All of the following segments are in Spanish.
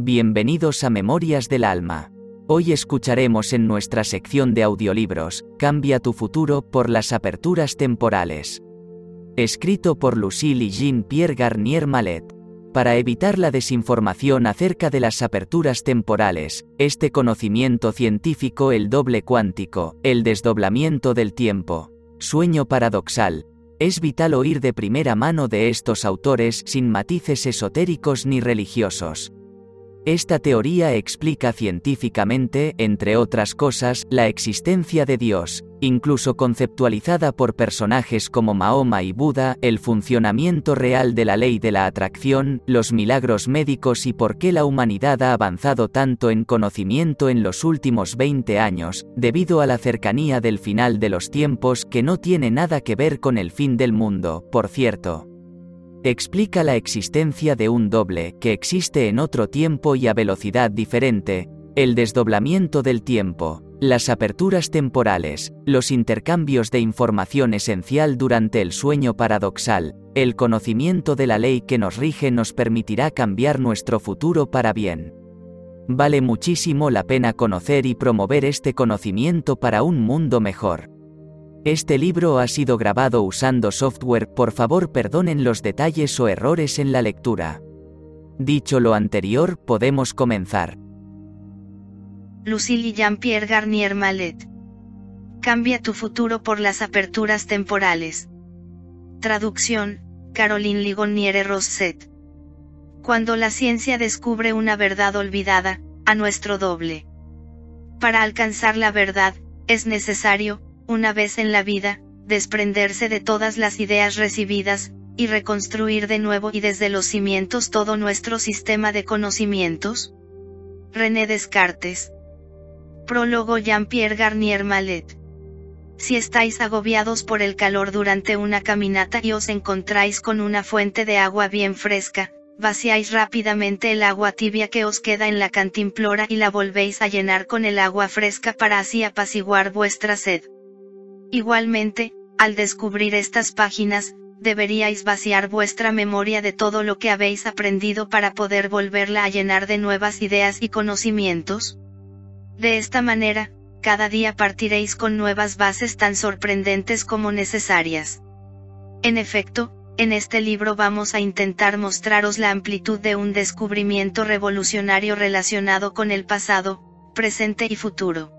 Bienvenidos a Memorias del Alma. Hoy escucharemos en nuestra sección de audiolibros, Cambia tu futuro por las aperturas temporales. Escrito por Lucille y Jean-Pierre Garnier Mallet. Para evitar la desinformación acerca de las aperturas temporales, este conocimiento científico, el doble cuántico, el desdoblamiento del tiempo, sueño paradoxal, es vital oír de primera mano de estos autores sin matices esotéricos ni religiosos. Esta teoría explica científicamente, entre otras cosas, la existencia de Dios, incluso conceptualizada por personajes como Mahoma y Buda, el funcionamiento real de la ley de la atracción, los milagros médicos y por qué la humanidad ha avanzado tanto en conocimiento en los últimos 20 años, debido a la cercanía del final de los tiempos que no tiene nada que ver con el fin del mundo, por cierto. Explica la existencia de un doble que existe en otro tiempo y a velocidad diferente, el desdoblamiento del tiempo, las aperturas temporales, los intercambios de información esencial durante el sueño paradoxal, el conocimiento de la ley que nos rige nos permitirá cambiar nuestro futuro para bien. Vale muchísimo la pena conocer y promover este conocimiento para un mundo mejor. Este libro ha sido grabado usando software, por favor perdonen los detalles o errores en la lectura. Dicho lo anterior, podemos comenzar. Lucille y Jean-Pierre Garnier Mallet. Cambia tu futuro por las aperturas temporales. Traducción, Caroline Ligonier Rosset. Cuando la ciencia descubre una verdad olvidada, a nuestro doble. Para alcanzar la verdad, es necesario, una vez en la vida, desprenderse de todas las ideas recibidas, y reconstruir de nuevo y desde los cimientos todo nuestro sistema de conocimientos. René Descartes. Prólogo Jean-Pierre Garnier Mallet. Si estáis agobiados por el calor durante una caminata y os encontráis con una fuente de agua bien fresca, vaciáis rápidamente el agua tibia que os queda en la cantimplora y la volvéis a llenar con el agua fresca para así apaciguar vuestra sed. Igualmente, al descubrir estas páginas, deberíais vaciar vuestra memoria de todo lo que habéis aprendido para poder volverla a llenar de nuevas ideas y conocimientos. De esta manera, cada día partiréis con nuevas bases tan sorprendentes como necesarias. En efecto, en este libro vamos a intentar mostraros la amplitud de un descubrimiento revolucionario relacionado con el pasado, presente y futuro.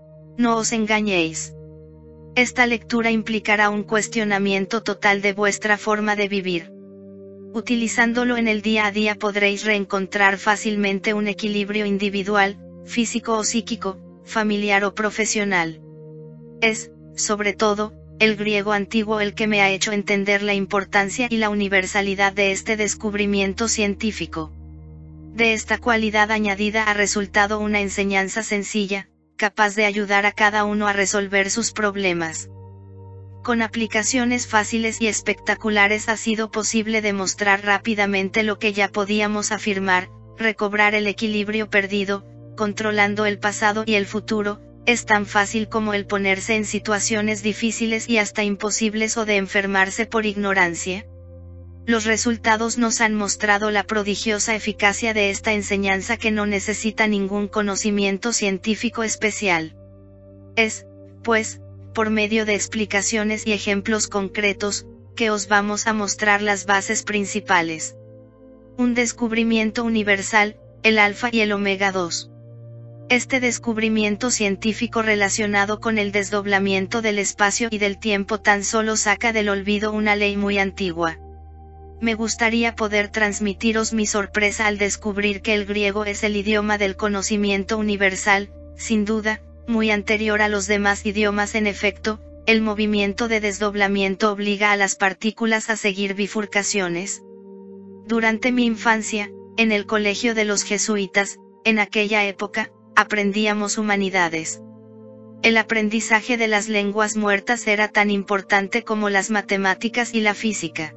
No os engañéis. Esta lectura implicará un cuestionamiento total de vuestra forma de vivir. Utilizándolo en el día a día podréis reencontrar fácilmente un equilibrio individual, físico o psíquico, familiar o profesional. Es, sobre todo, el griego antiguo el que me ha hecho entender la importancia y la universalidad de este descubrimiento científico. De esta cualidad añadida ha resultado una enseñanza sencilla, capaz de ayudar a cada uno a resolver sus problemas. Con aplicaciones fáciles y espectaculares ha sido posible demostrar rápidamente lo que ya podíamos afirmar: recobrar el equilibrio perdido, controlando el pasado y el futuro, es tan fácil como el ponerse en situaciones difíciles y hasta imposibles o de enfermarse por ignorancia. Los resultados nos han mostrado la prodigiosa eficacia de esta enseñanza que no necesita ningún conocimiento científico especial. Es, pues, por medio de explicaciones y ejemplos concretos, que os vamos a mostrar las bases principales. Un descubrimiento universal, el Alfa y el Omega 2. Este descubrimiento científico relacionado con el desdoblamiento del espacio y del tiempo tan solo saca del olvido una ley muy antigua. Me gustaría poder transmitiros mi sorpresa al descubrir que el griego es el idioma del conocimiento universal, sin duda, muy anterior a los demás idiomas. En efecto, el movimiento de desdoblamiento obliga a las partículas a seguir bifurcaciones. Durante mi infancia, en el colegio de los jesuitas, en aquella época, aprendíamos humanidades. El aprendizaje de las lenguas muertas era tan importante como las matemáticas y la física.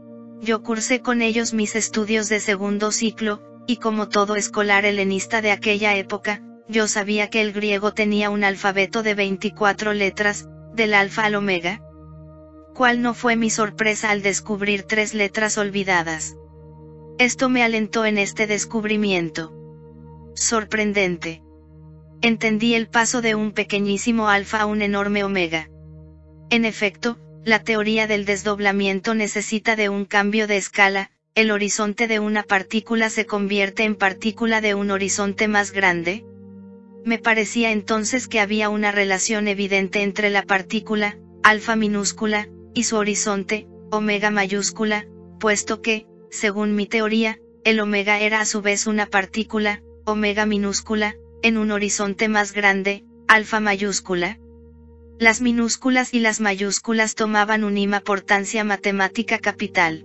Yo cursé con ellos mis estudios de segundo ciclo, y como todo escolar helenista de aquella época, yo sabía que el griego tenía un alfabeto de 24 letras, del alfa al omega. ¿Cuál no fue mi sorpresa al descubrir 3 letras olvidadas? Esto me alentó en este descubrimiento. sorprendente. Entendí el paso de un pequeñísimo alfa a un enorme omega. En efecto, la teoría del desdoblamiento necesita de un cambio de escala, el horizonte de una partícula se convierte en partícula de un horizonte más grande. Me parecía entonces que había una relación evidente entre la partícula, alfa minúscula, y su horizonte, omega mayúscula, puesto que, según mi teoría, el omega era a su vez una partícula, omega minúscula, en un horizonte más grande, alfa mayúscula. Las minúsculas y las mayúsculas tomaban una importancia matemática capital.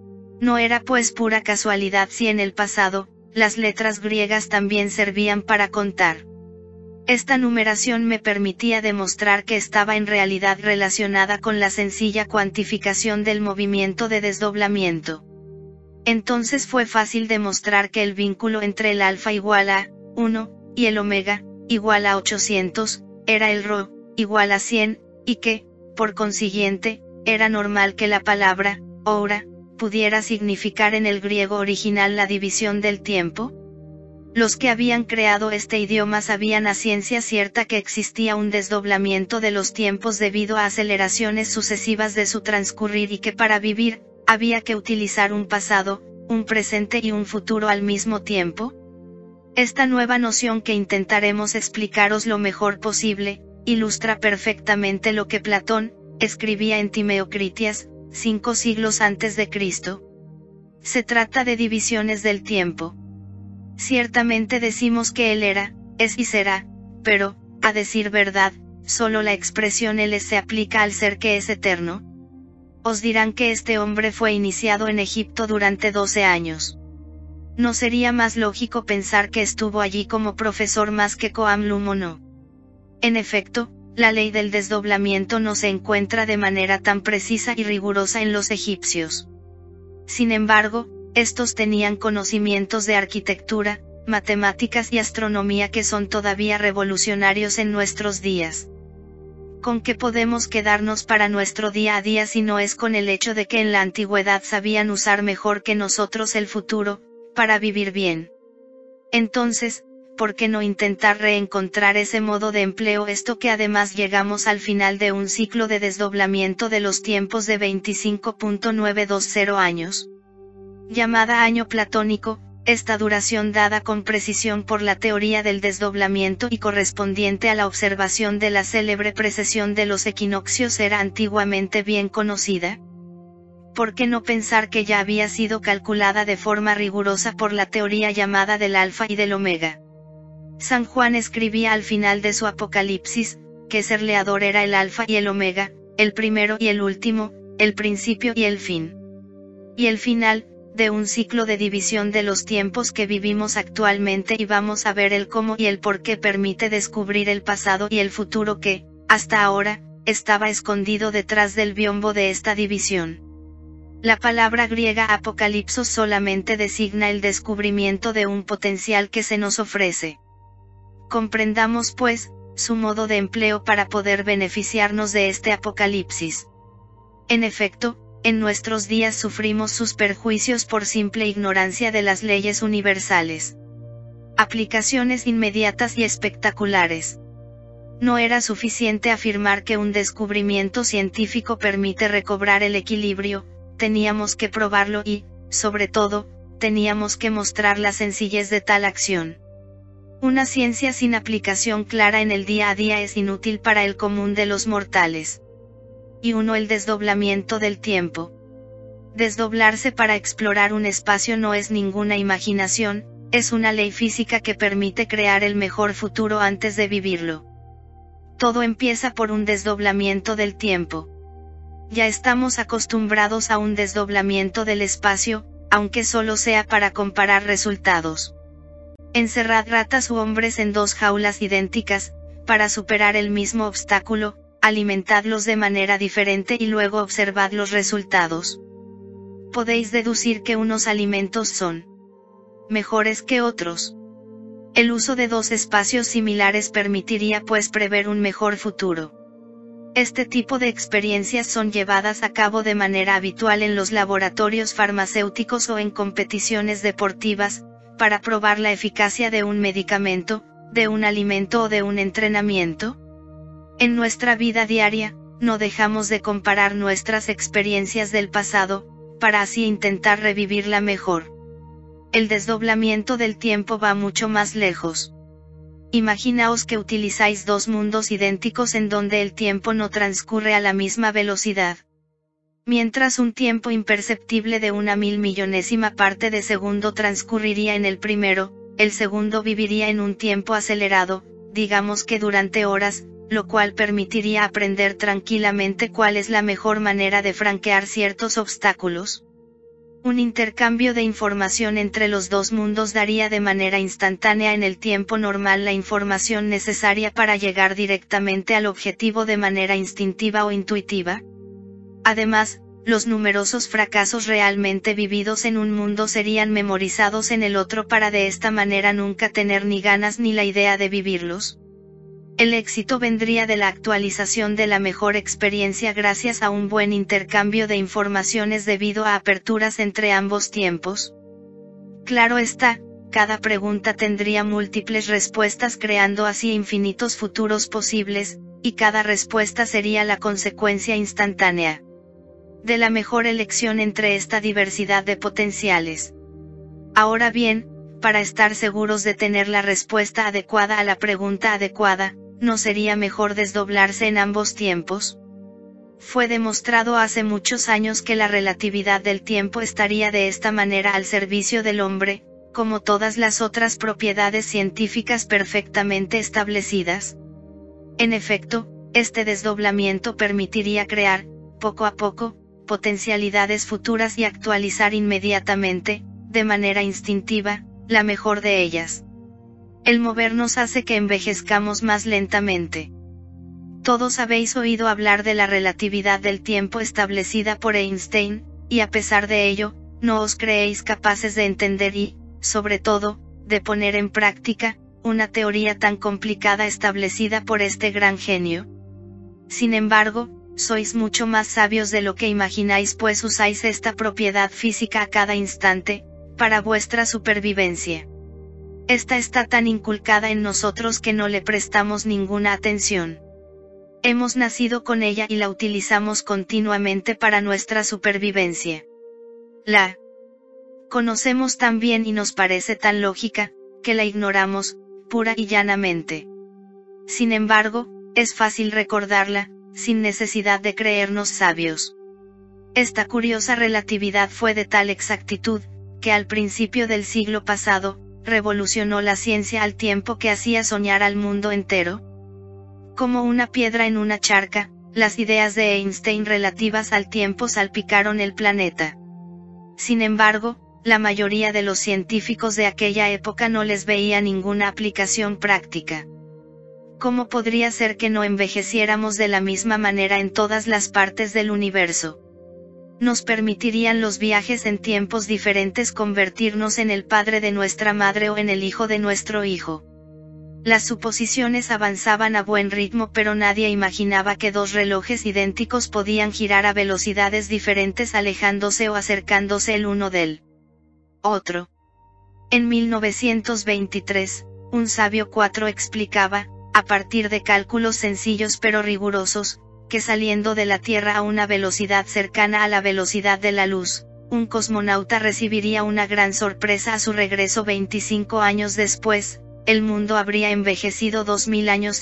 No era pues pura casualidad si en el pasado, las letras griegas también servían para contar. Esta numeración me permitía demostrar que estaba en realidad relacionada con la sencilla cuantificación del movimiento de desdoblamiento. Entonces fue fácil demostrar que el vínculo entre el alfa igual a 1, y el omega, igual a 800, era el rho, igual a 100, y que, por consiguiente, era normal que la palabra, hora, pudiera significar en el griego original la división del tiempo. Los que habían creado este idioma sabían a ciencia cierta que existía un desdoblamiento de los tiempos debido a aceleraciones sucesivas de su transcurrir y que para vivir, había que utilizar un pasado, un presente y un futuro al mismo tiempo. Esta nueva noción que intentaremos explicaros lo mejor posible, ilustra perfectamente lo que Platón escribía en Timeocritias, 5 siglos antes de Cristo. Se trata de divisiones del tiempo. Ciertamente decimos que él era, es y será, pero, a decir verdad, solo la expresión él es se aplica al ser que es eterno. Os dirán que este hombre fue iniciado en Egipto durante 12 años. ¿No sería más lógico pensar que estuvo allí como profesor más que Coamlum o no? En efecto, la ley del desdoblamiento no se encuentra de manera tan precisa y rigurosa en los egipcios. Sin embargo, estos tenían conocimientos de arquitectura, matemáticas y astronomía que son todavía revolucionarios en nuestros días. ¿Con qué podemos quedarnos para nuestro día a día si no es con el hecho de que en la antigüedad sabían usar mejor que nosotros el futuro, para vivir bien? Entonces, ¿por qué no intentar reencontrar ese modo de empleo, esto que además llegamos al final de un ciclo de desdoblamiento de los tiempos de 25.920 años? Llamada año platónico, esta duración dada con precisión por la teoría del desdoblamiento y correspondiente a la observación de la célebre precesión de los equinoccios era antiguamente bien conocida. ¿Por qué no pensar que ya había sido calculada de forma rigurosa por la teoría llamada del alfa y del omega? San Juan escribía al final de su Apocalipsis, que ser leador era el alfa y el omega, el primero y el último, el principio y el fin. Y el final, de un ciclo de división de los tiempos que vivimos actualmente, y vamos a ver el cómo y el por qué permite descubrir el pasado y el futuro que, hasta ahora, estaba escondido detrás del biombo de esta división. La palabra griega apocalipsos solamente designa el descubrimiento de un potencial que se nos ofrece. Comprendamos pues, su modo de empleo para poder beneficiarnos de este apocalipsis. En efecto, en nuestros días sufrimos sus perjuicios por simple ignorancia de las leyes universales. Aplicaciones inmediatas y espectaculares. No era suficiente afirmar que un descubrimiento científico permite recobrar el equilibrio, teníamos que probarlo y, sobre todo, teníamos que mostrar la sencillez de tal acción. Una ciencia sin aplicación clara en el día a día es inútil para el común de los mortales. Y uno, el desdoblamiento del tiempo. Desdoblarse para explorar un espacio no es ninguna imaginación, es una ley física que permite crear el mejor futuro antes de vivirlo. Todo empieza por un desdoblamiento del tiempo. Ya estamos acostumbrados a un desdoblamiento del espacio, aunque solo sea para comparar resultados. Encerrad ratas u hombres en 2 jaulas idénticas, para superar el mismo obstáculo, alimentadlos de manera diferente y luego observad los resultados. Podéis deducir que unos alimentos son mejores que otros. El uso de 2 espacios similares permitiría pues prever un mejor futuro. Este tipo de experiencias son llevadas a cabo de manera habitual en los laboratorios farmacéuticos o en competiciones deportivas, para probar la eficacia de un medicamento, de un alimento o de un entrenamiento? En nuestra vida diaria, no dejamos de comparar nuestras experiencias del pasado, para así intentar revivirla mejor. El desdoblamiento del tiempo va mucho más lejos. Imaginaos que utilizáis dos mundos idénticos en donde el tiempo no transcurre a la misma velocidad. Mientras un tiempo imperceptible de 1.000.000.000ª parte de segundo transcurriría en el primero, el segundo viviría en un tiempo acelerado, digamos que durante horas, lo cual permitiría aprender tranquilamente cuál es la mejor manera de franquear ciertos obstáculos. Un intercambio de información entre los dos mundos daría de manera instantánea en el tiempo normal la información necesaria para llegar directamente al objetivo de manera instintiva o intuitiva. Además, los numerosos fracasos realmente vividos en un mundo serían memorizados en el otro para de esta manera nunca tener ni ganas ni la idea de vivirlos. El éxito vendría de la actualización de la mejor experiencia gracias a un buen intercambio de informaciones debido a aperturas entre ambos tiempos. Claro está, cada pregunta tendría múltiples respuestas creando así infinitos futuros posibles, y cada respuesta sería la consecuencia instantánea de la mejor elección entre esta diversidad de potenciales. Ahora bien, para estar seguros de tener la respuesta adecuada a la pregunta adecuada, ¿no sería mejor desdoblarse en ambos tiempos? Fue demostrado hace muchos años que la relatividad del tiempo estaría de esta manera al servicio del hombre, como todas las otras propiedades científicas perfectamente establecidas. En efecto, este desdoblamiento permitiría crear, poco a poco, potencialidades futuras y actualizar inmediatamente, de manera instintiva, la mejor de ellas. El movernos hace que envejezcamos más lentamente. Todos habéis oído hablar de la relatividad del tiempo establecida por Einstein, y a pesar de ello, no os creéis capaces de entender y, sobre todo, de poner en práctica, una teoría tan complicada establecida por este gran genio. Sin embargo, sois mucho más sabios de lo que imagináis pues usáis esta propiedad física a cada instante, para vuestra supervivencia. Esta está tan inculcada en nosotros que no le prestamos ninguna atención. Hemos nacido con ella y la utilizamos continuamente para nuestra supervivencia. La conocemos tan bien y nos parece tan lógica, que la ignoramos, pura y llanamente. Sin embargo, es fácil recordarla, sin necesidad de creernos sabios. Esta curiosa relatividad fue de tal exactitud, que al principio del siglo pasado, revolucionó la ciencia al tiempo que hacía soñar al mundo entero. Como una piedra en una charca, las ideas de Einstein relativas al tiempo salpicaron el planeta. Sin embargo, la mayoría de los científicos de aquella época no les veía ninguna aplicación práctica. ¿Cómo podría ser que no envejeciéramos de la misma manera en todas las partes del universo? ¿Nos permitirían los viajes en tiempos diferentes convertirnos en el padre de nuestra madre o en el hijo de nuestro hijo? Las suposiciones avanzaban a buen ritmo pero nadie imaginaba que dos relojes idénticos podían girar a velocidades diferentes alejándose o acercándose el uno del otro. En 1923, un sabio cuatro explicaba, a partir de cálculos sencillos pero rigurosos, que saliendo de la Tierra a una velocidad cercana a la velocidad de la luz, un cosmonauta recibiría una gran sorpresa a su regreso 25 años después, el mundo habría envejecido 2000 años.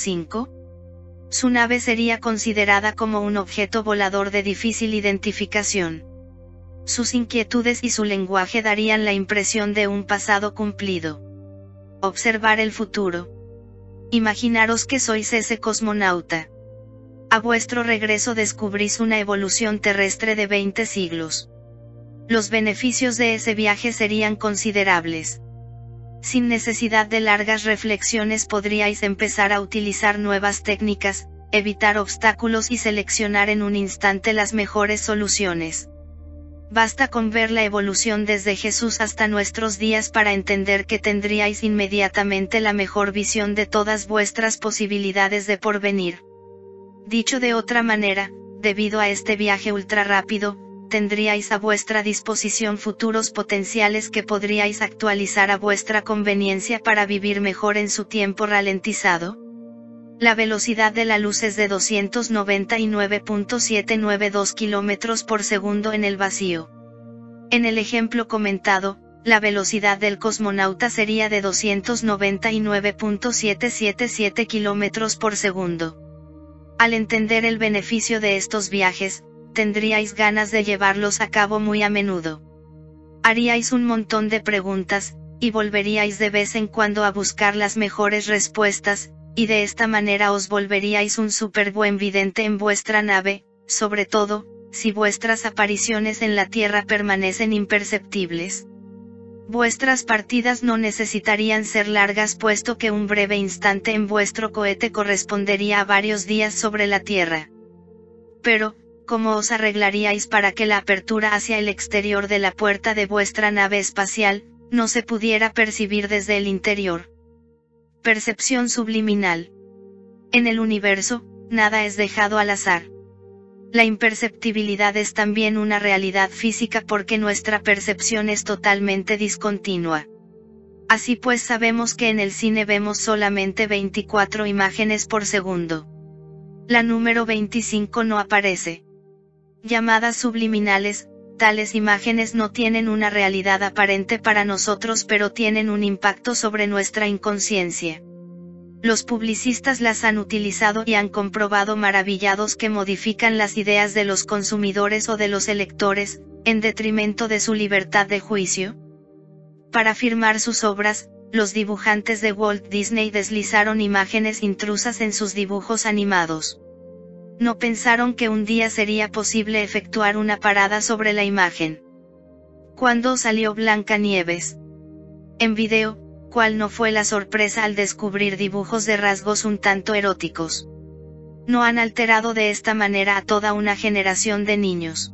Su nave sería considerada como un objeto volador de difícil identificación. Sus inquietudes y su lenguaje darían la impresión de un pasado cumplido. Observar el futuro. Imaginaros que sois ese cosmonauta. A vuestro regreso descubrís una evolución terrestre de 20 siglos. Los beneficios de ese viaje serían considerables. Sin necesidad de largas reflexiones podríais empezar a utilizar nuevas técnicas, evitar obstáculos y seleccionar en un instante las mejores soluciones. Basta con ver la evolución desde Jesús hasta nuestros días para entender que tendríais inmediatamente la mejor visión de todas vuestras posibilidades de porvenir. Dicho de otra manera, debido a este viaje ultrarrápido, tendríais a vuestra disposición futuros potenciales que podríais actualizar a vuestra conveniencia para vivir mejor en su tiempo ralentizado. La velocidad de la luz es de 299.792 km por segundo en el vacío. En el ejemplo comentado, la velocidad del cosmonauta sería de 299.777 km por segundo. Al entender el beneficio de estos viajes, tendríais ganas de llevarlos a cabo muy a menudo. Haríais un montón de preguntas, y volveríais de vez en cuando a buscar las mejores respuestas, y de esta manera os volveríais un súper buen vidente en vuestra nave, sobre todo, si vuestras apariciones en la Tierra permanecen imperceptibles. Vuestras partidas no necesitarían ser largas puesto que un breve instante en vuestro cohete correspondería a varios días sobre la Tierra. Pero, ¿cómo os arreglaríais para que la apertura hacia el exterior de la puerta de vuestra nave espacial no se pudiera percibir desde el interior? Percepción subliminal. En el universo, nada es dejado al azar. La imperceptibilidad es también una realidad física porque nuestra percepción es totalmente discontinua. Así pues sabemos que en el cine vemos solamente 24 imágenes por segundo. La número 25 no aparece. Llamadas subliminales, tales imágenes no tienen una realidad aparente para nosotros pero tienen un impacto sobre nuestra inconsciencia. Los publicistas las han utilizado y han comprobado maravillados que modifican las ideas de los consumidores o de los electores, en detrimento de su libertad de juicio. Para firmar sus obras, los dibujantes de Walt Disney deslizaron imágenes intrusas en sus dibujos animados. No pensaron que un día sería posible efectuar una parada sobre la imagen. ¿Cuándo salió Blancanieves? En video, ¿cuál no fue la sorpresa al descubrir dibujos de rasgos un tanto eróticos? No han alterado de esta manera a toda una generación de niños.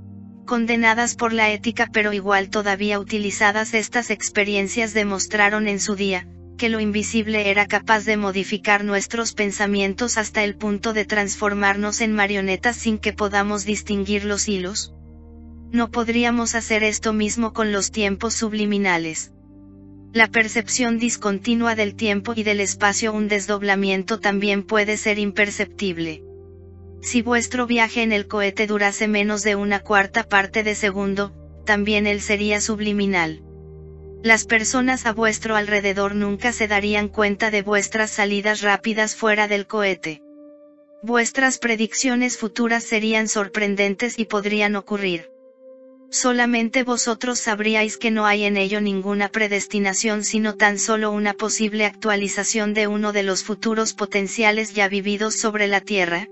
Condenadas por la ética pero igual todavía utilizadas, estas experiencias demostraron en su día, que lo invisible era capaz de modificar nuestros pensamientos hasta el punto de transformarnos en marionetas sin que podamos distinguir los hilos. ¿No podríamos hacer esto mismo con los tiempos subliminales? La percepción discontinua del tiempo y del espacio, un desdoblamiento también puede ser imperceptible. Si vuestro viaje en el cohete durase menos de una cuarta parte de segundo, también él sería subliminal. Las personas a vuestro alrededor nunca se darían cuenta de vuestras salidas rápidas fuera del cohete. Vuestras predicciones futuras serían sorprendentes y podrían ocurrir. Solamente vosotros sabríais que no hay en ello ninguna predestinación sino tan solo una posible actualización de uno de los futuros potenciales ya vividos sobre la Tierra.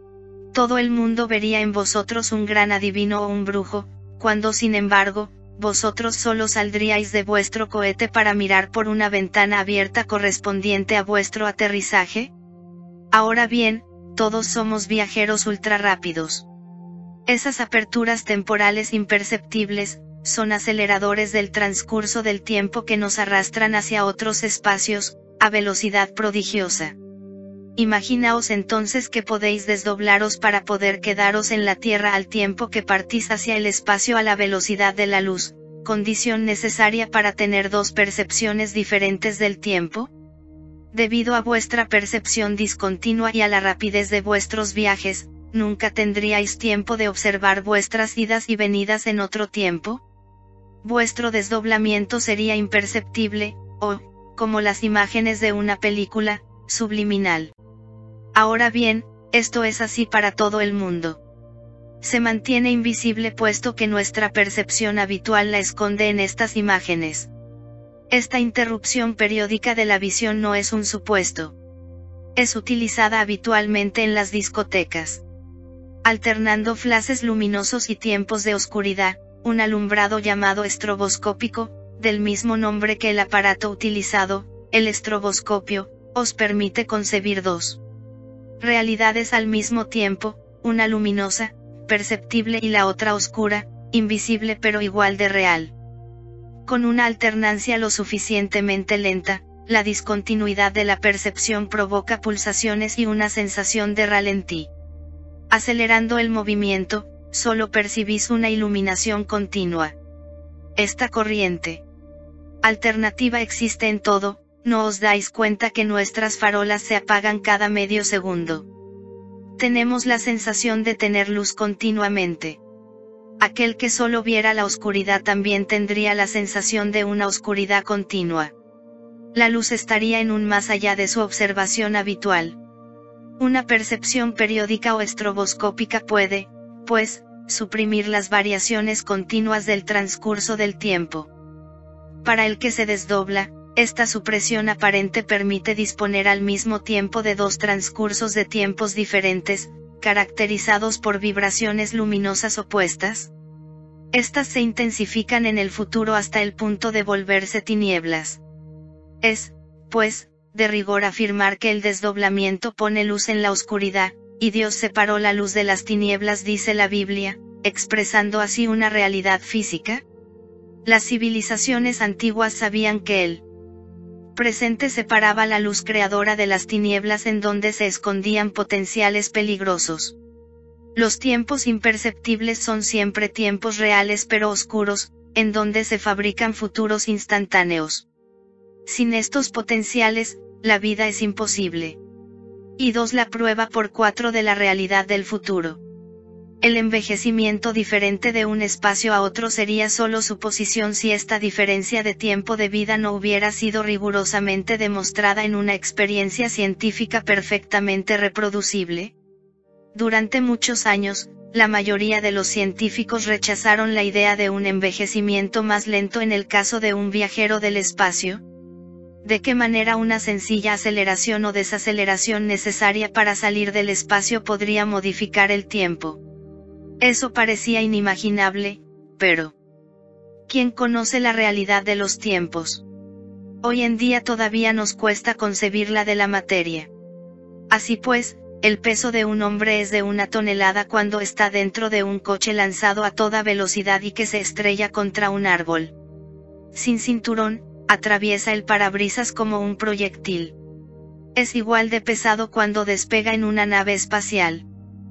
Todo el mundo vería en vosotros un gran adivino o un brujo, cuando sin embargo, vosotros solo saldríais de vuestro cohete para mirar por una ventana abierta correspondiente a vuestro aterrizaje. Ahora bien, todos somos viajeros ultrarrápidos. Esas aperturas temporales imperceptibles, son aceleradores del transcurso del tiempo que nos arrastran hacia otros espacios, a velocidad prodigiosa. Imaginaos entonces que podéis desdoblaros para poder quedaros en la Tierra al tiempo que partís hacia el espacio a la velocidad de la luz, condición necesaria para tener dos percepciones diferentes del tiempo. Debido a vuestra percepción discontinua y a la rapidez de vuestros viajes, ¿nunca tendríais tiempo de observar vuestras idas y venidas en otro tiempo? Vuestro desdoblamiento sería imperceptible, o, como las imágenes de una película, subliminal. Ahora bien, esto es así para todo el mundo. Se mantiene invisible puesto que nuestra percepción habitual la esconde en estas imágenes. Esta interrupción periódica de la visión no es un supuesto. Es utilizada habitualmente en las discotecas. Alternando flashes luminosos y tiempos de oscuridad, un alumbrado llamado estroboscópico, del mismo nombre que el aparato utilizado, el estroboscopio, os permite concebir dos realidades al mismo tiempo, una luminosa, perceptible y la otra oscura, invisible pero igual de real. Con una alternancia lo suficientemente lenta, la discontinuidad de la percepción provoca pulsaciones y una sensación de ralentí. Acelerando el movimiento, solo percibís una iluminación continua. Esta corriente alternativa existe en todo, no os dais cuenta que nuestras farolas se apagan cada medio segundo. Tenemos la sensación de tener luz continuamente. Aquel que solo viera la oscuridad también tendría la sensación de una oscuridad continua. La luz estaría en un más allá de su observación habitual. Una percepción periódica o estroboscópica puede, pues, suprimir las variaciones continuas del transcurso del tiempo. Para el que se desdobla, esta supresión aparente permite disponer al mismo tiempo de dos transcursos de tiempos diferentes, caracterizados por vibraciones luminosas opuestas. Estas se intensifican en el futuro hasta el punto de volverse tinieblas. Es, pues, de rigor afirmar que el desdoblamiento pone luz en la oscuridad, y Dios separó la luz de las tinieblas, dice la Biblia, expresando así una realidad física. Las civilizaciones antiguas sabían que el presente separaba la luz creadora de las tinieblas en donde se escondían potenciales peligrosos. Los tiempos imperceptibles son siempre tiempos reales pero oscuros, en donde se fabrican futuros instantáneos. Sin estos potenciales, la vida es imposible. Y 2. La prueba por 4 de la realidad del futuro. El envejecimiento diferente de un espacio a otro sería solo suposición si esta diferencia de tiempo de vida no hubiera sido rigurosamente demostrada en una experiencia científica perfectamente reproducible. Durante muchos años, la mayoría de los científicos rechazaron la idea de un envejecimiento más lento en el caso de un viajero del espacio. ¿De qué manera una sencilla aceleración o desaceleración necesaria para salir del espacio podría modificar el tiempo? Eso parecía inimaginable, pero ¿quién conoce la realidad de los tiempos? Hoy en día todavía nos cuesta concebir la de la materia. Así pues, el peso de un hombre es de 1 tonelada cuando está dentro de un coche lanzado a toda velocidad y que se estrella contra un árbol. Sin cinturón, atraviesa el parabrisas como un proyectil. Es igual de pesado cuando despega en una nave espacial.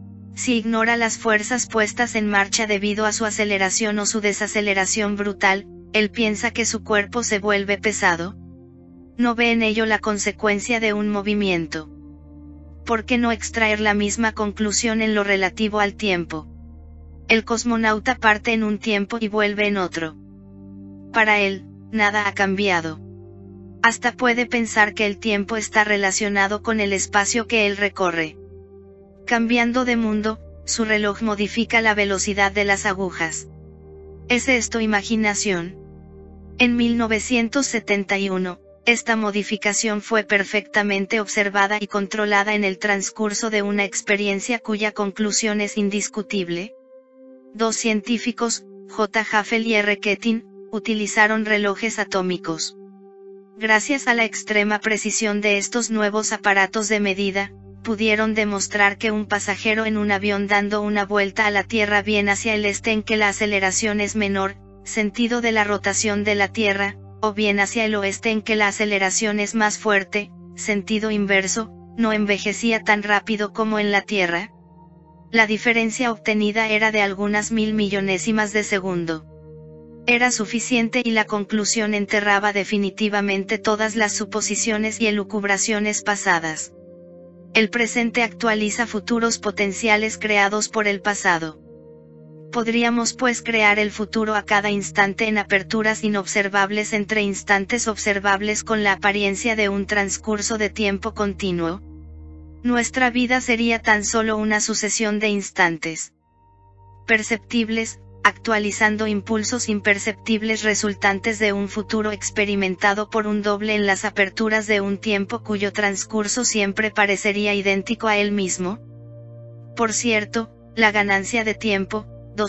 Si ignora las fuerzas puestas en marcha debido a su aceleración o su desaceleración brutal, él piensa que su cuerpo se vuelve pesado. No ve en ello la consecuencia de un movimiento. ¿Por qué no extraer la misma conclusión en lo relativo al tiempo? El cosmonauta parte en un tiempo y vuelve en otro. Para él, nada ha cambiado. Hasta puede pensar que el tiempo está relacionado con el espacio que él recorre. Cambiando de mundo, su reloj modifica la velocidad de las agujas. ¿Es esto imaginación? En 1971, esta modificación fue perfectamente observada y controlada en el transcurso de una experiencia cuya conclusión es indiscutible. 2 científicos, J. Haffel y R. Keeting, utilizaron relojes atómicos. Gracias a la extrema precisión de estos nuevos aparatos de medida, pudieron demostrar que un pasajero en un avión dando una vuelta a la Tierra bien hacia el este en que la aceleración es menor, sentido de la rotación de la Tierra, o bien hacia el oeste en que la aceleración es más fuerte, sentido inverso, no envejecía tan rápido como en la Tierra. La diferencia obtenida era de algunas 1000 millonésimas de segundo. Era suficiente y la conclusión enterraba definitivamente todas las suposiciones y elucubraciones pasadas. El presente actualiza futuros potenciales creados por el pasado. Podríamos pues crear el futuro a cada instante en aperturas inobservables entre instantes observables con la apariencia de un transcurso de tiempo continuo. Nuestra vida sería tan solo una sucesión de instantes perceptibles, actualizando impulsos imperceptibles resultantes de un futuro experimentado por un doble en las aperturas de un tiempo cuyo transcurso siempre parecería idéntico a él mismo. Por cierto, la ganancia de tiempo,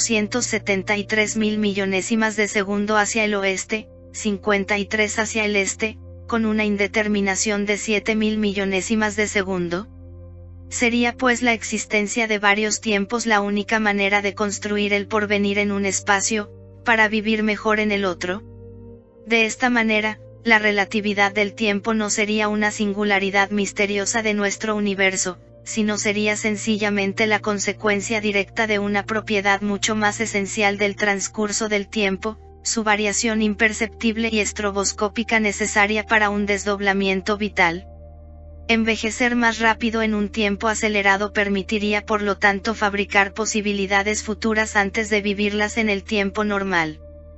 273.000 millonésimas de segundo hacia el oeste, 53 hacia el este, con una indeterminación de 7.000 millonésimas de segundo. ¿Sería pues la existencia de varios tiempos la única manera de construir el porvenir en un espacio, para vivir mejor en el otro? De esta manera, la relatividad del tiempo no sería una singularidad misteriosa de nuestro universo, sino sería sencillamente la consecuencia directa de una propiedad mucho más esencial del transcurso del tiempo, su variación imperceptible y estroboscópica necesaria para un desdoblamiento vital. Envejecer más rápido en un tiempo acelerado permitiría por lo tanto fabricar posibilidades futuras antes de vivirlas en el tiempo normal.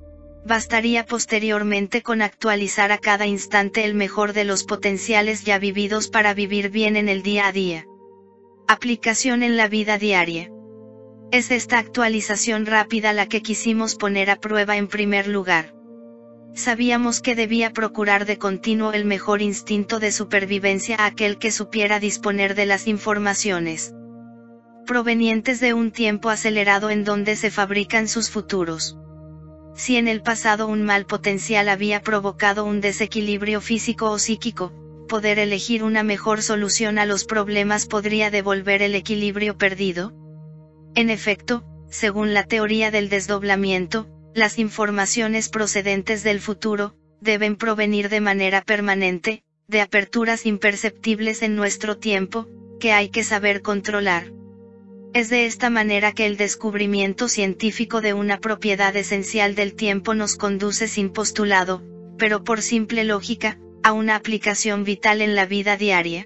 Bastaría posteriormente con actualizar a cada instante el mejor de los potenciales ya vividos para vivir bien en el día a día. Aplicación en la vida diaria. Es esta actualización rápida la que quisimos poner a prueba en primer lugar. Sabíamos que debía procurar de continuo el mejor instinto de supervivencia a aquel que supiera disponer de las informaciones provenientes de un tiempo acelerado en donde se fabrican sus futuros. Si en el pasado un mal potencial había provocado un desequilibrio físico o psíquico, poder elegir una mejor solución a los problemas podría devolver el equilibrio perdido. En efecto, según la teoría del desdoblamiento, las informaciones procedentes del futuro, deben provenir de manera permanente, de aperturas imperceptibles en nuestro tiempo, que hay que saber controlar. Es de esta manera que el descubrimiento científico de una propiedad esencial del tiempo nos conduce sin postulado, pero por simple lógica, a una aplicación vital en la vida diaria.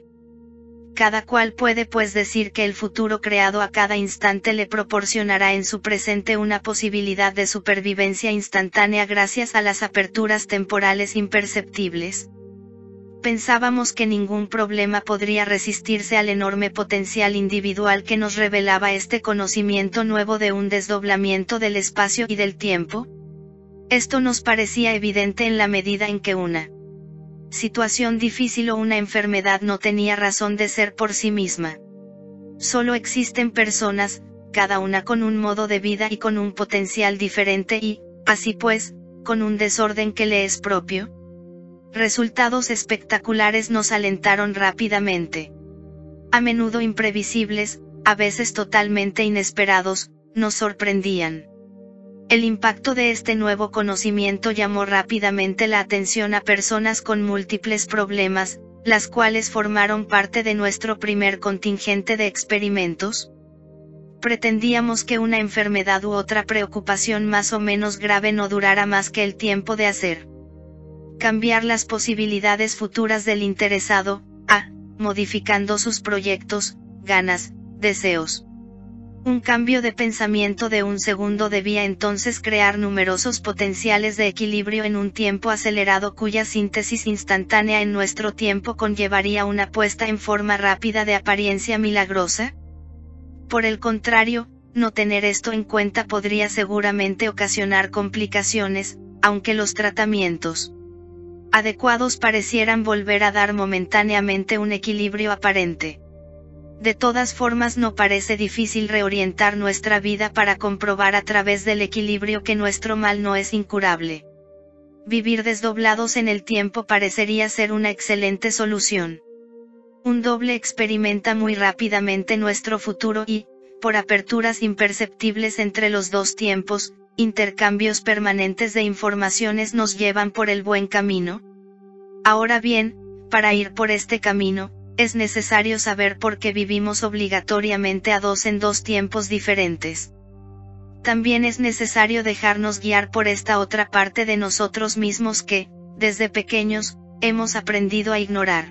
Cada cual puede pues decir que el futuro creado a cada instante le proporcionará en su presente una posibilidad de supervivencia instantánea gracias a las aperturas temporales imperceptibles. Pensábamos que ningún problema podría resistirse al enorme potencial individual que nos revelaba este conocimiento nuevo de un desdoblamiento del espacio y del tiempo. Esto nos parecía evidente en la medida en que una situación difícil o una enfermedad no tenía razón de ser por sí misma. Solo existen personas, cada una con un modo de vida y con un potencial diferente y, así pues, con un desorden que le es propio. Resultados espectaculares nos alentaron rápidamente. A menudo imprevisibles, a veces totalmente inesperados, nos sorprendían. El impacto de este nuevo conocimiento llamó rápidamente la atención a personas con múltiples problemas, las cuales formaron parte de nuestro primer contingente de experimentos. Pretendíamos que una enfermedad u otra preocupación más o menos grave no durara más que el tiempo de hacer cambiar las posibilidades futuras del interesado, modificando sus proyectos, ganas, deseos. Un cambio de pensamiento de un segundo debía entonces crear numerosos potenciales de equilibrio en un tiempo acelerado cuya síntesis instantánea en nuestro tiempo conllevaría una puesta en forma rápida de apariencia milagrosa. Por el contrario, no tener esto en cuenta podría seguramente ocasionar complicaciones, aunque los tratamientos adecuados parecieran volver a dar momentáneamente un equilibrio aparente. De todas formas no parece difícil reorientar nuestra vida para comprobar a través del equilibrio que nuestro mal no es incurable. Vivir desdoblados en el tiempo parecería ser una excelente solución. Un doble experimenta muy rápidamente nuestro futuro y, por aperturas imperceptibles entre los dos tiempos, intercambios permanentes de informaciones nos llevan por el buen camino. Ahora bien, para ir por este camino, es necesario saber por qué vivimos obligatoriamente a dos en dos tiempos diferentes. También es necesario dejarnos guiar por esta otra parte de nosotros mismos que, desde pequeños, hemos aprendido a ignorar.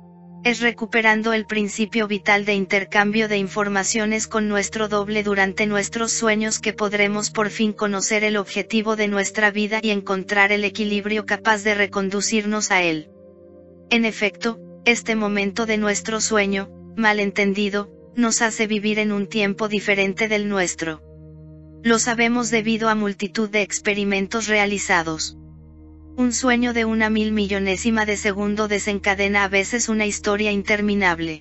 Es recuperando el principio vital de intercambio de informaciones con nuestro doble durante nuestros sueños que podremos por fin conocer el objetivo de nuestra vida y encontrar el equilibrio capaz de reconducirnos a él. En efecto, este momento de nuestro sueño, mal entendido, nos hace vivir en un tiempo diferente del nuestro. Lo sabemos debido a multitud de experimentos realizados. Un sueño de 1.000.000.000ª de segundo desencadena a veces una historia interminable.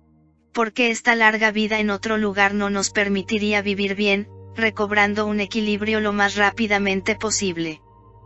Porque esta larga vida en otro lugar no nos permitiría vivir bien, recobrando un equilibrio lo más rápidamente posible.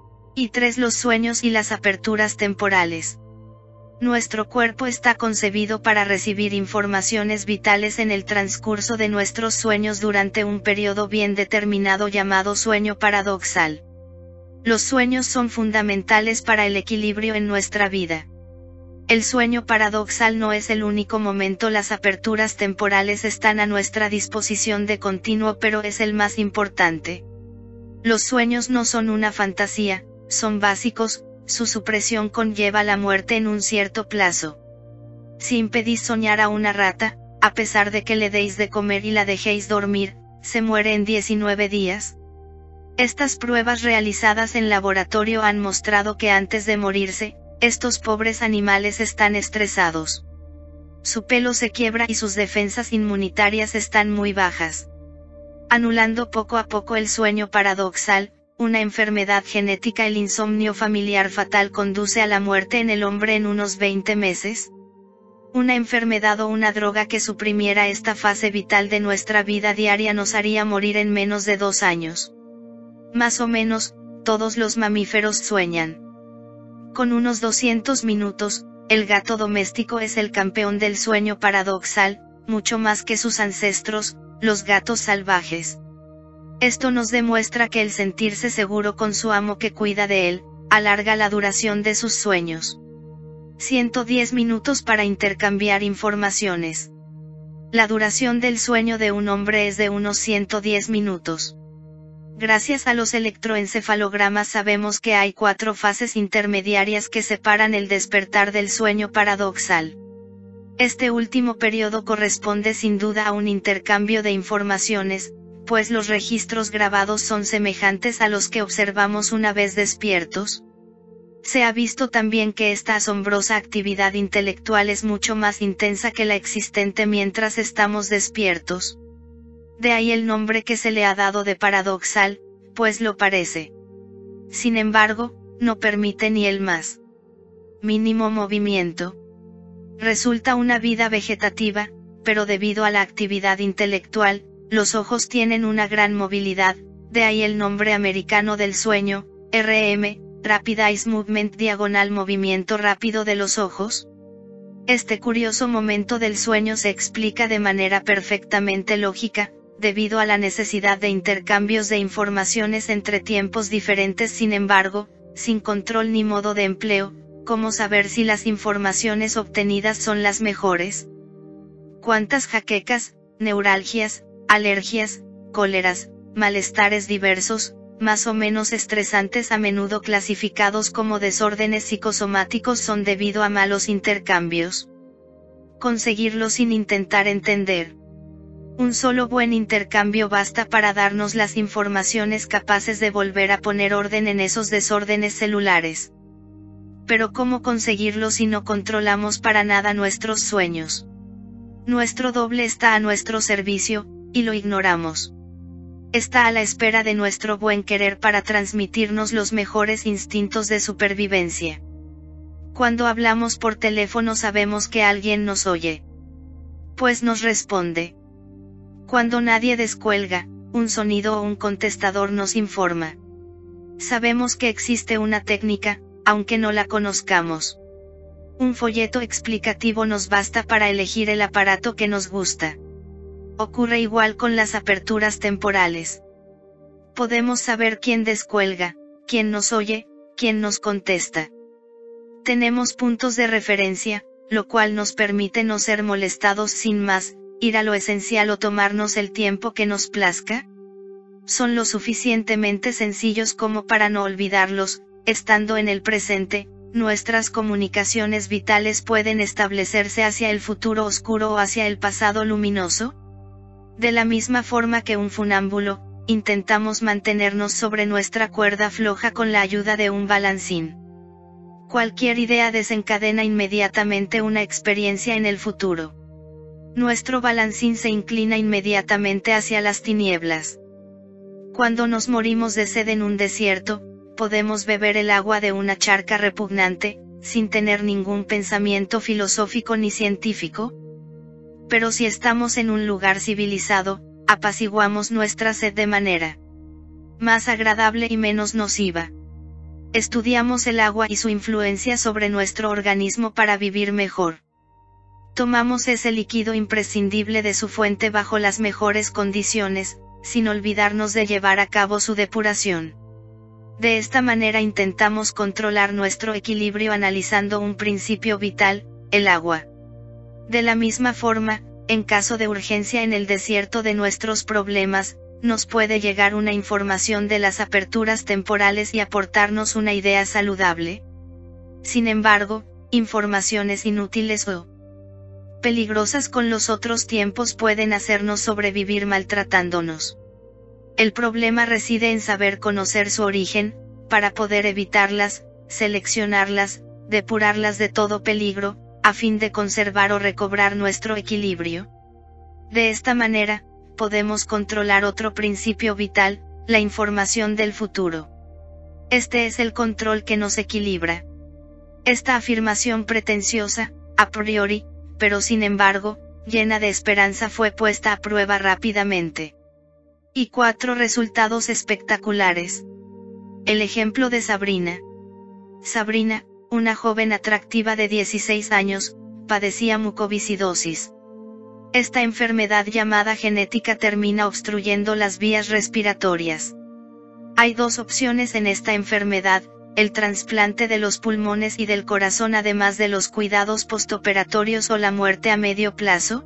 Y 3. Los sueños y las aperturas temporales. Nuestro cuerpo está concebido para recibir informaciones vitales en el transcurso de nuestros sueños durante un periodo bien determinado llamado sueño paradoxal. Los sueños son fundamentales para el equilibrio en nuestra vida. El sueño paradoxal no es el único momento, las aperturas temporales están a nuestra disposición de continuo, pero es el más importante. Los sueños no son una fantasía, son básicos, su supresión conlleva la muerte en un cierto plazo. Si impedís soñar a una rata, a pesar de que le deis de comer y la dejéis dormir, se muere en 19 días. Estas pruebas realizadas en laboratorio han mostrado que antes de morirse, estos pobres animales están estresados. Su pelo se quiebra y sus defensas inmunitarias están muy bajas. Anulando poco a poco el sueño paradoxal, una enfermedad genética, el insomnio familiar fatal, conduce a la muerte en el hombre en unos 20 meses. Una enfermedad o una droga que suprimiera esta fase vital de nuestra vida diaria nos haría morir en menos de 2 años. Más o menos, todos los mamíferos sueñan. Con unos 200 minutos, el gato doméstico es el campeón del sueño paradoxal, mucho más que sus ancestros, los gatos salvajes. Esto nos demuestra que el sentirse seguro con su amo que cuida de él, alarga la duración de sus sueños. 110 minutos para intercambiar informaciones. La duración del sueño de un hombre es de unos 110 minutos. Gracias a los electroencefalogramas sabemos que hay 4 fases intermediarias que separan el despertar del sueño paradoxal. Este último periodo corresponde sin duda a un intercambio de informaciones, pues los registros grabados son semejantes a los que observamos una vez despiertos. Se ha visto también que esta asombrosa actividad intelectual es mucho más intensa que la existente mientras estamos despiertos. De ahí el nombre que se le ha dado de paradoxal, pues lo parece. Sin embargo, no permite ni el más mínimo movimiento. Resulta una vida vegetativa, pero debido a la actividad intelectual, los ojos tienen una gran movilidad, de ahí el nombre americano del sueño, RM, Rapid Eye Movement, diagonal movimiento rápido de los ojos. Este curioso momento del sueño se explica de manera perfectamente lógica, debido a la necesidad de intercambios de informaciones entre tiempos diferentes. Sin embargo, sin control ni modo de empleo, ¿cómo saber si las informaciones obtenidas son las mejores? ¿Cuántas jaquecas, neuralgias, alergias, cóleras, malestares diversos, más o menos estresantes, a menudo clasificados como desórdenes psicosomáticos, son debido a malos intercambios? Conseguirlo sin intentar entender. Un solo buen intercambio basta para darnos las informaciones capaces de volver a poner orden en esos desórdenes celulares. Pero ¿cómo conseguirlo si no controlamos para nada nuestros sueños? Nuestro doble está a nuestro servicio, y lo ignoramos. Está a la espera de nuestro buen querer para transmitirnos los mejores instintos de supervivencia. Cuando hablamos por teléfono sabemos que alguien nos oye, pues nos responde. Cuando nadie descuelga, un sonido o un contestador nos informa. Sabemos que existe una técnica, aunque no la conozcamos. Un folleto explicativo nos basta para elegir el aparato que nos gusta. Ocurre igual con las aperturas temporales. Podemos saber quién descuelga, quién nos oye, quién nos contesta. Tenemos puntos de referencia, lo cual nos permite no ser molestados sin más, ir a lo esencial o tomarnos el tiempo que nos plazca. Son lo suficientemente sencillos como para no olvidarlos. Estando en el presente, nuestras comunicaciones vitales pueden establecerse hacia el futuro oscuro o hacia el pasado luminoso. De la misma forma que un funámbulo, intentamos mantenernos sobre nuestra cuerda floja con la ayuda de un balancín. Cualquier idea desencadena inmediatamente una experiencia en el futuro. Nuestro balancín se inclina inmediatamente hacia las tinieblas. Cuando nos morimos de sed en un desierto, podemos beber el agua de una charca repugnante, sin tener ningún pensamiento filosófico ni científico. Pero si estamos en un lugar civilizado, apaciguamos nuestra sed de manera más agradable y menos nociva. Estudiamos el agua y su influencia sobre nuestro organismo para vivir mejor. Tomamos ese líquido imprescindible de su fuente bajo las mejores condiciones, sin olvidarnos de llevar a cabo su depuración. De esta manera intentamos controlar nuestro equilibrio analizando un principio vital, el agua. De la misma forma, en caso de urgencia en el desierto de nuestros problemas, nos puede llegar una información de las aperturas temporales y aportarnos una idea saludable. Sin embargo, informaciones inútiles o peligrosas con los otros tiempos pueden hacernos sobrevivir maltratándonos. El problema reside en saber conocer su origen, para poder evitarlas, seleccionarlas, depurarlas de todo peligro, a fin de conservar o recobrar nuestro equilibrio. De esta manera, podemos controlar otro principio vital, la información del futuro. Este es el control que nos equilibra. Esta afirmación pretenciosa, a priori, pero sin embargo, llena de esperanza fue puesta a prueba rápidamente. Y 4 resultados espectaculares. El ejemplo de Sabrina. Sabrina, una joven atractiva de 16 años, padecía mucoviscidosis. Esta enfermedad llamada genética termina obstruyendo las vías respiratorias. Hay 2 opciones en esta enfermedad, el trasplante de los pulmones y del corazón además de los cuidados postoperatorios o la muerte a medio plazo.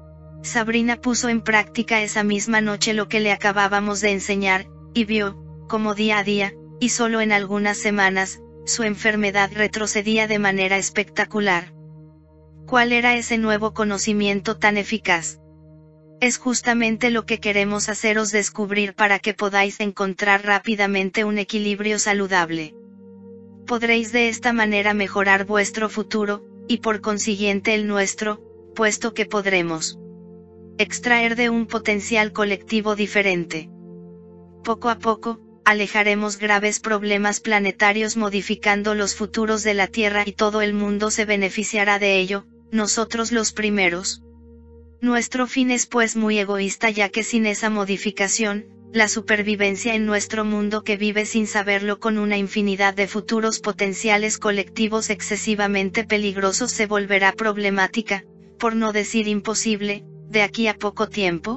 Sabrina puso en práctica esa misma noche lo que le acabábamos de enseñar, y vio, como día a día, y solo en algunas semanas, su enfermedad retrocedía de manera espectacular. ¿Cuál era ese nuevo conocimiento tan eficaz? Es justamente lo que queremos haceros descubrir para que podáis encontrar rápidamente un equilibrio saludable. Podréis de esta manera mejorar vuestro futuro, y por consiguiente el nuestro, puesto que podremos extraer de un potencial colectivo diferente. Poco a poco, alejaremos graves problemas planetarios modificando los futuros de la Tierra y todo el mundo se beneficiará de ello, nosotros los primeros. Nuestro fin es pues muy egoísta ya que sin esa modificación, la supervivencia en nuestro mundo que vive sin saberlo con una infinidad de futuros potenciales colectivos excesivamente peligrosos se volverá problemática, por no decir imposible, de aquí a poco tiempo.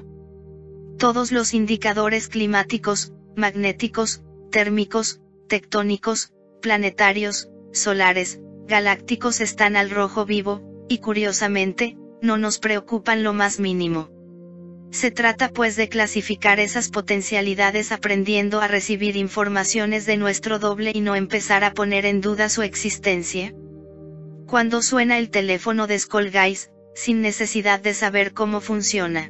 Todos los indicadores climáticos, magnéticos, térmicos, tectónicos, planetarios, solares, galácticos están al rojo vivo, y curiosamente, no nos preocupan lo más mínimo. Se trata pues de clasificar esas potencialidades aprendiendo a recibir informaciones de nuestro doble y no empezar a poner en duda su existencia. Cuando suena el teléfono descolgáis, sin necesidad de saber cómo funciona.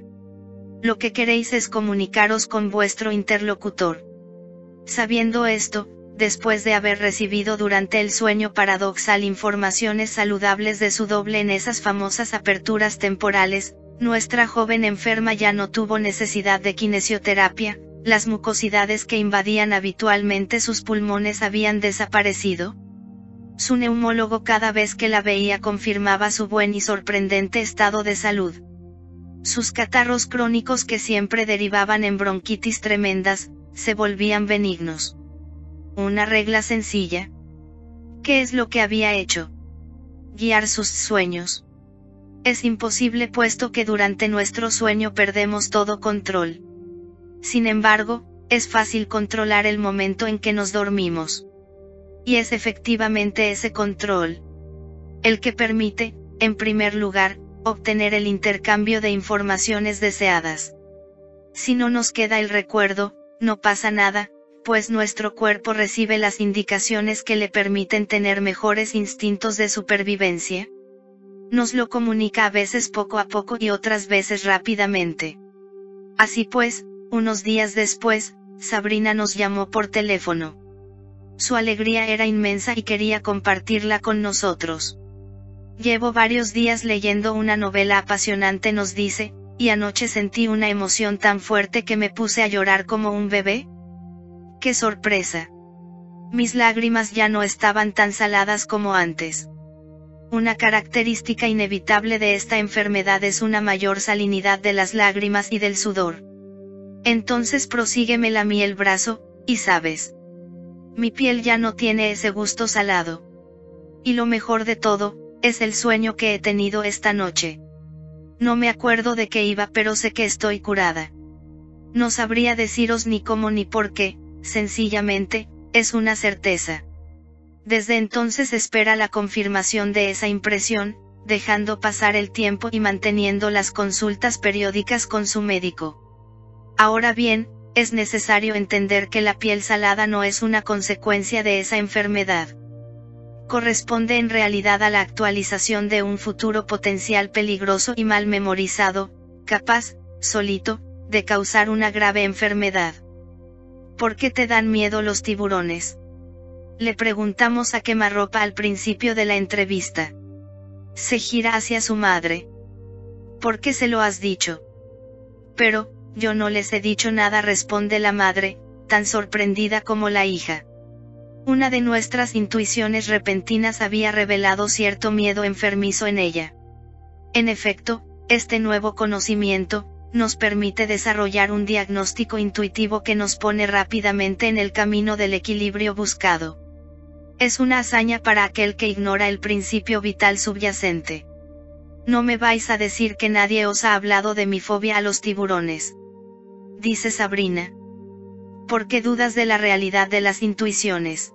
Lo que queréis es comunicaros con vuestro interlocutor. Sabiendo esto, después de haber recibido durante el sueño paradoxal informaciones saludables de su doble en esas famosas aperturas temporales, nuestra joven enferma ya no tuvo necesidad de kinesioterapia, las mucosidades que invadían habitualmente sus pulmones habían desaparecido. Su neumólogo cada vez que la veía confirmaba su buen y sorprendente estado de salud. Sus catarros crónicos que siempre derivaban en bronquitis tremendas, se volvían benignos. Una regla sencilla. ¿Qué es lo que había hecho? Guiar sus sueños. Es imposible puesto que durante nuestro sueño perdemos todo control. Sin embargo, es fácil controlar el momento en que nos dormimos. Y es efectivamente ese control el que permite, en primer lugar, obtener el intercambio de informaciones deseadas. Si no nos queda el recuerdo, no pasa nada, pues nuestro cuerpo recibe las indicaciones que le permiten tener mejores instintos de supervivencia. Nos lo comunica a veces poco a poco y otras veces rápidamente. Así pues, unos días después, Sabrina nos llamó por teléfono. Su alegría era inmensa y quería compartirla con nosotros. Llevo varios días leyendo una novela apasionante, nos dice, y anoche sentí una emoción tan fuerte que me puse a llorar como un bebé. ¡Qué sorpresa! Mis lágrimas ya no estaban tan saladas como antes. Una característica inevitable de esta enfermedad es una mayor salinidad de las lágrimas y del sudor. Entonces prosígueme la mí el brazo, y sabes. Mi piel ya no tiene ese gusto salado. Y lo mejor de todo, es el sueño que he tenido esta noche. No me acuerdo de qué iba, pero sé que estoy curada. No sabría deciros ni cómo ni por qué, sencillamente, es una certeza. Desde entonces espera la confirmación de esa impresión, dejando pasar el tiempo y manteniendo las consultas periódicas con su médico. Ahora bien, es necesario entender que la piel salada no es una consecuencia de esa enfermedad. Corresponde en realidad a la actualización de un futuro potencial peligroso y mal memorizado, capaz, solito, de causar una grave enfermedad. ¿Por qué te dan miedo los tiburones? Le preguntamos a quemarropa al principio de la entrevista. Se gira hacia su madre. ¿Por qué se lo has dicho? Pero, yo no les he dicho nada, responde la madre, tan sorprendida como la hija. Una de nuestras intuiciones repentinas había revelado cierto miedo enfermizo en ella. En efecto, este nuevo conocimiento nos permite desarrollar un diagnóstico intuitivo que nos pone rápidamente en el camino del equilibrio buscado. Es una hazaña para aquel que ignora el principio vital subyacente. No me vais a decir que nadie os ha hablado de mi fobia a los tiburones, dice Sabrina. ¿Por qué dudas de la realidad de las intuiciones?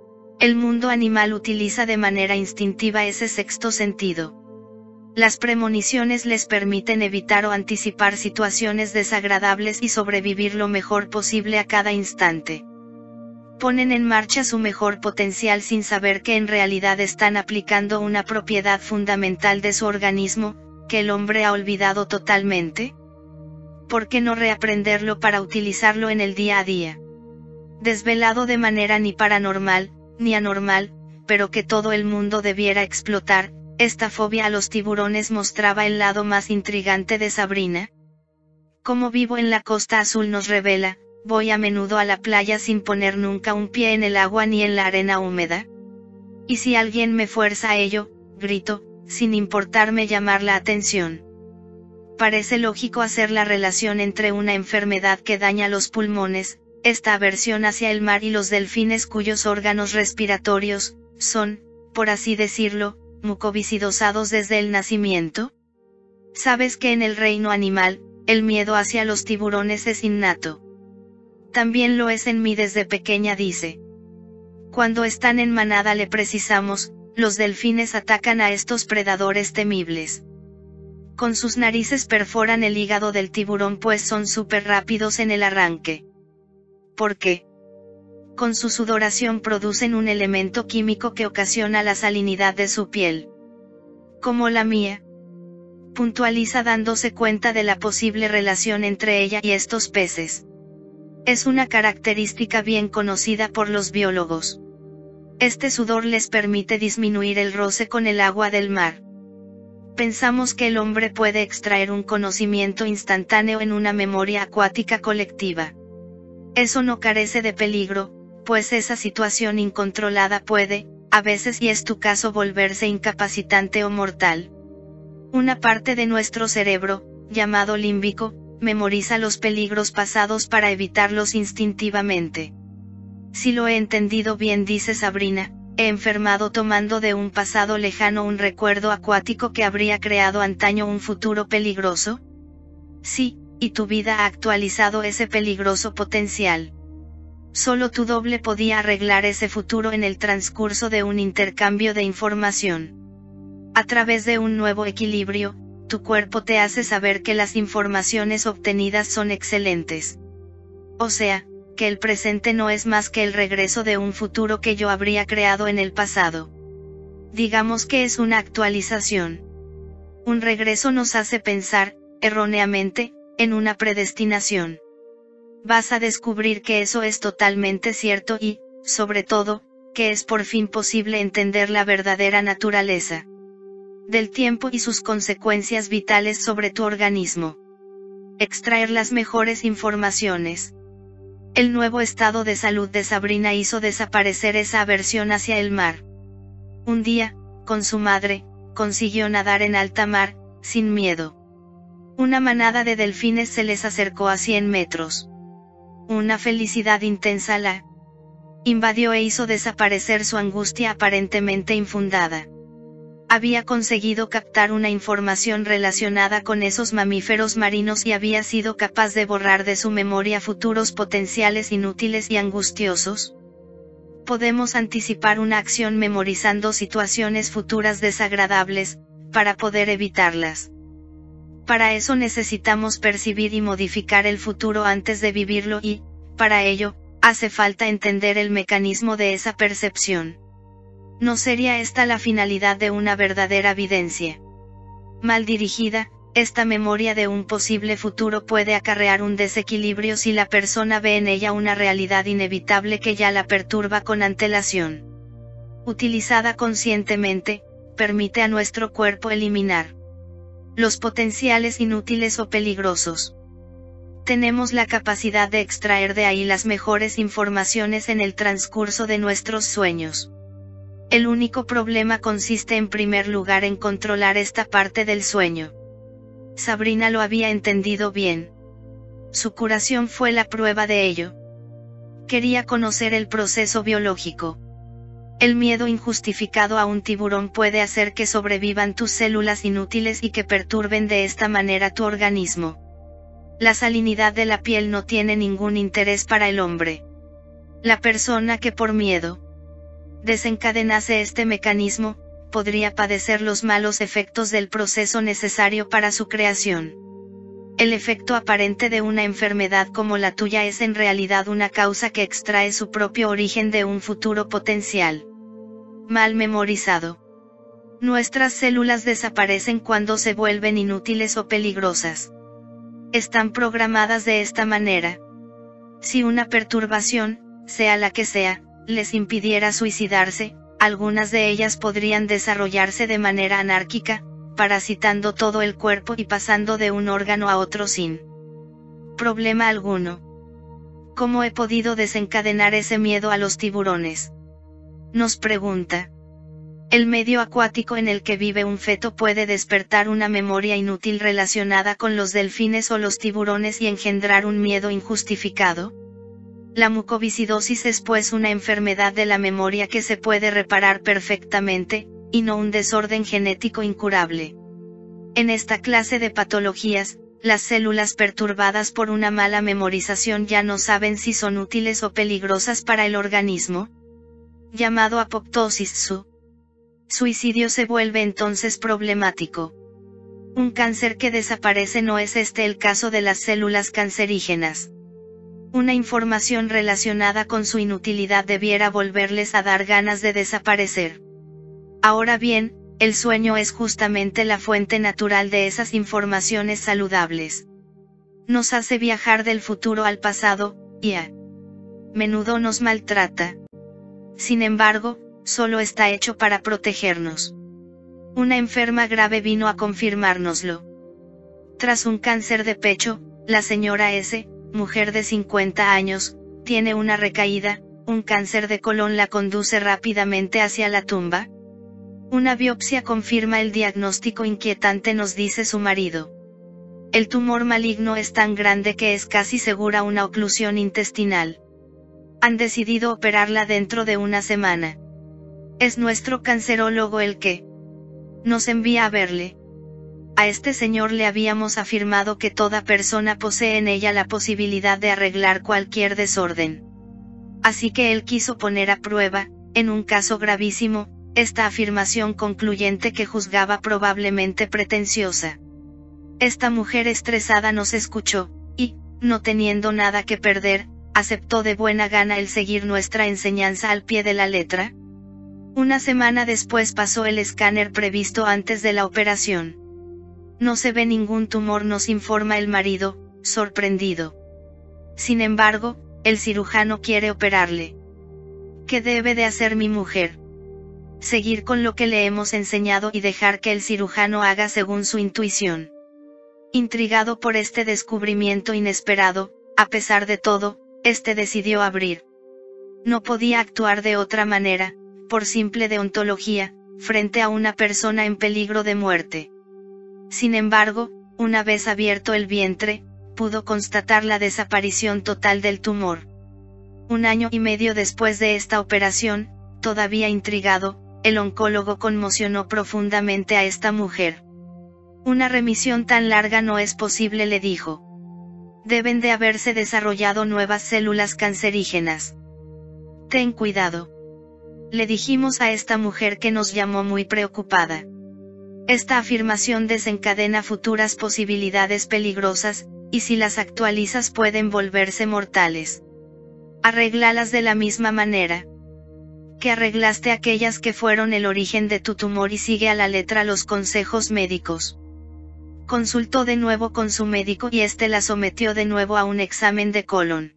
El mundo animal utiliza de manera instintiva ese sexto sentido. Las premoniciones les permiten evitar o anticipar situaciones desagradables y sobrevivir lo mejor posible a cada instante. Ponen en marcha su mejor potencial sin saber que en realidad están aplicando una propiedad fundamental de su organismo, que el hombre ha olvidado totalmente. ¿Por qué no reaprenderlo para utilizarlo en el día a día? Desvelado de manera ni paranormal, ni anormal, pero que todo el mundo debiera explotar, esta fobia a los tiburones mostraba el lado más intrigante de Sabrina. Como vivo en la Costa Azul nos revela, voy a menudo a la playa sin poner nunca un pie en el agua ni en la arena húmeda. Y si alguien me fuerza a ello, grito, sin importarme llamar la atención. Parece lógico hacer la relación entre una enfermedad que daña los pulmones, esta aversión hacia el mar y los delfines cuyos órganos respiratorios son, por así decirlo, mucoviscidosados desde el nacimiento. ¿Sabes que en el reino animal, el miedo hacia los tiburones es innato? También lo es en mí desde pequeña, dice. Cuando están en manada le precisamos, los delfines atacan a estos predadores temibles. Con sus narices perforan el hígado del tiburón pues son súper rápidos en el arranque. ¿Por qué? Con su sudoración producen un elemento químico que ocasiona la salinidad de su piel. Como la mía. Puntualiza dándose cuenta de la posible relación entre ella y estos peces. Es una característica bien conocida por los biólogos. Este sudor les permite disminuir el roce con el agua del mar. Pensamos que el hombre puede extraer un conocimiento instantáneo en una memoria acuática colectiva. Eso no carece de peligro, pues esa situación incontrolada puede, a veces y es tu caso, volverse incapacitante o mortal. Una parte de nuestro cerebro, llamado límbico, memoriza los peligros pasados para evitarlos instintivamente. Si lo he entendido bien, dice Sabrina, he enfermado tomando de un pasado lejano un recuerdo acuático que habría creado antaño un futuro peligroso. Sí, y tu vida ha actualizado ese peligroso potencial. Solo tu doble podía arreglar ese futuro en el transcurso de un intercambio de información. A través de un nuevo equilibrio, tu cuerpo te hace saber que las informaciones obtenidas son excelentes. O sea, que el presente no es más que el regreso de un futuro que yo habría creado en el pasado. Digamos que es una actualización. Un regreso nos hace pensar, erróneamente, en una predestinación. Vas a descubrir que eso es totalmente cierto y, sobre todo, que es por fin posible entender la verdadera naturaleza del tiempo y sus consecuencias vitales sobre tu organismo. Extraer las mejores informaciones. El nuevo estado de salud de Sabrina hizo desaparecer esa aversión hacia el mar. Un día, con su madre, consiguió nadar en alta mar, sin miedo. Una manada de delfines se les acercó a 100 metros. Una felicidad intensa la invadió e hizo desaparecer su angustia aparentemente infundada. Había conseguido captar una información relacionada con esos mamíferos marinos y había sido capaz de borrar de su memoria futuros potenciales inútiles y angustiosos. podemos anticipar una acción memorizando situaciones futuras desagradables, para poder evitarlas. Para eso necesitamos percibir y modificar el futuro antes de vivirlo y, para ello, hace falta entender el mecanismo de esa percepción. ¿No sería esta la finalidad de una verdadera videncia? Mal dirigida, esta memoria de un posible futuro puede acarrear un desequilibrio si la persona ve en ella una realidad inevitable que ya la perturba con antelación. Utilizada conscientemente, permite a nuestro cuerpo eliminar los potenciales inútiles o peligrosos. Tenemos la capacidad de extraer de ahí las mejores informaciones en el transcurso de nuestros sueños. El único problema consiste en primer lugar en controlar esta parte del sueño. Sabrina lo había entendido bien. Su curación fue la prueba de ello. Quería conocer el proceso biológico. El miedo injustificado a un tiburón puede hacer que sobrevivan tus células inútiles y que perturben de esta manera tu organismo. La salinidad de la piel no tiene ningún interés para el hombre. La persona que por miedo desencadenase este mecanismo, podría padecer los malos efectos del proceso necesario para su creación. El efecto aparente de una enfermedad como la tuya es en realidad una causa que extrae su propio origen de un futuro potencial mal memorizado. Nuestras células desaparecen cuando se vuelven inútiles o peligrosas. Están programadas de esta manera. Si una perturbación, sea la que sea, les impidiera suicidarse, algunas de ellas podrían desarrollarse de manera anárquica, parasitando todo el cuerpo y pasando de un órgano a otro sin problema alguno. ¿Cómo he podido desencadenar ese miedo a los tiburones?, nos pregunta. El medio acuático en el que vive un feto puede despertar una memoria inútil relacionada con los delfines o los tiburones y engendrar un miedo injustificado. La mucoviscidosis es pues una enfermedad de la memoria que se puede reparar perfectamente, y no un desorden genético incurable. En esta clase de patologías, las células perturbadas por una mala memorización ya no saben si son útiles o peligrosas para el organismo. Llamado apoptosis, su suicidio se vuelve entonces problemático. Un cáncer que desaparece no es este el caso de las células cancerígenas. Una información relacionada con su inutilidad debiera volverles a dar ganas de desaparecer. Ahora bien, el sueño es justamente la fuente natural de esas informaciones saludables. Nos hace viajar del futuro al pasado, y a menudo nos maltrata. Sin embargo, solo está hecho para protegernos. Una enferma grave vino a confirmárnoslo. Tras un cáncer de pecho, la señora S., mujer de 50 años, tiene una recaída, un cáncer de colon la conduce rápidamente hacia la tumba. Una biopsia confirma el diagnóstico inquietante, nos dice su marido. El tumor maligno es tan grande que es casi segura una oclusión intestinal. Han decidido operarla dentro de una semana. Es nuestro cancerólogo el que nos envía a verle. A este señor le habíamos afirmado que toda persona posee en ella la posibilidad de arreglar cualquier desorden. Así que él quiso poner a prueba, en un caso gravísimo, esta afirmación concluyente que juzgaba probablemente pretenciosa. Esta mujer estresada nos escuchó, y, no teniendo nada que perder, aceptó de buena gana el seguir nuestra enseñanza al pie de la letra. Una semana después pasó el escáner previsto antes de la operación. No se ve ningún tumor, nos informa el marido, sorprendido. Sin embargo, el cirujano quiere operarle. ¿Qué debe de hacer mi mujer? Seguir con lo que le hemos enseñado y dejar que el cirujano haga según su intuición. Intrigado por este descubrimiento inesperado, a pesar de todo, decidió abrir. No podía actuar de otra manera, por simple deontología, frente a una persona en peligro de muerte. Sin embargo, una vez abierto el vientre, pudo constatar la desaparición total del tumor. 1 año y medio después de esta operación, todavía intrigado, el oncólogo conmocionó profundamente a esta mujer. Una remisión tan larga no es posible, le dijo. Deben de haberse desarrollado nuevas células cancerígenas. Ten cuidado. le dijimos a esta mujer que nos llamó muy preocupada. Esta afirmación desencadena futuras posibilidades peligrosas, y si las actualizas pueden volverse mortales. Arréglalas de la misma manera que arreglaste aquellas que fueron el origen de tu tumor y sigue a la letra los consejos médicos. Consultó de nuevo con su médico y este la sometió de nuevo a un examen de colon.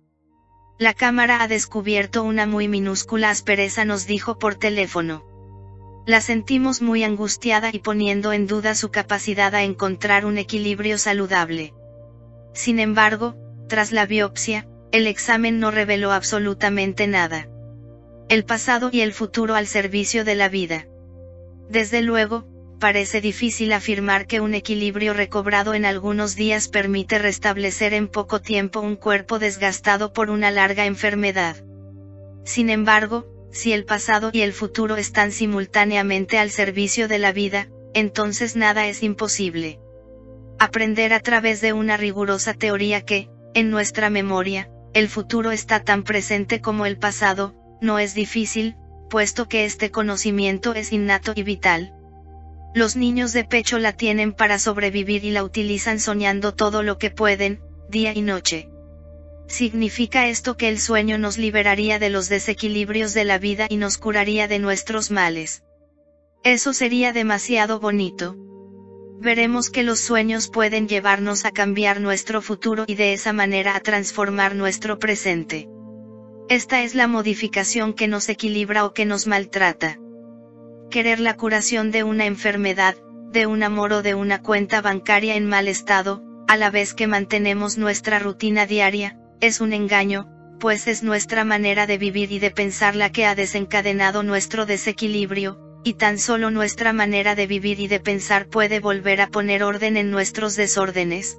La cámara ha descubierto una muy minúscula aspereza, nos dijo por teléfono. La sentimos muy angustiada y poniendo en duda su capacidad a encontrar un equilibrio saludable. Sin embargo, tras la biopsia, el examen no reveló absolutamente nada. El pasado y el futuro al servicio de la vida. Desde luego, parece difícil afirmar que un equilibrio recobrado en algunos días permite restablecer en poco tiempo un cuerpo desgastado por una larga enfermedad. Sin embargo, si el pasado y el futuro están simultáneamente al servicio de la vida, entonces nada es imposible. Aprender a través de una rigurosa teoría que, en nuestra memoria, el futuro está tan presente como el pasado, no es difícil, puesto que este conocimiento es innato y vital. Los niños de pecho la tienen para sobrevivir y la utilizan soñando todo lo que pueden, día y noche. ¿Significa esto que el sueño nos liberaría de los desequilibrios de la vida y nos curaría de nuestros males? Eso sería demasiado bonito. Veremos que los sueños pueden llevarnos a cambiar nuestro futuro y de esa manera a transformar nuestro presente. Esta es la modificación que nos equilibra o que nos maltrata. Querer la curación de una enfermedad, de un amor o de una cuenta bancaria en mal estado, a la vez que mantenemos nuestra rutina diaria, es un engaño, pues es nuestra manera de vivir y de pensar la que ha desencadenado nuestro desequilibrio, y tan solo nuestra manera de vivir y de pensar puede volver a poner orden en nuestros desórdenes.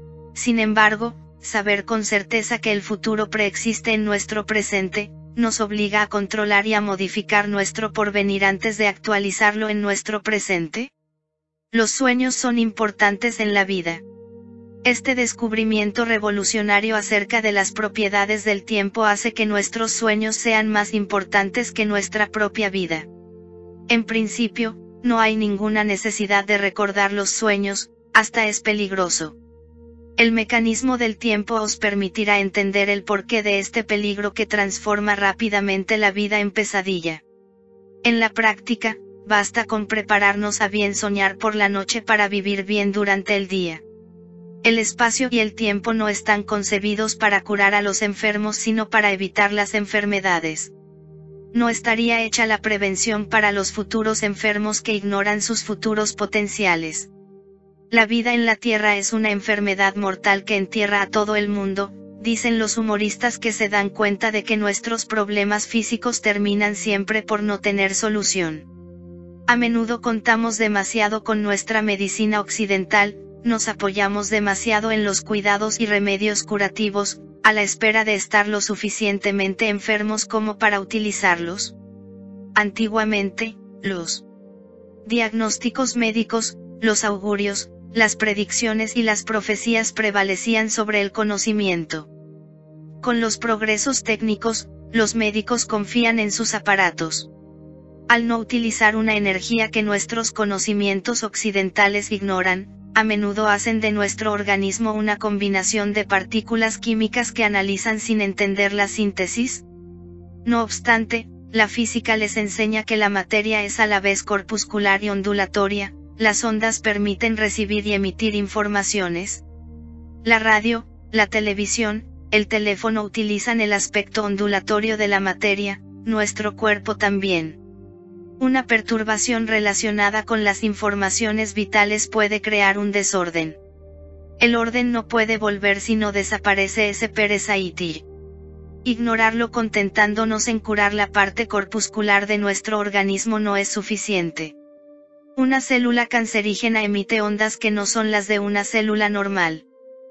Sin embargo, saber con certeza que el futuro preexiste en nuestro presente, nos obliga a controlar y a modificar nuestro porvenir antes de actualizarlo en nuestro presente. Los sueños son importantes en la vida. Este descubrimiento revolucionario acerca de las propiedades del tiempo hace que nuestros sueños sean más importantes que nuestra propia vida. En principio, no hay ninguna necesidad de recordar los sueños, hasta es peligroso. El mecanismo del tiempo os permitirá entender el porqué de este peligro que transforma rápidamente la vida en pesadilla. En la práctica, basta con prepararnos a bien soñar por la noche para vivir bien durante el día. El espacio y el tiempo no están concebidos para curar a los enfermos sino para evitar las enfermedades. No estaría hecha la prevención para los futuros enfermos que ignoran sus futuros potenciales. La vida en la Tierra es una enfermedad mortal que entierra a todo el mundo, dicen los humoristas que se dan cuenta de que nuestros problemas físicos terminan siempre por no tener solución. A menudo contamos demasiado con nuestra medicina occidental, nos apoyamos demasiado en los cuidados y remedios curativos, a la espera de estar lo suficientemente enfermos como para utilizarlos. Antiguamente, los diagnósticos médicos, los augurios, las predicciones y las profecías prevalecían sobre el conocimiento. Con los progresos técnicos, los médicos confían en sus aparatos. Al no utilizar una energía que nuestros conocimientos occidentales ignoran, a menudo hacen de nuestro organismo una combinación de partículas químicas que analizan sin entender la síntesis. No obstante, la física les enseña que la materia es a la vez corpuscular y ondulatoria. Las ondas permiten recibir y emitir informaciones. La radio, la televisión, el teléfono utilizan el aspecto ondulatorio de la materia, nuestro cuerpo también. Una perturbación relacionada con las informaciones vitales puede crear un desorden. El orden no puede volver si no desaparece ese perezaiti. Ignorarlo contentándonos en curar la parte corpuscular de nuestro organismo no es suficiente. Una célula cancerígena emite ondas que no son las de una célula normal.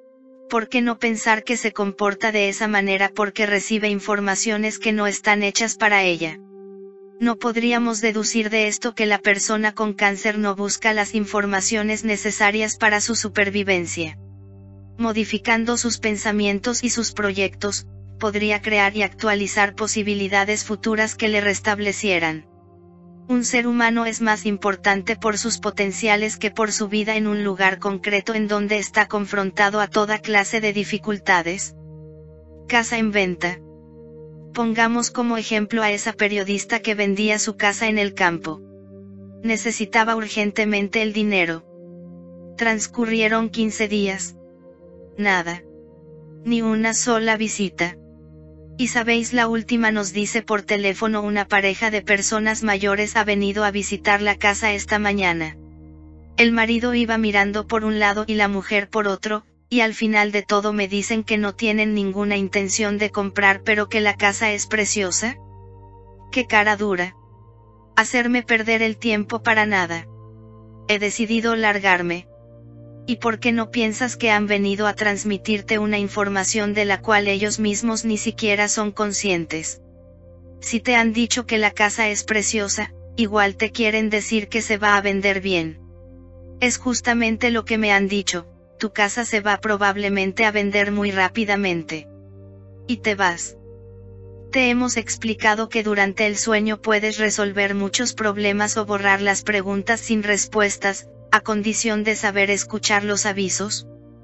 ¿Por qué no pensar que se comporta de esa manera porque recibe informaciones que no están hechas para ella? No podríamos deducir de esto que la persona con cáncer no busca las informaciones necesarias para su supervivencia. Modificando sus pensamientos y sus proyectos, podría crear y actualizar posibilidades futuras que le restablecieran. Un ser humano es más importante por sus potenciales que por su vida en un lugar concreto en donde está confrontado a toda clase de dificultades. Casa en venta. Pongamos como ejemplo a esa periodista que vendía su casa en el campo. Necesitaba urgentemente el dinero. Transcurrieron 15 días. Nada. Ni una sola visita. Y sabéis, la última nos dice por teléfono: una pareja de personas mayores ha venido a visitar la casa esta mañana. El marido iba mirando por un lado y la mujer por otro, y al final de todo me dicen que no tienen ninguna intención de comprar, pero que la casa es preciosa. ¡Qué cara dura! Hacerme perder el tiempo para nada. He decidido largarme. ¿Y por qué no piensas que han venido a transmitirte una información de la cual ellos mismos ni siquiera son conscientes? Si te han dicho que la casa es preciosa, igual te quieren decir que se va a vender bien. Es justamente lo que me han dicho: tu casa se va probablemente a vender muy rápidamente. Y te vas. Te hemos explicado que durante el sueño puedes resolver muchos problemas o borrar las preguntas sin respuestas, a condición de saber escuchar los avisos.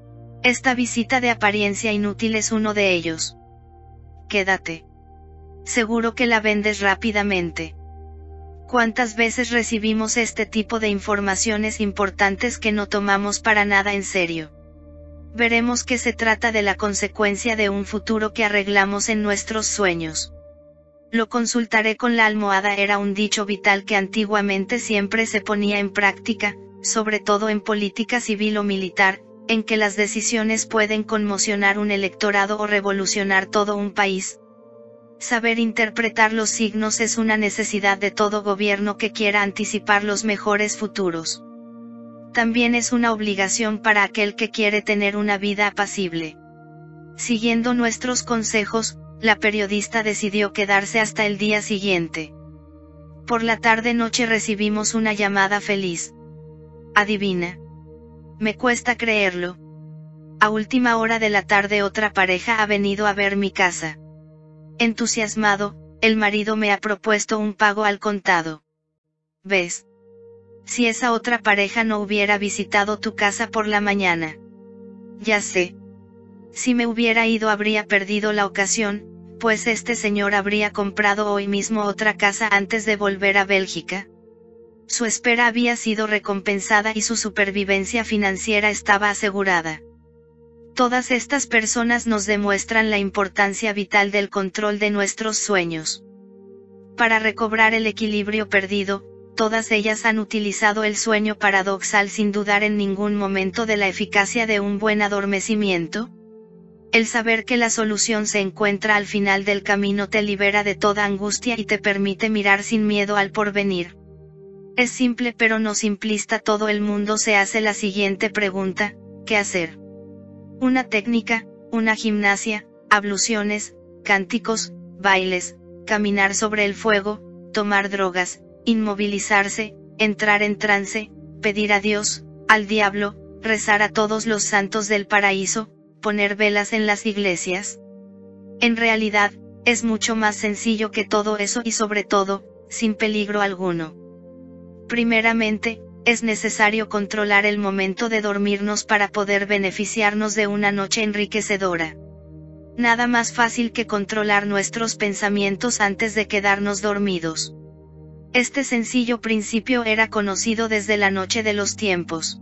Esta visita de apariencia inútil es uno de ellos. Quédate. Seguro que la vendes rápidamente. ¿Cuántas veces recibimos este tipo de informaciones importantes que no tomamos para nada en serio? Veremos que se trata de la consecuencia de un futuro que arreglamos en nuestros sueños. Lo consultaré con la almohada era un dicho vital que antiguamente siempre se ponía en práctica, sobre todo en política civil o militar, en que las decisiones pueden conmocionar un electorado o revolucionar todo un país. Saber interpretar los signos es una necesidad de todo gobierno que quiera anticipar los mejores futuros. También es una obligación para aquel que quiere tener una vida apacible. Siguiendo nuestros consejos, la periodista decidió quedarse hasta el día siguiente. Por la tarde-noche recibimos una llamada feliz. Adivina. Me cuesta creerlo. A última hora de la tarde otra pareja ha venido a ver mi casa. Entusiasmado, el marido me ha propuesto un pago al contado. ¿Ves? Si esa otra pareja no hubiera visitado tu casa por la mañana. Ya sé. Si me hubiera ido habría perdido la ocasión, pues este señor habría comprado hoy mismo otra casa antes de volver a Bélgica. Su espera había sido recompensada y su supervivencia financiera estaba asegurada. Todas estas personas nos demuestran la importancia vital del control de nuestros sueños. Para recobrar el equilibrio perdido, todas ellas han utilizado el sueño paradoxal sin dudar en ningún momento de la eficacia de un buen adormecimiento. El saber que la solución se encuentra al final del camino te libera de toda angustia y te permite mirar sin miedo al porvenir. Es simple pero no simplista. Todo el mundo se hace la siguiente pregunta: ¿qué hacer? Una técnica, una gimnasia, abluciones, cánticos, bailes, caminar sobre el fuego, tomar drogas, inmovilizarse, entrar en trance, pedir a Dios, al diablo, rezar a todos los santos del paraíso, poner velas en las iglesias. En realidad, es mucho más sencillo que todo eso y sobre todo, sin peligro alguno. Primeramente, es necesario controlar el momento de dormirnos para poder beneficiarnos de una noche enriquecedora. Nada más fácil que controlar nuestros pensamientos antes de quedarnos dormidos. Este sencillo principio era conocido desde la noche de los tiempos.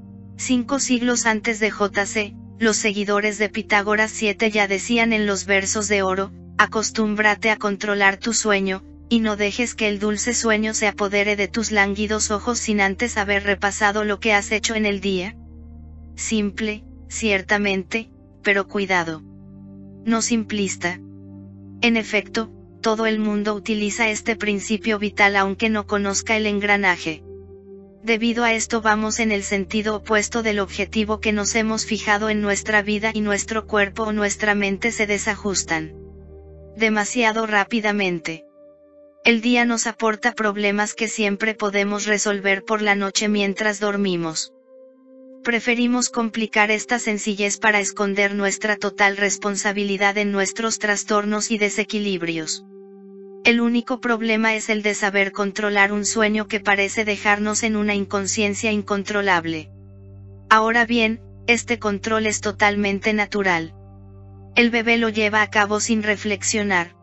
5 siglos antes de J.C., los seguidores de Pitágoras 7 ya decían en los versos de oro: acostúmbrate a controlar tu sueño, y no dejes que el dulce sueño se apodere de tus lánguidos ojos sin antes haber repasado lo que has hecho en el día. Simple, ciertamente, pero cuidado. No simplista. En efecto, todo el mundo utiliza este principio vital aunque no conozca el engranaje. Debido a esto vamos en el sentido opuesto del objetivo que nos hemos fijado en nuestra vida y nuestro cuerpo o nuestra mente se desajustan demasiado rápidamente. El día nos aporta problemas que siempre podemos resolver por la noche mientras dormimos. Preferimos complicar esta sencillez para esconder nuestra total responsabilidad en nuestros trastornos y desequilibrios. El único problema es el de saber controlar un sueño que parece dejarnos en una inconsciencia incontrolable. Ahora bien, este control es totalmente natural. El bebé lo lleva a cabo sin reflexionar.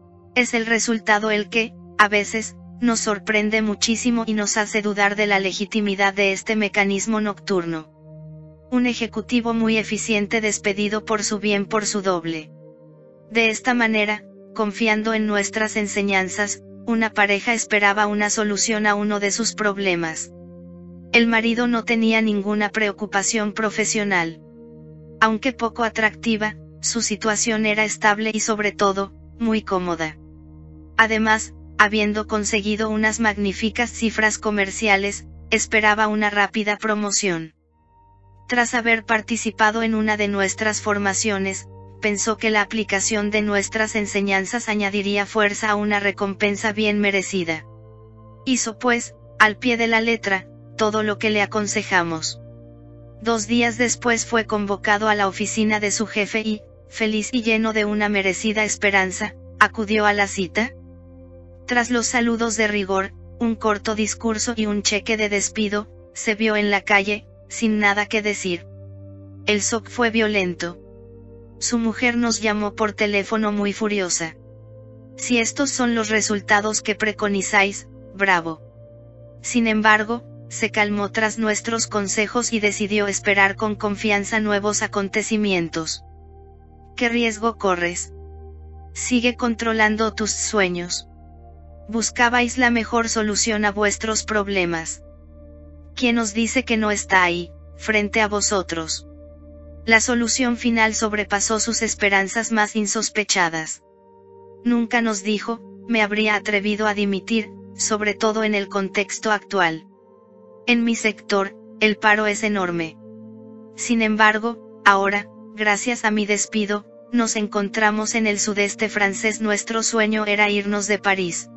Es el resultado el que, a veces, nos sorprende muchísimo y nos hace dudar de la legitimidad de este mecanismo nocturno. Un ejecutivo muy eficiente despedido por su bien por su doble. De esta manera, confiando en nuestras enseñanzas, una pareja esperaba una solución a uno de sus problemas. El marido no tenía ninguna preocupación profesional. Aunque poco atractiva, su situación era estable y sobre todo, muy cómoda. Además, habiendo conseguido unas magníficas cifras comerciales, esperaba una rápida promoción. Tras haber participado en una de nuestras formaciones, pensó que la aplicación de nuestras enseñanzas añadiría fuerza a una recompensa bien merecida. Hizo pues, al pie de la letra, todo lo que le aconsejamos. 2 días después fue convocado a la oficina de su jefe y, feliz y lleno de una merecida esperanza, acudió a la cita. Tras los saludos de rigor, un corto discurso y un cheque de despido, se vio en la calle, sin nada que decir. El shock fue violento. Su mujer nos llamó por teléfono muy furiosa. Si estos son los resultados que preconizáis, bravo. Sin embargo, se calmó tras nuestros consejos y decidió esperar con confianza nuevos acontecimientos. ¿Qué riesgo corres? Sigue controlando tus sueños. Buscabais la mejor solución a vuestros problemas. ¿Quién os dice que no está ahí, frente a vosotros? La solución final sobrepasó sus esperanzas más insospechadas. Nunca nos dijo, me habría atrevido a dimitir, sobre todo en el contexto actual. En mi sector, el paro es enorme. Sin embargo, ahora, gracias a mi despido, nos encontramos en el sudeste francés. Nuestro sueño era irnos de París.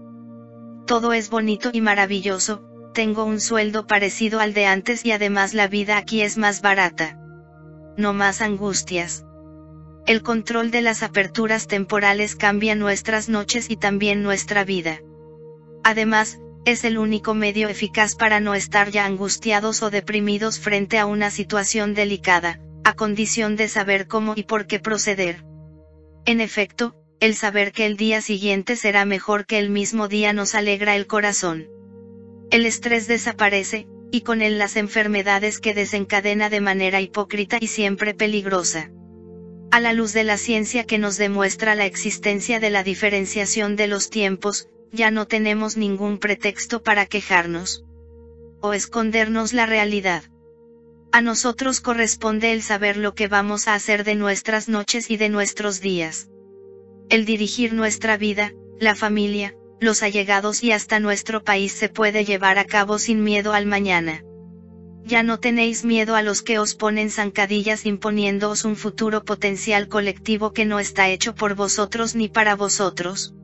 Todo es bonito y maravilloso, tengo un sueldo parecido al de antes y además la vida aquí es más barata. No más angustias. El control de las aperturas temporales cambia nuestras noches y también nuestra vida. Además, es el único medio eficaz para no estar ya angustiados o deprimidos frente a una situación delicada, a condición de saber cómo y por qué proceder. En efecto, el saber que el día siguiente será mejor que el mismo día nos alegra el corazón. El estrés desaparece, y con él las enfermedades que desencadena de manera hipócrita y siempre peligrosa. A la luz de la ciencia que nos demuestra la existencia de la diferenciación de los tiempos, ya no tenemos ningún pretexto para quejarnos o escondernos la realidad. A nosotros corresponde el saber lo que vamos a hacer de nuestras noches y de nuestros días. El dirigir nuestra vida, la familia, los allegados y hasta nuestro país se puede llevar a cabo sin miedo al mañana. Ya no tenéis miedo a los que os ponen zancadillas imponiéndoos un futuro potencial colectivo que no está hecho por vosotros ni para vosotros.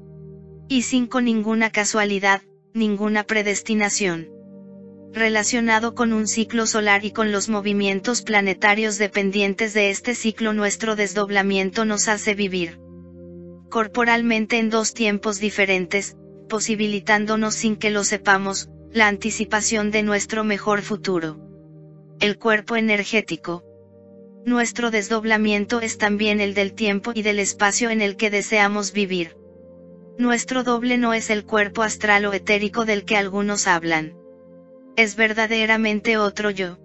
Y sin ninguna casualidad, ninguna predestinación. Relacionado con un ciclo solar y con los movimientos planetarios dependientes de este ciclo, nuestro desdoblamiento nos hace vivir corporalmente en 2 tiempos diferentes, posibilitándonos sin que lo sepamos, la anticipación de nuestro mejor futuro. El cuerpo energético. Nuestro desdoblamiento es también el del tiempo y del espacio en el que deseamos vivir. Nuestro doble no es el cuerpo astral o etérico del que algunos hablan. Es verdaderamente otro yo.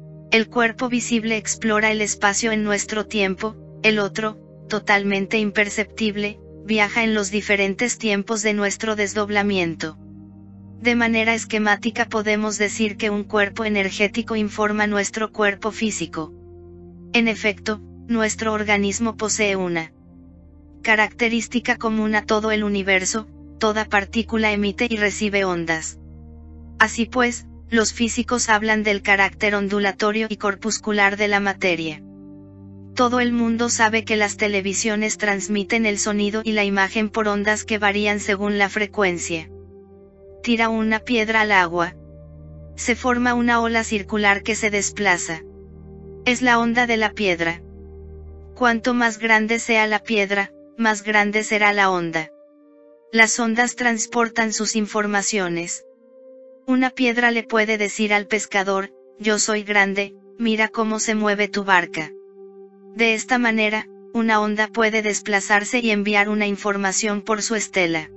El cuerpo visible explora el espacio en nuestro tiempo, el otro, totalmente imperceptible, viaja en los diferentes tiempos de nuestro desdoblamiento. De manera esquemática podemos decir que un cuerpo energético informa nuestro cuerpo físico. En efecto, nuestro organismo posee una característica común a todo el universo: toda partícula emite y recibe ondas. Así pues, los físicos hablan del carácter ondulatorio y corpuscular de la materia. Todo el mundo sabe que las televisiones transmiten el sonido y la imagen por ondas que varían según la frecuencia. Tira una piedra al agua. Se forma una ola circular que se desplaza. Es la onda de la piedra. Cuanto más grande sea la piedra, más grande será la onda. Las ondas transportan sus informaciones. Una piedra le puede decir al pescador, yo soy grande, mira cómo se mueve tu barca. De esta manera, una onda puede desplazarse y enviar una información por su estela.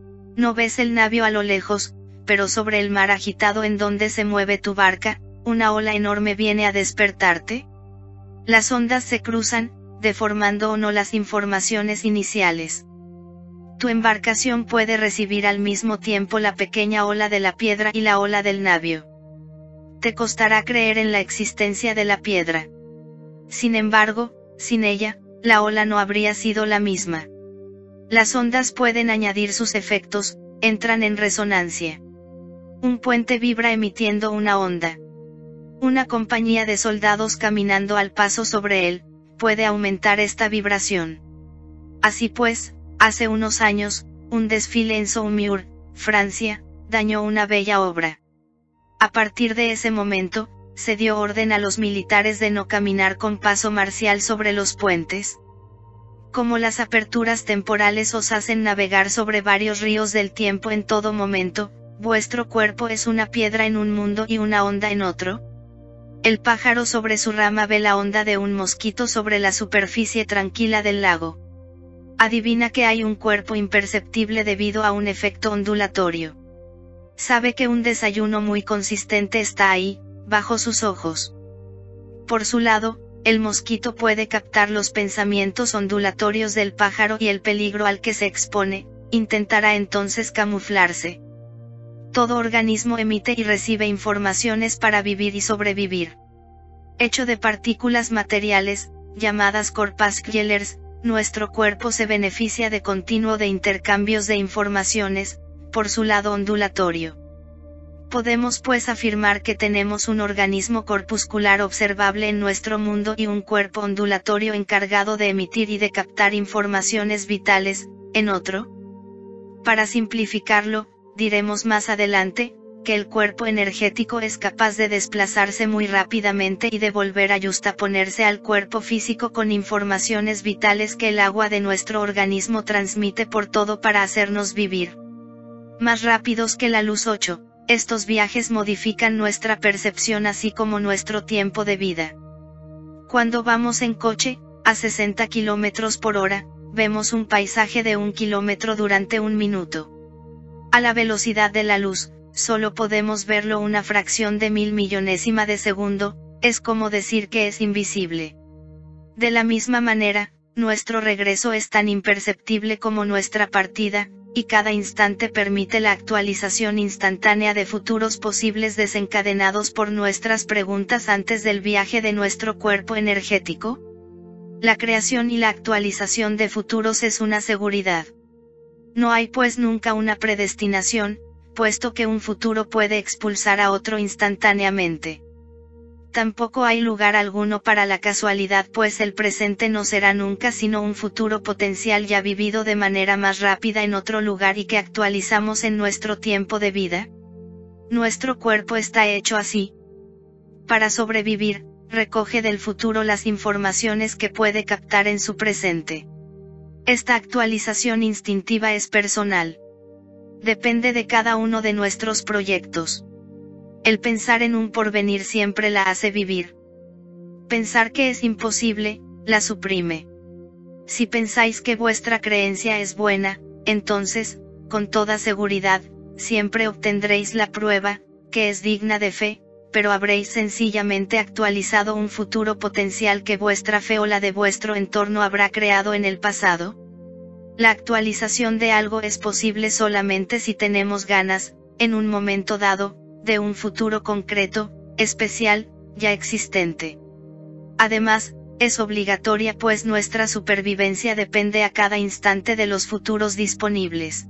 No ves el navío a lo lejos, pero sobre el mar agitado en donde se mueve tu barca, una ola enorme viene a despertarte. Las ondas se cruzan, deformando o no las informaciones iniciales. Tu embarcación puede recibir al mismo tiempo la pequeña ola de la piedra y la ola del navío. Te costará creer en la existencia de la piedra. Sin embargo, sin ella, la ola no habría sido la misma. Las ondas pueden añadir sus efectos, entran en resonancia. Un puente vibra emitiendo una onda. Una compañía de soldados caminando al paso sobre él, puede aumentar esta vibración. Así pues, hace unos años, un desfile en Saumur, Francia, dañó una bella obra. A partir de ese momento, se dio orden a los militares de no caminar con paso marcial sobre los puentes. Como las aperturas temporales os hacen navegar sobre varios ríos del tiempo en todo momento, vuestro cuerpo es una piedra en un mundo y una onda en otro. El pájaro sobre su rama ve la onda de un mosquito sobre la superficie tranquila del lago. Adivina que hay un cuerpo imperceptible debido a un efecto ondulatorio. Sabe que un desayuno muy consistente está ahí, bajo sus ojos. Por su lado, el mosquito puede captar los pensamientos ondulatorios del pájaro y el peligro al que se expone, intentará entonces camuflarse. Todo organismo emite y recibe informaciones para vivir y sobrevivir. Hecho de partículas materiales, llamadas corpusculares, nuestro cuerpo se beneficia de continuo de intercambios de informaciones, por su lado ondulatorio. Podemos pues afirmar que tenemos un organismo corpuscular observable en nuestro mundo y un cuerpo ondulatorio encargado de emitir y de captar informaciones vitales, en otro. Para simplificarlo, diremos más adelante, que el cuerpo energético es capaz de desplazarse muy rápidamente y de volver a yuxtaponerse al cuerpo físico con informaciones vitales que el agua de nuestro organismo transmite por todo para hacernos vivir. Más rápidos que la luz 8. Estos viajes modifican nuestra percepción así como nuestro tiempo de vida. Cuando vamos en coche, a 60 km por hora, vemos un paisaje de 1 kilómetro durante 1 minuto. A la velocidad de la luz, solo podemos verlo una fracción de 1000 millonésima de segundo, es como decir que es invisible. De la misma manera, nuestro regreso es tan imperceptible como nuestra partida, y cada instante permite la actualización instantánea de futuros posibles desencadenados por nuestras preguntas antes del viaje de nuestro cuerpo energético. La creación y la actualización de futuros es una seguridad. No hay pues nunca una predestinación, puesto que un futuro puede expulsar a otro instantáneamente. Tampoco hay lugar alguno para la casualidad, pues el presente no será nunca sino un futuro potencial ya vivido de manera más rápida en otro lugar y que actualizamos en nuestro tiempo de vida. Nuestro cuerpo está hecho así. Para sobrevivir, recoge del futuro las informaciones que puede captar en su presente. Esta actualización instintiva es personal. Depende de cada uno de nuestros proyectos. El pensar en un porvenir siempre la hace vivir. Pensar que es imposible, la suprime. Si pensáis que vuestra creencia es buena, entonces, con toda seguridad, siempre obtendréis la prueba, que es digna de fe, pero habréis sencillamente actualizado un futuro potencial que vuestra fe o la de vuestro entorno habrá creado en el pasado. La actualización de algo es posible solamente si tenemos ganas, en un momento dado, de un futuro concreto, especial, ya existente. Además, es obligatoria pues nuestra supervivencia depende a cada instante de los futuros disponibles.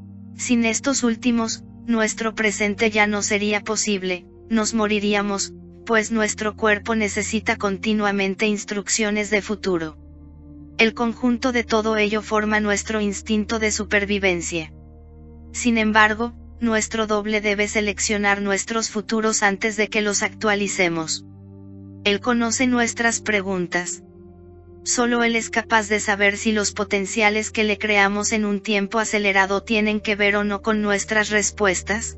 Sin estos últimos, nuestro presente ya no sería posible, nos moriríamos, pues nuestro cuerpo necesita continuamente instrucciones de futuro. El conjunto de todo ello forma nuestro instinto de supervivencia. Sin embargo, nuestro doble debe seleccionar nuestros futuros antes de que los actualicemos. Él conoce nuestras preguntas. Solo Él es capaz de saber si los potenciales que le creamos en un tiempo acelerado tienen que ver o no con nuestras respuestas.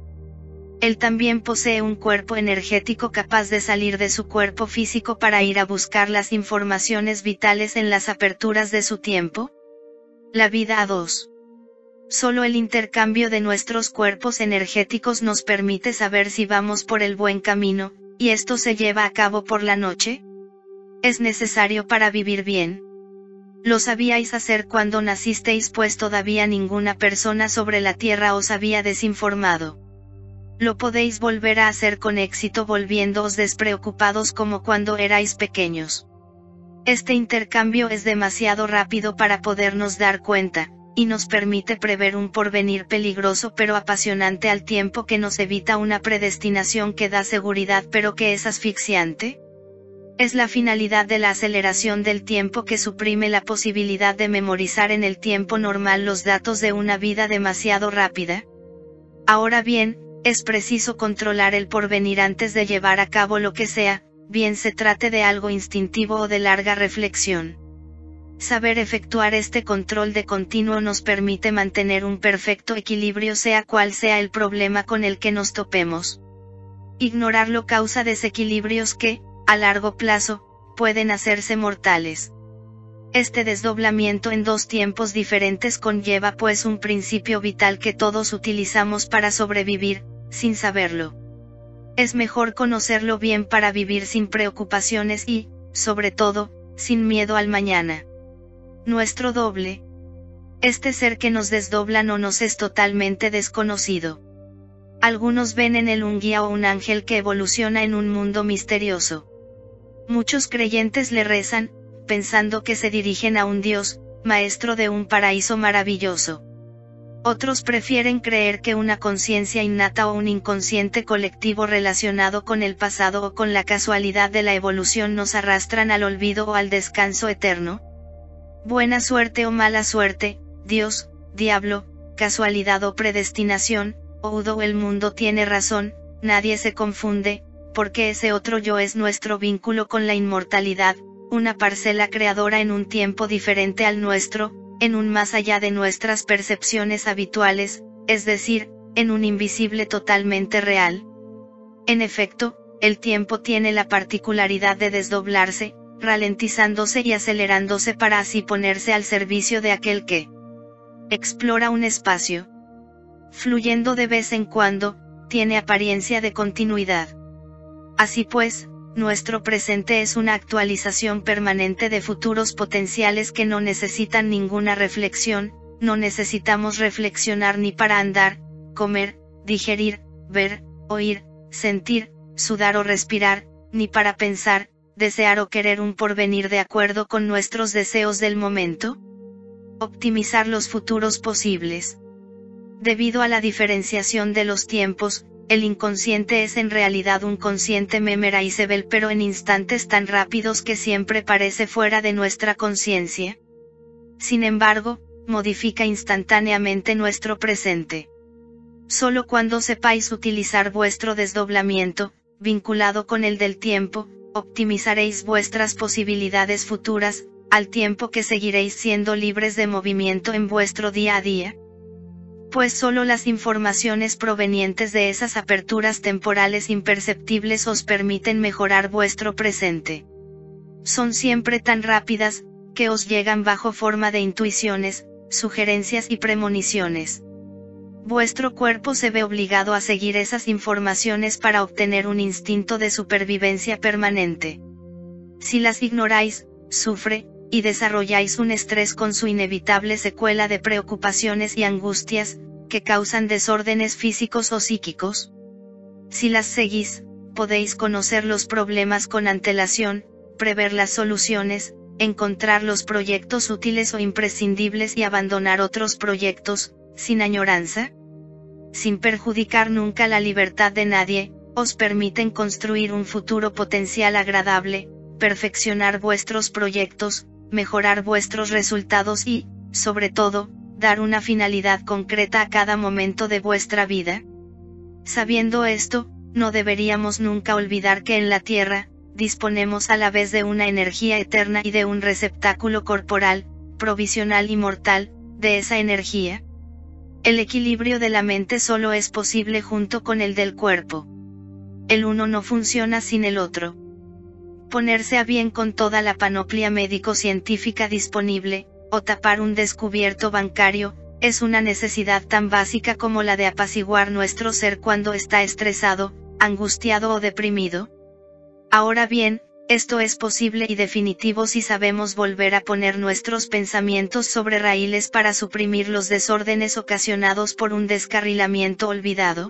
Él también posee un cuerpo energético capaz de salir de su cuerpo físico para ir a buscar las informaciones vitales en las aperturas de su tiempo. La vida a dos. Solo el intercambio de nuestros cuerpos energéticos nos permite saber si vamos por el buen camino, y esto se lleva a cabo por la noche. Es necesario para vivir bien. Lo sabíais hacer cuando nacisteis, pues todavía ninguna persona sobre la tierra os había desinformado. Lo podéis volver a hacer con éxito volviéndoos despreocupados como cuando erais pequeños. Este intercambio es demasiado rápido para podernos dar cuenta, y nos permite prever un porvenir peligroso pero apasionante al tiempo que nos evita una predestinación que da seguridad pero que es asfixiante. Es la finalidad de la aceleración del tiempo que suprime la posibilidad de memorizar en el tiempo normal los datos de una vida demasiado rápida. Ahora bien, es preciso controlar el porvenir antes de llevar a cabo lo que sea, bien se trate de algo instintivo o de larga reflexión. Saber efectuar este control de continuo nos permite mantener un perfecto equilibrio sea cual sea el problema con el que nos topemos. Ignorarlo causa desequilibrios que, a largo plazo, pueden hacerse mortales. Este desdoblamiento en dos tiempos diferentes conlleva pues un principio vital que todos utilizamos para sobrevivir, sin saberlo. Es mejor conocerlo bien para vivir sin preocupaciones y, sobre todo, sin miedo al mañana. Nuestro doble. Este ser que nos desdobla no nos es totalmente desconocido. Algunos ven en él un guía o un ángel que evoluciona en un mundo misterioso. Muchos creyentes le rezan, pensando que se dirigen a un Dios, maestro de un paraíso maravilloso. Otros prefieren creer que una conciencia innata o un inconsciente colectivo relacionado con el pasado o con la casualidad de la evolución nos arrastran al olvido o al descanso eterno. Buena suerte o mala suerte, Dios, diablo, casualidad o predestinación, o el mundo tiene razón, nadie se confunde, porque ese otro yo es nuestro vínculo con la inmortalidad, una parcela creadora en un tiempo diferente al nuestro, en un más allá de nuestras percepciones habituales, es decir, en un invisible totalmente real. En efecto, el tiempo tiene la particularidad de desdoblarse, ralentizándose y acelerándose para así ponerse al servicio de aquel que explora un espacio. Fluyendo de vez en cuando, tiene apariencia de continuidad. Así pues, nuestro presente es una actualización permanente de futuros potenciales que no necesitan ninguna reflexión, no necesitamos reflexionar ni para andar, comer, digerir, ver, oír, sentir, sudar o respirar, ni para pensar, desear o querer un porvenir de acuerdo con nuestros deseos del momento. Optimizar los futuros posibles. Debido a la diferenciación de los tiempos, el inconsciente es en realidad un consciente memorizeable pero en instantes tan rápidos que siempre parece fuera de nuestra conciencia. Sin embargo, modifica instantáneamente nuestro presente. Solo cuando sepáis utilizar vuestro desdoblamiento, vinculado con el del tiempo, optimizaréis vuestras posibilidades futuras, al tiempo que seguiréis siendo libres de movimiento en vuestro día a día. Pues solo las informaciones provenientes de esas aperturas temporales imperceptibles os permiten mejorar vuestro presente. Son siempre tan rápidas, que os llegan bajo forma de intuiciones, sugerencias y premoniciones. Vuestro cuerpo se ve obligado a seguir esas informaciones para obtener un instinto de supervivencia permanente. Si las ignoráis, sufre, y desarrolláis un estrés con su inevitable secuela de preocupaciones y angustias, que causan desórdenes físicos o psíquicos. Si las seguís, podéis conocer los problemas con antelación, prever las soluciones, encontrar los proyectos útiles o imprescindibles y abandonar otros proyectos, sin añoranza. Sin perjudicar nunca la libertad de nadie, os permiten construir un futuro potencial agradable, perfeccionar vuestros proyectos, mejorar vuestros resultados y, sobre todo, dar una finalidad concreta a cada momento de vuestra vida. Sabiendo esto, no deberíamos nunca olvidar que en la Tierra, disponemos a la vez de una energía eterna y de un receptáculo corporal, provisional y mortal, de esa energía. El equilibrio de la mente solo es posible junto con el del cuerpo. El uno no funciona sin el otro. Ponerse a bien con toda la panoplia médico-científica disponible, o tapar un descubierto bancario, es una necesidad tan básica como la de apaciguar nuestro ser cuando está estresado, angustiado o deprimido. Ahora bien, esto es posible y definitivo si sabemos volver a poner nuestros pensamientos sobre raíles para suprimir los desórdenes ocasionados por un descarrilamiento olvidado.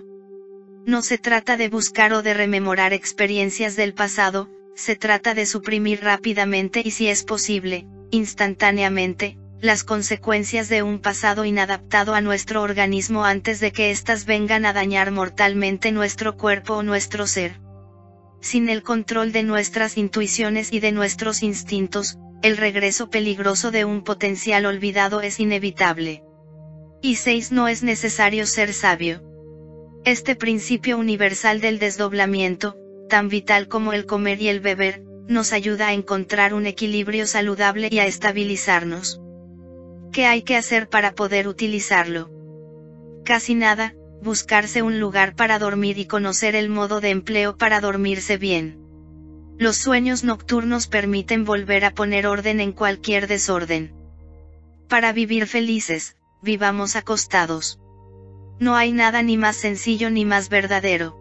No se trata de buscar o de rememorar experiencias del pasado, se trata de suprimir rápidamente y si es posible, instantáneamente, las consecuencias de un pasado inadaptado a nuestro organismo antes de que éstas vengan a dañar mortalmente nuestro cuerpo o nuestro ser. Sin el control de nuestras intuiciones y de nuestros instintos, el regreso peligroso de un potencial olvidado es inevitable. Y 6. No es necesario ser sabio. Este principio universal del desdoblamiento, tan vital como el comer y el beber, nos ayuda a encontrar un equilibrio saludable y a estabilizarnos. ¿Qué hay que hacer para poder utilizarlo? Casi nada. Buscarse un lugar para dormir y conocer el modo de empleo para dormirse bien. Los sueños nocturnos permiten volver a poner orden en cualquier desorden. Para vivir felices, vivamos acostados. No hay nada ni más sencillo ni más verdadero.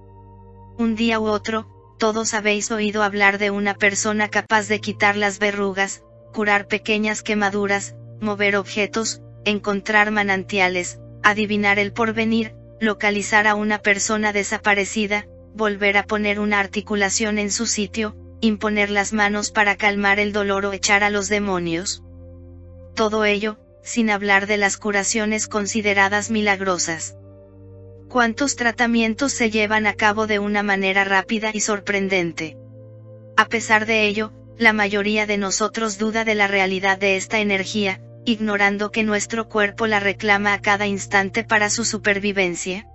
Un día u otro, todos habéis oído hablar de una persona capaz de quitar las verrugas, curar pequeñas quemaduras, mover objetos, encontrar manantiales, adivinar el porvenir, localizar a una persona desaparecida, volver a poner una articulación en su sitio, imponer las manos para calmar el dolor o echar a los demonios. Todo ello, sin hablar de las curaciones consideradas milagrosas. ¿Cuántos tratamientos se llevan a cabo de una manera rápida y sorprendente? A pesar de ello, la mayoría de nosotros duda de la realidad de esta energía, ignorando que nuestro cuerpo la reclama a cada instante para su supervivencia.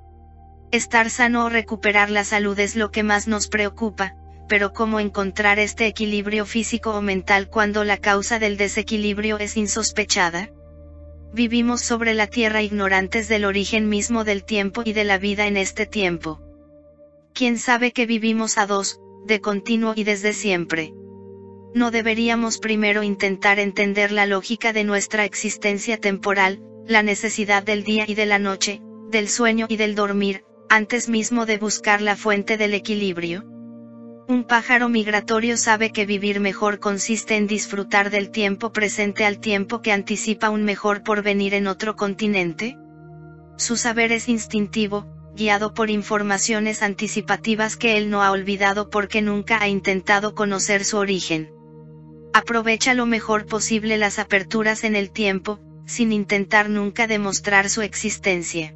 Estar sano o recuperar la salud es lo que más nos preocupa, pero ¿cómo encontrar este equilibrio físico o mental cuando la causa del desequilibrio es insospechada? Vivimos sobre la tierra ignorantes del origen mismo del tiempo y de la vida en este tiempo. ¿Quién sabe que vivimos a dos, de continuo y desde siempre? ¿No deberíamos primero intentar entender la lógica de nuestra existencia temporal, la necesidad del día y de la noche, del sueño y del dormir, antes mismo de buscar la fuente del equilibrio? ¿Un pájaro migratorio sabe que vivir mejor consiste en disfrutar del tiempo presente al tiempo que anticipa un mejor porvenir en otro continente? Su saber es instintivo, guiado por informaciones anticipativas que él no ha olvidado porque nunca ha intentado conocer su origen. Aprovecha lo mejor posible las aperturas en el tiempo, sin intentar nunca demostrar su existencia.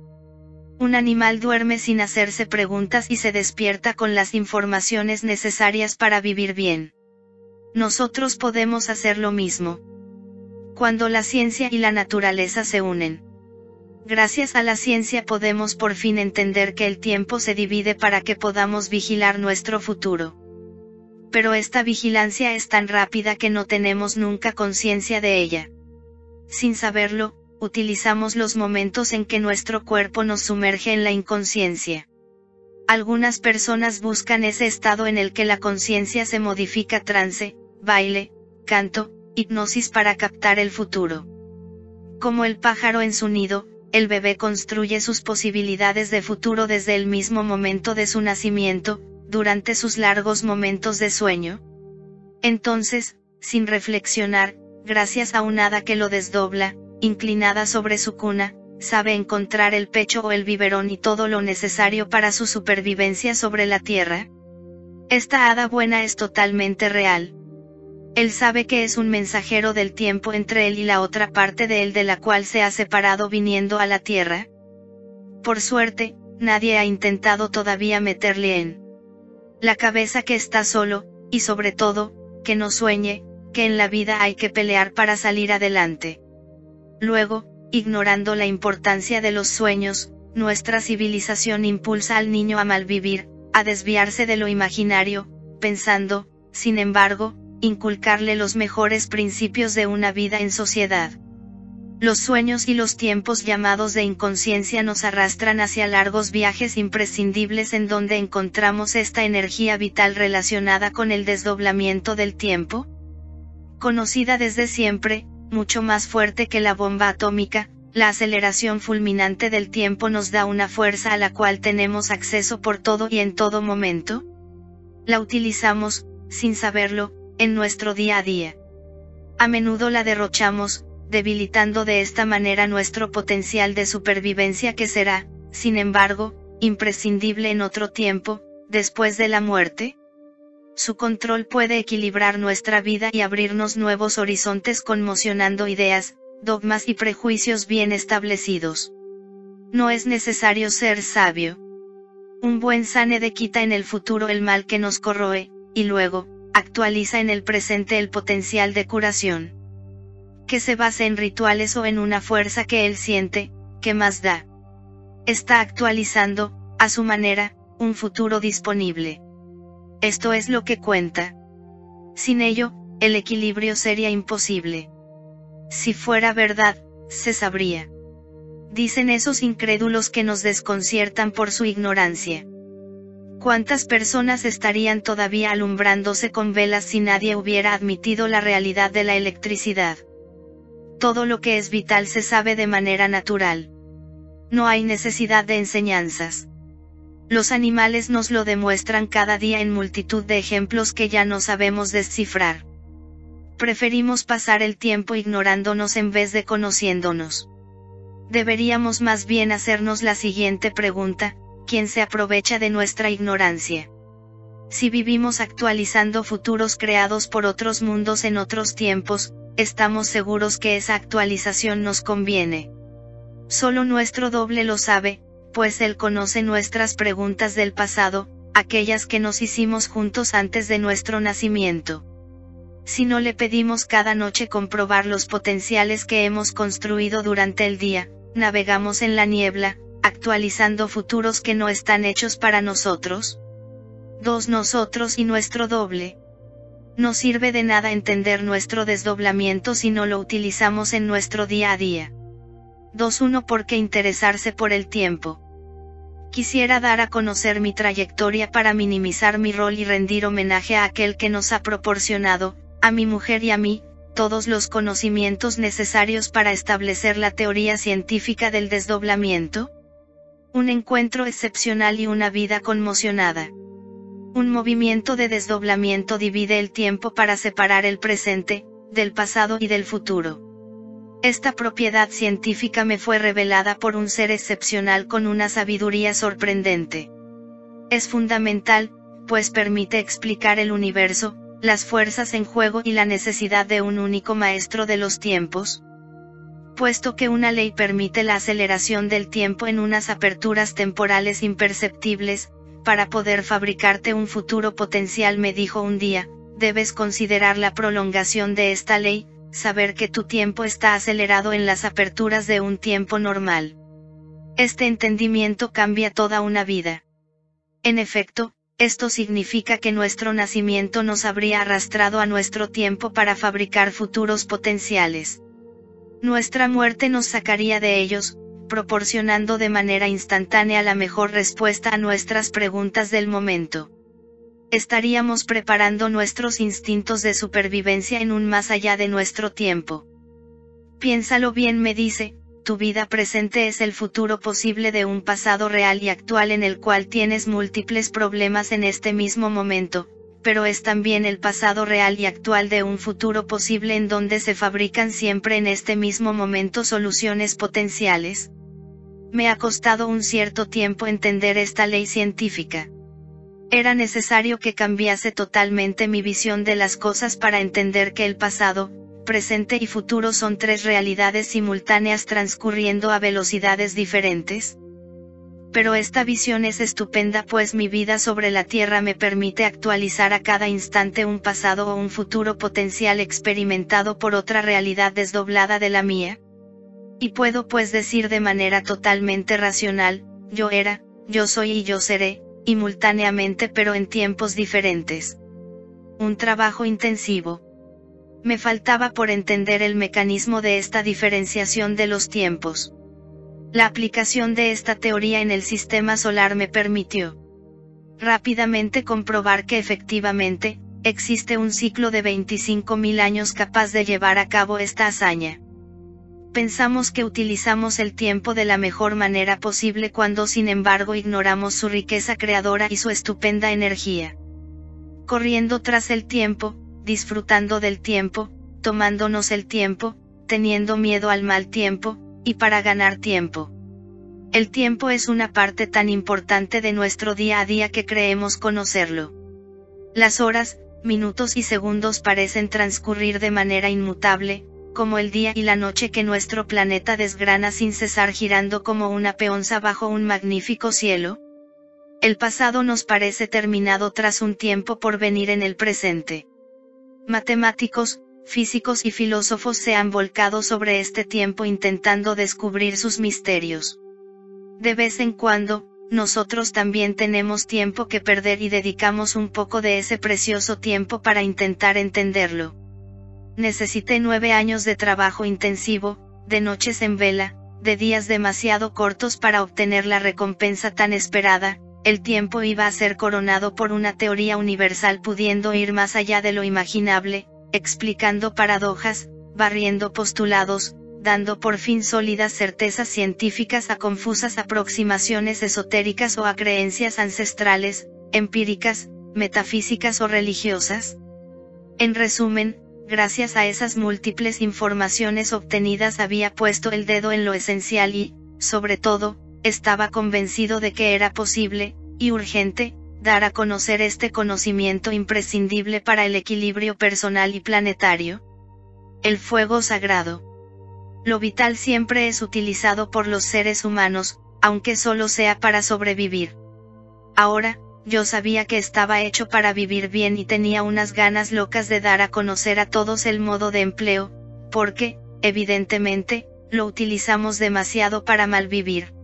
Un animal duerme sin hacerse preguntas y se despierta con las informaciones necesarias para vivir bien. Nosotros podemos hacer lo mismo. Cuando la ciencia y la naturaleza se unen. Gracias a la ciencia podemos por fin entender que el tiempo se divide para que podamos vigilar nuestro futuro. Pero esta vigilancia es tan rápida que no tenemos nunca conciencia de ella. Sin saberlo, utilizamos los momentos en que nuestro cuerpo nos sumerge en la inconsciencia. Algunas personas buscan ese estado en el que la conciencia se modifica trance, baile, canto, hipnosis para captar el futuro. Como el pájaro en su nido, el bebé construye sus posibilidades de futuro desde el mismo momento de su nacimiento, durante sus largos momentos de sueño. Entonces, sin reflexionar, gracias a un hada que lo desdobla, inclinada sobre su cuna, sabe encontrar el pecho o el biberón y todo lo necesario para su supervivencia sobre la tierra. Esta hada buena es totalmente real. Él sabe que es un mensajero del tiempo entre él y la otra parte de él de la cual se ha separado viniendo a la tierra. Por suerte, nadie ha intentado todavía meterle en la cabeza que está solo, y sobre todo, que no sueñe, que en la vida hay que pelear para salir adelante. Luego, ignorando la importancia de los sueños, nuestra civilización impulsa al niño a malvivir, a desviarse de lo imaginario, pensando, sin embargo, inculcarle los mejores principios de una vida en sociedad. Los sueños y los tiempos llamados de inconsciencia nos arrastran hacia largos viajes imprescindibles en donde encontramos esta energía vital relacionada con el desdoblamiento del tiempo, conocida desde siempre, mucho más fuerte que la bomba atómica. La aceleración fulminante del tiempo nos da una fuerza a la cual tenemos acceso por todo y en todo momento. La utilizamos, sin saberlo, en nuestro día a día. A menudo la derrochamos, debilitando de esta manera nuestro potencial de supervivencia que será, sin embargo, imprescindible en otro tiempo, después de la muerte. Su control puede equilibrar nuestra vida y abrirnos nuevos horizontes conmocionando ideas, dogmas y prejuicios bien establecidos. No es necesario ser sabio. Un buen Sanede quita en el futuro el mal que nos corroe, y luego, actualiza en el presente el potencial de curación. Que se base en rituales o en una fuerza que él siente, ¿qué más da? Está actualizando, a su manera, un futuro disponible. Esto es lo que cuenta. Sin ello, el equilibrio sería imposible. Si fuera verdad, se sabría. Dicen esos incrédulos que nos desconciertan por su ignorancia. ¿Cuántas personas estarían todavía alumbrándose con velas si nadie hubiera admitido la realidad de la electricidad? Todo lo que es vital se sabe de manera natural. No hay necesidad de enseñanzas. Los animales nos lo demuestran cada día en multitud de ejemplos que ya no sabemos descifrar. Preferimos pasar el tiempo ignorándonos en vez de conociéndonos. Deberíamos más bien hacernos la siguiente pregunta: ¿quién se aprovecha de nuestra ignorancia? Si vivimos actualizando futuros creados por otros mundos en otros tiempos, estamos seguros que esa actualización nos conviene. Solo nuestro doble lo sabe, pues él conoce nuestras preguntas del pasado, aquellas que nos hicimos juntos antes de nuestro nacimiento. Si no le pedimos cada noche comprobar los potenciales que hemos construido durante el día, navegamos en la niebla, actualizando futuros que no están hechos para nosotros. Nosotros y nuestro doble. No sirve de nada entender nuestro desdoblamiento si no lo utilizamos en nuestro día a día. 1. ¿Por qué interesarse por el tiempo? Quisiera dar a conocer mi trayectoria para minimizar mi rol y rendir homenaje a aquel que nos ha proporcionado, a mi mujer y a mí, todos los conocimientos necesarios para establecer la teoría científica del desdoblamiento. Un encuentro excepcional y una vida conmocionada. Un movimiento de desdoblamiento divide el tiempo para separar el presente, del pasado y del futuro. Esta propiedad científica me fue revelada por un ser excepcional con una sabiduría sorprendente. Es fundamental, pues permite explicar el universo, las fuerzas en juego y la necesidad de un único maestro de los tiempos. Puesto que una ley permite la aceleración del tiempo en unas aperturas temporales imperceptibles, para poder fabricarte un futuro potencial, me dijo un día, debes considerar la prolongación de esta ley, saber que tu tiempo está acelerado en las aperturas de un tiempo normal. Este entendimiento cambia toda una vida. En efecto, esto significa que nuestro nacimiento nos habría arrastrado a nuestro tiempo para fabricar futuros potenciales. Nuestra muerte nos sacaría de ellos, proporcionando de manera instantánea la mejor respuesta a nuestras preguntas del momento. Estaríamos preparando nuestros instintos de supervivencia en un más allá de nuestro tiempo. Piénsalo bien, me dice, tu vida presente es el futuro posible de un pasado real y actual en el cual tienes múltiples problemas en este mismo momento, pero es también el pasado real y actual de un futuro posible en donde se fabrican siempre en este mismo momento soluciones potenciales. Me ha costado un cierto tiempo entender esta ley científica. Era necesario que cambiase totalmente mi visión de las cosas para entender que el pasado, presente y futuro son tres realidades simultáneas transcurriendo a velocidades diferentes. Pero esta visión es estupenda, pues mi vida sobre la Tierra me permite actualizar a cada instante un pasado o un futuro potencial experimentado por otra realidad desdoblada de la mía. Y puedo pues decir de manera totalmente racional, yo era, yo soy y yo seré, simultáneamente pero en tiempos diferentes. un trabajo intensivo. Me faltaba por entender el mecanismo de esta diferenciación de los tiempos. La aplicación de esta teoría en el sistema solar me permitió rápidamente comprobar que efectivamente, existe un ciclo de 25.000 años capaz de llevar a cabo esta hazaña. Pensamos que utilizamos el tiempo de la mejor manera posible cuando sin embargo ignoramos su riqueza creadora y su estupenda energía. Corriendo tras el tiempo, disfrutando del tiempo, tomándonos el tiempo, teniendo miedo al mal tiempo, y para ganar tiempo. El tiempo es una parte tan importante de nuestro día a día que creemos conocerlo. Las horas, minutos y segundos parecen transcurrir de manera inmutable, como el día y la noche que nuestro planeta desgrana sin cesar girando como una peonza bajo un magnífico cielo. El pasado nos parece terminado tras un tiempo por venir en el presente. Matemáticos, físicos y filósofos se han volcado sobre este tiempo intentando descubrir sus misterios. De vez en cuando, nosotros también tenemos tiempo que perder y dedicamos un poco de ese precioso tiempo para intentar entenderlo. Necesité 9 años de trabajo intensivo, de noches en vela, de días demasiado cortos para obtener la recompensa tan esperada. El tiempo iba a ser coronado por una teoría universal pudiendo ir más allá de lo imaginable, explicando paradojas, barriendo postulados, dando por fin sólidas certezas científicas a confusas aproximaciones esotéricas o a creencias ancestrales, empíricas, metafísicas o religiosas. En resumen, gracias a esas múltiples informaciones obtenidas había puesto el dedo en lo esencial y, sobre todo, estaba convencido de que era posible, y urgente, dar a conocer este conocimiento imprescindible para el equilibrio personal y planetario. El fuego sagrado. Lo vital siempre es utilizado por los seres humanos, aunque solo sea para sobrevivir. Ahora, yo sabía que estaba hecho para vivir bien y tenía unas ganas locas de dar a conocer a todos el modo de empleo, porque, evidentemente, lo utilizamos demasiado para malvivir.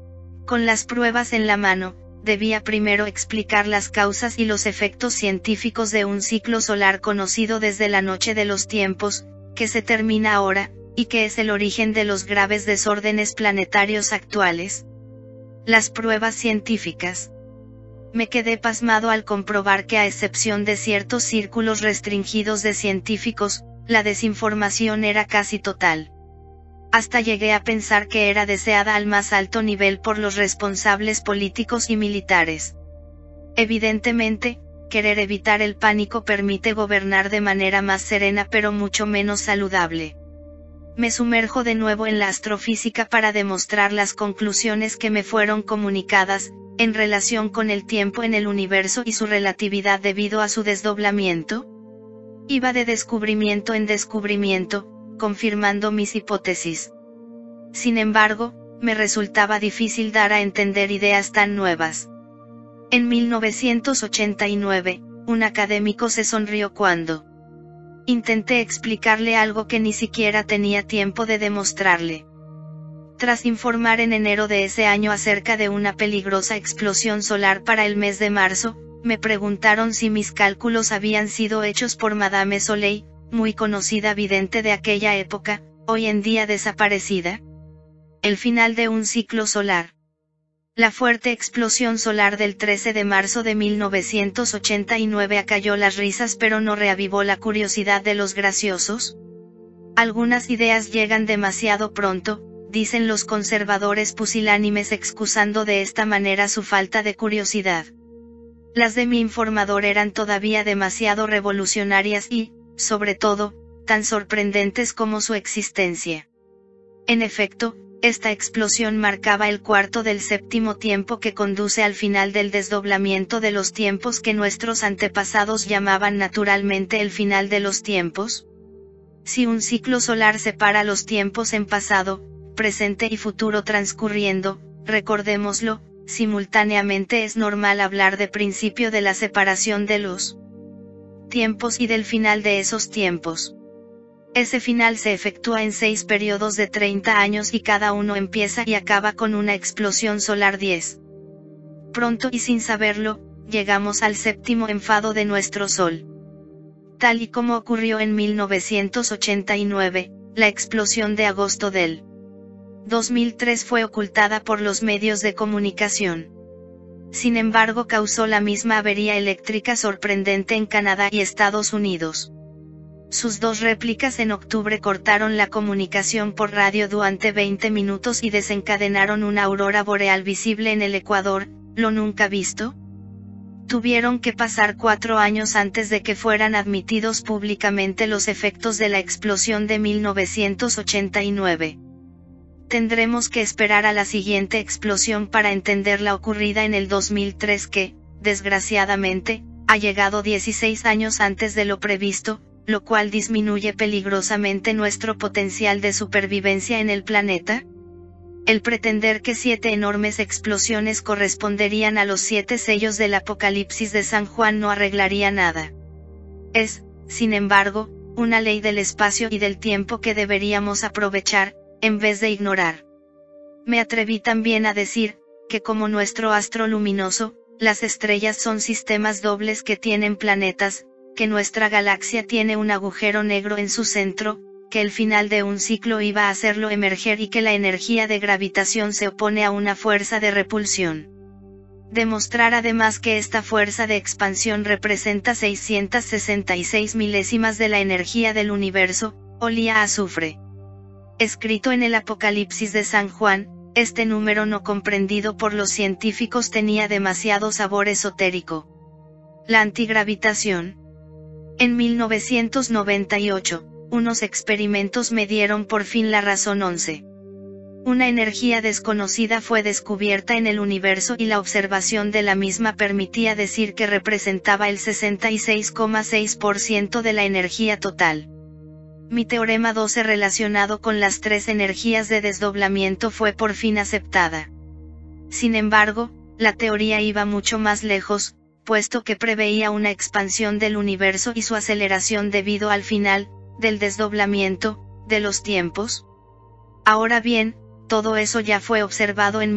Con las pruebas en la mano, debía primero explicar las causas y los efectos científicos de un ciclo solar conocido desde la noche de los tiempos, que se termina ahora, y que es el origen de los graves desórdenes planetarios actuales. Las pruebas científicas. Me quedé pasmado al comprobar que a excepción de ciertos círculos restringidos de científicos, la desinformación era casi total. Hasta llegué a pensar que era deseada al más alto nivel por los responsables políticos y militares. Evidentemente, querer evitar el pánico permite gobernar de manera más serena pero mucho menos saludable. Me sumerjo de nuevo en la astrofísica para demostrar las conclusiones que me fueron comunicadas, en relación con el tiempo en el universo y su relatividad debido a su desdoblamiento. Iba de descubrimiento en descubrimiento, confirmando mis hipótesis. Sin embargo, me resultaba difícil dar a entender ideas tan nuevas. En 1989, un académico se sonrió cuando intenté explicarle algo que ni siquiera tenía tiempo de demostrarle. Tras informar en enero de ese año acerca de una peligrosa explosión solar para el mes de marzo, me preguntaron si mis cálculos habían sido hechos por Madame Soleil, muy conocida vidente de aquella época, hoy en día desaparecida. El final de un ciclo solar. La fuerte explosión solar del 13 de marzo de 1989 acalló las risas pero no reavivó la curiosidad de los graciosos. Algunas ideas llegan demasiado pronto, dicen los conservadores pusilánimes excusando de esta manera su falta de curiosidad. Las de mi informador eran todavía demasiado revolucionarias y, sobre todo, tan sorprendentes como su existencia. En efecto, esta explosión marcaba el cuarto del séptimo tiempo que conduce al final del desdoblamiento de los tiempos que nuestros antepasados llamaban naturalmente el final de los tiempos. Si un ciclo solar separa los tiempos en pasado, presente y futuro transcurriendo, recordémoslo, simultáneamente es normal hablar de principio de la separación de los tiempos y del final de esos tiempos. Ese final se efectúa en 6 periodos de 30 años y cada uno empieza y acaba con una explosión solar 10. Pronto y sin saberlo, llegamos al séptimo enfado de nuestro Sol. tal y como ocurrió en 1989, la explosión de agosto del 2003 fue ocultada por los medios de comunicación. Sin embargo, causó la misma avería eléctrica sorprendente en Canadá y Estados Unidos. Sus dos réplicas en octubre cortaron la comunicación por radio durante 20 minutos y desencadenaron una aurora boreal visible en el Ecuador, lo nunca visto. Tuvieron que pasar 4 años antes de que fueran admitidos públicamente los efectos de la explosión de 1989. Tendremos que esperar a la siguiente explosión para entender la ocurrida en el 2003 que, desgraciadamente, ha llegado 16 años antes de lo previsto, lo cual disminuye peligrosamente nuestro potencial de supervivencia en el planeta. El pretender que 7 enormes explosiones corresponderían a los 7 sellos del Apocalipsis de San Juan no arreglaría nada. Es, sin embargo, una ley del espacio y del tiempo que deberíamos aprovechar, en vez de ignorar. Me atreví también a decir, que como nuestro astro luminoso, las estrellas son sistemas dobles que tienen planetas, que nuestra galaxia tiene un agujero negro en su centro, que el final de un ciclo iba a hacerlo emerger y que la energía de gravitación se opone a una fuerza de repulsión. Demostrar además que esta fuerza de expansión representa 666 milésimas de la energía del universo, olía a azufre. Escrito en el Apocalipsis de San Juan, este número no comprendido por los científicos tenía demasiado sabor esotérico. La antigravitación. En 1998, unos experimentos me dieron por fin la razón 11. Una energía desconocida fue descubierta en el universo y la observación de la misma permitía decir que representaba el 66,6% de la energía total. Mi teorema 12 relacionado con las 3 energías de desdoblamiento fue por fin aceptada. Sin embargo, la teoría iba mucho más lejos, puesto que preveía una expansión del universo y su aceleración debido al final, del desdoblamiento, de los tiempos. Ahora bien, todo eso ya fue observado en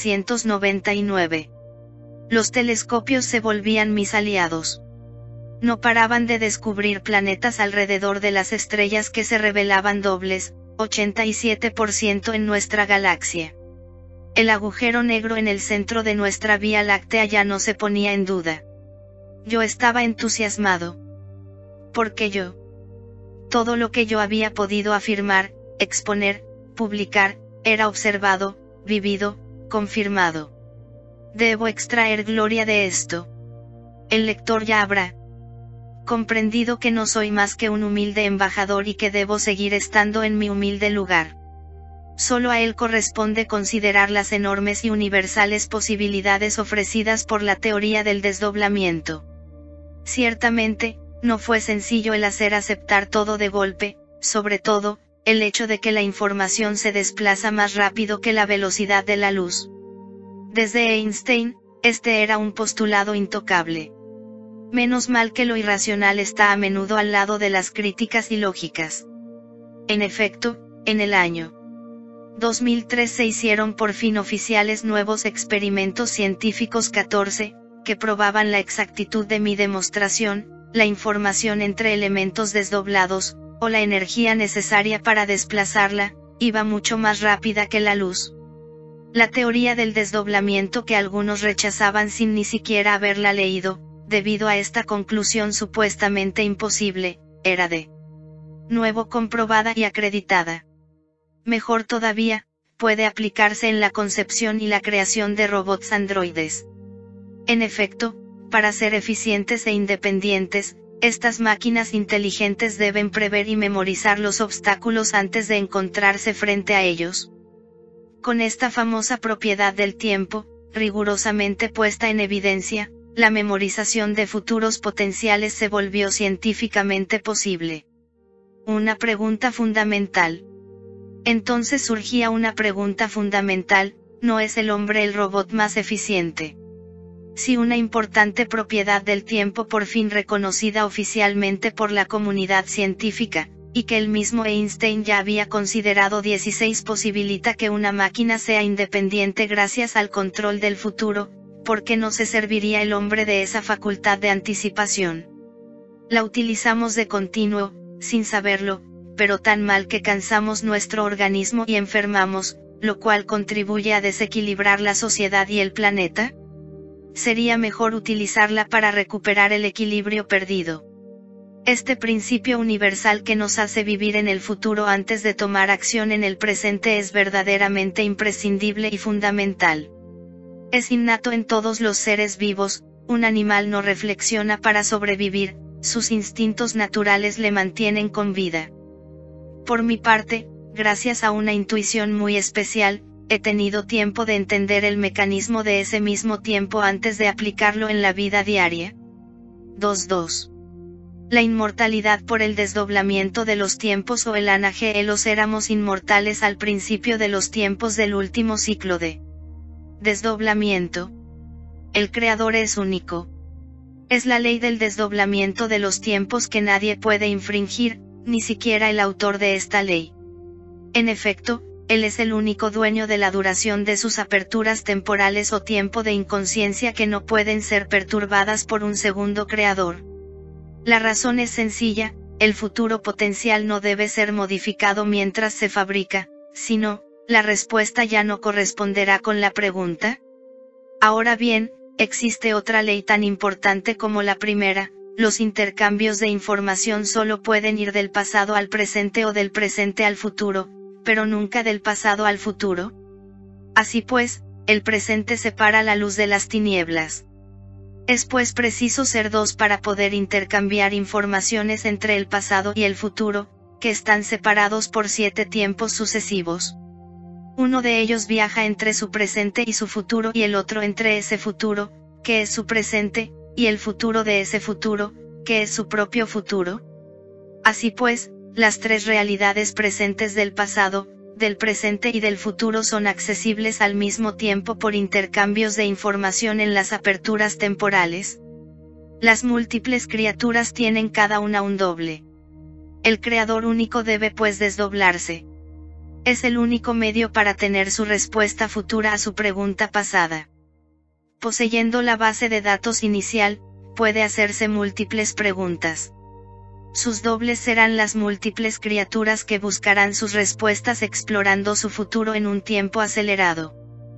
1999. Los telescopios se volvían mis aliados. No paraban de descubrir planetas alrededor de las estrellas que se revelaban dobles, 87% en nuestra galaxia. El agujero negro en el centro de nuestra Vía Láctea ya no se ponía en duda. Yo estaba entusiasmado. Porque todo lo que yo había podido afirmar, exponer, publicar, era observado, vivido, confirmado. Debo extraer gloria de esto. El lector ya habrá comprendido que no soy más que un humilde embajador y que debo seguir estando en mi humilde lugar. Solo a él corresponde considerar las enormes y universales posibilidades ofrecidas por la teoría del desdoblamiento. Ciertamente, no fue sencillo el hacer aceptar todo de golpe, sobre todo, el hecho de que la información se desplaza más rápido que la velocidad de la luz. Desde Einstein, este era un postulado intocable. Menos mal que lo irracional está a menudo al lado de las críticas y lógicas. En efecto, en el año 2003 se hicieron por fin oficiales nuevos experimentos científicos 14, que probaban la exactitud de mi demostración, la información entre elementos desdoblados, o la energía necesaria para desplazarla, iba mucho más rápida que la luz. La teoría del desdoblamiento que algunos rechazaban sin ni siquiera haberla leído, debido a esta conclusión supuestamente imposible, era de nuevo comprobada y acreditada. Mejor todavía, puede aplicarse en la concepción y la creación de robots androides. En efecto, para ser eficientes e independientes, estas máquinas inteligentes deben prever y memorizar los obstáculos antes de encontrarse frente a ellos. Con esta famosa propiedad del tiempo, rigurosamente puesta en evidencia, la memorización de futuros potenciales se volvió científicamente posible. Una pregunta fundamental. Entonces surgía una pregunta fundamental, ¿no es el hombre el robot más eficiente? Si una importante propiedad del tiempo por fin reconocida oficialmente por la comunidad científica, y que el mismo Einstein ya había considerado 16 posibilita que una máquina sea independiente gracias al control del futuro, ¿por qué no se serviría el hombre de esa facultad de anticipación? La utilizamos de continuo, sin saberlo, pero tan mal que cansamos nuestro organismo y enfermamos, lo cual contribuye a desequilibrar la sociedad y el planeta. Sería mejor utilizarla para recuperar el equilibrio perdido. Este principio universal que nos hace vivir en el futuro antes de tomar acción en el presente es verdaderamente imprescindible y fundamental. Es innato en todos los seres vivos. Un animal no reflexiona para sobrevivir, sus instintos naturales le mantienen con vida. Por mi parte, gracias a una intuición muy especial, he tenido tiempo de entender el mecanismo de ese mismo tiempo antes de aplicarlo en la vida diaria. 2.2. La inmortalidad por el desdoblamiento de los tiempos o el anagelos. Éramos inmortales al principio de los tiempos del último ciclo de desdoblamiento. El Creador es único. Es la ley del desdoblamiento de los tiempos que nadie puede infringir, ni siquiera el autor de esta ley. En efecto, Él es el único dueño de la duración de sus aperturas temporales o tiempo de inconsciencia que no pueden ser perturbadas por un segundo creador. La razón es sencilla, el futuro potencial no debe ser modificado mientras se fabrica, sino, la respuesta ya no corresponderá con la pregunta. Ahora bien, existe otra ley tan importante como la primera: los intercambios de información solo pueden ir del pasado al presente o del presente al futuro, pero nunca del pasado al futuro. Así pues, el presente separa la luz de las tinieblas. Es pues preciso ser dos para poder intercambiar informaciones entre el pasado y el futuro, que están separados por 7 tiempos sucesivos. Uno de ellos viaja entre su presente y su futuro y el otro entre ese futuro, que es su presente, y el futuro de ese futuro, que es su propio futuro. Así pues, las 3 realidades presentes del pasado, del presente y del futuro son accesibles al mismo tiempo por intercambios de información en las aperturas temporales. Las múltiples criaturas tienen cada una un doble. El Creador único debe pues desdoblarse. Es el único medio para tener su respuesta futura a su pregunta pasada. Poseyendo la base de datos inicial, puede hacerse múltiples preguntas. Sus dobles serán las múltiples criaturas que buscarán sus respuestas explorando su futuro en un tiempo acelerado.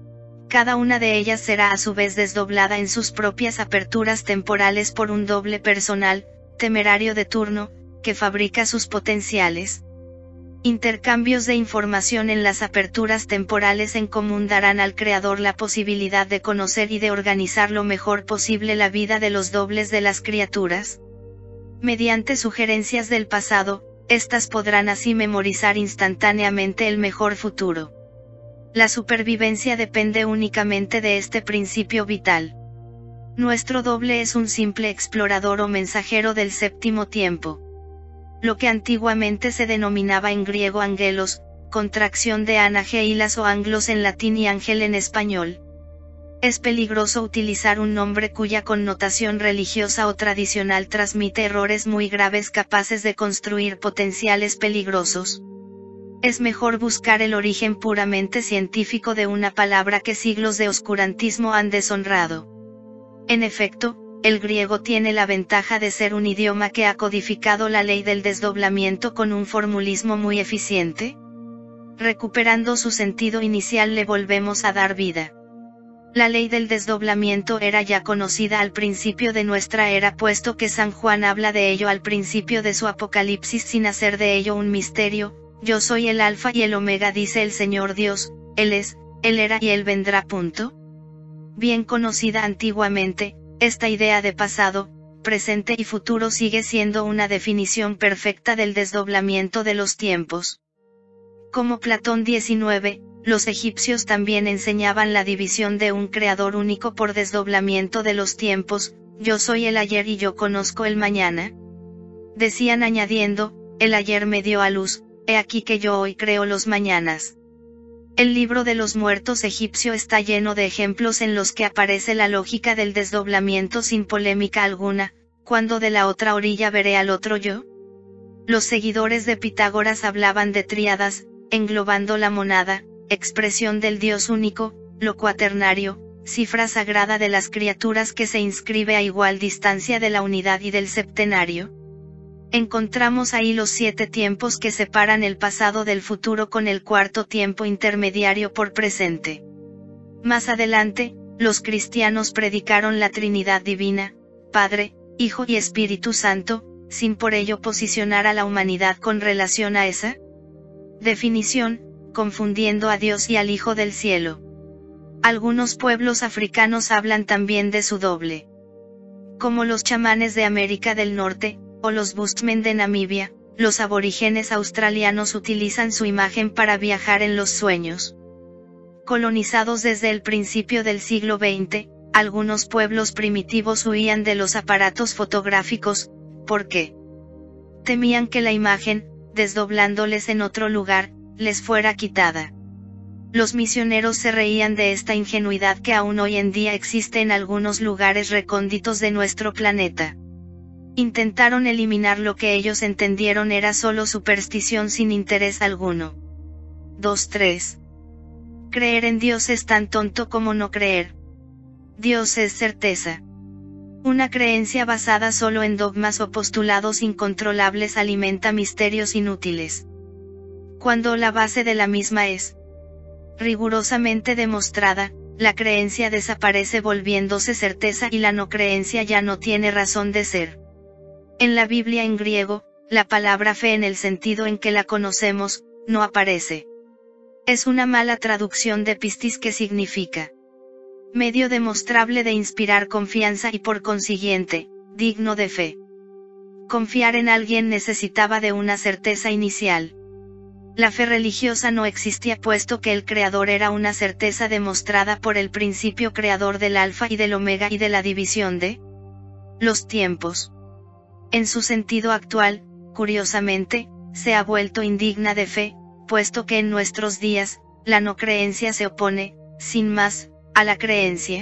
Cada una de ellas será a su vez desdoblada en sus propias aperturas temporales por un doble personal, temerario de turno, que fabrica sus potenciales. Intercambios de información en las aperturas temporales en común darán al Creador la posibilidad de conocer y de organizar lo mejor posible la vida de los dobles de las criaturas. Mediante sugerencias del pasado, estas podrán así memorizar instantáneamente el mejor futuro. La supervivencia depende únicamente de este principio vital. Nuestro doble es un simple explorador o mensajero del séptimo tiempo. Lo que antiguamente se denominaba en griego angelos, contracción de anageilas o anglos en latín y ángel en español. Es peligroso utilizar un nombre cuya connotación religiosa o tradicional transmite errores muy graves capaces de construir potenciales peligrosos. Es mejor buscar el origen puramente científico de una palabra que siglos de oscurantismo han deshonrado. En efecto, el griego tiene la ventaja de ser un idioma que ha codificado la ley del desdoblamiento con un formulismo muy eficiente. Recuperando su sentido inicial le volvemos a dar vida. La ley del desdoblamiento era ya conocida al principio de nuestra era, puesto que San Juan habla de ello al principio de su Apocalipsis sin hacer de ello un misterio. Yo soy el Alfa y el Omega, dice el Señor Dios, Él es, Él era y Él vendrá. Bien conocida antiguamente, esta idea de pasado, presente y futuro sigue siendo una definición perfecta del desdoblamiento de los tiempos. Como Platón 19, los egipcios también enseñaban la división de un creador único por desdoblamiento de los tiempos. Yo soy el ayer y yo conozco el mañana. Decían añadiendo, el ayer me dio a luz, he aquí que yo hoy creo los mañanas. El libro de los muertos egipcio está lleno de ejemplos en los que aparece la lógica del desdoblamiento sin polémica alguna. ¿Cuándo de la otra orilla veré al otro yo? Los seguidores de Pitágoras hablaban de tríadas, englobando la monada, expresión del Dios único, lo cuaternario, cifra sagrada de las criaturas que se inscribe a igual distancia de la unidad y del septenario. Encontramos ahí los 7 tiempos que separan el pasado del futuro con el cuarto tiempo intermediario por presente. Más adelante, los cristianos predicaron la Trinidad Divina, Padre, Hijo y Espíritu Santo, sin por ello posicionar a la humanidad con relación a esa definición, confundiendo a Dios y al Hijo del Cielo. Algunos pueblos africanos hablan también de su doble. Como los chamanes de América del Norte, o los Bushman de Namibia, los aborígenes australianos utilizan su imagen para viajar en los sueños. Colonizados desde el principio del siglo XX, algunos pueblos primitivos huían de los aparatos fotográficos, porque temían que la imagen, desdoblándoles en otro lugar, les fuera quitada. Los misioneros se reían de esta ingenuidad que aún hoy en día existe en algunos lugares recónditos de nuestro planeta. Intentaron eliminar lo que ellos entendieron era solo superstición sin interés alguno. 2.3. Creer en Dios es tan tonto como no creer. Dios es certeza. Una creencia basada solo en dogmas o postulados incontrolables alimenta misterios inútiles. Cuando la base de la misma es rigurosamente demostrada, la creencia desaparece volviéndose certeza y la no creencia ya no tiene razón de ser. En la Biblia en griego, la palabra fe en el sentido en que la conocemos, no aparece. Es una mala traducción de pistis que significa medio demostrable de inspirar confianza y por consiguiente, digno de fe. Confiar en alguien necesitaba de una certeza inicial. La fe religiosa no existía puesto que el Creador era una certeza demostrada por el principio creador del Alfa y del Omega y de la división de los tiempos. En su sentido actual, curiosamente, se ha vuelto indigna de fe, puesto que en nuestros días, la no creencia se opone, sin más, a la creencia.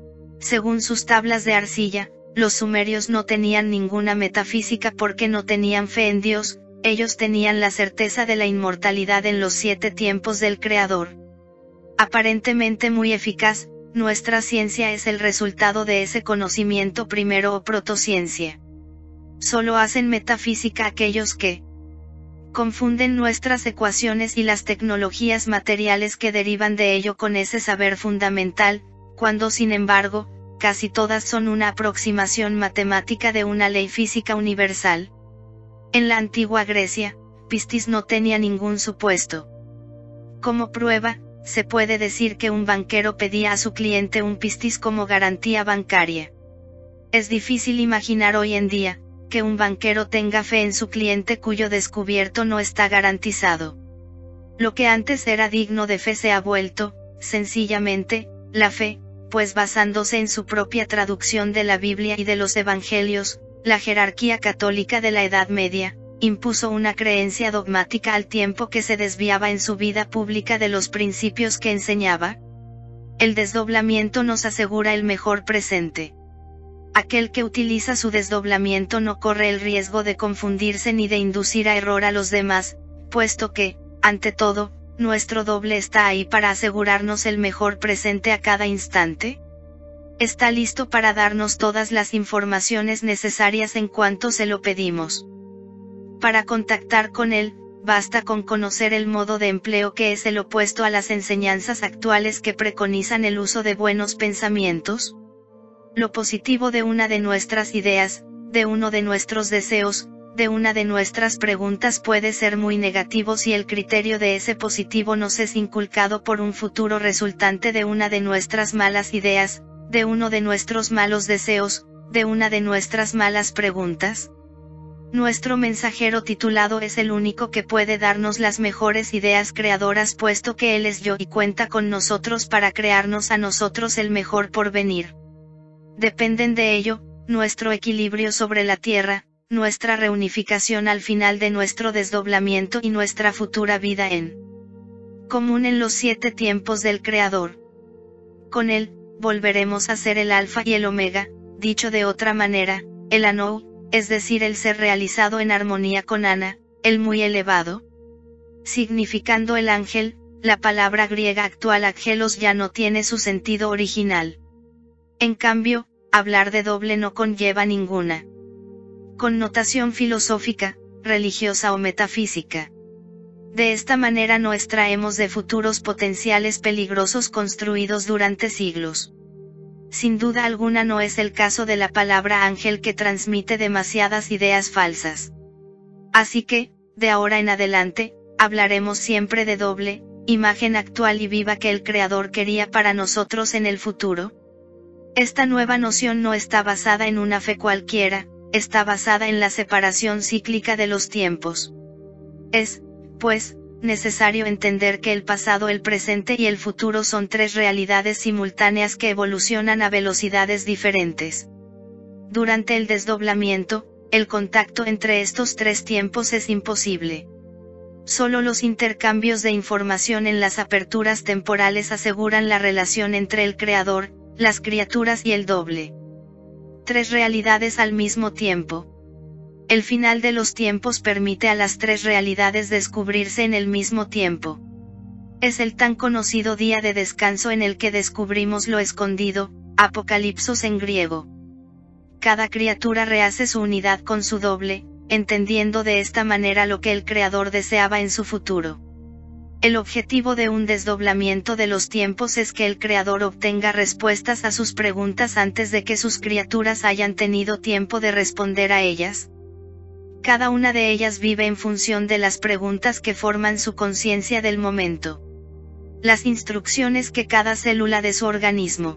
Según sus tablas de arcilla, los sumerios no tenían ninguna metafísica porque no tenían fe en Dios, ellos tenían la certeza de la inmortalidad en los 7 tiempos del Creador. Aparentemente muy eficaz, nuestra ciencia es el resultado de ese conocimiento primero o protociencia. Solo hacen metafísica aquellos que confunden nuestras ecuaciones y las tecnologías materiales que derivan de ello con ese saber fundamental, cuando sin embargo, casi todas son una aproximación matemática de una ley física universal. En la antigua Grecia, pistis no tenía ningún supuesto. Como prueba, se puede decir que un banquero pedía a su cliente un pistis como garantía bancaria. Es difícil imaginar hoy en día, que un banquero tenga fe en su cliente cuyo descubierto no está garantizado. Lo que antes era digno de fe se ha vuelto, sencillamente, la fe, pues basándose en su propia traducción de la Biblia y de los Evangelios, la jerarquía católica de la Edad Media, impuso una creencia dogmática al tiempo que se desviaba en su vida pública de los principios que enseñaba. El desdoblamiento nos asegura el mejor presente. Aquel que utiliza su desdoblamiento no corre el riesgo de confundirse ni de inducir a error a los demás, puesto que, ante todo, nuestro doble está ahí para asegurarnos el mejor presente a cada instante. Está listo para darnos todas las informaciones necesarias en cuanto se lo pedimos. Para contactar con él, basta con conocer el modo de empleo que es el opuesto a las enseñanzas actuales que preconizan el uso de buenos pensamientos. Lo positivo de una de nuestras ideas, de uno de nuestros deseos, de una de nuestras preguntas puede ser muy negativo si el criterio de ese positivo nos es inculcado por un futuro resultante de una de nuestras malas ideas, de uno de nuestros malos deseos, de una de nuestras malas preguntas. Nuestro mensajero titulado es el único que puede darnos las mejores ideas creadoras puesto que Él es yo y cuenta con nosotros para crearnos a nosotros el mejor porvenir. Dependen de ello, nuestro equilibrio sobre la tierra, nuestra reunificación al final de nuestro desdoblamiento y nuestra futura vida en común en los 7 tiempos del Creador. Con Él, volveremos a ser el Alfa y el Omega, dicho de otra manera, el Anou, es decir el ser realizado en armonía con Ana, el muy elevado. Significando el ángel, la palabra griega actual angelos ya no tiene su sentido original. En cambio, hablar de doble no conlleva ninguna connotación filosófica, religiosa o metafísica. De esta manera no extraemos de futuros potenciales peligrosos construidos durante siglos. Sin duda alguna no es el caso de la palabra ángel, que transmite demasiadas ideas falsas. Así que, de ahora en adelante, hablaremos siempre de doble, imagen actual y viva que el Creador quería para nosotros en el futuro. Esta nueva noción no está basada en una fe cualquiera, está basada en la separación cíclica de los tiempos. Es, pues, necesario entender que el pasado, el presente y el futuro son tres realidades simultáneas que evolucionan a velocidades diferentes. Durante el desdoblamiento, el contacto entre estos tres tiempos es imposible. Solo los intercambios de información en las aperturas temporales aseguran la relación entre el Creador, las criaturas y el doble. Tres realidades al mismo tiempo. El final de los tiempos permite a las tres realidades descubrirse en el mismo tiempo. Es el tan conocido día de descanso en el que descubrimos lo escondido, Apocalipsos en griego. Cada criatura rehace su unidad con su doble, entendiendo de esta manera lo que el Creador deseaba en su futuro. El objetivo de un desdoblamiento de los tiempos es que el Creador obtenga respuestas a sus preguntas antes de que sus criaturas hayan tenido tiempo de responder a ellas. Cada una de ellas vive en función de las preguntas que forman su conciencia del momento. Las instrucciones que cada célula de su organismo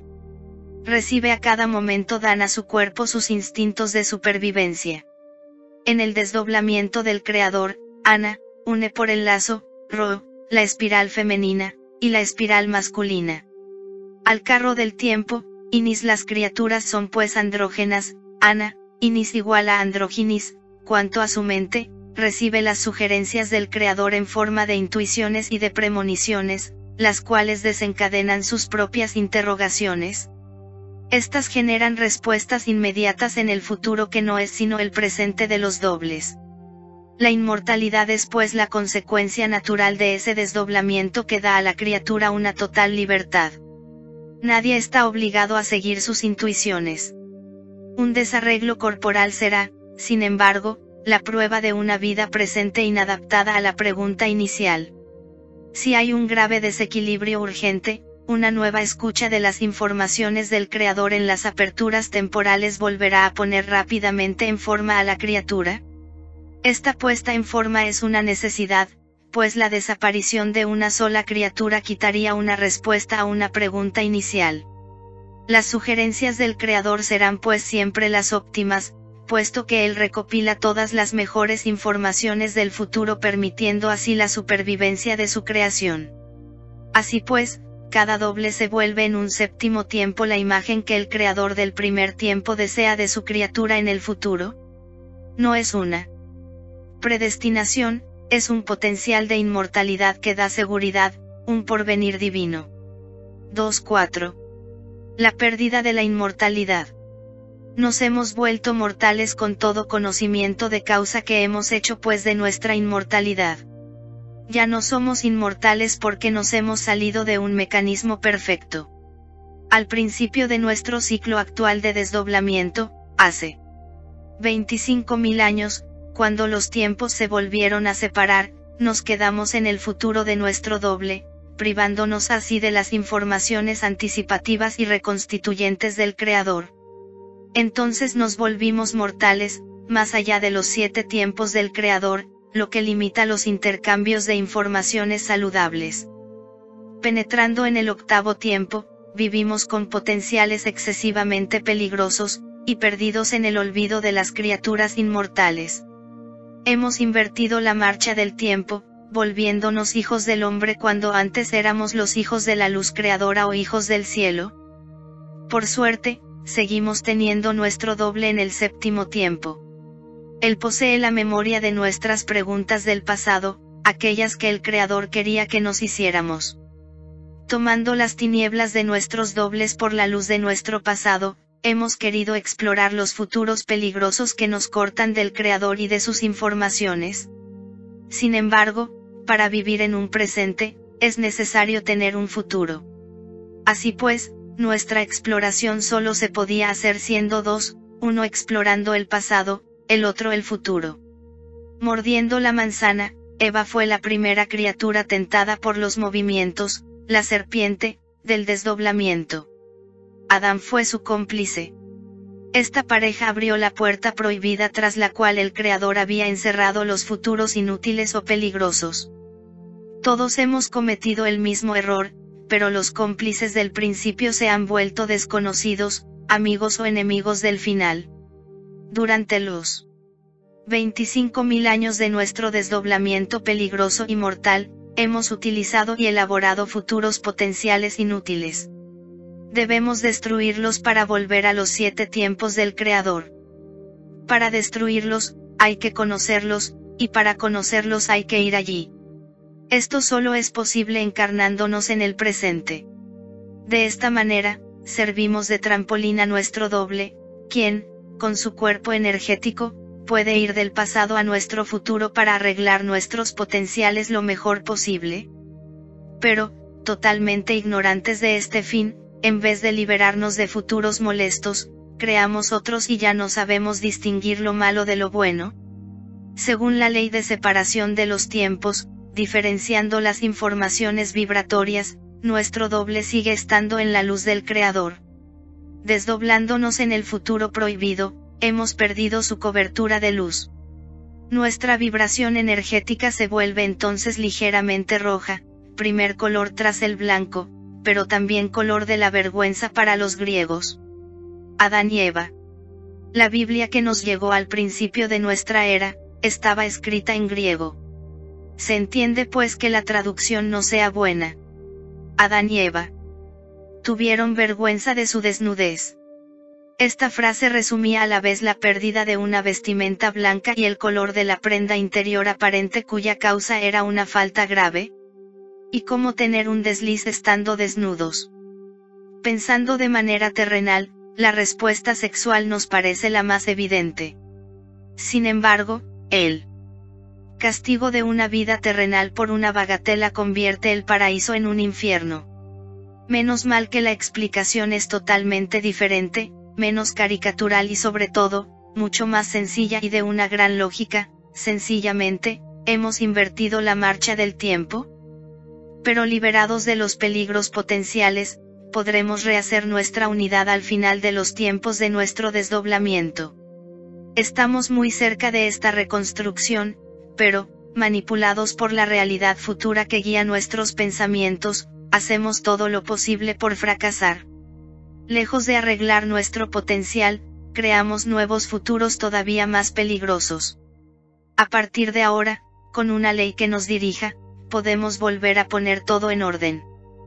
recibe a cada momento dan a su cuerpo sus instintos de supervivencia. En el desdoblamiento del Creador, Ana une por el lazo, Ro, la espiral femenina, y la espiral masculina. Al carro del tiempo, Inis. Las criaturas son pues andrógenas, Ana, Inis igual a androginis. Cuanto a su mente, recibe las sugerencias del Creador en forma de intuiciones y de premoniciones, las cuales desencadenan sus propias interrogaciones. Estas generan respuestas inmediatas en el futuro que no es sino el presente de los dobles. La inmortalidad es pues la consecuencia natural de ese desdoblamiento que da a la criatura una total libertad. Nadie está obligado a seguir sus intuiciones. Un desarreglo corporal será, sin embargo, la prueba de una vida presente inadaptada a la pregunta inicial. Si hay un grave desequilibrio urgente, una nueva escucha de las informaciones del Creador en las aperturas temporales volverá a poner rápidamente en forma a la criatura. Esta puesta en forma es una necesidad, pues la desaparición de una sola criatura quitaría una respuesta a una pregunta inicial. Las sugerencias del Creador serán pues siempre las óptimas, puesto que Él recopila todas las mejores informaciones del futuro, permitiendo así la supervivencia de su creación. Así pues, cada doble se vuelve en un séptimo tiempo la imagen que el Creador del primer tiempo desea de su criatura en el futuro. No es una predestinación, es un potencial de inmortalidad que da seguridad, un porvenir divino. 2.4. La pérdida de la inmortalidad. Nos hemos vuelto mortales con todo conocimiento de causa que hemos hecho pues de nuestra inmortalidad. Ya no somos inmortales porque nos hemos salido de un mecanismo perfecto. Al principio de nuestro ciclo actual de desdoblamiento, hace 25.000 años, cuando los tiempos se volvieron a separar, nos quedamos en el futuro de nuestro doble, privándonos así de las informaciones anticipativas y reconstituyentes del Creador. Entonces nos volvimos mortales, más allá de los 7 tiempos del Creador, lo que limita los intercambios de informaciones saludables. Penetrando en el 8º tiempo, vivimos con potenciales excesivamente peligrosos, y perdidos en el olvido de las criaturas inmortales. Hemos invertido la marcha del tiempo, volviéndonos hijos del hombre cuando antes éramos los hijos de la luz creadora o hijos del cielo. Por suerte, seguimos teniendo nuestro doble en el 7º tiempo. Él posee la memoria de nuestras preguntas del pasado, aquellas que el Creador quería que nos hiciéramos. Tomando las tinieblas de nuestros dobles por la luz de nuestro pasado, hemos querido explorar los futuros peligrosos que nos cortan del Creador y de sus informaciones. Sin embargo, para vivir en un presente, es necesario tener un futuro. Así pues, nuestra exploración solo se podía hacer siendo dos, uno explorando el pasado, el otro el futuro. Mordiendo la manzana, Eva fue la primera criatura tentada por los movimientos, la serpiente, del desdoblamiento. Adán fue su cómplice. Esta pareja abrió la puerta prohibida tras la cual el Creador había encerrado los futuros inútiles o peligrosos. Todos hemos cometido el mismo error, pero los cómplices del principio se han vuelto desconocidos, amigos o enemigos del final. Durante los 25.000 años de nuestro desdoblamiento peligroso y mortal, hemos utilizado y elaborado futuros potenciales inútiles. Debemos destruirlos para volver a los 7 tiempos del Creador. Para destruirlos, hay que conocerlos, y para conocerlos hay que ir allí. Esto solo es posible encarnándonos en el presente. De esta manera, servimos de trampolín a nuestro doble, quien, con su cuerpo energético, puede ir del pasado a nuestro futuro para arreglar nuestros potenciales lo mejor posible. Pero, totalmente ignorantes de este fin, en vez de liberarnos de futuros molestos, creamos otros y ya no sabemos distinguir lo malo de lo bueno. Según la ley de separación de los tiempos, diferenciando las informaciones vibratorias, nuestro doble sigue estando en la luz del Creador. Desdoblándonos en el futuro prohibido, hemos perdido su cobertura de luz. Nuestra vibración energética se vuelve entonces ligeramente roja, primer color tras el blanco, pero también color de la vergüenza para los griegos. Adán y Eva. La Biblia que nos llegó al principio de nuestra era, estaba escrita en griego. Se entiende pues que la traducción no sea buena. Adán y Eva tuvieron vergüenza de su desnudez. Esta frase resumía a la vez la pérdida de una vestimenta blanca y el color de la prenda interior aparente cuya causa era una falta grave. ¿Y cómo tener un desliz estando desnudos? Pensando de manera terrenal, la respuesta sexual nos parece la más evidente. Sin embargo, el castigo de una vida terrenal por una bagatela convierte el paraíso en un infierno. Menos mal que la explicación es totalmente diferente, menos caricatural y sobre todo, mucho más sencilla y de una gran lógica. Sencillamente, hemos invertido la marcha del tiempo. Pero liberados de los peligros potenciales, podremos rehacer nuestra unidad al final de los tiempos de nuestro desdoblamiento. Estamos muy cerca de esta reconstrucción, pero, manipulados por la realidad futura que guía nuestros pensamientos, hacemos todo lo posible por fracasar. Lejos de arreglar nuestro potencial, creamos nuevos futuros todavía más peligrosos. A partir de ahora, con una ley que nos dirija, podemos volver a poner todo en orden.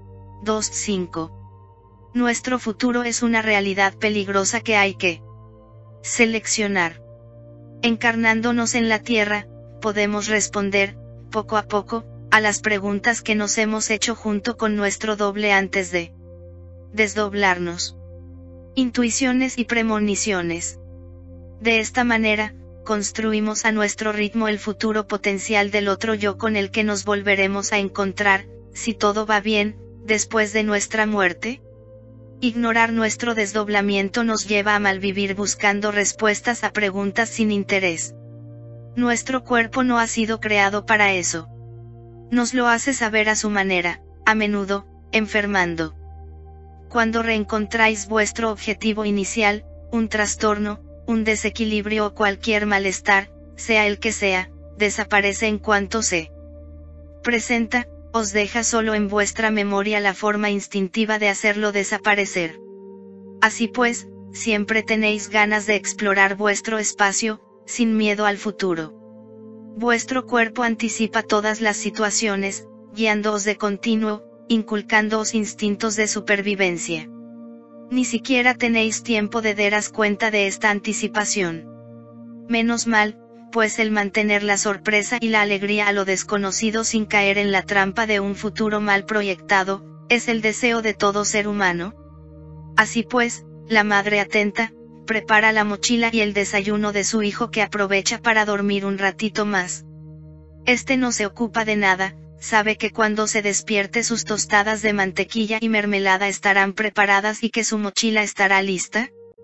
2.5. Nuestro futuro es una realidad peligrosa que hay que seleccionar. Encarnándonos en la Tierra, podemos responder, poco a poco, a las preguntas que nos hemos hecho junto con nuestro doble antes de desdoblarnos. Intuiciones y premoniciones. De esta manera, construimos a nuestro ritmo el futuro potencial del otro yo con el que nos volveremos a encontrar, si todo va bien, después de nuestra muerte. Ignorar nuestro desdoblamiento nos lleva a malvivir buscando respuestas a preguntas sin interés. Nuestro cuerpo no ha sido creado para eso. Nos lo hace saber a su manera, a menudo, enfermando. Cuando reencontráis vuestro objetivo inicial, un trastorno, un desequilibrio o cualquier malestar, sea el que sea, desaparece en cuanto se presenta, os deja solo en vuestra memoria la forma instintiva de hacerlo desaparecer. Así pues, siempre tenéis ganas de explorar vuestro espacio, sin miedo al futuro. Vuestro cuerpo anticipa todas las situaciones, guiándoos de continuo, inculcándoos instintos de supervivencia. Ni siquiera tenéis tiempo de daros cuenta de esta anticipación. Menos mal, pues el mantener la sorpresa y la alegría a lo desconocido sin caer en la trampa de un futuro mal proyectado, es el deseo de todo ser humano. Así pues, la madre atenta, prepara la mochila y el desayuno de su hijo que aprovecha para dormir un ratito más. Este no se ocupa de nada, sabe que cuando se despierte sus tostadas de mantequilla y mermelada estarán preparadas y que su mochila estará lista.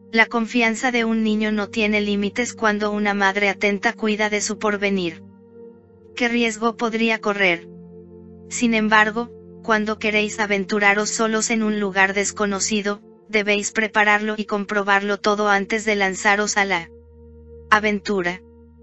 La confianza de un niño no tiene límites cuando una madre atenta cuida de su porvenir. ¿Qué riesgo podría correr? Sin embargo, cuando queréis aventuraros solos en un lugar desconocido, debéis prepararlo y comprobarlo todo antes de lanzaros a la aventura.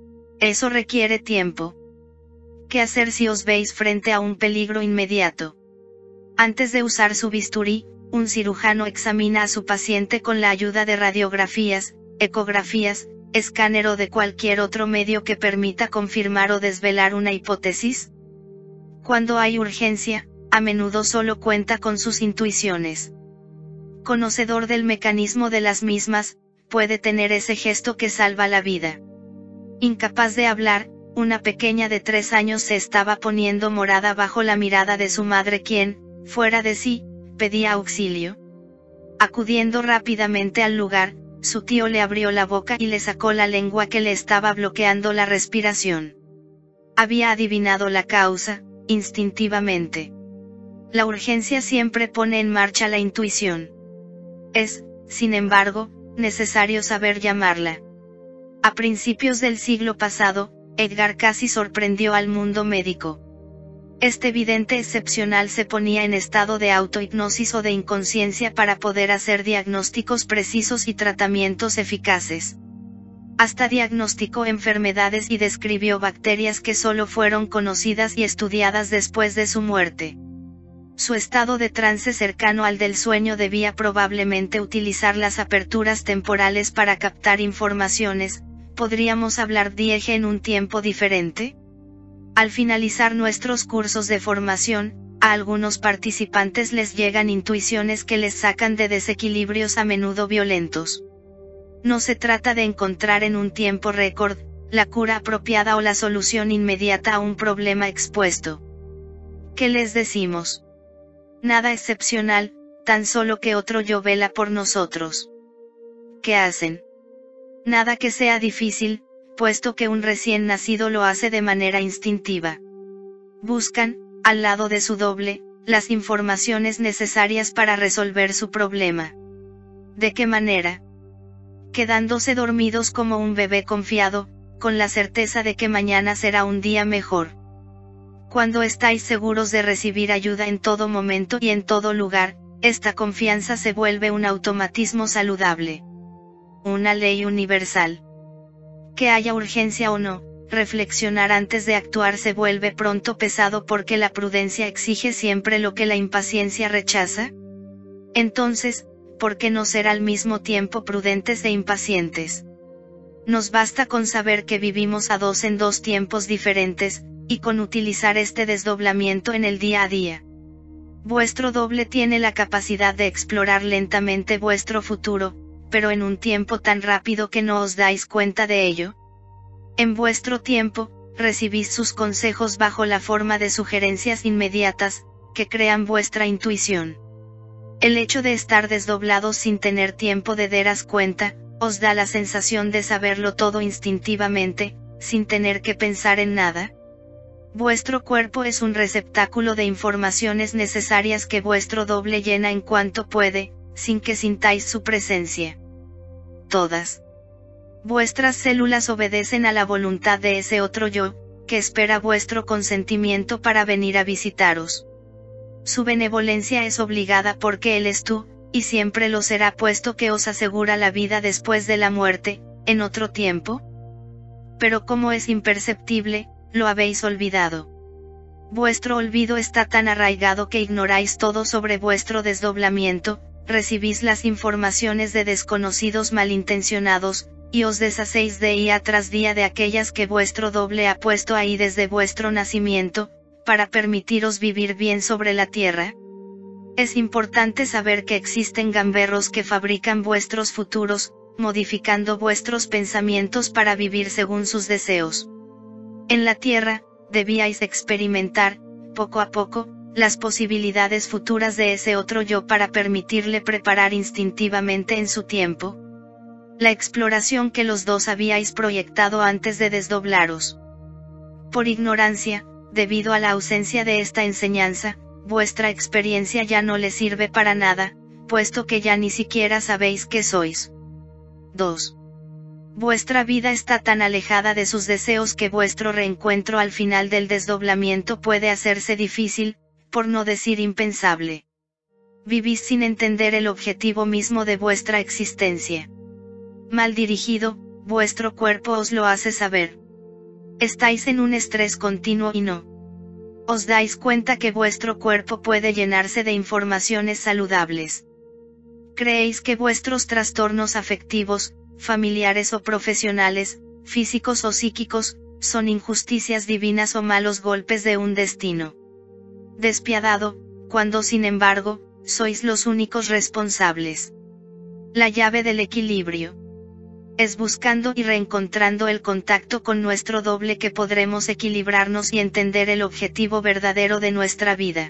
Eso requiere tiempo. ¿Qué hacer si os veis frente a un peligro inmediato? Antes de usar su bisturí, un cirujano examina a su paciente con la ayuda de radiografías, ecografías, escáner o de cualquier otro medio que permita confirmar o desvelar una hipótesis. Cuando hay urgencia, a menudo solo cuenta con sus intuiciones. Conocedor del mecanismo de las mismas, puede tener ese gesto que salva la vida. Incapaz de hablar, una pequeña de 3 años se estaba poniendo morada bajo la mirada de su madre quien, fuera de sí, pedía auxilio. Acudiendo rápidamente al lugar, su tío le abrió la boca y le sacó la lengua que le estaba bloqueando la respiración. Había adivinado la causa, instintivamente. La urgencia siempre pone en marcha la intuición. Es, sin embargo, necesario saber llamarla. A principios del siglo pasado, Edgar Cayce sorprendió al mundo médico. Este vidente excepcional se ponía en estado de autohipnosis o de inconsciencia para poder hacer diagnósticos precisos y tratamientos eficaces. Hasta diagnosticó enfermedades y describió bacterias que solo fueron conocidas y estudiadas después de su muerte. Su estado de trance cercano al del sueño debía probablemente utilizar las aperturas temporales para captar informaciones. ¿Podríamos hablar de eje en un tiempo diferente? Al finalizar nuestros cursos de formación, a algunos participantes les llegan intuiciones que les sacan de desequilibrios a menudo violentos. No se trata de encontrar en un tiempo récord, la cura apropiada o la solución inmediata a un problema expuesto. ¿Qué les decimos? Nada excepcional, tan solo que otro yo vela por nosotros. ¿Qué hacen? Nada que sea difícil, puesto que un recién nacido lo hace de manera instintiva. Buscan, al lado de su doble, las informaciones necesarias para resolver su problema. ¿De qué manera? Quedándose dormidos como un bebé confiado, con la certeza de que mañana será un día mejor. Cuando estáis seguros de recibir ayuda en todo momento y en todo lugar, esta confianza se vuelve un automatismo saludable. Una ley universal. Que haya urgencia o no, reflexionar antes de actuar se vuelve pronto pesado porque la prudencia exige siempre lo que la impaciencia rechaza. Entonces, ¿por qué no ser al mismo tiempo prudentes e impacientes? Nos basta con saber que vivimos a dos en dos tiempos diferentes, y con utilizar este desdoblamiento en el día a día. Vuestro doble tiene la capacidad de explorar lentamente vuestro futuro, pero en un tiempo tan rápido que no os dais cuenta de ello. En vuestro tiempo, recibís sus consejos bajo la forma de sugerencias inmediatas, que crean vuestra intuición. El hecho de estar desdoblados sin tener tiempo de daros cuenta, os da la sensación de saberlo todo instintivamente, sin tener que pensar en nada. Vuestro cuerpo es un receptáculo de informaciones necesarias que vuestro doble llena en cuanto puede, sin que sintáis su presencia. Todas vuestras células obedecen a la voluntad de ese otro yo, que espera vuestro consentimiento para venir a visitaros. Su benevolencia es obligada porque Él es tú, y siempre lo será puesto que os asegura la vida después de la muerte, en otro tiempo. Pero como es imperceptible, lo habéis olvidado. Vuestro olvido está tan arraigado que ignoráis todo sobre vuestro desdoblamiento, recibís las informaciones de desconocidos malintencionados, y os deshacéis día tras día de aquellas que vuestro doble ha puesto ahí desde vuestro nacimiento, para permitiros vivir bien sobre la tierra. Es importante saber que existen gamberros que fabrican vuestros futuros, modificando vuestros pensamientos para vivir según sus deseos. En la tierra, debíais experimentar, poco a poco, las posibilidades futuras de ese otro yo para permitirle preparar instintivamente en su tiempo la exploración que los dos habíais proyectado antes de desdoblaros. Por ignorancia, debido a la ausencia de esta enseñanza, vuestra experiencia ya no le sirve para nada, puesto que ya ni siquiera sabéis qué sois. 2. Vuestra vida está tan alejada de sus deseos que vuestro reencuentro al final del desdoblamiento puede hacerse difícil, por no decir impensable. Vivís sin entender el objetivo mismo de vuestra existencia. Mal dirigido, vuestro cuerpo os lo hace saber. Estáis en un estrés continuo y no os dais cuenta que vuestro cuerpo puede llenarse de informaciones saludables. Creéis que vuestros trastornos afectivos, familiares o profesionales, físicos o psíquicos, son injusticias divinas o malos golpes de un destino despiadado, cuando sin embargo, sois los únicos responsables. La llave del equilibrio. Es buscando y reencontrando el contacto con nuestro doble que podremos equilibrarnos y entender el objetivo verdadero de nuestra vida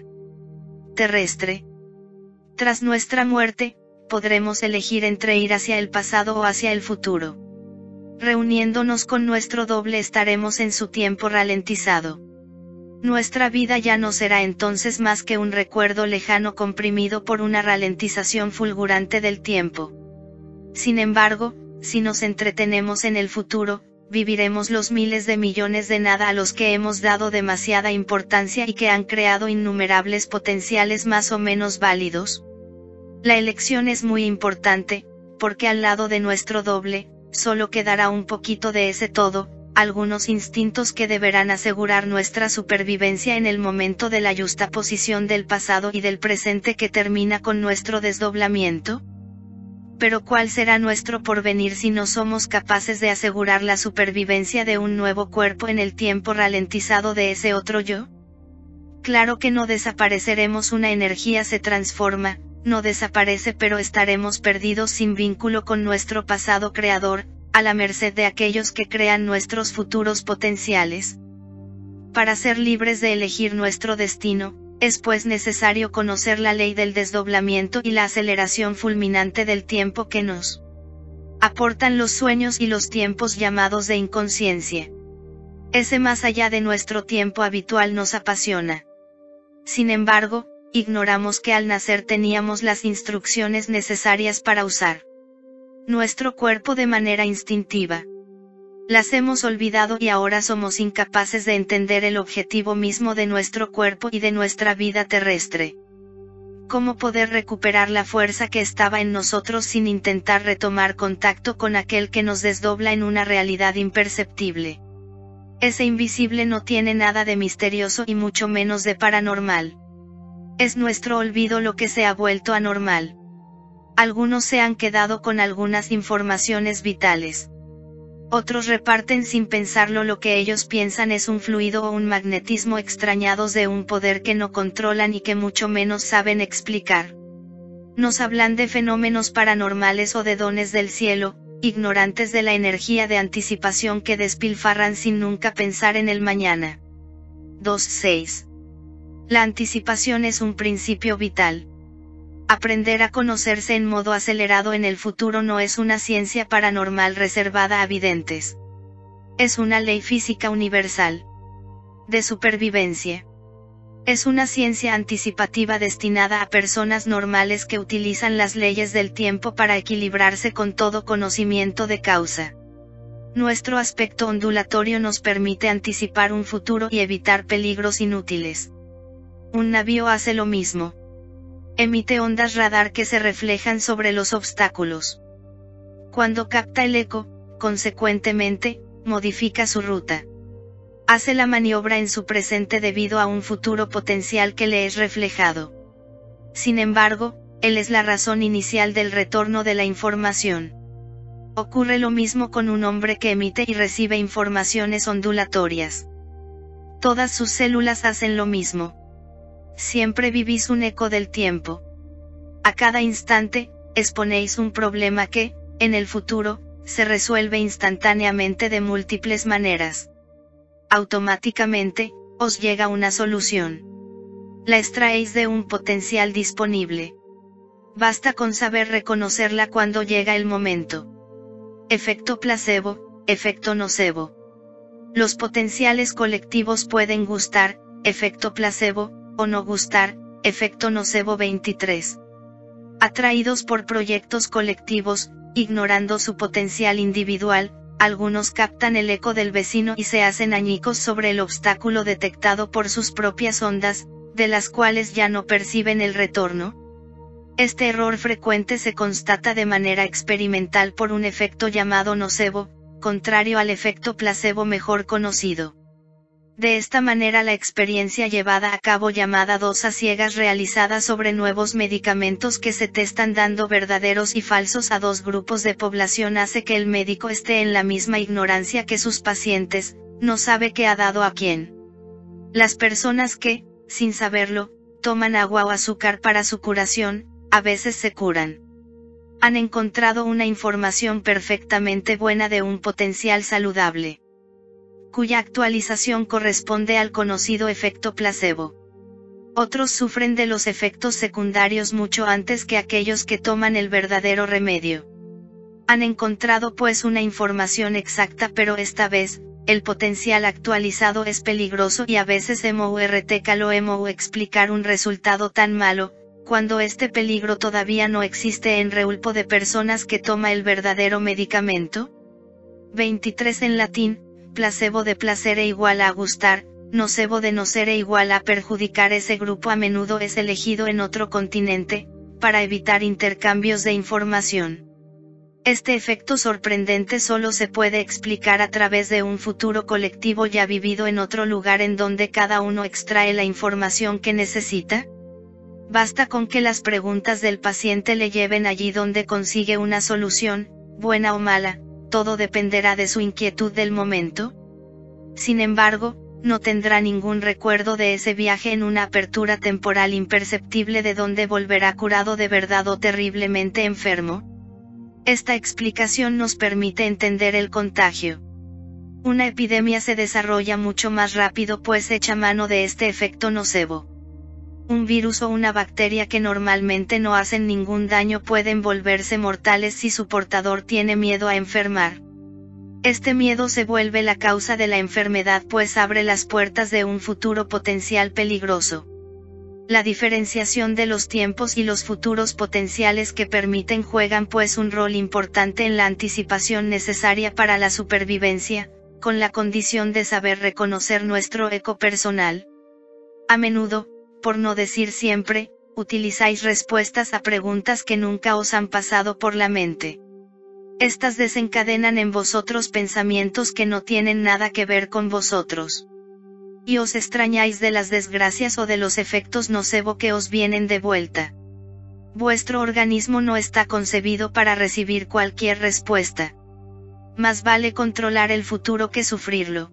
terrestre. Tras nuestra muerte, podremos elegir entre ir hacia el pasado o hacia el futuro. Reuniéndonos con nuestro doble estaremos en su tiempo ralentizado. Nuestra vida ya no será entonces más que un recuerdo lejano comprimido por una ralentización fulgurante del tiempo. Sin embargo, si nos entretenemos en el futuro, viviremos los miles de millones de nada a los que hemos dado demasiada importancia y que han creado innumerables potenciales más o menos válidos. La elección es muy importante, porque al lado de nuestro doble, solo quedará un poquito de ese todo, algunos instintos que deberán asegurar nuestra supervivencia en el momento de la yuxtaposición del pasado y del presente que termina con nuestro desdoblamiento. Pero ¿cuál será nuestro porvenir si no somos capaces de asegurar la supervivencia de un nuevo cuerpo en el tiempo ralentizado de ese otro yo? Claro que no desapareceremos, una energía se transforma, no desaparece, pero estaremos perdidos sin vínculo con nuestro pasado creador, a la merced de aquellos que crean nuestros futuros potenciales. Para ser libres de elegir nuestro destino, es pues necesario conocer la ley del desdoblamiento y la aceleración fulminante del tiempo que nos aportan los sueños y los tiempos llamados de inconsciencia. Ese más allá de nuestro tiempo habitual nos apasiona. Sin embargo, ignoramos que al nacer teníamos las instrucciones necesarias para usar nuestro cuerpo de manera instintiva. Las hemos olvidado y ahora somos incapaces de entender el objetivo mismo de nuestro cuerpo y de nuestra vida terrestre. ¿Cómo poder recuperar la fuerza que estaba en nosotros sin intentar retomar contacto con aquel que nos desdobla en una realidad imperceptible? Ese invisible no tiene nada de misterioso y mucho menos de paranormal. Es nuestro olvido lo que se ha vuelto anormal. Algunos se han quedado con algunas informaciones vitales. Otros reparten sin pensarlo lo que ellos piensan es un fluido o un magnetismo extrañados de un poder que no controlan y que mucho menos saben explicar. Nos hablan de fenómenos paranormales o de dones del cielo, ignorantes de la energía de anticipación que despilfarran sin nunca pensar en el mañana. 2.6. La anticipación es un principio vital. Aprender a conocerse en modo acelerado en el futuro no es una ciencia paranormal reservada a videntes. Es una ley física universal de supervivencia. Es una ciencia anticipativa destinada a personas normales que utilizan las leyes del tiempo para equilibrarse con todo conocimiento de causa. Nuestro aspecto ondulatorio nos permite anticipar un futuro y evitar peligros inútiles. Un navío hace lo mismo. Emite ondas radar que se reflejan sobre los obstáculos. Cuando capta el eco, consecuentemente, modifica su ruta. Hace la maniobra en su presente debido a un futuro potencial que le es reflejado. Sin embargo, él es la razón inicial del retorno de la información. Ocurre lo mismo con un hombre que emite y recibe informaciones ondulatorias. Todas sus células hacen lo mismo. Siempre vivís un eco del tiempo. A cada instante, exponéis un problema que, en el futuro, se resuelve instantáneamente de múltiples maneras. Automáticamente, os llega una solución. La extraéis de un potencial disponible. Basta con saber reconocerla cuando llega el momento. Efecto placebo, efecto nocebo. Los potenciales colectivos pueden gustar, efecto placebo, o no gustar, efecto nocebo 23. Atraídos por proyectos colectivos, ignorando su potencial individual, algunos captan el eco del vecino y se hacen añicos sobre el obstáculo detectado por sus propias ondas, de las cuales ya no perciben el retorno. Este error frecuente se constata de manera experimental por un efecto llamado nocebo, contrario al efecto placebo mejor conocido. De esta manera la experiencia llevada a cabo llamada dos a ciegas realizada sobre nuevos medicamentos que se testan dando verdaderos y falsos a dos grupos de población hace que el médico esté en la misma ignorancia que sus pacientes, no sabe qué ha dado a quién. Las personas que, sin saberlo, toman agua o azúcar para su curación, a veces se curan. Han encontrado una información perfectamente buena de un potencial saludable, cuya actualización corresponde al conocido efecto placebo. Otros sufren de los efectos secundarios mucho antes que aquellos que toman el verdadero remedio. Han encontrado pues una información exacta, pero esta vez, el potencial actualizado es peligroso y a veces hemos explicar un resultado tan malo, cuando este peligro todavía no existe en reulpo de personas que toma el verdadero medicamento. 23 en latín. Placebo de placere igual a gustar, nocebo de nocere igual a perjudicar. Ese grupo a menudo es elegido en otro continente, para evitar intercambios de información. Este efecto sorprendente solo se puede explicar a través de un futuro colectivo ya vivido en otro lugar en donde cada uno extrae la información que necesita. Basta con que las preguntas del paciente le lleven allí donde consigue una solución, buena o mala. Todo dependerá de su inquietud del momento. Sin embargo, no tendrá ningún recuerdo de ese viaje en una apertura temporal imperceptible de donde volverá curado de verdad o terriblemente enfermo. Esta explicación nos permite entender el contagio. Una epidemia se desarrolla mucho más rápido pues echa mano de este efecto nocebo. Un virus o una bacteria que normalmente no hacen ningún daño pueden volverse mortales si su portador tiene miedo a enfermar. Este miedo se vuelve la causa de la enfermedad pues abre las puertas de un futuro potencial peligroso. La diferenciación de los tiempos y los futuros potenciales que permiten juegan pues un rol importante en la anticipación necesaria para la supervivencia, con la condición de saber reconocer nuestro eco personal. A menudo, por no decir siempre, utilizáis respuestas a preguntas que nunca os han pasado por la mente. Estas desencadenan en vosotros pensamientos que no tienen nada que ver con vosotros. Y os extrañáis de las desgracias o de los efectos nocebo que os vienen de vuelta. Vuestro organismo no está concebido para recibir cualquier respuesta. Más vale controlar el futuro que sufrirlo.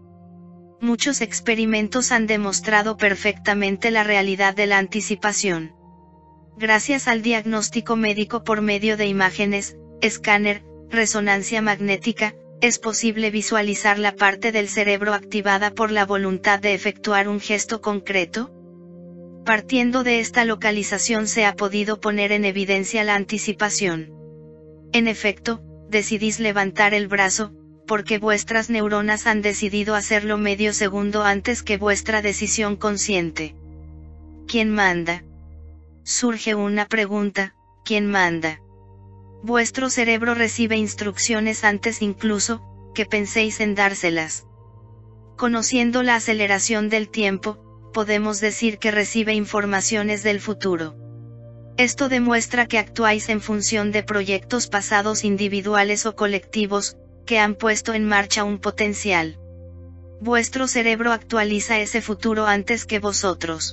Muchos experimentos han demostrado perfectamente la realidad de la anticipación. Gracias al diagnóstico médico por medio de imágenes, escáner, resonancia magnética, es posible visualizar la parte del cerebro activada por la voluntad de efectuar un gesto concreto. Partiendo de esta localización se ha podido poner en evidencia la anticipación. En efecto, decidís levantar el brazo, porque vuestras neuronas han decidido hacerlo medio segundo antes que vuestra decisión consciente. ¿Quién manda? Surge una pregunta, ¿quién manda? Vuestro cerebro recibe instrucciones antes incluso, que penséis en dárselas. Conociendo la aceleración del tiempo, podemos decir que recibe informaciones del futuro. Esto demuestra que actuáis en función de proyectos pasados individuales o colectivos, que han puesto en marcha un potencial. Vuestro cerebro actualiza ese futuro antes que vosotros.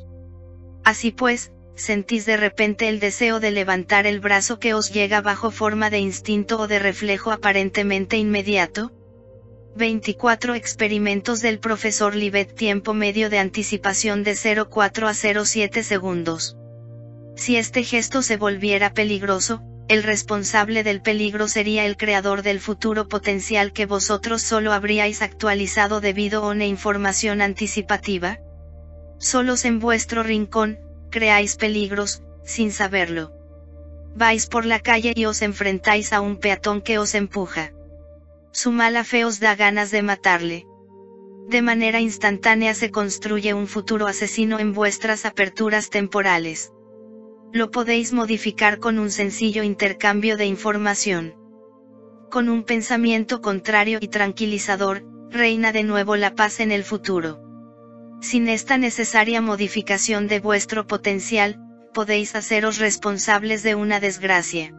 Así pues, sentís de repente el deseo de levantar el brazo que os llega bajo forma de instinto o de reflejo aparentemente inmediato. 24 experimentos del profesor Libet. Tiempo medio de anticipación de 0,4 a 0,7 segundos. Si este gesto se volviera peligroso, el responsable del peligro sería el creador del futuro potencial que vosotros solo habríais actualizado debido a una información anticipativa. Solos en vuestro rincón, creáis peligros, sin saberlo. Vais por la calle y os enfrentáis a un peatón que os empuja. Su mala fe os da ganas de matarle. De manera instantánea se construye un futuro asesino en vuestras aperturas temporales. Lo podéis modificar con un sencillo intercambio de información. Con un pensamiento contrario y tranquilizador, reina de nuevo la paz en el futuro. Sin esta necesaria modificación de vuestro potencial, podéis haceros responsables de una desgracia.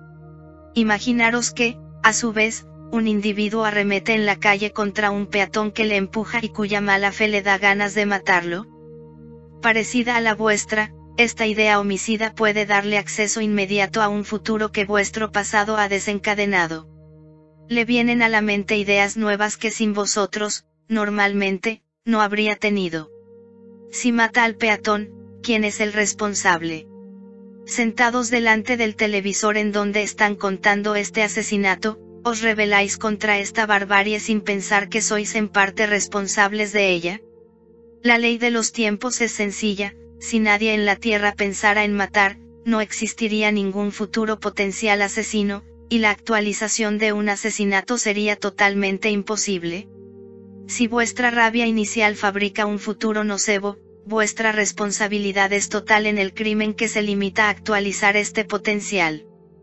Imaginaros que, a su vez, un individuo arremete en la calle contra un peatón que le empuja y cuya mala fe le da ganas de matarlo. Parecida a la vuestra, esta idea homicida puede darle acceso inmediato a un futuro que vuestro pasado ha desencadenado. Le vienen a la mente ideas nuevas que sin vosotros, normalmente, no habría tenido. Si mata al peatón, ¿quién es el responsable? Sentados delante del televisor en donde están contando este asesinato, ¿os rebeláis contra esta barbarie sin pensar que sois en parte responsables de ella? La ley de los tiempos es sencilla: si nadie en la Tierra pensara en matar, no existiría ningún futuro potencial asesino, y la actualización de un asesinato sería totalmente imposible. Si vuestra rabia inicial fabrica un futuro nocebo, vuestra responsabilidad es total en el crimen que se limita a actualizar este potencial.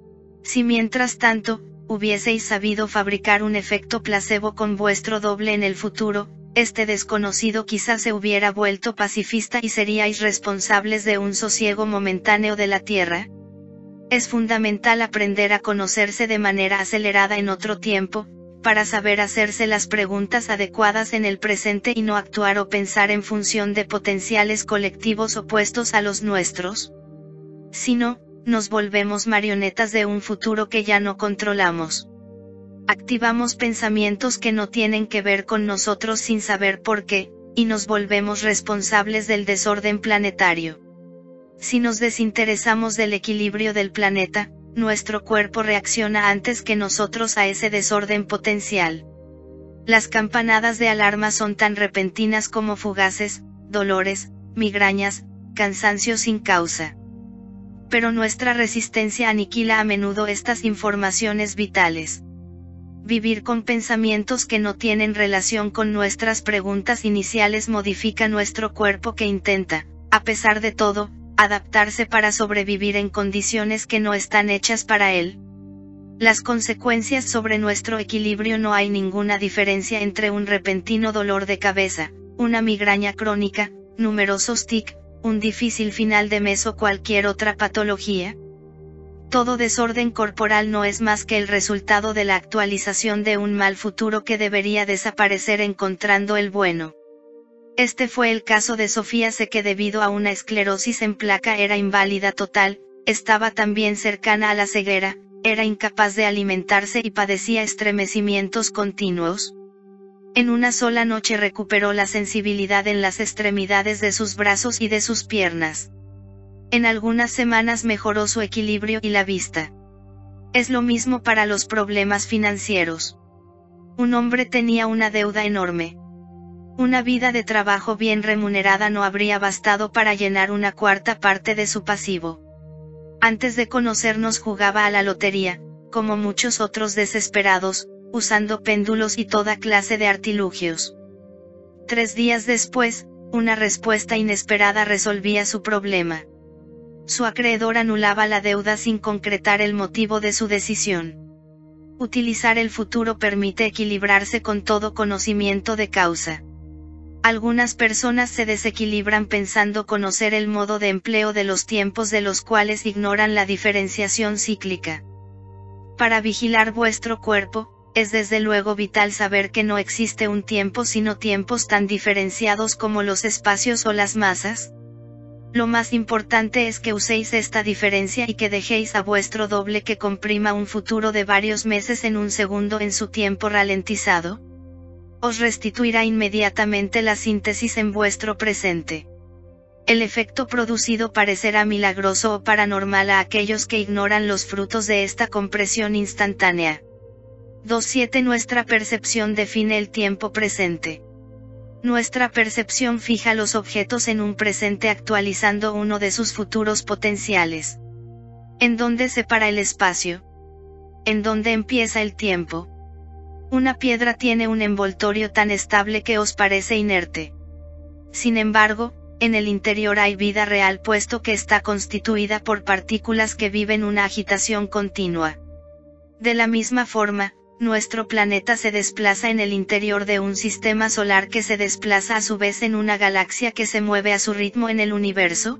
Si mientras tanto, hubieseis sabido fabricar un efecto placebo con vuestro doble en el futuro, este desconocido quizás se hubiera vuelto pacifista y seríais responsables de un sosiego momentáneo de la Tierra. Es fundamental aprender a conocerse de manera acelerada en otro tiempo, para saber hacerse las preguntas adecuadas en el presente y no actuar o pensar en función de potenciales colectivos opuestos a los nuestros. Si no, nos volvemos marionetas de un futuro que ya no controlamos. Activamos pensamientos que no tienen que ver con nosotros sin saber por qué, y nos volvemos responsables del desorden planetario. Si nos desinteresamos del equilibrio del planeta, nuestro cuerpo reacciona antes que nosotros a ese desorden potencial. Las campanadas de alarma son tan repentinas como fugaces: dolores, migrañas, cansancio sin causa. Pero nuestra resistencia aniquila a menudo estas informaciones vitales. Vivir con pensamientos que no tienen relación con nuestras preguntas iniciales modifica nuestro cuerpo, que intenta, a pesar de todo, adaptarse para sobrevivir en condiciones que no están hechas para él. Las consecuencias sobre nuestro equilibrio: no hay ninguna diferencia entre un repentino dolor de cabeza, una migraña crónica, numerosos tics, un difícil final de mes o cualquier otra patología. Todo desorden corporal no es más que el resultado de la actualización de un mal futuro que debería desaparecer encontrando el bueno. Este fue el caso de Sofía C., que debido a una esclerosis en placa era inválida total, estaba también cercana a la ceguera, era incapaz de alimentarse y padecía estremecimientos continuos. En una sola noche recuperó la sensibilidad en las extremidades de sus brazos y de sus piernas. En algunas semanas mejoró su equilibrio y la vista. Es lo mismo para los problemas financieros. Un hombre tenía una deuda enorme. Una vida de trabajo bien remunerada no habría bastado para llenar una cuarta parte de su pasivo. Antes de conocernos jugaba a la lotería, como muchos otros desesperados, usando péndulos y toda clase de artilugios. 3 días después, una respuesta inesperada resolvía su problema. Su acreedor anulaba la deuda sin concretar el motivo de su decisión. Utilizar el futuro permite equilibrarse con todo conocimiento de causa. Algunas personas se desequilibran pensando conocer el modo de empleo de los tiempos, de los cuales ignoran la diferenciación cíclica. Para vigilar vuestro cuerpo, es desde luego vital saber que no existe un tiempo sino tiempos tan diferenciados como los espacios o las masas. Lo más importante es que uséis esta diferencia y que dejéis a vuestro doble que comprima un futuro de varios meses en un segundo en su tiempo ralentizado. Os restituirá inmediatamente la síntesis en vuestro presente. El efecto producido parecerá milagroso o paranormal a aquellos que ignoran los frutos de esta compresión instantánea. 2.7 Nuestra percepción define el tiempo presente. Nuestra percepción fija los objetos en un presente actualizando uno de sus futuros potenciales. ¿En dónde se para el espacio? ¿En dónde empieza el tiempo? Una piedra tiene un envoltorio tan estable que os parece inerte. Sin embargo, en el interior hay vida real puesto que está constituida por partículas que viven una agitación continua. De la misma forma, nuestro planeta se desplaza en el interior de un sistema solar que se desplaza a su vez en una galaxia que se mueve a su ritmo en el universo.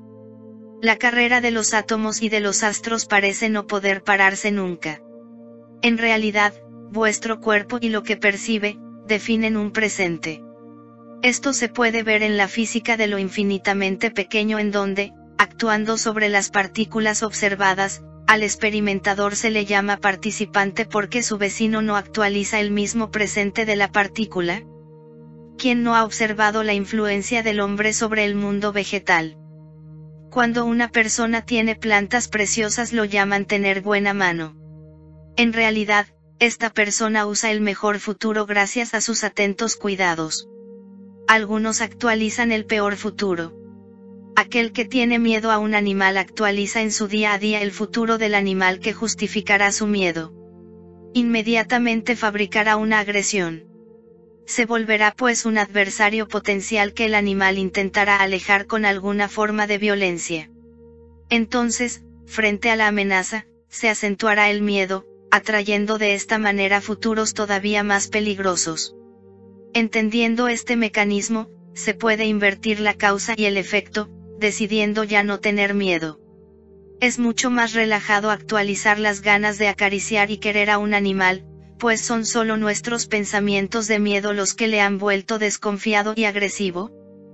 La carrera de los átomos y de los astros parece no poder pararse nunca. En realidad, vuestro cuerpo y lo que percibe, definen un presente. Esto se puede ver en la física de lo infinitamente pequeño en donde, actuando sobre las partículas observadas, al experimentador se le llama participante porque su vecino no actualiza el mismo presente de la partícula. ¿Quién no ha observado la influencia del hombre sobre el mundo vegetal? Cuando una persona tiene plantas preciosas lo llaman tener buena mano. En realidad, esta persona usa el mejor futuro gracias a sus atentos cuidados. Algunos actualizan el peor futuro. Aquel que tiene miedo a un animal actualiza en su día a día el futuro del animal que justificará su miedo. Inmediatamente fabricará una agresión. Se volverá pues un adversario potencial que el animal intentará alejar con alguna forma de violencia. Entonces, frente a la amenaza, se acentuará el miedo, atrayendo de esta manera futuros todavía más peligrosos. Entendiendo este mecanismo, se puede invertir la causa y el efecto, decidiendo ya no tener miedo. Es mucho más relajado actualizar las ganas de acariciar y querer a un animal, pues son solo nuestros pensamientos de miedo los que le han vuelto desconfiado y agresivo.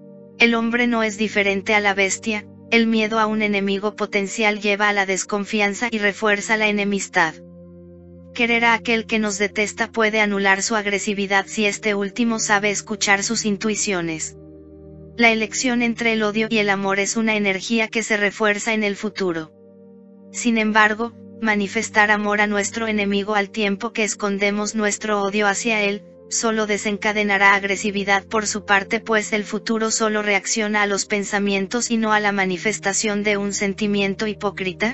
El hombre no es diferente a la bestia, el miedo a un enemigo potencial lleva a la desconfianza y refuerza la enemistad. Querer a aquel que nos detesta puede anular su agresividad si este último sabe escuchar sus intuiciones. La elección entre el odio y el amor es una energía que se refuerza en el futuro. Sin embargo, manifestar amor a nuestro enemigo al tiempo que escondemos nuestro odio hacia él, solo desencadenará agresividad por su parte pues el futuro solo reacciona a los pensamientos y no a la manifestación de un sentimiento hipócrita.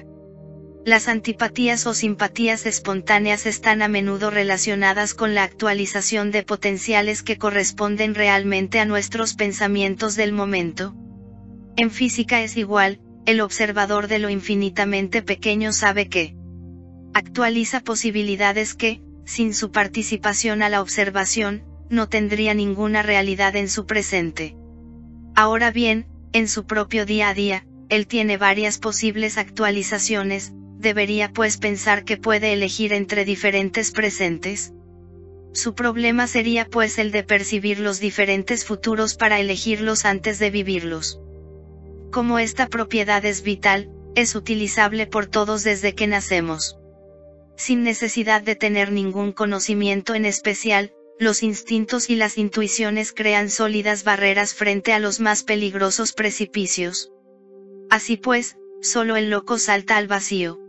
Las antipatías o simpatías espontáneas están a menudo relacionadas con la actualización de potenciales que corresponden realmente a nuestros pensamientos del momento. En física es igual, el observador de lo infinitamente pequeño sabe que actualiza posibilidades que, sin su participación a la observación, no tendría ninguna realidad en su presente. Ahora bien, en su propio día a día, él tiene varias posibles actualizaciones. Debería pues pensar que puede elegir entre diferentes presentes. Su problema sería pues el de percibir los diferentes futuros para elegirlos antes de vivirlos. Como esta propiedad es vital, es utilizable por todos desde que nacemos. Sin necesidad de tener ningún conocimiento en especial, los instintos y las intuiciones crean sólidas barreras frente a los más peligrosos precipicios. Así pues, solo el loco salta al vacío.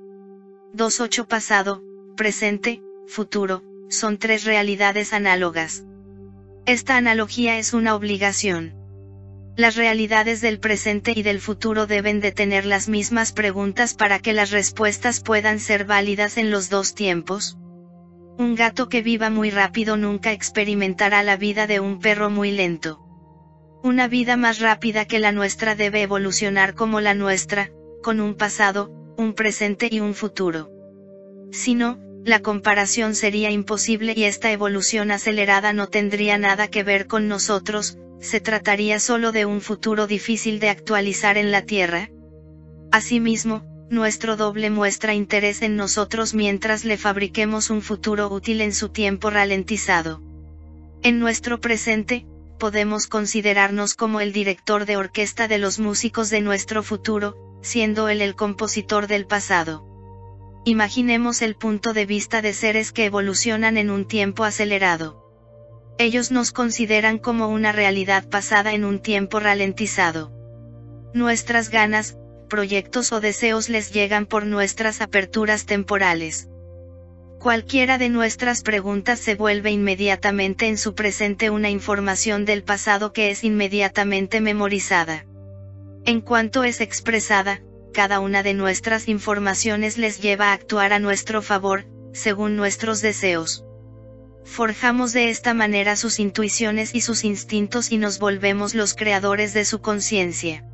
2.8 Pasado, presente, futuro, son tres realidades análogas. Esta analogía es una obligación. Las realidades del presente y del futuro deben de tener las mismas preguntas para que las respuestas puedan ser válidas en los dos tiempos. Un gato que viva muy rápido nunca experimentará la vida de un perro muy lento. Una vida más rápida que la nuestra debe evolucionar como la nuestra, con un pasado, un presente y un futuro. Si no, la comparación sería imposible y esta evolución acelerada no tendría nada que ver con nosotros, se trataría solo de un futuro difícil de actualizar en la Tierra. Asimismo, nuestro doble muestra interés en nosotros mientras le fabriquemos un futuro útil en su tiempo ralentizado. En nuestro presente, podemos considerarnos como el director de orquesta de los músicos de nuestro futuro, siendo él el compositor del pasado. Imaginemos el punto de vista de seres que evolucionan en un tiempo acelerado. Ellos nos consideran como una realidad pasada en un tiempo ralentizado. Nuestras ganas, proyectos o deseos les llegan por nuestras aperturas temporales. Cualquiera de nuestras preguntas se vuelve inmediatamente en su presente una información del pasado que es inmediatamente memorizada. En cuanto es expresada, cada una de nuestras informaciones les lleva a actuar a nuestro favor, según nuestros deseos. Forjamos de esta manera sus intuiciones y sus instintos y nos volvemos los creadores de su conciencia.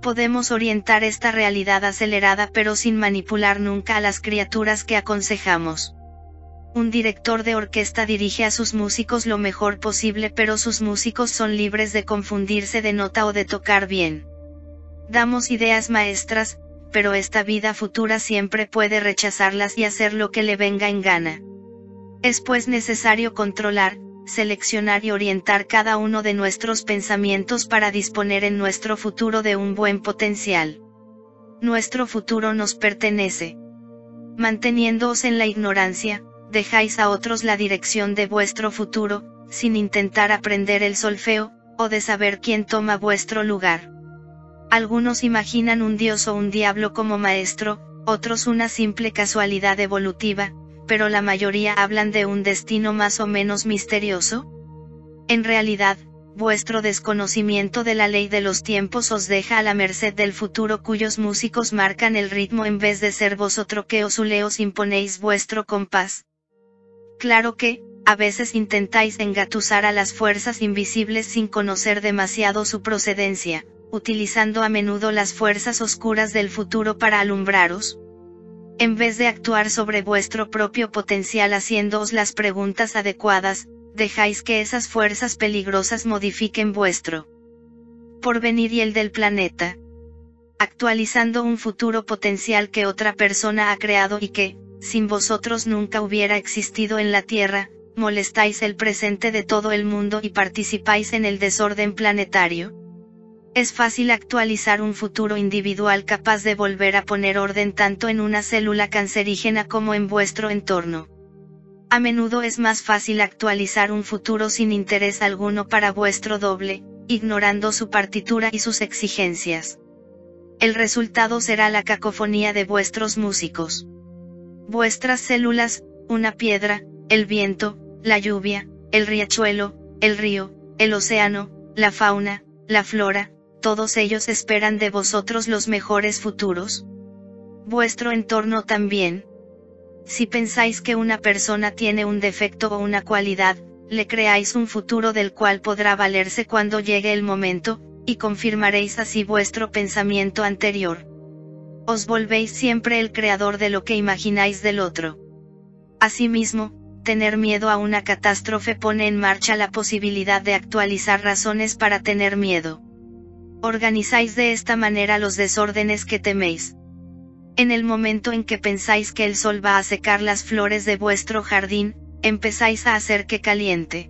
Podemos orientar esta realidad acelerada pero sin manipular nunca a las criaturas que aconsejamos. Un director de orquesta dirige a sus músicos lo mejor posible, pero sus músicos son libres de confundirse de nota o de tocar bien. Damos ideas maestras, pero esta vida futura siempre puede rechazarlas y hacer lo que le venga en gana. Es pues necesario controlar, seleccionar y orientar cada uno de nuestros pensamientos para disponer en nuestro futuro de un buen potencial. Nuestro futuro nos pertenece. Manteniéndoos en la ignorancia, dejáis a otros la dirección de vuestro futuro, sin intentar aprender el solfeo, o de saber quién toma vuestro lugar. Algunos imaginan un dios o un diablo como maestro, otros una simple casualidad evolutiva, pero la mayoría hablan de un destino más o menos misterioso. En realidad, vuestro desconocimiento de la ley de los tiempos os deja a la merced del futuro cuyos músicos marcan el ritmo en vez de ser vosotros que os imponéis vuestro compás. Claro que, a veces intentáis engatusar a las fuerzas invisibles sin conocer demasiado su procedencia, utilizando a menudo las fuerzas oscuras del futuro para alumbraros. En vez de actuar sobre vuestro propio potencial haciéndoos las preguntas adecuadas, dejáis que esas fuerzas peligrosas modifiquen vuestro porvenir y el del planeta, actualizando un futuro potencial que otra persona ha creado y que, sin vosotros nunca hubiera existido en la Tierra. Molestáis el presente de todo el mundo y participáis en el desorden planetario. Es fácil actualizar un futuro individual capaz de volver a poner orden tanto en una célula cancerígena como en vuestro entorno. A menudo es más fácil actualizar un futuro sin interés alguno para vuestro doble, ignorando su partitura y sus exigencias. El resultado será la cacofonía de vuestros músicos. Vuestras células, una piedra, el viento, la lluvia, el riachuelo, el río, el océano, la fauna, la flora, todos ellos esperan de vosotros los mejores futuros. Vuestro entorno también. Si pensáis que una persona tiene un defecto o una cualidad, le creáis un futuro del cual podrá valerse cuando llegue el momento, y confirmaréis así vuestro pensamiento anterior. Os volvéis siempre el creador de lo que imagináis del otro. Asimismo, tener miedo a una catástrofe pone en marcha la posibilidad de actualizar razones para tener miedo. Organizáis de esta manera los desórdenes que teméis. En el momento en que pensáis que el sol va a secar las flores de vuestro jardín, empezáis a hacer que caliente.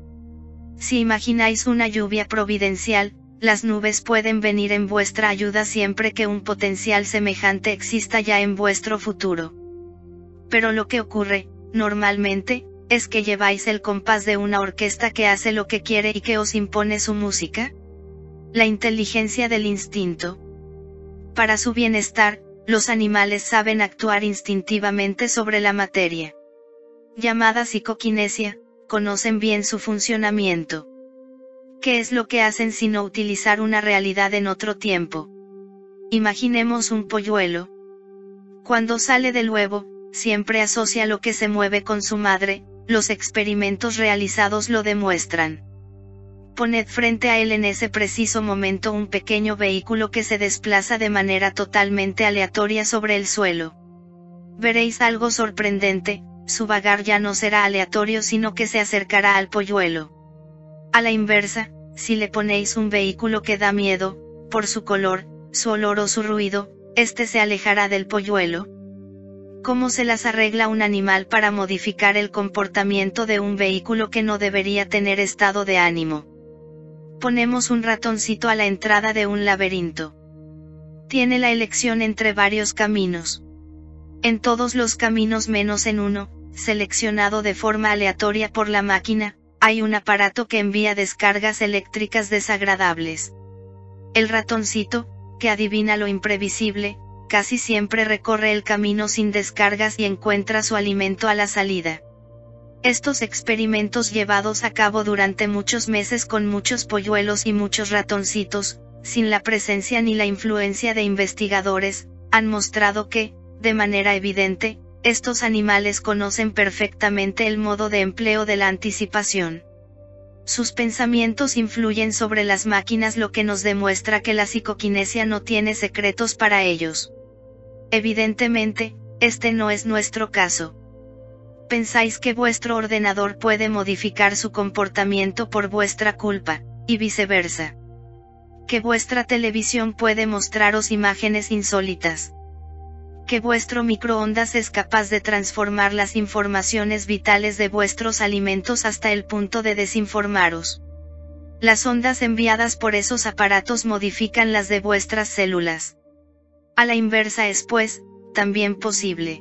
Si imagináis una lluvia providencial, las nubes pueden venir en vuestra ayuda siempre que un potencial semejante exista ya en vuestro futuro. Pero lo que ocurre, normalmente, es que lleváis el compás de una orquesta que hace lo que quiere y que os impone su música. La inteligencia del instinto. Para su bienestar, los animales saben actuar instintivamente sobre la materia. Llamada psicoquinesia, conocen bien su funcionamiento. ¿Qué es lo que hacen sino utilizar una realidad en otro tiempo? Imaginemos un polluelo. Cuando sale del huevo, siempre asocia lo que se mueve con su madre, los experimentos realizados lo demuestran. Poned frente a él en ese preciso momento un pequeño vehículo que se desplaza de manera totalmente aleatoria sobre el suelo. Veréis algo sorprendente, su vagar ya no será aleatorio sino que se acercará al polluelo. A la inversa, si le ponéis un vehículo que da miedo, por su color, su olor o su ruido, este se alejará del polluelo. ¿Cómo se las arregla un animal para modificar el comportamiento de un vehículo que no debería tener estado de ánimo? Ponemos un ratoncito a la entrada de un laberinto. Tiene la elección entre varios caminos. En todos los caminos menos en uno, seleccionado de forma aleatoria por la máquina, hay un aparato que envía descargas eléctricas desagradables. El ratoncito, que adivina lo imprevisible, casi siempre recorre el camino sin descargas y encuentra su alimento a la salida. Estos experimentos llevados a cabo durante muchos meses con muchos polluelos y muchos ratoncitos, sin la presencia ni la influencia de investigadores, han mostrado que, de manera evidente, estos animales conocen perfectamente el modo de empleo de la anticipación. Sus pensamientos influyen sobre las máquinas, lo que nos demuestra que la psicoquinesia no tiene secretos para ellos. Evidentemente, este no es nuestro caso. Pensáis que vuestro ordenador puede modificar su comportamiento por vuestra culpa, y viceversa. Que vuestra televisión puede mostraros imágenes insólitas. Que vuestro microondas es capaz de transformar las informaciones vitales de vuestros alimentos hasta el punto de desinformaros. Las ondas enviadas por esos aparatos modifican las de vuestras células. A la inversa es, pues, también posible.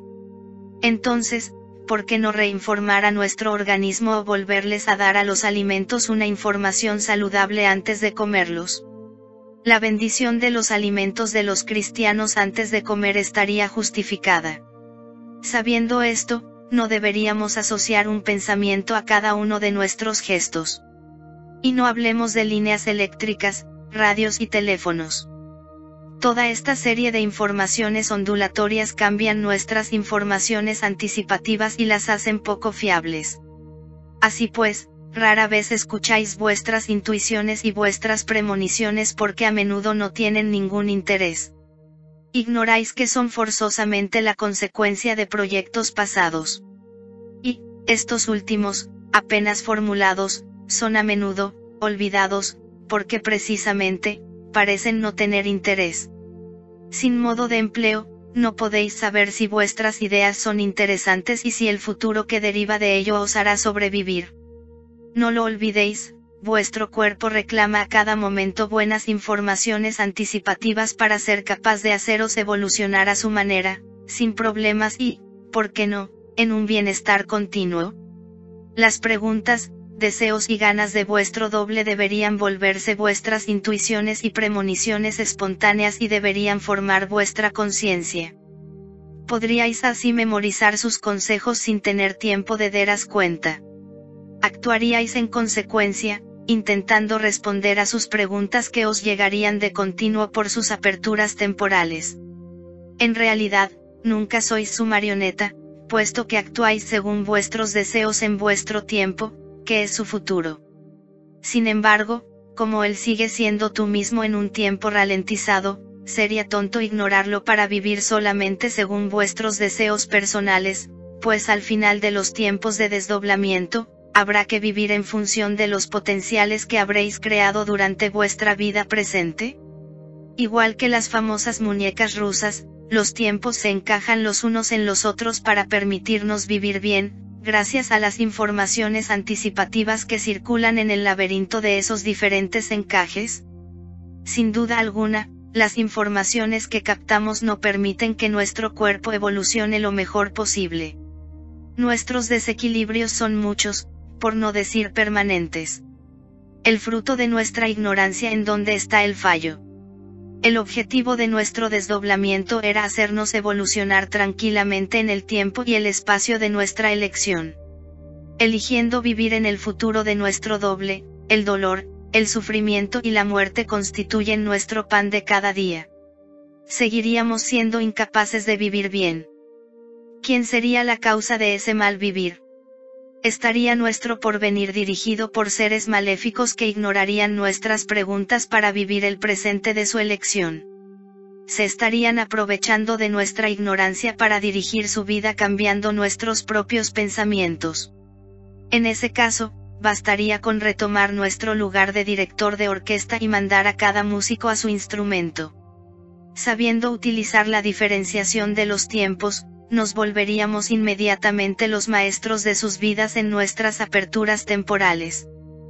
Entonces, ¿por qué no reinformar a nuestro organismo o volverles a dar a los alimentos una información saludable antes de comerlos? La bendición de los alimentos de los cristianos antes de comer estaría justificada. Sabiendo esto, no deberíamos asociar un pensamiento a cada uno de nuestros gestos. Y no hablemos de líneas eléctricas, radios y teléfonos. Toda esta serie de informaciones ondulatorias cambian nuestras informaciones anticipativas y las hacen poco fiables. Así pues, rara vez escucháis vuestras intuiciones y vuestras premoniciones porque a menudo no tienen ningún interés. Ignoráis que son forzosamente la consecuencia de proyectos pasados. Y, estos últimos, apenas formulados, son a menudo olvidados, porque precisamente, parecen no tener interés. Sin modo de empleo, no podéis saber si vuestras ideas son interesantes y si el futuro que deriva de ello os hará sobrevivir. No lo olvidéis, vuestro cuerpo reclama a cada momento buenas informaciones anticipativas para ser capaz de haceros evolucionar a su manera, sin problemas y, ¿por qué no?, en un bienestar continuo. Las preguntas, deseos y ganas de vuestro doble deberían volverse vuestras intuiciones y premoniciones espontáneas y deberían formar vuestra conciencia. Podríais así memorizar sus consejos sin tener tiempo de daros cuenta. Actuaríais en consecuencia, intentando responder a sus preguntas que os llegarían de continuo por sus aperturas temporales. En realidad, nunca sois su marioneta, puesto que actuáis según vuestros deseos en vuestro tiempo, que es su futuro. Sin embargo, como él sigue siendo tú mismo en un tiempo ralentizado, sería tonto ignorarlo para vivir solamente según vuestros deseos personales, pues al final de los tiempos de desdoblamiento, habrá que vivir en función de los potenciales que habréis creado durante vuestra vida presente. Igual que las famosas muñecas rusas, los tiempos se encajan los unos en los otros para permitirnos vivir bien, gracias a las informaciones anticipativas que circulan en el laberinto de esos diferentes encajes. Sin duda alguna, las informaciones que captamos no permiten que nuestro cuerpo evolucione lo mejor posible. Nuestros desequilibrios son muchos, por no decir permanentes. El fruto de nuestra ignorancia en dónde está el fallo. El objetivo de nuestro desdoblamiento era hacernos evolucionar tranquilamente en el tiempo y el espacio de nuestra elección. Eligiendo vivir en el futuro de nuestro doble, el dolor, el sufrimiento y la muerte constituyen nuestro pan de cada día. Seguiríamos siendo incapaces de vivir bien. ¿Quién sería la causa de ese mal vivir? Estaría nuestro porvenir dirigido por seres maléficos que ignorarían nuestras preguntas para vivir el presente de su elección. Se estarían aprovechando de nuestra ignorancia para dirigir su vida cambiando nuestros propios pensamientos. En ese caso, bastaría con retomar nuestro lugar de director de orquesta y mandar a cada músico a su instrumento. Sabiendo utilizar la diferenciación de los tiempos, nos volveríamos inmediatamente los maestros de sus vidas en nuestras aperturas temporales.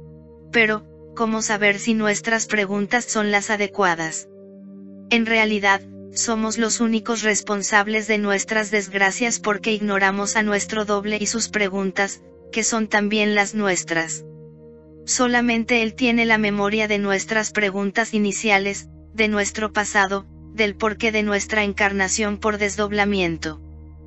Pero, ¿cómo saber si nuestras preguntas son las adecuadas? En realidad, somos los únicos responsables de nuestras desgracias porque ignoramos a nuestro doble y sus preguntas, que son también las nuestras. Solamente él tiene la memoria de nuestras preguntas iniciales, de nuestro pasado, del porqué de nuestra encarnación por desdoblamiento.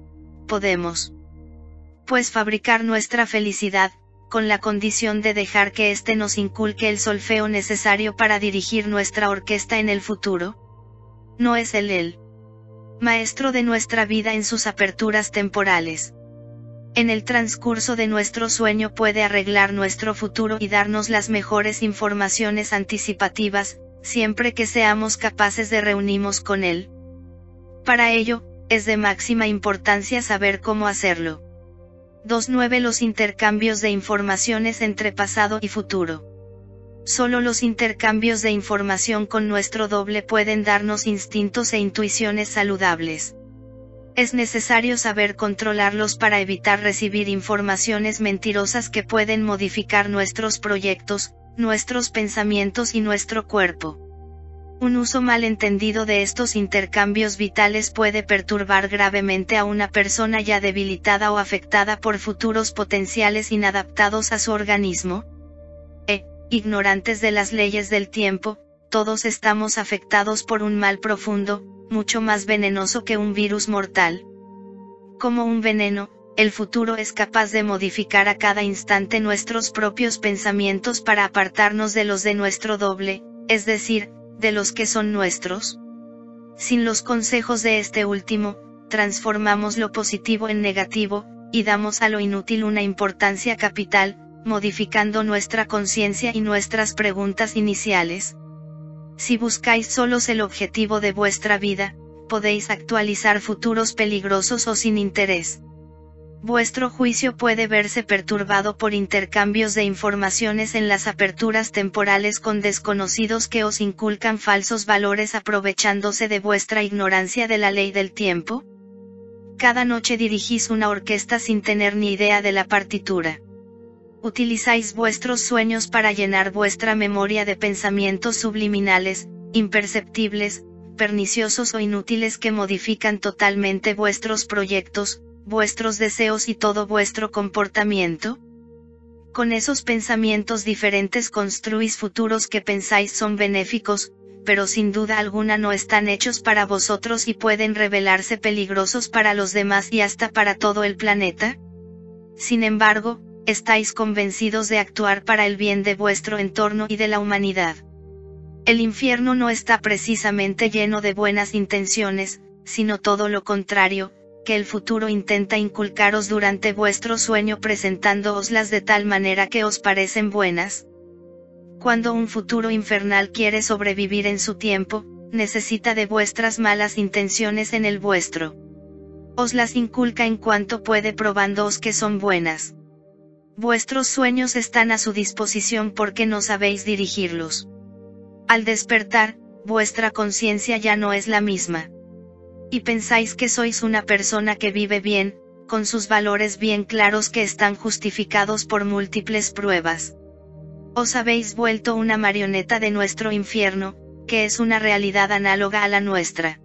Podemos, pues, fabricar nuestra felicidad, con la condición de dejar que éste nos inculque el solfeo necesario para dirigir nuestra orquesta en el futuro. ¿No es él el maestro de nuestra vida en sus aperturas temporales? En el transcurso de nuestro sueño puede arreglar nuestro futuro y darnos las mejores informaciones anticipativas, siempre que seamos capaces de reunirnos con él. Para ello, es de máxima importancia saber cómo hacerlo. 2.9 Los intercambios de informaciones entre pasado y futuro. Solo los intercambios de información con nuestro doble pueden darnos instintos e intuiciones saludables. Es necesario saber controlarlos para evitar recibir informaciones mentirosas que pueden modificar nuestros proyectos, nuestros pensamientos y nuestro cuerpo. Un uso malentendido de estos intercambios vitales puede perturbar gravemente a una persona ya debilitada o afectada por futuros potenciales inadaptados a su organismo. Ignorantes de las leyes del tiempo, todos estamos afectados por un mal profundo, mucho más venenoso que un virus mortal. Como un veneno, el futuro es capaz de modificar a cada instante nuestros propios pensamientos para apartarnos de los de nuestro doble, es decir, de los que son nuestros. Sin los consejos de este último, transformamos lo positivo en negativo, y damos a lo inútil una importancia capital, modificando nuestra conciencia y nuestras preguntas iniciales. Si buscáis solos el objetivo de vuestra vida, podéis actualizar futuros peligrosos o sin interés. Vuestro juicio puede verse perturbado por intercambios de informaciones en las aperturas temporales con desconocidos que os inculcan falsos valores aprovechándose de vuestra ignorancia de la ley del tiempo. Cada noche dirigís una orquesta sin tener ni idea de la partitura. Utilizáis vuestros sueños para llenar vuestra memoria de pensamientos subliminales, imperceptibles, perniciosos o inútiles que modifican totalmente vuestros proyectos, vuestros deseos y todo vuestro comportamiento. Con esos pensamientos diferentes construís futuros que pensáis son benéficos, pero sin duda alguna no están hechos para vosotros y pueden revelarse peligrosos para los demás y hasta para todo el planeta. Sin embargo, estáis convencidos de actuar para el bien de vuestro entorno y de la humanidad. El infierno no está precisamente lleno de buenas intenciones, sino todo lo contrario, que el futuro intenta inculcaros durante vuestro sueño presentándooslas de tal manera que os parecen buenas. Cuando un futuro infernal quiere sobrevivir en su tiempo, necesita de vuestras malas intenciones en el vuestro. Os las inculca en cuanto puede probándoos que son buenas. Vuestros sueños están a su disposición porque no sabéis dirigirlos. Al despertar, vuestra conciencia ya no es la misma. Y pensáis que sois una persona que vive bien, con sus valores bien claros que están justificados por múltiples pruebas. Os habéis vuelto una marioneta de nuestro infierno, que es una realidad análoga a la nuestra.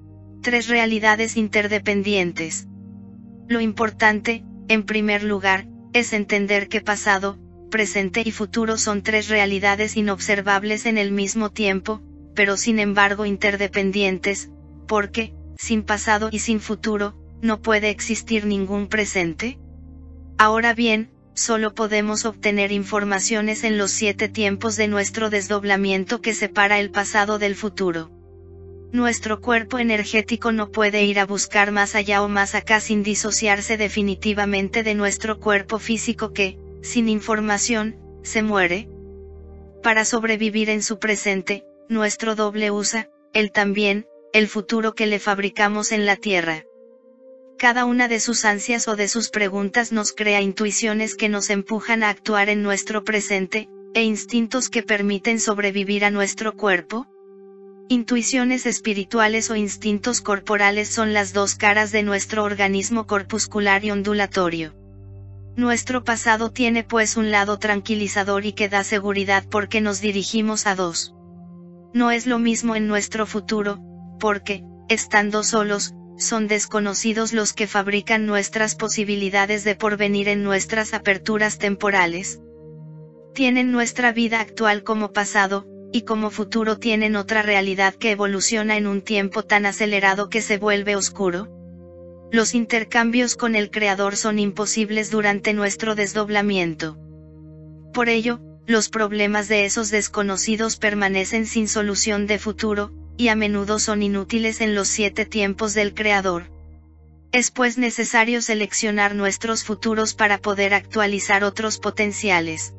3 realidades interdependientes. Lo importante, en primer lugar, es entender que pasado, presente y futuro son 3 realidades inobservables en el mismo tiempo, pero sin embargo interdependientes, porque, sin pasado y sin futuro, no puede existir ningún presente. Ahora bien, solo podemos obtener informaciones en los 7 tiempos de nuestro desdoblamiento que separa el pasado del futuro. Nuestro cuerpo energético no puede ir a buscar más allá o más acá sin disociarse definitivamente de nuestro cuerpo físico que, sin información, se muere. Para sobrevivir en su presente, nuestro doble usa, él también, el futuro que le fabricamos en la Tierra. Cada una de sus ansias o de sus preguntas nos crea intuiciones que nos empujan a actuar en nuestro presente, e instintos que permiten sobrevivir a nuestro cuerpo. Intuiciones espirituales o instintos corporales son las 2 caras de nuestro organismo corpuscular y ondulatorio. Nuestro pasado tiene pues un lado tranquilizador y que da seguridad porque nos dirigimos a 2. No es lo mismo en nuestro futuro, porque, estando solos, son desconocidos los que fabrican nuestras posibilidades de porvenir en nuestras aperturas temporales. Tienen nuestra vida actual como pasado, y como futuro tienen otra realidad que evoluciona en un tiempo tan acelerado que se vuelve oscuro. Los intercambios con el Creador son imposibles durante nuestro desdoblamiento. Por ello, los problemas de esos desconocidos permanecen sin solución de futuro, y a menudo son inútiles en los 7 tiempos del Creador. Es pues necesario seleccionar nuestros futuros para poder actualizar otros potenciales.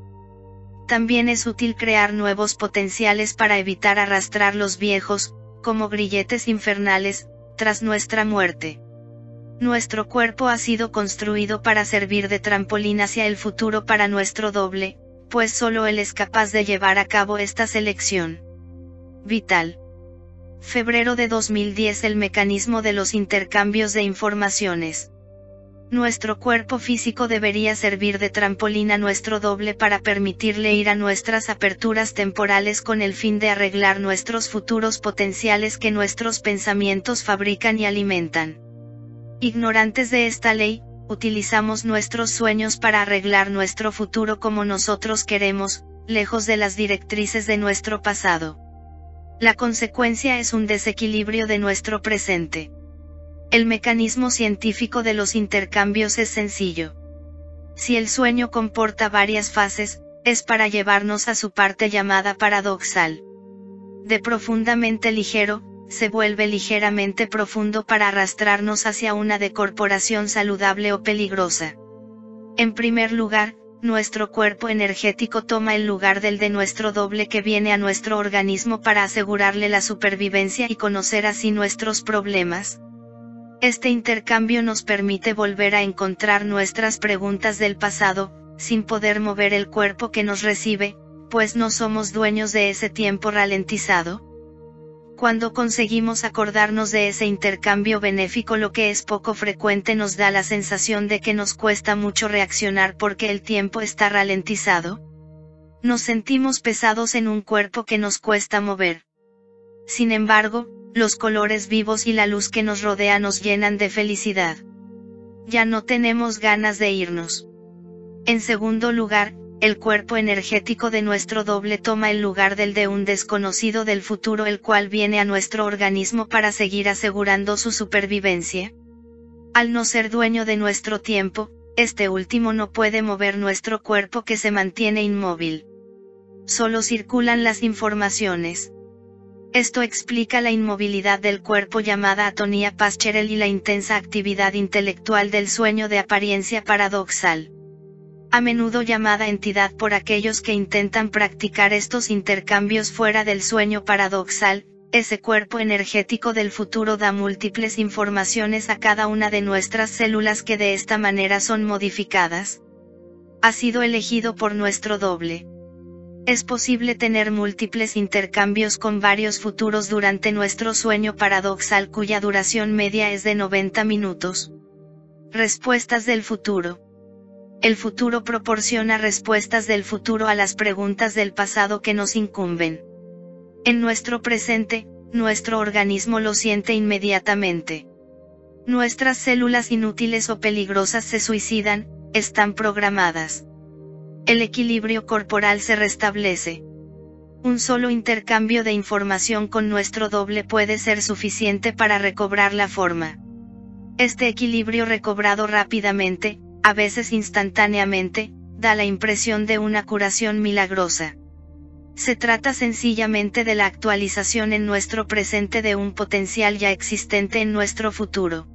También es útil crear nuevos potenciales para evitar arrastrar los viejos, como grilletes infernales, tras nuestra muerte. Nuestro cuerpo ha sido construido para servir de trampolín hacia el futuro para nuestro doble, pues solo él es capaz de llevar a cabo esta selección vital. Febrero de 2010. El mecanismo de los intercambios de informaciones. Nuestro cuerpo físico debería servir de trampolín a nuestro doble para permitirle ir a nuestras aperturas temporales con el fin de arreglar nuestros futuros potenciales que nuestros pensamientos fabrican y alimentan. Ignorantes de esta ley, utilizamos nuestros sueños para arreglar nuestro futuro como nosotros queremos, lejos de las directrices de nuestro pasado. La consecuencia es un desequilibrio de nuestro presente. El mecanismo científico de los intercambios es sencillo. Si el sueño comporta varias fases, es para llevarnos a su parte llamada paradoxal. De profundamente ligero, se vuelve ligeramente profundo para arrastrarnos hacia una decorporación saludable o peligrosa. En primer lugar, nuestro cuerpo energético toma el lugar del de nuestro doble que viene a nuestro organismo para asegurarle la supervivencia y conocer así nuestros problemas. Este intercambio nos permite volver a encontrar nuestras preguntas del pasado, sin poder mover el cuerpo que nos recibe, pues no somos dueños de ese tiempo ralentizado. Cuando conseguimos acordarnos de ese intercambio benéfico, lo que es poco frecuente, nos da la sensación de que nos cuesta mucho reaccionar porque el tiempo está ralentizado. Nos sentimos pesados en un cuerpo que nos cuesta mover. Sin embargo, los colores vivos y la luz que nos rodea nos llenan de felicidad. Ya no tenemos ganas de irnos. En segundo lugar, el cuerpo energético de nuestro doble toma el lugar del de un desconocido del futuro, el cual viene a nuestro organismo para seguir asegurando su supervivencia. Al no ser dueño de nuestro tiempo, este último no puede mover nuestro cuerpo que se mantiene inmóvil. Solo circulan las informaciones. Esto explica la inmovilidad del cuerpo llamada atonía Pascharel y la intensa actividad intelectual del sueño de apariencia paradoxal. A menudo llamada entidad por aquellos que intentan practicar estos intercambios fuera del sueño paradoxal, ese cuerpo energético del futuro da múltiples informaciones a cada una de nuestras células que de esta manera son modificadas. Ha sido elegido por nuestro doble. Es posible tener múltiples intercambios con varios futuros durante nuestro sueño paradoxal cuya duración media es de 90 minutos. Respuestas del futuro. El futuro proporciona respuestas del futuro a las preguntas del pasado que nos incumben. En nuestro presente, nuestro organismo lo siente inmediatamente. Nuestras células inútiles o peligrosas se suicidan, están programadas. El equilibrio corporal se restablece. Un solo intercambio de información con nuestro doble puede ser suficiente para recobrar la forma. Este equilibrio recobrado rápidamente, a veces instantáneamente, da la impresión de una curación milagrosa. Se trata sencillamente de la actualización en nuestro presente de un potencial ya existente en nuestro futuro.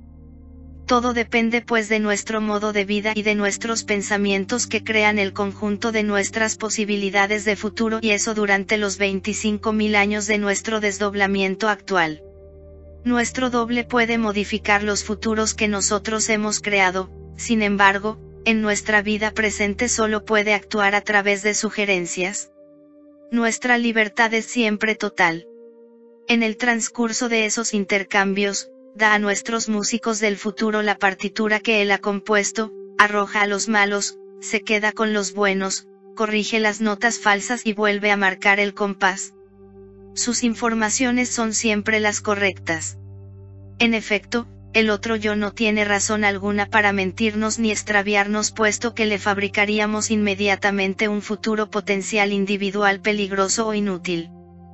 Todo depende pues de nuestro modo de vida y de nuestros pensamientos que crean el conjunto de nuestras posibilidades de futuro, y eso durante los 25.000 años de nuestro desdoblamiento actual. Nuestro doble puede modificar los futuros que nosotros hemos creado. Sin embargo, en nuestra vida presente solo puede actuar a través de sugerencias. Nuestra libertad es siempre total. En el transcurso de esos intercambios, da a nuestros músicos del futuro la partitura que él ha compuesto, arroja a los malos, se queda con los buenos, corrige las notas falsas y vuelve a marcar el compás. Sus informaciones son siempre las correctas. En efecto, el otro yo no tiene razón alguna para mentirnos ni extraviarnos, puesto que le fabricaríamos inmediatamente un futuro potencial individual peligroso o inútil.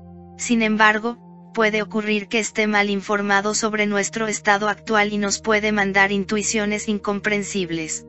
Sin embargo, puede ocurrir que esté mal informado sobre nuestro estado actual y nos puede mandar intuiciones incomprensibles.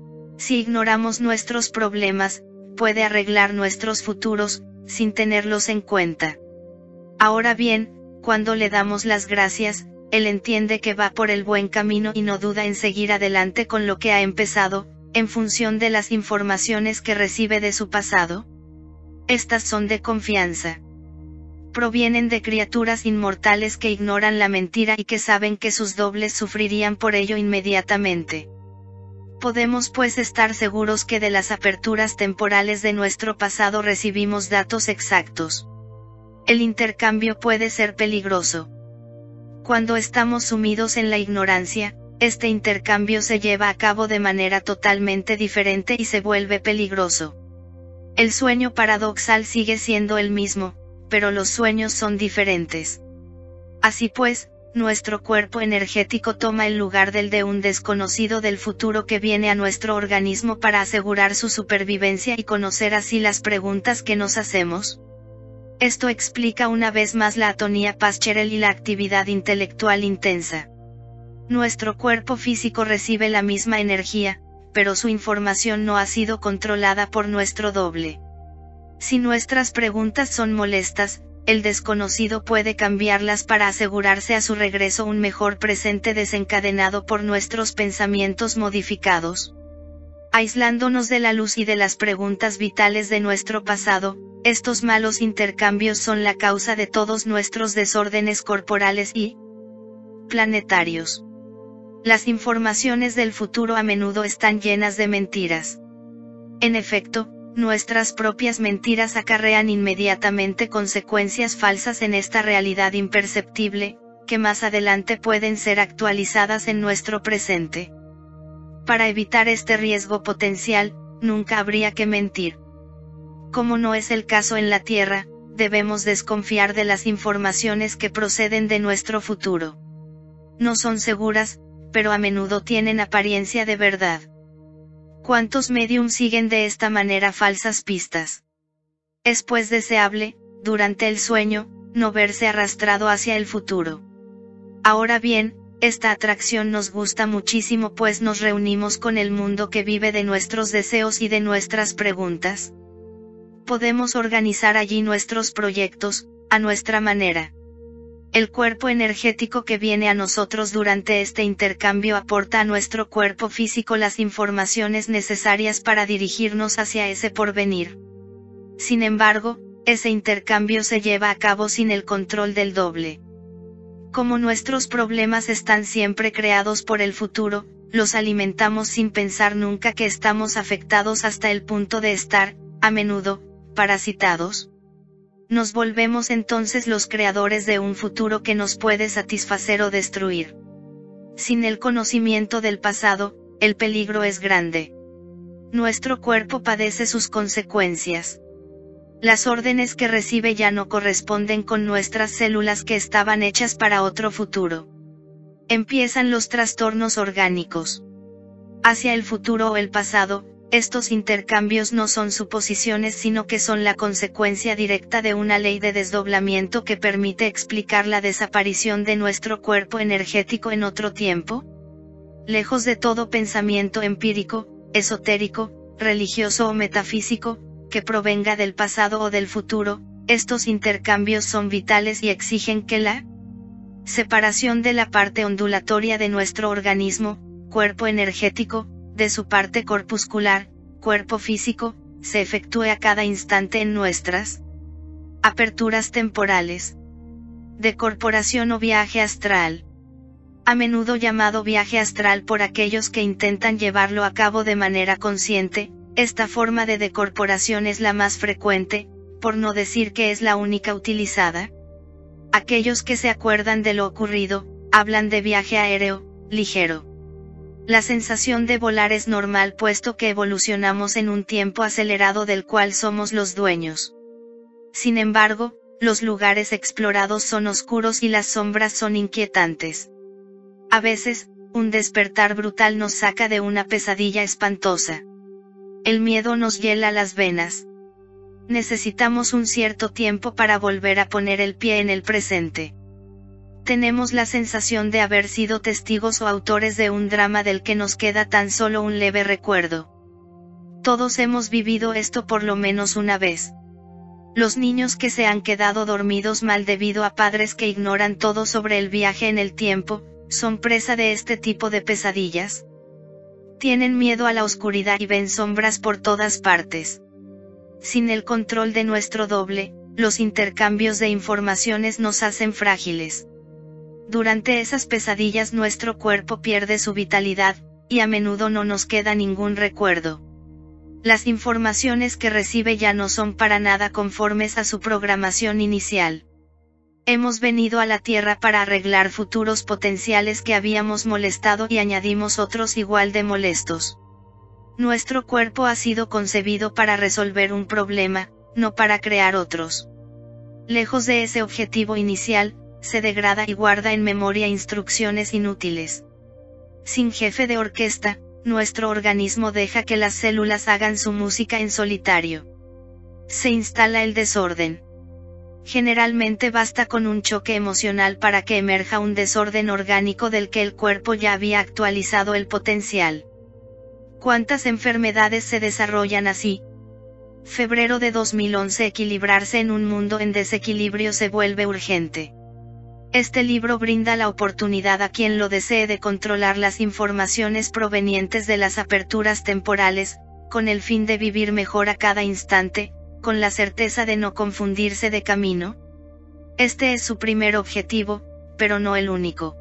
Si ignoramos nuestros problemas, puede arreglar nuestros futuros, sin tenerlos en cuenta. Ahora bien, cuando le damos las gracias, él entiende que va por el buen camino y no duda en seguir adelante con lo que ha empezado, en función de las informaciones que recibe de su pasado. Estas son de confianza. Provienen de criaturas inmortales que ignoran la mentira y que saben que sus dobles sufrirían por ello inmediatamente. Podemos pues estar seguros que de las aperturas temporales de nuestro pasado recibimos datos exactos. El intercambio puede ser peligroso. Cuando estamos sumidos en la ignorancia, este intercambio se lleva a cabo de manera totalmente diferente y se vuelve peligroso. El sueño paradoxal sigue siendo el mismo, pero los sueños son diferentes. Así pues, nuestro cuerpo energético toma el lugar del de un desconocido del futuro que viene a nuestro organismo para asegurar su supervivencia y conocer así las preguntas que nos hacemos. Esto explica una vez más la atonía Pascharel y la actividad intelectual intensa. Nuestro cuerpo físico recibe la misma energía, pero su información no ha sido controlada por nuestro doble. Si nuestras preguntas son molestas, el desconocido puede cambiarlas para asegurarse a su regreso un mejor presente desencadenado por nuestros pensamientos modificados. Aislándonos de la luz y de las preguntas vitales de nuestro pasado, estos malos intercambios son la causa de todos nuestros desórdenes corporales y planetarios. Las informaciones del futuro a menudo están llenas de mentiras. En efecto, nuestras propias mentiras acarrean inmediatamente consecuencias falsas en esta realidad imperceptible, que más adelante pueden ser actualizadas en nuestro presente. Para evitar este riesgo potencial, nunca habría que mentir. Como no es el caso en la Tierra, debemos desconfiar de las informaciones que proceden de nuestro futuro. No son seguras, pero a menudo tienen apariencia de verdad. ¿Cuántos mediums siguen de esta manera falsas pistas? Es pues deseable, durante el sueño, no verse arrastrado hacia el futuro. Ahora bien, esta atracción nos gusta muchísimo pues nos reunimos con el mundo que vive de nuestros deseos y de nuestras preguntas. Podemos organizar allí nuestros proyectos, a nuestra manera. El cuerpo energético que viene a nosotros durante este intercambio aporta a nuestro cuerpo físico las informaciones necesarias para dirigirnos hacia ese porvenir. Sin embargo, ese intercambio se lleva a cabo sin el control del doble. Como nuestros problemas están siempre creados por el futuro, los alimentamos sin pensar nunca que estamos afectados hasta el punto de estar, a menudo, parasitados. Nos volvemos entonces los creadores de un futuro que nos puede satisfacer o destruir. Sin el conocimiento del pasado, el peligro es grande. Nuestro cuerpo padece sus consecuencias. Las órdenes que recibe ya no corresponden con nuestras células que estaban hechas para otro futuro. Empiezan los trastornos orgánicos. Hacia el futuro o el pasado, estos intercambios no son suposiciones sino que son la consecuencia directa de una ley de desdoblamiento que permite explicar la desaparición de nuestro cuerpo energético en otro tiempo. Lejos de todo pensamiento empírico, esotérico, religioso o metafísico, que provenga del pasado o del futuro, estos intercambios son vitales y exigen que la separación de la parte ondulatoria de nuestro organismo, cuerpo energético, de su parte corpuscular, cuerpo físico, se efectúe a cada instante en nuestras aperturas temporales. Decorporación o viaje astral. A menudo llamado viaje astral por aquellos que intentan llevarlo a cabo de manera consciente, esta forma de decorporación es la más frecuente, por no decir que es la única utilizada. Aquellos que se acuerdan de lo ocurrido, hablan de viaje aéreo, ligero. La sensación de volar es normal puesto que evolucionamos en un tiempo acelerado del cual somos los dueños. Sin embargo, los lugares explorados son oscuros y las sombras son inquietantes. A veces, un despertar brutal nos saca de una pesadilla espantosa. El miedo nos hiela las venas. Necesitamos un cierto tiempo para volver a poner el pie en el presente. Tenemos la sensación de haber sido testigos o autores de un drama del que nos queda tan solo un leve recuerdo. Todos hemos vivido esto por lo menos una vez. Los niños que se han quedado dormidos mal debido a padres que ignoran todo sobre el viaje en el tiempo, son presa de este tipo de pesadillas. Tienen miedo a la oscuridad y ven sombras por todas partes. Sin el control de nuestro doble, los intercambios de informaciones nos hacen frágiles. Durante esas pesadillas nuestro cuerpo pierde su vitalidad, y a menudo no nos queda ningún recuerdo. Las informaciones que recibe ya no son para nada conformes a su programación inicial. Hemos venido a la Tierra para arreglar futuros potenciales que habíamos molestado y añadimos otros igual de molestos. Nuestro cuerpo ha sido concebido para resolver un problema, no para crear otros. Lejos de ese objetivo inicial, se degrada y guarda en memoria instrucciones inútiles. Sin jefe de orquesta, nuestro organismo deja que las células hagan su música en solitario. Se instala el desorden. Generalmente basta con un choque emocional para que emerja un desorden orgánico del que el cuerpo ya había actualizado el potencial. ¿Cuántas enfermedades se desarrollan así? Febrero de 2011. Equilibrarse en un mundo en desequilibrio se vuelve urgente. Este libro brinda la oportunidad a quien lo desee de controlar las informaciones provenientes de las aperturas temporales, con el fin de vivir mejor a cada instante, con la certeza de no confundirse de camino. Este es su primer objetivo, pero no el único.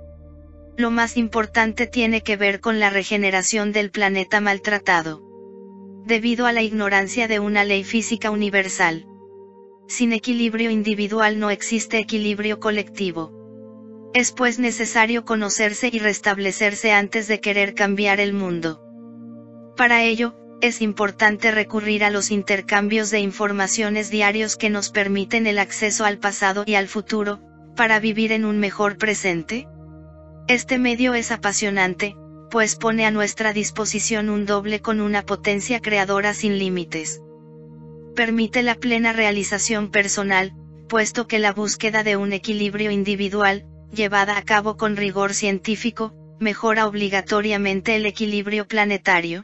Lo más importante tiene que ver con la regeneración del planeta maltratado. Debido a la ignorancia de una ley física universal. Sin equilibrio individual no existe equilibrio colectivo. Es pues necesario conocerse y restablecerse antes de querer cambiar el mundo. Para ello, es importante recurrir a los intercambios de informaciones diarios que nos permiten el acceso al pasado y al futuro, para vivir en un mejor presente. Este medio es apasionante, pues pone a nuestra disposición un doble con una potencia creadora sin límites. Permite la plena realización personal, puesto que la búsqueda de un equilibrio individual, llevada a cabo con rigor científico, mejora obligatoriamente el equilibrio planetario.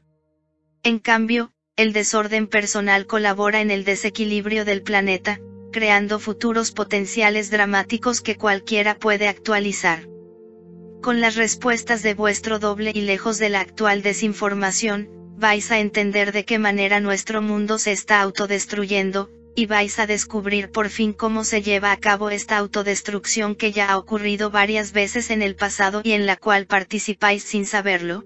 En cambio, el desorden personal colabora en el desequilibrio del planeta, creando futuros potenciales dramáticos que cualquiera puede actualizar. Con las respuestas de vuestro doble y lejos de la actual desinformación, vais a entender de qué manera nuestro mundo se está autodestruyendo, y vais a descubrir por fin cómo se lleva a cabo esta autodestrucción que ya ha ocurrido varias veces en el pasado y en la cual participáis sin saberlo.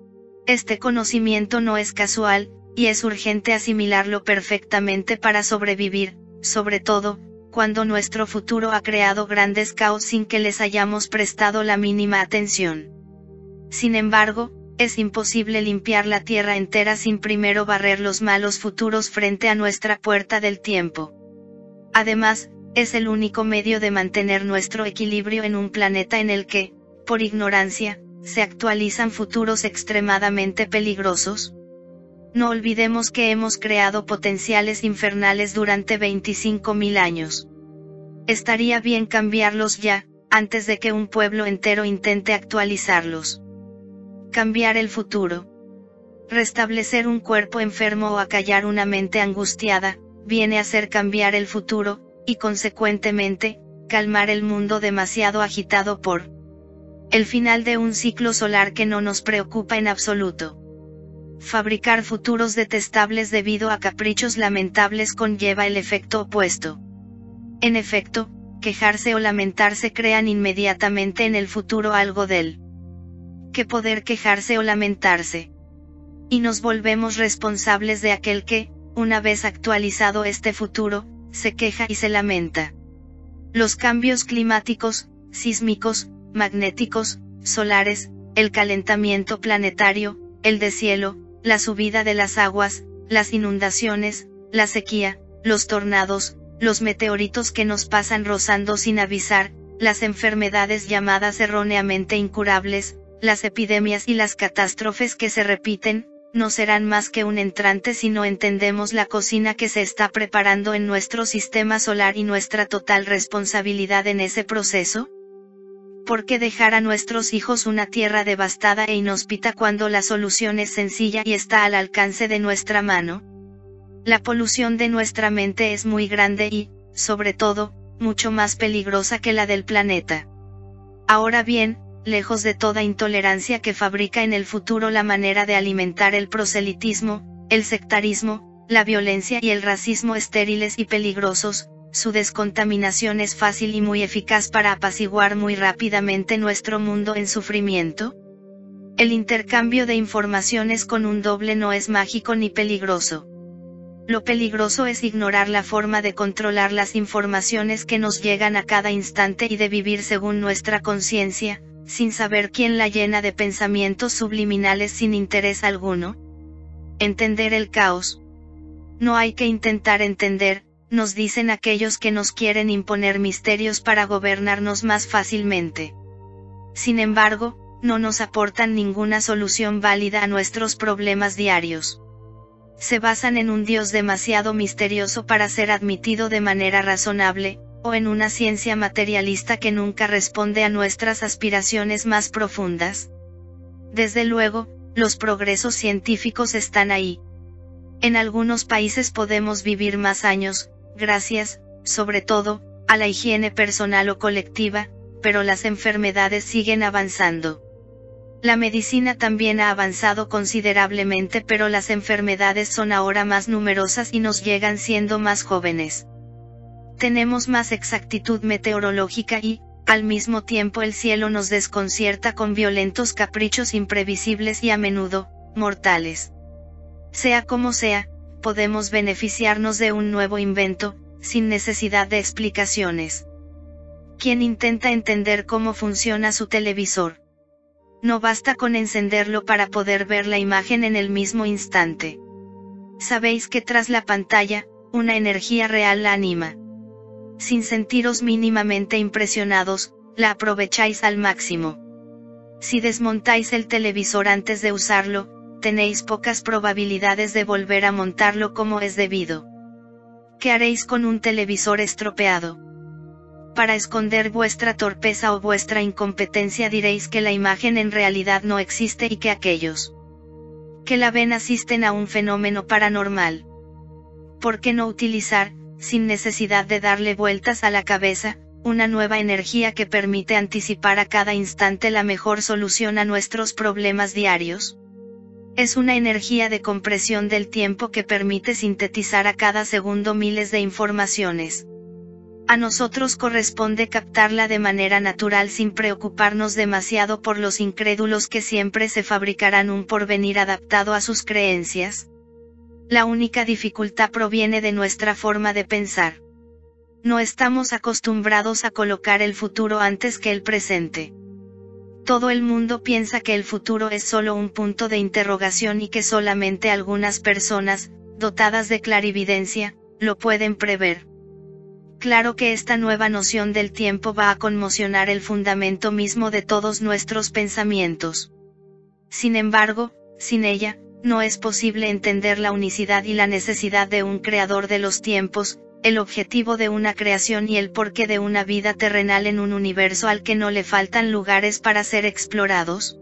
Este conocimiento no es casual, y es urgente asimilarlo perfectamente para sobrevivir, sobre todo, cuando nuestro futuro ha creado grandes caos sin que les hayamos prestado la mínima atención. Sin embargo, es imposible limpiar la tierra entera sin primero barrer los malos futuros frente a nuestra puerta del tiempo. Además, es el único medio de mantener nuestro equilibrio en un planeta en el que, por ignorancia, se actualizan futuros extremadamente peligrosos. No olvidemos que hemos creado potenciales infernales durante 25.000 años. Estaría bien cambiarlos ya, antes de que un pueblo entero intente actualizarlos. Cambiar el futuro. Restablecer un cuerpo enfermo o acallar una mente angustiada, viene a ser cambiar el futuro, y consecuentemente, calmar el mundo demasiado agitado por el final de un ciclo solar que no nos preocupa en absoluto. Fabricar futuros detestables debido a caprichos lamentables conlleva el efecto opuesto. En efecto, quejarse o lamentarse crean inmediatamente en el futuro algo del que poder quejarse o lamentarse. Y nos volvemos responsables de aquel que, una vez actualizado este futuro, se queja y se lamenta. Los cambios climáticos, sísmicos, magnéticos, solares, el calentamiento planetario, el deshielo, la subida de las aguas, las inundaciones, la sequía, los tornados, los meteoritos que nos pasan rozando sin avisar, las enfermedades llamadas erróneamente incurables, las epidemias y las catástrofes que se repiten, no serán más que un entrante si no entendemos la cocina que se está preparando en nuestro sistema solar y nuestra total responsabilidad en ese proceso. ¿Por qué dejar a nuestros hijos una tierra devastada e inhóspita cuando la solución es sencilla y está al alcance de nuestra mano? La polución de nuestra mente es muy grande y, sobre todo, mucho más peligrosa que la del planeta. Ahora bien, lejos de toda intolerancia que fabrica en el futuro la manera de alimentar el proselitismo, el sectarismo, la violencia y el racismo estériles y peligrosos, su descontaminación es fácil y muy eficaz para apaciguar muy rápidamente nuestro mundo en sufrimiento. El intercambio de informaciones con un doble no es mágico ni peligroso. Lo peligroso es ignorar la forma de controlar las informaciones que nos llegan a cada instante y de vivir según nuestra conciencia, sin saber quién la llena de pensamientos subliminales sin interés alguno. Entender el caos. No hay que intentar entender, nos dicen aquellos que nos quieren imponer misterios para gobernarnos más fácilmente. Sin embargo, no nos aportan ninguna solución válida a nuestros problemas diarios. Se basan en un Dios demasiado misterioso para ser admitido de manera razonable, o en una ciencia materialista que nunca responde a nuestras aspiraciones más profundas. Desde luego, los progresos científicos están ahí. En algunos países podemos vivir más años, gracias, sobre todo, a la higiene personal o colectiva, pero las enfermedades siguen avanzando. La medicina también ha avanzado considerablemente, pero las enfermedades son ahora más numerosas y nos llegan siendo más jóvenes. Tenemos más exactitud meteorológica y, al mismo tiempo, el cielo nos desconcierta con violentos caprichos imprevisibles y a menudo, mortales. Sea como sea, podemos beneficiarnos de un nuevo invento, sin necesidad de explicaciones. ¿Quién intenta entender cómo funciona su televisor? No basta con encenderlo para poder ver la imagen en el mismo instante. Sabéis que tras la pantalla, una energía real la anima. Sin sentiros mínimamente impresionados, la aprovecháis al máximo. Si desmontáis el televisor antes de usarlo, tenéis pocas probabilidades de volver a montarlo como es debido. ¿Qué haréis con un televisor estropeado? Para esconder vuestra torpeza o vuestra incompetencia diréis que la imagen en realidad no existe y que aquellos que la ven asisten a un fenómeno paranormal. ¿Por qué no utilizar, sin necesidad de darle vueltas a la cabeza, una nueva energía que permite anticipar a cada instante la mejor solución a nuestros problemas diarios? Es una energía de compresión del tiempo que permite sintetizar a cada segundo miles de informaciones. A nosotros corresponde captarla de manera natural sin preocuparnos demasiado por los incrédulos que siempre se fabricarán un porvenir adaptado a sus creencias. La única dificultad proviene de nuestra forma de pensar. No estamos acostumbrados a colocar el futuro antes que el presente. Todo el mundo piensa que el futuro es solo un punto de interrogación y que solamente algunas personas, dotadas de clarividencia, lo pueden prever. Claro que esta nueva noción del tiempo va a conmocionar el fundamento mismo de todos nuestros pensamientos. Sin embargo, sin ella, no es posible entender la unicidad y la necesidad de un creador de los tiempos, el objetivo de una creación y el porqué de una vida terrenal en un universo al que no le faltan lugares para ser explorados.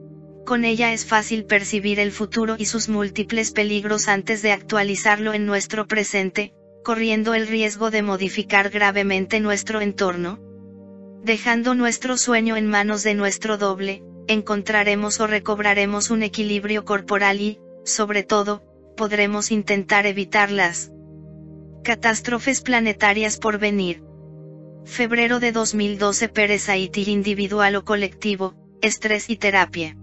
Con ella es fácil percibir el futuro y sus múltiples peligros antes de actualizarlo en nuestro presente, corriendo el riesgo de modificar gravemente nuestro entorno. Dejando nuestro sueño en manos de nuestro doble, encontraremos o recobraremos un equilibrio corporal y, sobre todo, podremos intentar evitar las catástrofes planetarias por venir. Febrero de 2012. Pereza-ity individual o colectivo, estrés y terapia.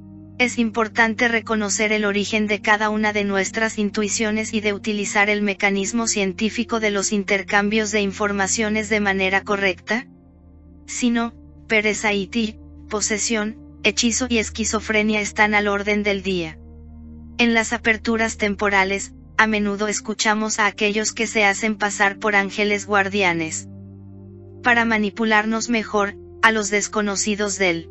Es importante reconocer el origen de cada una de nuestras intuiciones y de utilizar el mecanismo científico de los intercambios de informaciones de manera correcta. Si no, pereza-ity, posesión, hechizo y esquizofrenia están al orden del día. En las aperturas temporales, a menudo escuchamos a aquellos que se hacen pasar por ángeles guardianes. Para manipularnos mejor, a los desconocidos del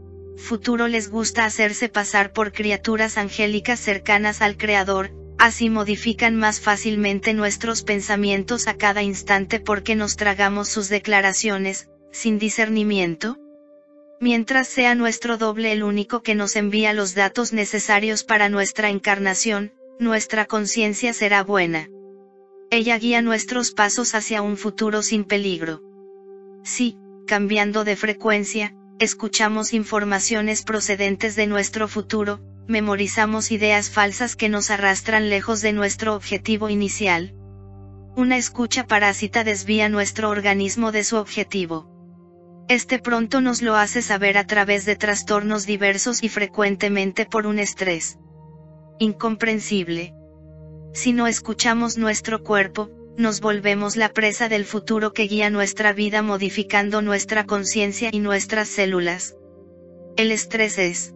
futuro les gusta hacerse pasar por criaturas angélicas cercanas al Creador, así modifican más fácilmente nuestros pensamientos a cada instante porque nos tragamos sus declaraciones, sin discernimiento. Mientras sea nuestro doble el único que nos envía los datos necesarios para nuestra encarnación, nuestra conciencia será buena. Ella guía nuestros pasos hacia un futuro sin peligro. Si, cambiando de frecuencia, escuchamos informaciones procedentes de nuestro futuro, memorizamos ideas falsas que nos arrastran lejos de nuestro objetivo inicial. Una escucha parásita desvía nuestro organismo de su objetivo. Este pronto nos lo hace saber a través de trastornos diversos y frecuentemente por un estrés incomprensible. Si no escuchamos nuestro cuerpo, nos volvemos la presa del futuro que guía nuestra vida modificando nuestra conciencia y nuestras células. El estrés es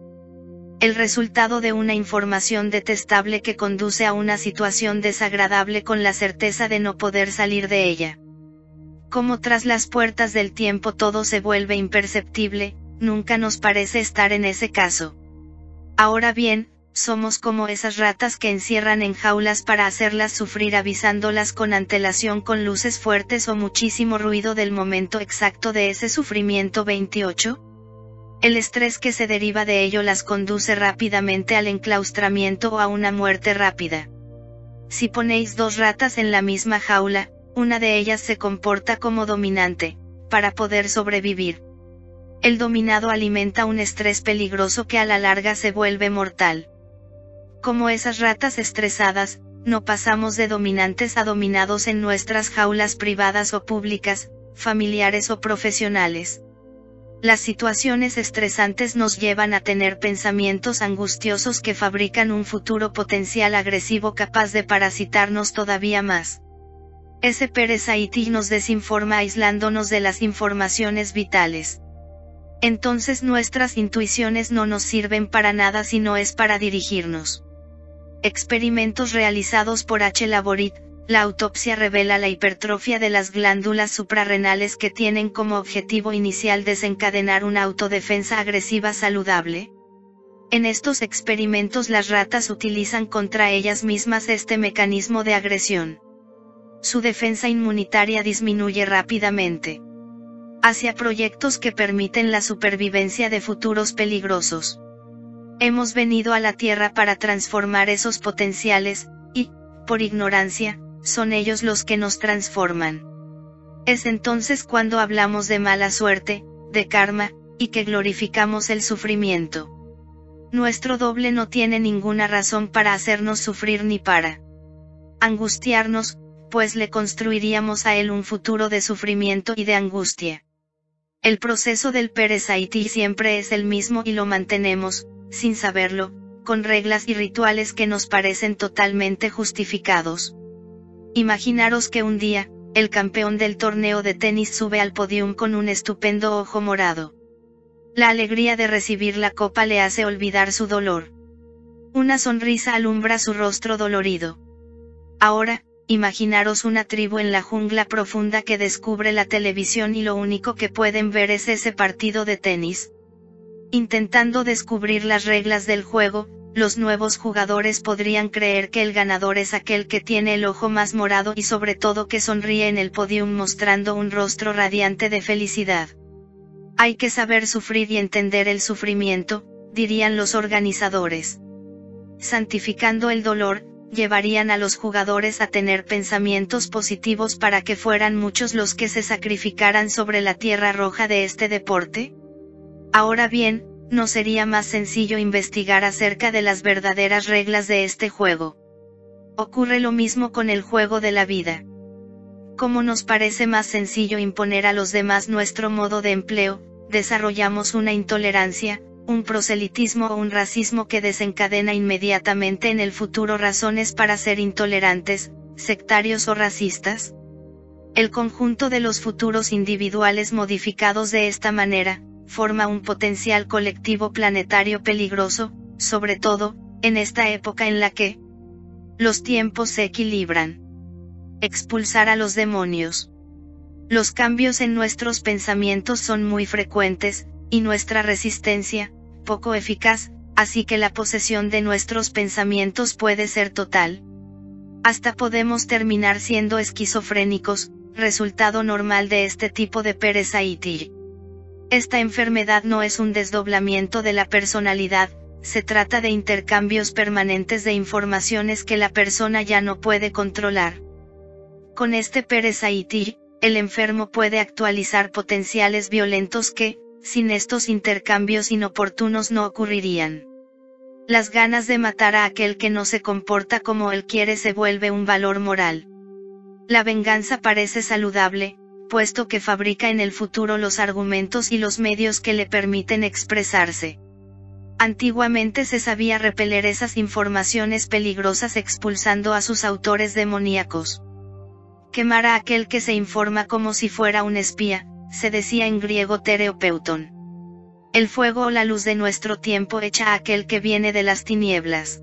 el resultado de una información detestable que conduce a una situación desagradable con la certeza de no poder salir de ella. Como tras las puertas del tiempo todo se vuelve imperceptible, nunca nos parece estar en ese caso. Ahora bien, somos como esas ratas que encierran en jaulas para hacerlas sufrir avisándolas con antelación con luces fuertes o muchísimo ruido del momento exacto de ese sufrimiento. 28. El estrés que se deriva de ello las conduce rápidamente al enclaustramiento o a una muerte rápida. Si ponéis dos ratas en la misma jaula, una de ellas se comporta como dominante, para poder sobrevivir. El dominado alimenta un estrés peligroso que a la larga se vuelve mortal. Como esas ratas estresadas, no pasamos de dominantes a dominados en nuestras jaulas privadas o públicas, familiares o profesionales. Las situaciones estresantes nos llevan a tener pensamientos angustiosos que fabrican un futuro potencial agresivo capaz de parasitarnos todavía más. Ese perezaiti nos desinforma aislándonos de las informaciones vitales. Entonces nuestras intuiciones no nos sirven para nada si no es para dirigirnos. Experimentos realizados por H. Laborit, la autopsia revela la hipertrofia de las glándulas suprarrenales que tienen como objetivo inicial desencadenar una autodefensa agresiva saludable. En estos experimentos las ratas utilizan contra ellas mismas este mecanismo de agresión. Su defensa inmunitaria disminuye rápidamente. Hacia proyectos que permiten la supervivencia de futuros peligrosos. Hemos venido a la Tierra para transformar esos potenciales, y, por ignorancia, son ellos los que nos transforman. Es entonces cuando hablamos de mala suerte, de karma, y que glorificamos el sufrimiento. Nuestro doble no tiene ninguna razón para hacernos sufrir ni para angustiarnos, pues le construiríamos a él un futuro de sufrimiento y de angustia. El proceso del perezaiti siempre es el mismo y lo mantenemos, sin saberlo, con reglas y rituales que nos parecen totalmente justificados. Imaginaros que un día, el campeón del torneo de tenis sube al podium con un estupendo ojo morado. La alegría de recibir la copa le hace olvidar su dolor. Una sonrisa alumbra su rostro dolorido. Ahora, imaginaros una tribu en la jungla profunda que descubre la televisión y lo único que pueden ver es ese partido de tenis. Intentando descubrir las reglas del juego, los nuevos jugadores podrían creer que el ganador es aquel que tiene el ojo más morado y sobre todo que sonríe en el podium mostrando un rostro radiante de felicidad. Hay que saber sufrir y entender el sufrimiento, dirían los organizadores. Santificando el dolor, llevarían a los jugadores a tener pensamientos positivos para que fueran muchos los que se sacrificaran sobre la tierra roja de este deporte. Ahora bien, ¿no sería más sencillo investigar acerca de las verdaderas reglas de este juego? Ocurre lo mismo con el juego de la vida. Como nos parece más sencillo imponer a los demás nuestro modo de empleo, desarrollamos una intolerancia, un proselitismo o un racismo que desencadena inmediatamente en el futuro razones para ser intolerantes, sectarios o racistas. El conjunto de los futuros individuales modificados de esta manera, forma un potencial colectivo planetario peligroso, sobre todo, en esta época en la que los tiempos se equilibran. Expulsar a los demonios. Los cambios en nuestros pensamientos son muy frecuentes, y nuestra resistencia, poco eficaz, así que la posesión de nuestros pensamientos puede ser total. Hasta podemos terminar siendo esquizofrénicos, resultado normal de este tipo de perezaiti. Esta enfermedad no es un desdoblamiento de la personalidad, se trata de intercambios permanentes de informaciones que la persona ya no puede controlar. Con este Peresaitii, el enfermo puede actualizar potenciales violentos que, sin estos intercambios inoportunos no ocurrirían. Las ganas de matar a aquel que no se comporta como él quiere se vuelve un valor moral. La venganza parece saludable, puesto que fabrica en el futuro los argumentos y los medios que le permiten expresarse. Antiguamente se sabía repeler esas informaciones peligrosas expulsando a sus autores demoníacos. Quemar a aquel que se informa como si fuera un espía, se decía en griego tereopeuton. El fuego o la luz de nuestro tiempo echa a aquel que viene de las tinieblas.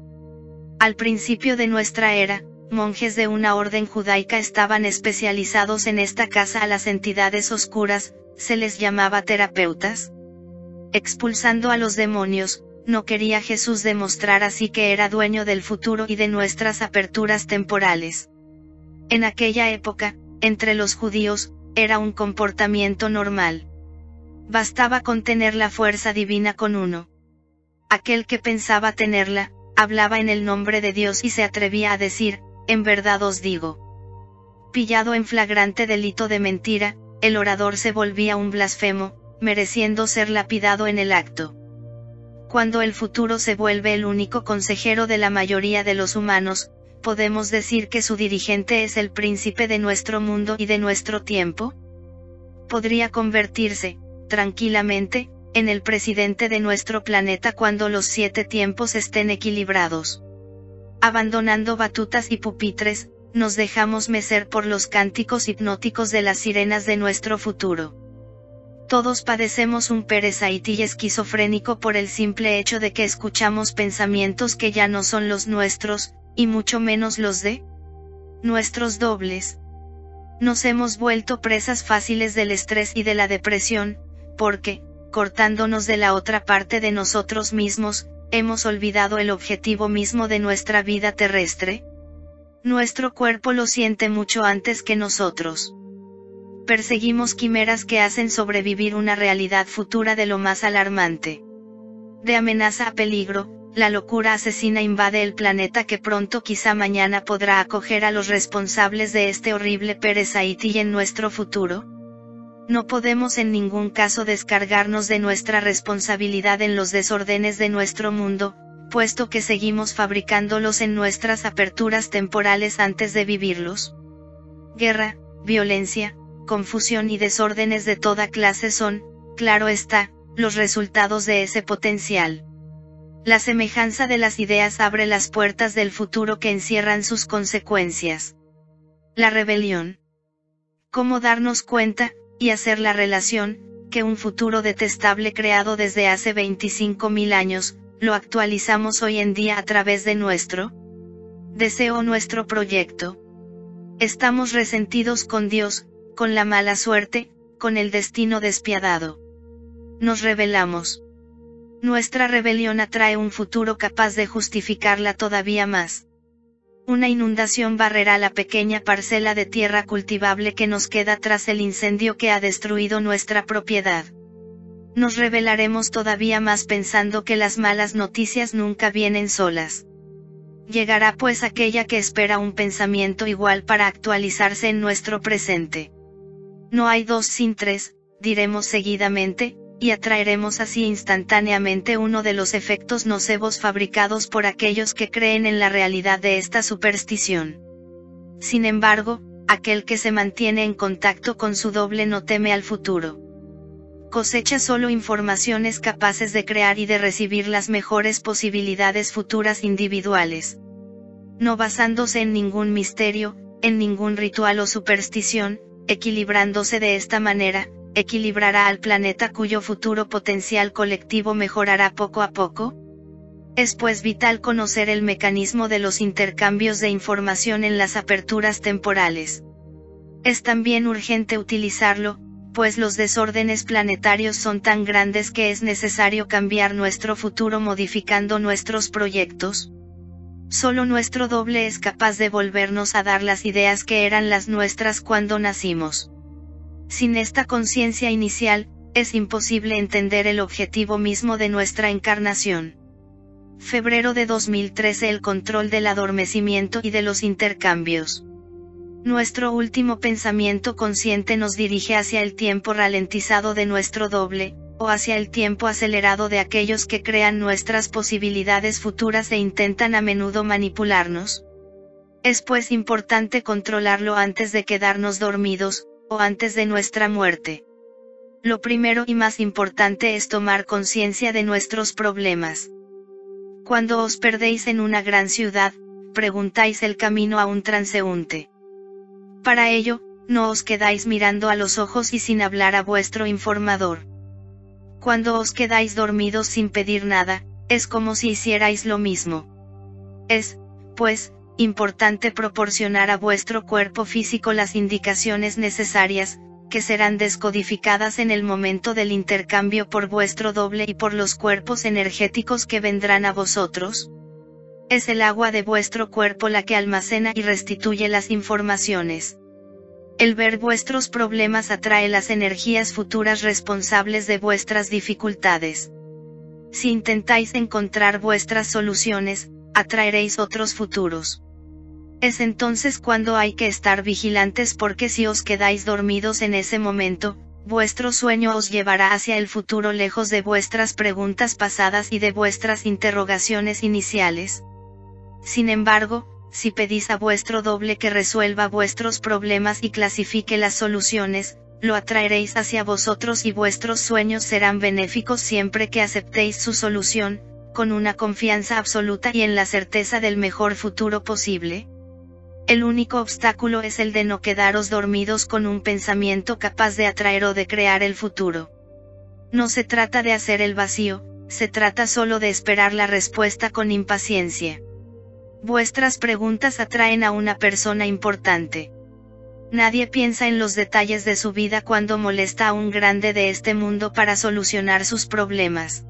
Al principio de nuestra era, monjes de una orden judaica estaban especializados en esta casa a las entidades oscuras, se les llamaba terapeutas. Expulsando a los demonios, no quería Jesús demostrar así que era dueño del futuro y de nuestras aperturas temporales. En aquella época, entre los judíos, era un comportamiento normal. Bastaba con tener la fuerza divina con uno. Aquel que pensaba tenerla, hablaba en el nombre de Dios y se atrevía a decir, en verdad os digo. Pillado en flagrante delito de mentira, el orador se volvía un blasfemo, mereciendo ser lapidado en el acto. Cuando el futuro se vuelve el único consejero de la mayoría de los humanos, ¿podemos decir que su dirigente es el príncipe de nuestro mundo y de nuestro tiempo? Podría convertirse, tranquilamente, en el presidente de nuestro planeta cuando los 7 tiempos estén equilibrados. Abandonando batutas y pupitres, nos dejamos mecer por los cánticos hipnóticos de las sirenas de nuestro futuro. Todos padecemos un Peresaitii esquizofrénico por el simple hecho de que escuchamos pensamientos que ya no son los nuestros, y mucho menos los de nuestros dobles. Nos hemos vuelto presas fáciles del estrés y de la depresión, porque, cortándonos de la otra parte de nosotros mismos, hemos olvidado el objetivo mismo de nuestra vida terrestre. Nuestro cuerpo lo siente mucho antes que nosotros. Perseguimos quimeras que hacen sobrevivir una realidad futura de lo más alarmante. De amenaza a peligro, la locura asesina invade el planeta que pronto quizá mañana podrá acoger a los responsables de este horrible Peresaitii en nuestro futuro. No podemos en ningún caso descargarnos de nuestra responsabilidad en los desórdenes de nuestro mundo, puesto que seguimos fabricándolos en nuestras aperturas temporales antes de vivirlos. Guerra, violencia, confusión y desórdenes de toda clase son, claro está, los resultados de ese potencial. La semejanza de las ideas abre las puertas del futuro que encierran sus consecuencias. La rebelión. ¿Cómo darnos cuenta, y hacer la relación, que un futuro detestable creado desde hace 25.000 años, lo actualizamos hoy en día a través de nuestro deseo o nuestro proyecto? Estamos resentidos con Dios, con la mala suerte, con el destino despiadado. Nos rebelamos. Nuestra rebelión atrae un futuro capaz de justificarla todavía más. Una inundación barrerá la pequeña parcela de tierra cultivable que nos queda tras el incendio que ha destruido nuestra propiedad. Nos rebelaremos todavía más pensando que las malas noticias nunca vienen solas. Llegará pues aquella que espera un pensamiento igual para actualizarse en nuestro presente. No hay 2 sin 3, diremos seguidamente, y atraeremos así instantáneamente uno de los efectos nocivos fabricados por aquellos que creen en la realidad de esta superstición. Sin embargo, aquel que se mantiene en contacto con su doble no teme al futuro. Cosecha solo informaciones capaces de crear y de recibir las mejores posibilidades futuras individuales. No basándose en ningún misterio, en ningún ritual o superstición, equilibrándose de esta manera, equilibrará al planeta cuyo futuro potencial colectivo mejorará poco a poco. Es pues vital conocer el mecanismo de los intercambios de información en las aperturas temporales. Es también urgente utilizarlo, pues los desórdenes planetarios son tan grandes que es necesario cambiar nuestro futuro modificando nuestros proyectos. Solo nuestro doble es capaz de volvernos a dar las ideas que eran las nuestras cuando nacimos. Sin esta conciencia inicial, es imposible entender el objetivo mismo de nuestra encarnación. Febrero de 2013. El control del adormecimiento y de los intercambios. Nuestro último pensamiento consciente nos dirige hacia el tiempo ralentizado de nuestro doble, o hacia el tiempo acelerado de aquellos que crean nuestras posibilidades futuras e intentan a menudo manipularnos. Es pues importante controlarlo antes de quedarnos dormidos, o antes de nuestra muerte. Lo primero y más importante es tomar conciencia de nuestros problemas. Cuando os perdéis en una gran ciudad, preguntáis el camino a un transeúnte. Para ello, no os quedáis mirando a los ojos y sin hablar a vuestro informador. Cuando os quedáis dormidos sin pedir nada, es como si hicierais lo mismo. Es, pues, importante proporcionar a vuestro cuerpo físico las indicaciones necesarias, que serán descodificadas en el momento del intercambio por vuestro doble y por los cuerpos energéticos que vendrán a vosotros. Es el agua de vuestro cuerpo la que almacena y restituye las informaciones. El ver vuestros problemas atrae las energías futuras responsables de vuestras dificultades. Si intentáis encontrar vuestras soluciones, atraeréis otros futuros. Es entonces cuando hay que estar vigilantes, porque si os quedáis dormidos en ese momento, vuestro sueño os llevará hacia el futuro lejos de vuestras preguntas pasadas y de vuestras interrogaciones iniciales. Sin embargo, si pedís a vuestro doble que resuelva vuestros problemas y clasifique las soluciones, lo atraeréis hacia vosotros y vuestros sueños serán benéficos siempre que aceptéis su solución, con una confianza absoluta y en la certeza del mejor futuro posible. El único obstáculo es el de no quedaros dormidos con un pensamiento capaz de atraer o de crear el futuro. No se trata de hacer el vacío, se trata solo de esperar la respuesta con impaciencia. Vuestras preguntas atraen a una persona importante. Nadie piensa en los detalles de su vida cuando molesta a un grande de este mundo para solucionar sus problemas.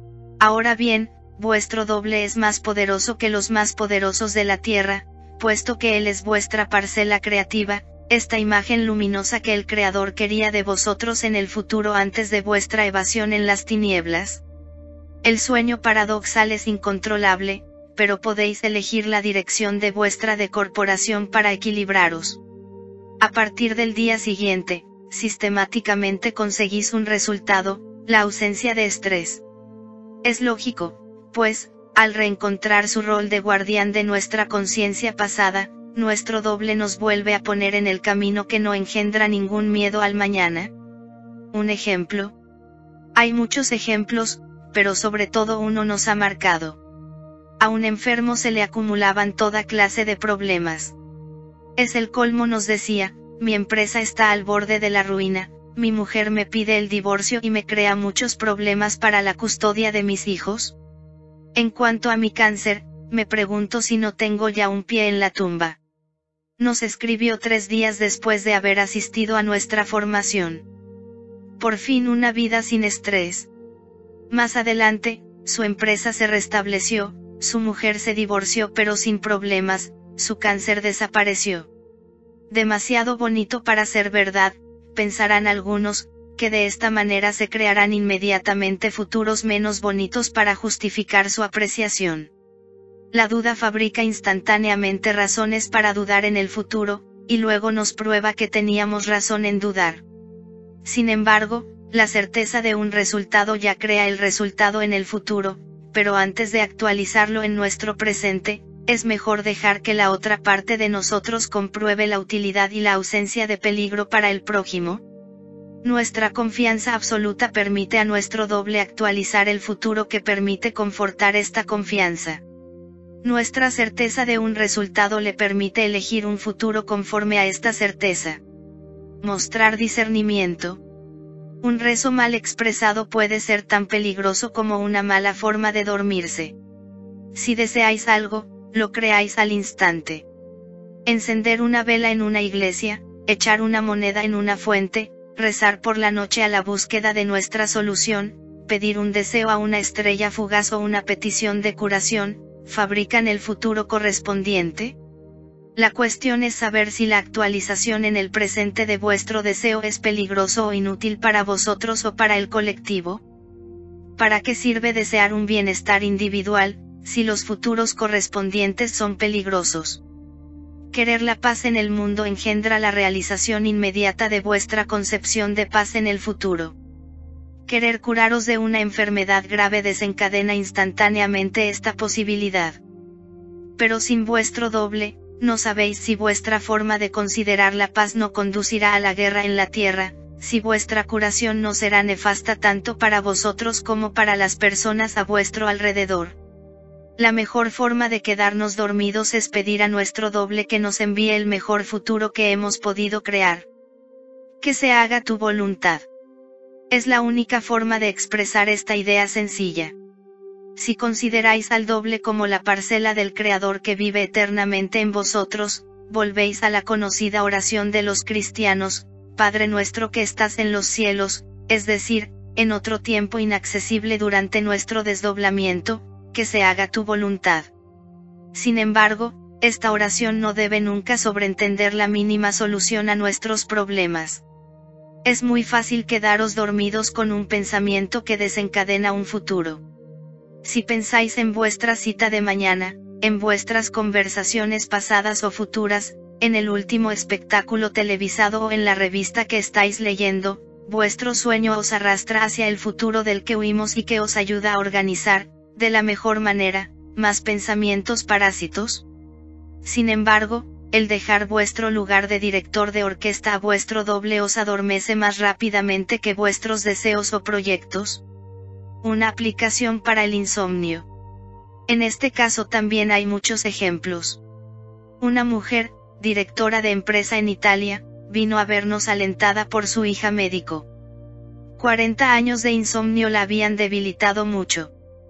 Ahora bien, vuestro doble es más poderoso que los más poderosos de la tierra, puesto que él es vuestra parcela creativa, esta imagen luminosa que el Creador quería de vosotros en el futuro antes de vuestra evasión en las tinieblas. El sueño paradoxal es incontrolable, pero podéis elegir la dirección de vuestra decorporación para equilibraros. A partir del día siguiente, sistemáticamente conseguís un resultado, la ausencia de estrés. Es lógico, pues, al reencontrar su rol de guardián de nuestra conciencia pasada, nuestro doble nos vuelve a poner en el camino que no engendra ningún miedo al mañana. Un ejemplo. Hay muchos ejemplos, pero sobre todo uno nos ha marcado. A un enfermo se le acumulaban toda clase de problemas. Es el colmo, nos decía, mi empresa está al borde de la ruina, mi mujer me pide el divorcio y me crea muchos problemas para la custodia de mis hijos. En cuanto a mi cáncer, me pregunto si no tengo ya un pie en la tumba. Nos escribió 3 días después de haber asistido a nuestra formación. Por fin una vida sin estrés. Más adelante, su empresa se restableció, su mujer se divorció pero sin problemas, su cáncer desapareció. Demasiado bonito para ser verdad, pensarán algunos, que de esta manera se crearán inmediatamente futuros menos bonitos para justificar su apreciación. La duda fabrica instantáneamente razones para dudar en el futuro, y luego nos prueba que teníamos razón en dudar. Sin embargo, la certeza de un resultado ya crea el resultado en el futuro, pero antes de actualizarlo en nuestro presente, es mejor dejar que la otra parte de nosotros compruebe la utilidad y la ausencia de peligro para el prójimo. Nuestra confianza absoluta permite a nuestro doble actualizar el futuro que permite confortar esta confianza. Nuestra certeza de un resultado le permite elegir un futuro conforme a esta certeza. Mostrar discernimiento. Un rezo mal expresado puede ser tan peligroso como una mala forma de dormirse. Si deseáis algo, lo creáis al instante. Encender una vela en una iglesia, echar una moneda en una fuente, rezar por la noche a la búsqueda de nuestra solución, pedir un deseo a una estrella fugaz o una petición de curación, ¿fabrican el futuro correspondiente? La cuestión es saber si la actualización en el presente de vuestro deseo es peligroso o inútil para vosotros o para el colectivo. ¿Para qué sirve desear un bienestar individual, si los futuros correspondientes son peligrosos. Querer la paz en el mundo engendra la realización inmediata de vuestra concepción de paz en el futuro. Querer curaros de una enfermedad grave desencadena instantáneamente esta posibilidad. Pero sin vuestro doble, no sabéis si vuestra forma de considerar la paz no conducirá a la guerra en la tierra, si vuestra curación no será nefasta tanto para vosotros como para las personas a vuestro alrededor. La mejor forma de quedarnos dormidos es pedir a nuestro doble que nos envíe el mejor futuro que hemos podido crear. Que se haga tu voluntad. Es la única forma de expresar esta idea sencilla. Si consideráis al doble como la parcela del Creador que vive eternamente en vosotros, volvéis a la conocida oración de los cristianos, Padre nuestro que estás en los cielos, es decir, en otro tiempo inaccesible durante nuestro desdoblamiento, que se haga tu voluntad. Sin embargo, esta oración no debe nunca sobreentender la mínima solución a nuestros problemas. Es muy fácil quedaros dormidos con un pensamiento que desencadena un futuro. Si pensáis en vuestra cita de mañana, en vuestras conversaciones pasadas o futuras, en el último espectáculo televisado o en la revista que estáis leyendo, vuestro sueño os arrastra hacia el futuro del que huimos y que os ayuda a organizar, de la mejor manera, más pensamientos parásitos. Sin embargo, el dejar vuestro lugar de director de orquesta a vuestro doble os adormece más rápidamente que vuestros deseos o proyectos. Una aplicación para el insomnio. En este caso también hay muchos ejemplos. Una mujer, directora de empresa en Italia, vino a vernos alentada por su hija médico. 40 años de insomnio la habían debilitado mucho.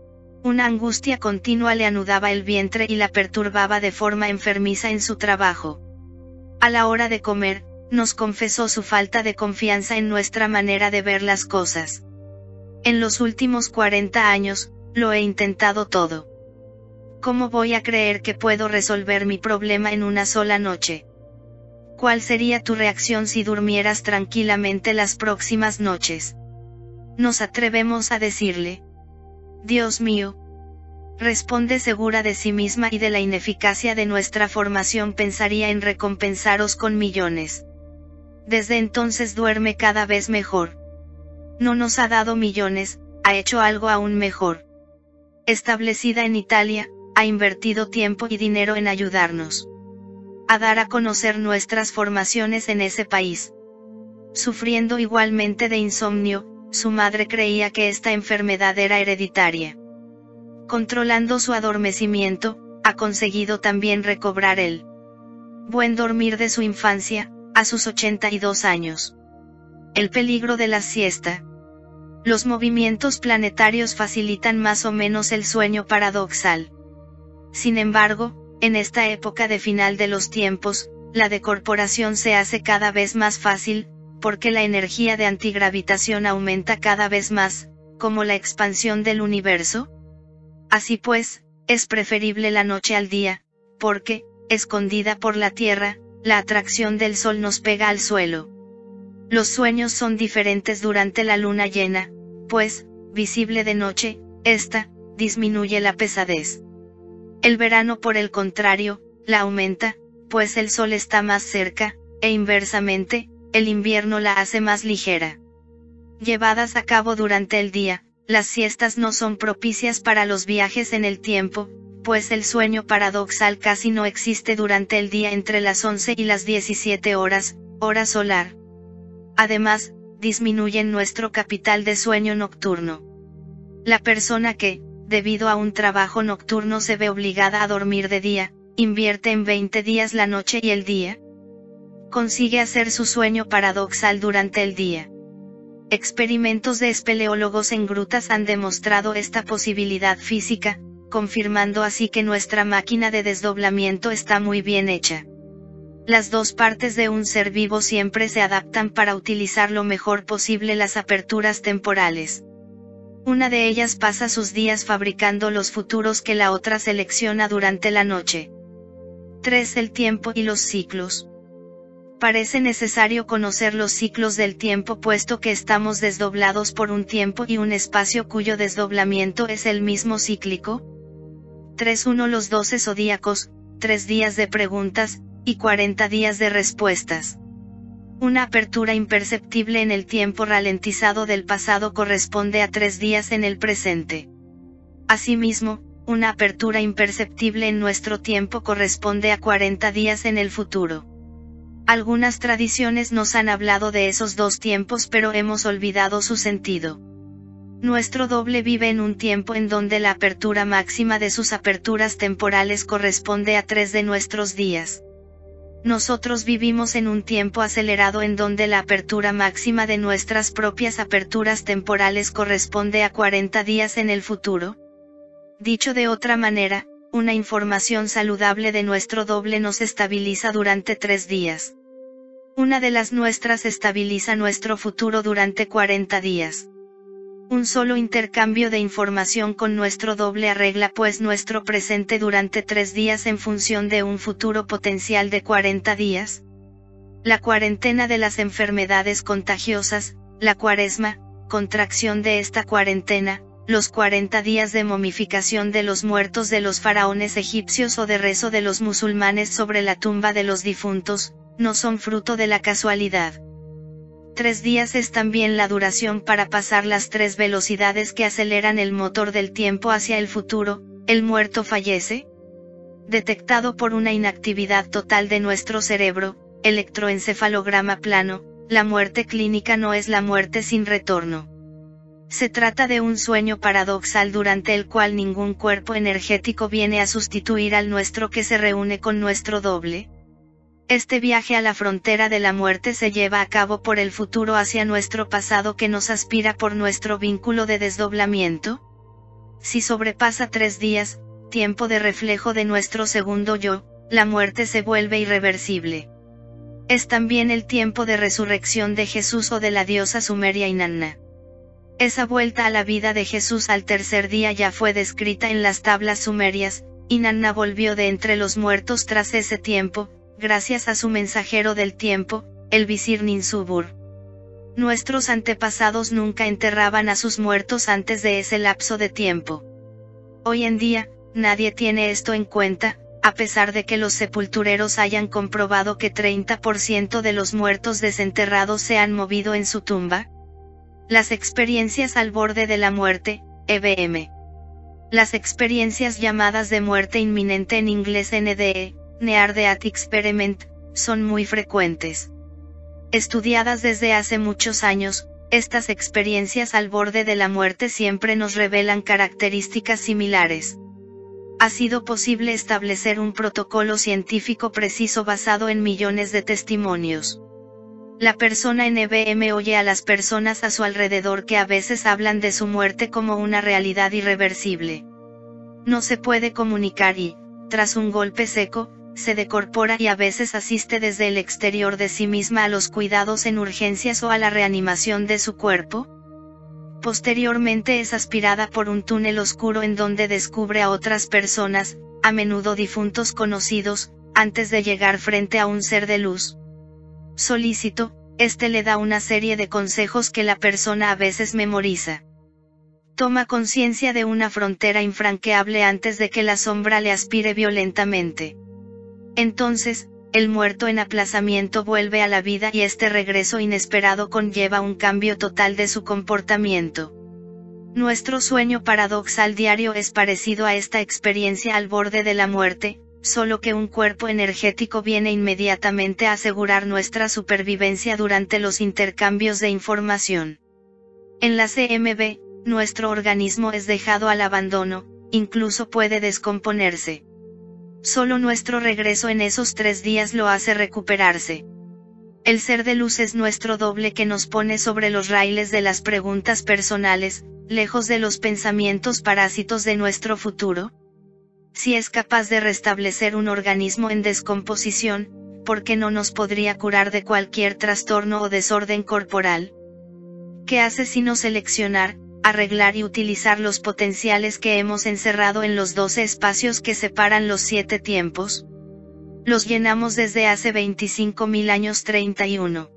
Una angustia continua le anudaba el vientre y la perturbaba de forma enfermiza en su trabajo. A la hora de comer, nos confesó su falta de confianza en nuestra manera de ver las cosas. En los últimos 40 años, lo he intentado todo. ¿Cómo voy a creer que puedo resolver mi problema en una sola noche? ¿Cuál sería tu reacción si durmieras tranquilamente las próximas noches? Nos atrevemos a decirle. Dios mío. Responde segura de sí misma y de la ineficacia de nuestra formación pensaría en recompensaros con millones. Desde entonces duerme cada vez mejor. No nos ha dado millones, ha hecho algo aún mejor. Establecida en Italia, ha invertido tiempo y dinero en ayudarnos a dar a conocer nuestras formaciones en ese país. Sufriendo igualmente de insomnio, su madre creía que esta enfermedad era hereditaria. Controlando su adormecimiento, ha conseguido también recobrar el buen dormir de su infancia, a sus 82 años. El peligro de la siesta. Los movimientos planetarios facilitan más o menos el sueño paradoxal. Sin embargo, en esta época de final de los tiempos, la decorporación se hace cada vez más fácil, porque la energía de antigravitación aumenta cada vez más, como la expansión del universo. Así pues, es preferible la noche al día, porque, escondida por la Tierra, la atracción del Sol nos pega al suelo. Los sueños son diferentes durante la luna llena, pues, visible de noche, esta, disminuye la pesadez. El verano por el contrario, la aumenta, pues el Sol está más cerca, e inversamente, el invierno la hace más ligera. Llevadas a cabo durante el día, las siestas no son propicias para los viajes en el tiempo, pues el sueño paradoxal casi no existe durante el día entre las 11 y las 17 horas, hora solar. Además, disminuyen nuestro capital de sueño nocturno. La persona que, debido a un trabajo nocturno se ve obligada a dormir de día, invierte en 20 días la noche y el día. Consigue hacer su sueño paradoxal durante el día. Experimentos de espeleólogos en grutas han demostrado esta posibilidad física, confirmando así que nuestra máquina de desdoblamiento está muy bien hecha. Las dos partes de un ser vivo siempre se adaptan para utilizar lo mejor posible las aperturas temporales. Una de ellas pasa sus días fabricando los futuros que la otra selecciona durante la noche. 3. El tiempo y los ciclos. Parece necesario conocer los ciclos del tiempo puesto que estamos desdoblados por un tiempo y un espacio cuyo desdoblamiento es el mismo cíclico. 3:1 Los 12 zodíacos, 3 días de preguntas, y 40 días de respuestas. Una apertura imperceptible en el tiempo ralentizado del pasado corresponde a 3 días en el presente. Asimismo, una apertura imperceptible en nuestro tiempo corresponde a 40 días en el futuro. Algunas tradiciones nos han hablado de esos dos tiempos, pero hemos olvidado su sentido. Nuestro doble vive en un tiempo en donde la apertura máxima de sus aperturas temporales corresponde a 3 de nuestros días. Nosotros vivimos en un tiempo acelerado en donde la apertura máxima de nuestras propias aperturas temporales corresponde a 40 días en el futuro. Dicho de otra manera, una información saludable de nuestro doble nos estabiliza durante 3 días. Una de las nuestras estabiliza nuestro futuro durante 40 días. Un solo intercambio de información con nuestro doble arregla pues nuestro presente durante 3 días en función de un futuro potencial de 40 días. La cuarentena de las enfermedades contagiosas, la cuaresma, contracción de esta cuarentena, los 40 días de momificación de los muertos de los faraones egipcios o de rezo de los musulmanes sobre la tumba de los difuntos, no son fruto de la casualidad. 3 días es también la duración para pasar las 3 velocidades que aceleran el motor del tiempo hacia el futuro. El muerto fallece, detectado por una inactividad total de nuestro cerebro, electroencefalograma plano. La muerte clínica no es la muerte sin retorno. Se trata de un sueño paradoxal durante el cual ningún cuerpo energético viene a sustituir al nuestro que se reúne con nuestro doble. Este viaje a la frontera de la muerte se lleva a cabo por el futuro hacia nuestro pasado que nos aspira por nuestro vínculo de desdoblamiento. Si sobrepasa 3 días, tiempo de reflejo de nuestro segundo yo, la muerte se vuelve irreversible. Es también el tiempo de resurrección de Jesús o de la diosa sumeria Inanna. Esa vuelta a la vida de Jesús al tercer día ya fue descrita en las tablas sumerias. Inanna volvió de entre los muertos tras ese tiempo, gracias a su mensajero del tiempo, el visir Ninsubur. Nuestros antepasados nunca enterraban a sus muertos antes de ese lapso de tiempo. Hoy en día, nadie tiene esto en cuenta, a pesar de que los sepultureros hayan comprobado que 30% de los muertos desenterrados se han movido en su tumba. Las experiencias al borde de la muerte, EBM. Las experiencias llamadas de muerte inminente en inglés NDE, Near Death Experiment, son muy frecuentes. Estudiadas desde hace muchos años, estas experiencias al borde de la muerte siempre nos revelan características similares. Ha sido posible establecer un protocolo científico preciso basado en millones de testimonios. La persona en EBM oye a las personas a su alrededor que a veces hablan de su muerte como una realidad irreversible. No se puede comunicar y, tras un golpe seco, se decorpora y a veces asiste desde el exterior de sí misma a los cuidados en urgencias o a la reanimación de su cuerpo. Posteriormente es aspirada por un túnel oscuro en donde descubre a otras personas, a menudo difuntos conocidos, antes de llegar frente a un ser de luz solícito. Este le da una serie de consejos que la persona a veces memoriza. Toma conciencia de una frontera infranqueable antes de que la sombra le aspire violentamente. Entonces, el muerto en aplazamiento vuelve a la vida y este regreso inesperado conlleva un cambio total de su comportamiento. Nuestro sueño paradoxal diario es parecido a esta experiencia al borde de la muerte, solo que un cuerpo energético viene inmediatamente a asegurar nuestra supervivencia durante los intercambios de información. En la CMB, nuestro organismo es dejado al abandono, incluso puede descomponerse. Solo nuestro regreso en esos 3 días lo hace recuperarse. El ser de luz es nuestro doble que nos pone sobre los raíles de las preguntas personales, lejos de los pensamientos parásitos de nuestro futuro. Si es capaz de restablecer un organismo en descomposición, ¿por qué no nos podría curar de cualquier trastorno o desorden corporal? ¿Qué hace sino seleccionar, arreglar y utilizar los potenciales que hemos encerrado en los 12 espacios que separan los 7 tiempos? Los llenamos desde hace 25.000 años 31.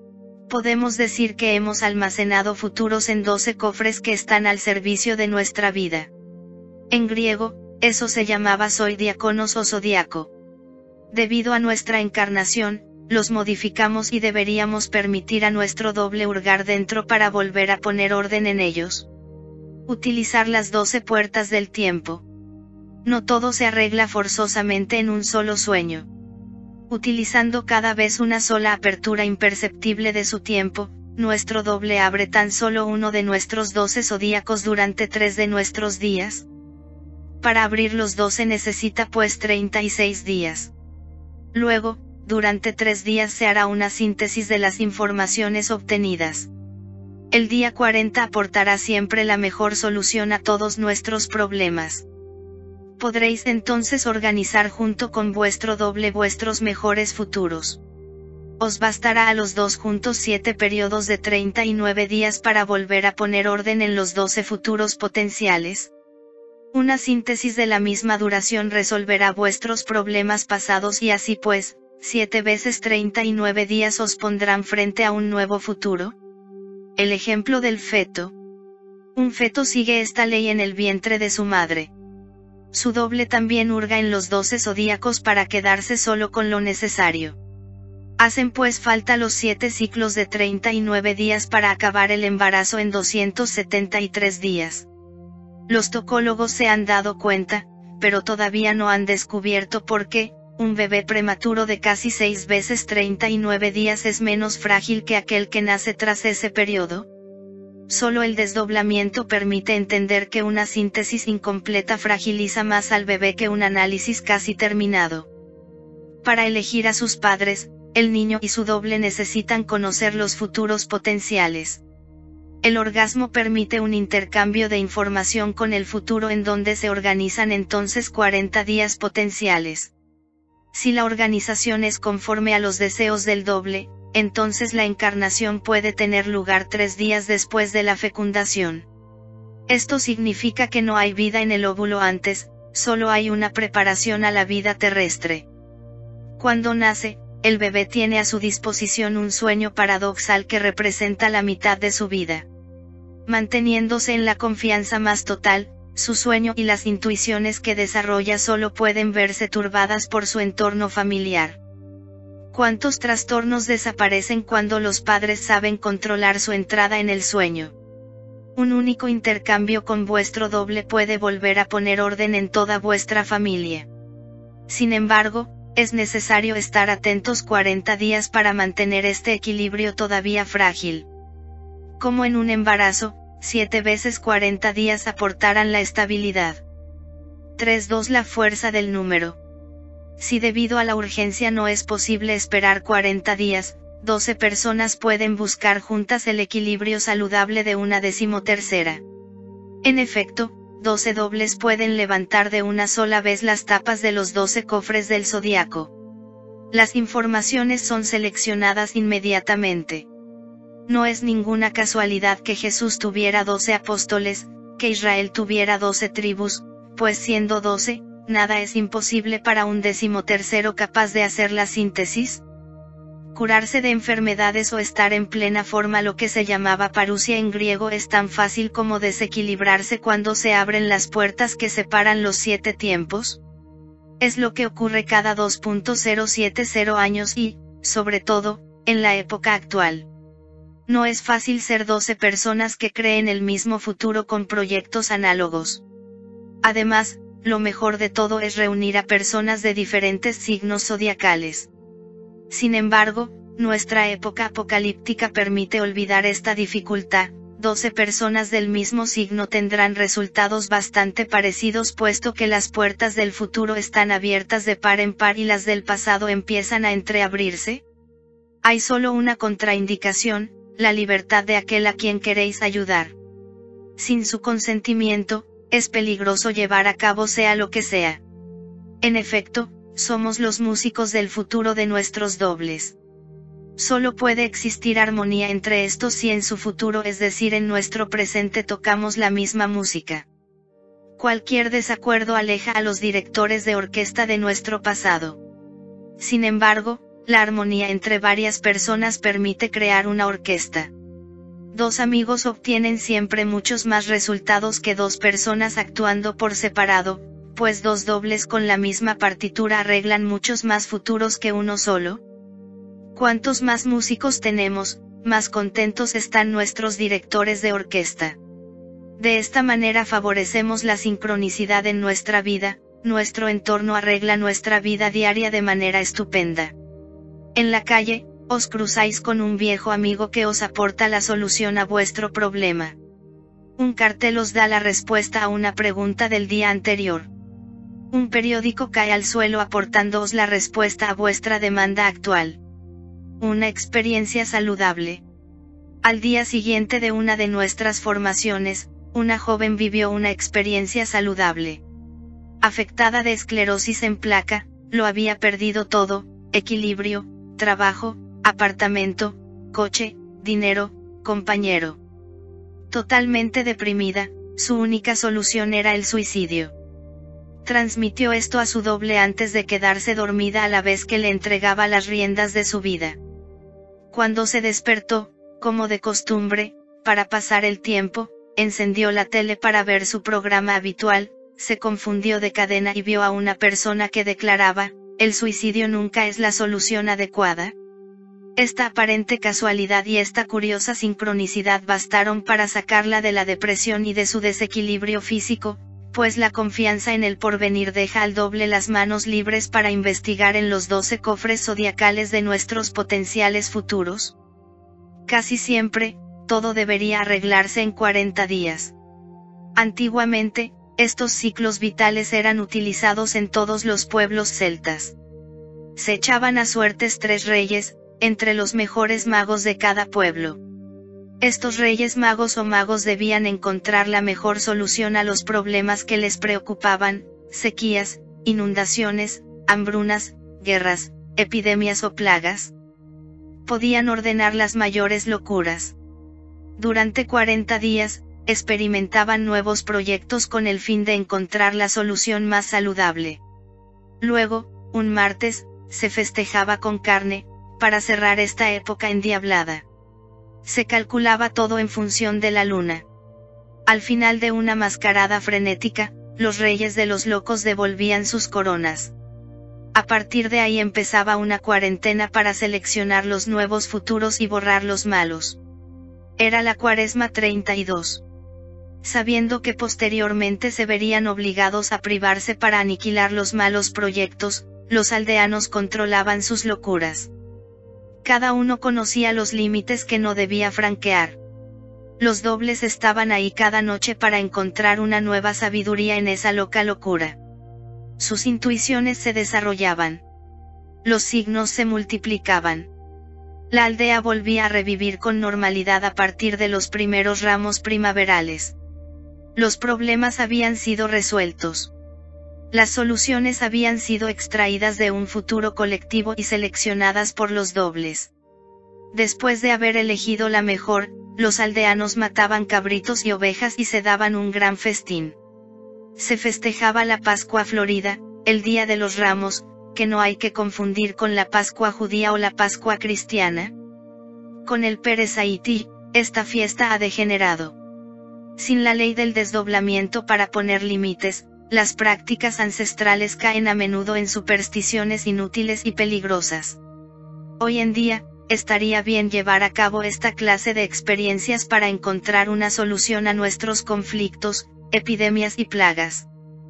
Podemos decir que hemos almacenado futuros en 12 cofres que están al servicio de nuestra vida. En griego, eso se llamaba zodiaconos o zodiaco. Debido a nuestra encarnación, los modificamos y deberíamos permitir a nuestro doble hurgar dentro para volver a poner orden en ellos. Utilizar las 12 puertas del tiempo. No todo se arregla forzosamente en un solo sueño. Utilizando cada vez una sola apertura imperceptible de su tiempo, nuestro doble abre tan solo uno de nuestros 12 zodíacos durante 3 de nuestros días. Para abrir los 12 necesita pues 36 días. Luego, durante 3 días se hará una síntesis de las informaciones obtenidas. El día 40 aportará siempre la mejor solución a todos nuestros problemas. Podréis entonces organizar junto con vuestro doble vuestros mejores futuros. Os bastará a los dos juntos 7 periodos de 39 días para volver a poner orden en los 12 futuros potenciales. Una síntesis de la misma duración resolverá vuestros problemas pasados y así pues, 7 veces 39 días os pondrán frente a un nuevo futuro. El ejemplo del feto. Un feto sigue esta ley en el vientre de su madre. Su doble también hurga en los 12 zodíacos para quedarse solo con lo necesario. Hacen pues falta los 7 ciclos de 39 días para acabar el embarazo en 273 días. Los tocólogos se han dado cuenta, pero todavía no han descubierto por qué, un bebé prematuro de casi 6 veces 39 días es menos frágil que aquel que nace tras ese periodo. Solo el desdoblamiento permite entender que una síntesis incompleta fragiliza más al bebé que un análisis casi terminado. Para elegir a sus padres, el niño y su doble necesitan conocer los futuros potenciales. El orgasmo permite un intercambio de información con el futuro en donde se organizan entonces 40 días potenciales. Si la organización es conforme a los deseos del doble, entonces la encarnación puede tener lugar 3 días después de la fecundación. Esto significa que no hay vida en el óvulo antes, solo hay una preparación a la vida terrestre. Cuando nace, el bebé tiene a su disposición un sueño paradoxal que representa la mitad de su vida. Manteniéndose en la confianza más total, su sueño y las intuiciones que desarrolla solo pueden verse turbadas por su entorno familiar. ¿Cuántos trastornos desaparecen cuando los padres saben controlar su entrada en el sueño? Un único intercambio con vuestro doble puede volver a poner orden en toda vuestra familia. Sin embargo, es necesario estar atentos 40 días para mantener este equilibrio todavía frágil. Como en un embarazo, 7 veces 40 días aportarán la estabilidad. 3-2 La fuerza del número. Si debido a la urgencia no es posible esperar 40 días, 12 personas pueden buscar juntas el equilibrio saludable de una 13ª. En efecto, 12 dobles pueden levantar de una sola vez las tapas de los 12 cofres del zodiaco. Las informaciones son seleccionadas inmediatamente. No es ninguna casualidad que Jesús tuviera 12 apóstoles, que Israel tuviera 12 tribus, pues siendo 12, nada es imposible para un 13º capaz de hacer la síntesis. Curarse de enfermedades o estar en plena forma, lo que se llamaba parusia en griego, es tan fácil como desequilibrarse cuando se abren las puertas que separan los 7 tiempos. Es lo que ocurre cada 2.070 años y, sobre todo, en la época actual. No es fácil ser 12 personas que creen el mismo futuro con proyectos análogos. Además, lo mejor de todo es reunir a personas de diferentes signos zodiacales. Sin embargo, nuestra época apocalíptica permite olvidar esta dificultad. 12 personas del mismo signo tendrán resultados bastante parecidos, puesto que las puertas del futuro están abiertas de par en par y las del pasado empiezan a entreabrirse. Hay solo una contraindicación: la libertad de aquel a quien queréis ayudar. Sin su consentimiento, es peligroso llevar a cabo sea lo que sea. En efecto, somos los músicos del futuro de nuestros dobles. Solo puede existir armonía entre estos si en su futuro, es decir, en nuestro presente, tocamos la misma música. Cualquier desacuerdo aleja a los directores de orquesta de nuestro pasado. Sin embargo, la armonía entre varias personas permite crear una orquesta. 2 amigos obtienen siempre muchos más resultados que 2 personas actuando por separado, pues dos dobles con la misma partitura arreglan muchos más futuros que uno solo. Cuantos más músicos tenemos, más contentos están nuestros directores de orquesta. De esta manera favorecemos la sincronicidad en nuestra vida, nuestro entorno arregla nuestra vida diaria de manera estupenda. En la calle, os cruzáis con un viejo amigo que os aporta la solución a vuestro problema. Un cartel os da la respuesta a una pregunta del día anterior. Un periódico cae al suelo aportándoos la respuesta a vuestra demanda actual. Una experiencia saludable. Al día siguiente de una de nuestras formaciones, una joven vivió una experiencia saludable. Afectada de esclerosis en placa, lo había perdido todo: equilibrio, trabajo, apartamento, coche, dinero, compañero. Totalmente deprimida, su única solución era el suicidio. Transmitió esto a su doble antes de quedarse dormida a la vez que le entregaba las riendas de su vida. Cuando se despertó, como de costumbre, para pasar el tiempo, encendió la tele para ver su programa habitual, se confundió de cadena y vio a una persona que declaraba: el suicidio nunca es la solución adecuada. Esta aparente casualidad y esta curiosa sincronicidad bastaron para sacarla de la depresión y de su desequilibrio físico, pues la confianza en el porvenir deja al doble las manos libres para investigar en los 12 cofres zodiacales de nuestros potenciales futuros. Casi siempre, todo debería arreglarse en 40 días. Antiguamente, estos ciclos vitales eran utilizados en todos los pueblos celtas. Se echaban a suertes 3 reyes, entre los mejores magos de cada pueblo. Estos reyes magos o magos debían encontrar la mejor solución a los problemas que les preocupaban: sequías, inundaciones, hambrunas, guerras, epidemias o plagas. Podían ordenar las mayores locuras. Durante 40 días, experimentaban nuevos proyectos con el fin de encontrar la solución más saludable. Luego, un martes, se festejaba con carne, para cerrar esta época endiablada. Se calculaba todo en función de la luna. Al final de una mascarada frenética, los reyes de los locos devolvían sus coronas. A partir de ahí empezaba una cuarentena para seleccionar los nuevos futuros y borrar los malos. Era la Cuaresma 32. Sabiendo que posteriormente se verían obligados a privarse para aniquilar los malos proyectos, los aldeanos controlaban sus locuras. Cada uno conocía los límites que no debía franquear. Los dobles estaban ahí cada noche para encontrar una nueva sabiduría en esa loca locura. Sus intuiciones se desarrollaban. Los signos se multiplicaban. La aldea volvía a revivir con normalidad a partir de los primeros ramos primaverales. Los problemas habían sido resueltos. Las soluciones habían sido extraídas de un futuro colectivo y seleccionadas por los dobles. Después de haber elegido la mejor, los aldeanos mataban cabritos y ovejas y se daban un gran festín. Se festejaba la Pascua Florida, el Día de los Ramos, que no hay que confundir con la Pascua judía o la Pascua cristiana. Con el Pérez Haití, esta fiesta ha degenerado. Sin la ley del desdoblamiento para poner límites, las prácticas ancestrales caen a menudo en supersticiones inútiles y peligrosas. Hoy en día, estaría bien llevar a cabo esta clase de experiencias para encontrar una solución a nuestros conflictos, epidemias y plagas.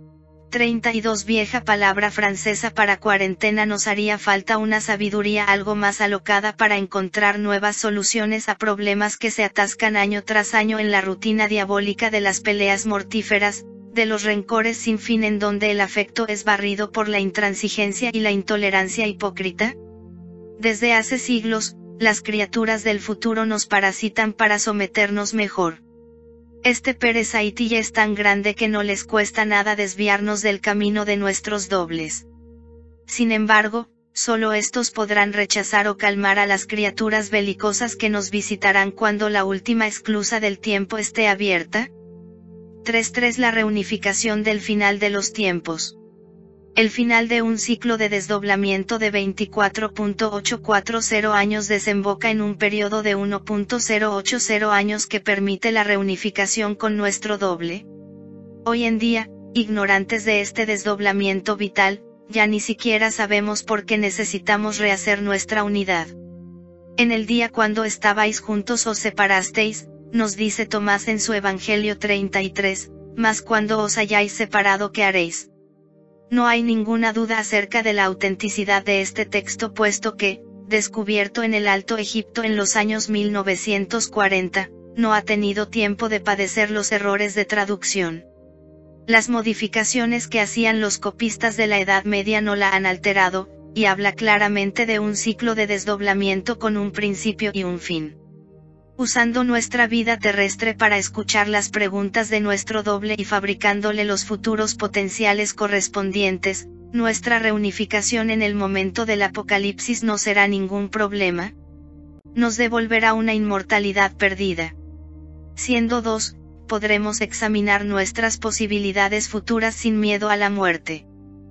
32 Vieja palabra francesa para cuarentena. Nos haría falta una sabiduría algo más alocada para encontrar nuevas soluciones a problemas que se atascan año tras año en la rutina diabólica de las peleas mortíferas, de los rencores sin fin en donde el afecto es barrido por la intransigencia y la intolerancia hipócrita. Desde hace siglos, las criaturas del futuro nos parasitan para someternos mejor. Este Pérez Haití es tan grande que no les cuesta nada desviarnos del camino de nuestros dobles. Sin embargo, solo estos podrán rechazar o calmar a las criaturas belicosas que nos visitarán cuando la última esclusa del tiempo esté abierta. 3.3 La reunificación del final de los tiempos. El final de un ciclo de desdoblamiento de 24.840 años desemboca en un periodo de 1.080 años que permite la reunificación con nuestro doble. Hoy en día, ignorantes de este desdoblamiento vital, ya ni siquiera sabemos por qué necesitamos rehacer nuestra unidad. En el día cuando estabais juntos os separasteis, nos dice Tomás en su Evangelio 33, mas cuando os hayáis separado, ¿qué haréis? No hay ninguna duda acerca de la autenticidad de este texto, puesto que, descubierto en el Alto Egipto en los años 1940, no ha tenido tiempo de padecer los errores de traducción. Las modificaciones que hacían los copistas de la Edad Media no la han alterado, y habla claramente de un ciclo de desdoblamiento con un principio y un fin. Usando nuestra vida terrestre para escuchar las preguntas de nuestro doble y fabricándole los futuros potenciales correspondientes, nuestra reunificación en el momento del apocalipsis no será ningún problema. Nos devolverá una inmortalidad perdida. Siendo dos, podremos examinar nuestras posibilidades futuras sin miedo a la muerte.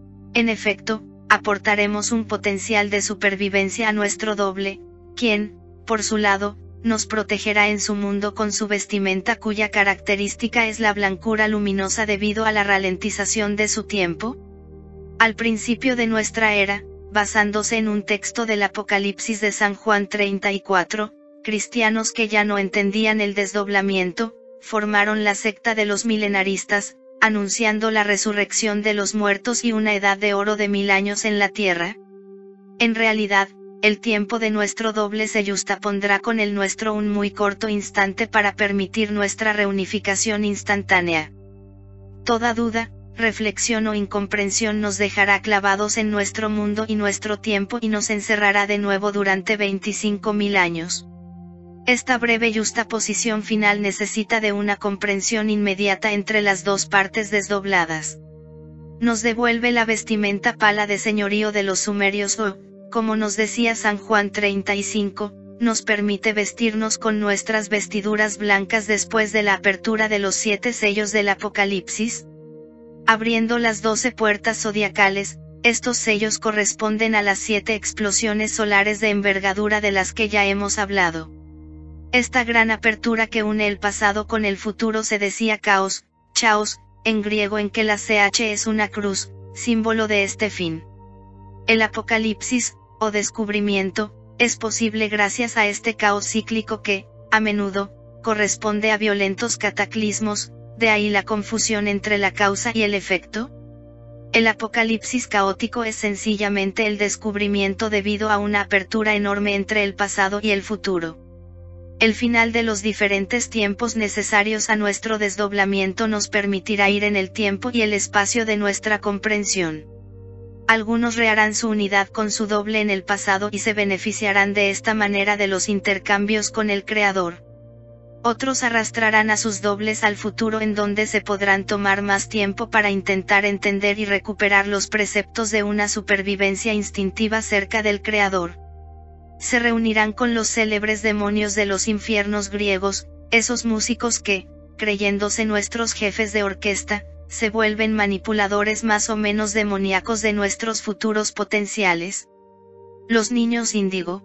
En efecto, aportaremos un potencial de supervivencia a nuestro doble, quien, por su lado, nos protegerá en su mundo con su vestimenta cuya característica es la blancura luminosa debido a la ralentización de su tiempo. Al principio de nuestra era, basándose en un texto del Apocalipsis de San Juan 34, cristianos que ya no entendían el desdoblamiento, formaron la secta de los milenaristas, anunciando la resurrección de los muertos y una edad de oro de 1000 años en la tierra. En realidad, el tiempo de nuestro doble se justapondrá con el nuestro un muy corto instante para permitir nuestra reunificación instantánea. Toda duda, reflexión o incomprensión nos dejará clavados en nuestro mundo y nuestro tiempo y nos encerrará de nuevo durante 25.000 años. Esta breve yuxtaposición final necesita de una comprensión inmediata entre las dos partes desdobladas. Nos devuelve la vestimenta pala de señorío de los sumerios o, como nos decía San Juan 35, nos permite vestirnos con nuestras vestiduras blancas después de la apertura de los 7 sellos del Apocalipsis. Abriendo las 12 puertas zodiacales, estos sellos corresponden a las 7 explosiones solares de envergadura de las que ya hemos hablado. Esta gran apertura que une el pasado con el futuro se decía caos, chaos, en griego, en que la ch es una cruz, símbolo de este fin. El apocalipsis, o descubrimiento, es posible gracias a este caos cíclico que, a menudo, corresponde a violentos cataclismos, de ahí la confusión entre la causa y el efecto. El apocalipsis caótico es sencillamente el descubrimiento debido a una apertura enorme entre el pasado y el futuro. El final de los diferentes tiempos necesarios a nuestro desdoblamiento nos permitirá ir en el tiempo y el espacio de nuestra comprensión. Algunos reharán su unidad con su doble en el pasado y se beneficiarán de esta manera de los intercambios con el Creador. Otros arrastrarán a sus dobles al futuro, en donde se podrán tomar más tiempo para intentar entender y recuperar los preceptos de una supervivencia instintiva cerca del Creador. Se reunirán con los célebres demonios de los infiernos griegos, esos músicos que, creyéndose nuestros jefes de orquesta, se vuelven manipuladores más o menos demoníacos de nuestros futuros potenciales. Los niños índigo.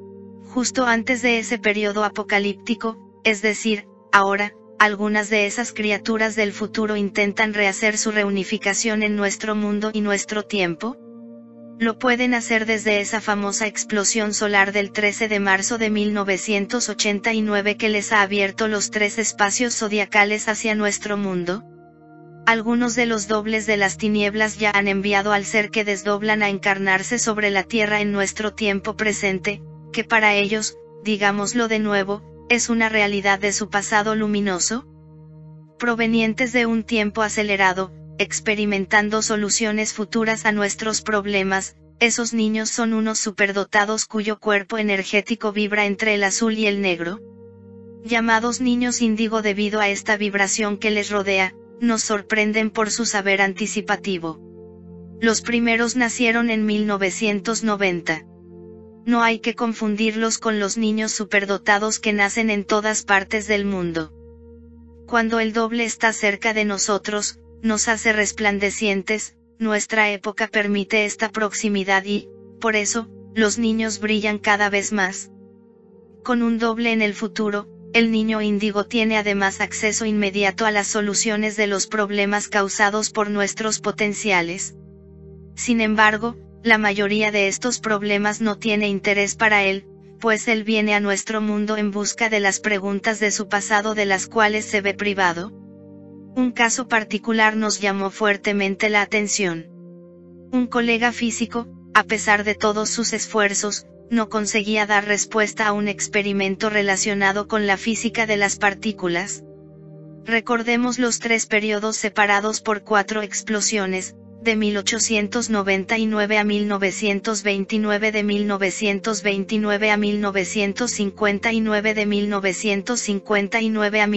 Justo antes de ese periodo apocalíptico, es decir, ahora, algunas de esas criaturas del futuro intentan rehacer su reunificación en nuestro mundo y nuestro tiempo. Lo pueden hacer desde esa famosa explosión solar del 13 de marzo de 1989 que les ha abierto los 3 espacios zodiacales hacia nuestro mundo. Algunos de los dobles de las tinieblas ya han enviado al ser que desdoblan a encarnarse sobre la tierra en nuestro tiempo presente, que para ellos, digámoslo de nuevo, es una realidad de su pasado luminoso. Provenientes de un tiempo acelerado, experimentando soluciones futuras a nuestros problemas, esos niños son unos superdotados cuyo cuerpo energético vibra entre el azul y el negro. Llamados niños índigo debido a esta vibración que les rodea, nos sorprenden por su saber anticipativo. Los primeros nacieron en 1990. No hay que confundirlos con los niños superdotados que nacen en todas partes del mundo. Cuando el doble está cerca de nosotros, nos hace resplandecientes, nuestra época permite esta proximidad y, por eso, los niños brillan cada vez más. Con un doble en el futuro, El niño índigo tiene además acceso inmediato a las soluciones de los problemas causados por nuestros potenciales. Sin embargo, la mayoría de estos problemas no tiene interés para él, pues él viene a nuestro mundo en busca de las preguntas de su pasado de las cuales se ve privado. Un caso particular nos llamó fuertemente la atención. Un colega físico, a pesar de todos sus esfuerzos, no conseguía dar respuesta a un experimento relacionado con la física de las partículas. Recordemos los 3 periodos separados por 4 explosiones, de 1899 a 1929, de 1929 a 1959, de 1959 a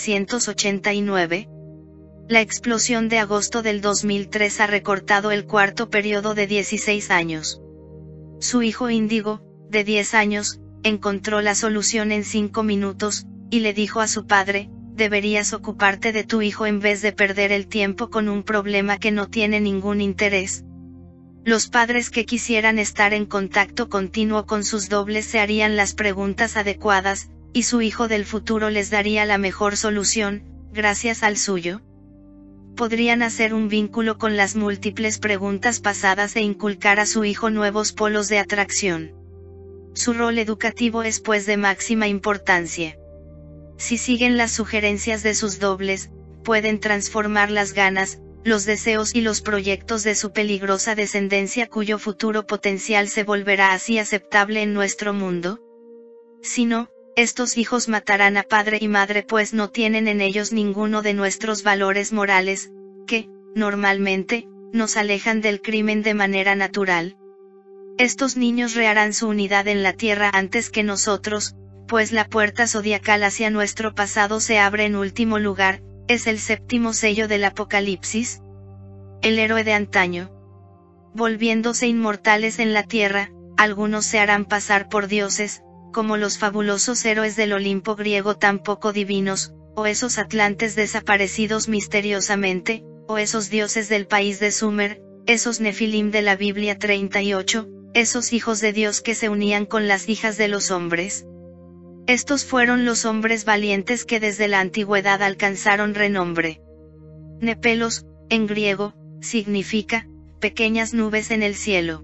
1989. La explosión de agosto del 2003 ha recortado el cuarto periodo de 16 años. Su hijo índigo, de 10 años, encontró la solución en 5 minutos, y le dijo a su padre: deberías ocuparte de tu hijo en vez de perder el tiempo con un problema que no tiene ningún interés. Los padres que quisieran estar en contacto continuo con sus dobles se harían las preguntas adecuadas, y su hijo del futuro les daría la mejor solución, gracias al suyo. Podrían hacer un vínculo con las múltiples preguntas pasadas e inculcar a su hijo nuevos polos de atracción. Su rol educativo es pues de máxima importancia. Si siguen las sugerencias de sus dobles, pueden transformar las ganas, los deseos y los proyectos de su peligrosa descendencia cuyo futuro potencial se volverá así aceptable en nuestro mundo. Si no, estos hijos matarán a padre y madre pues no tienen en ellos ninguno de nuestros valores morales, que, normalmente, nos alejan del crimen de manera natural. Estos niños reharán su unidad en la tierra antes que nosotros, pues la puerta zodiacal hacia nuestro pasado se abre en último lugar, es el 7º sello del Apocalipsis. El héroe de antaño. Volviéndose inmortales en la tierra, algunos se harán pasar por dioses, como los fabulosos héroes del Olimpo griego tan poco divinos, o esos atlantes desaparecidos misteriosamente, o esos dioses del país de Sumer, esos nefilim de la Biblia 38, esos hijos de Dios que se unían con las hijas de los hombres. Estos fueron los hombres valientes que desde la antigüedad alcanzaron renombre. Nepelos, en griego, significa pequeñas nubes en el cielo.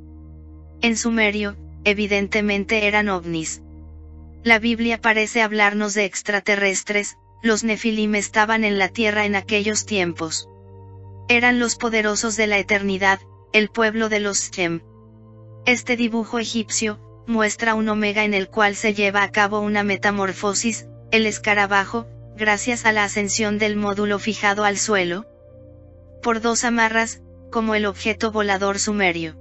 En sumerio, evidentemente eran ovnis. La Biblia parece hablarnos de extraterrestres. Los nefilim estaban en la tierra en aquellos tiempos. Eran los poderosos de la eternidad, el pueblo de los Shem. Este dibujo egipcio muestra un omega en el cual se lleva a cabo una metamorfosis, el escarabajo, gracias a la ascensión del módulo fijado al suelo por 2 amarras, como el objeto volador sumerio.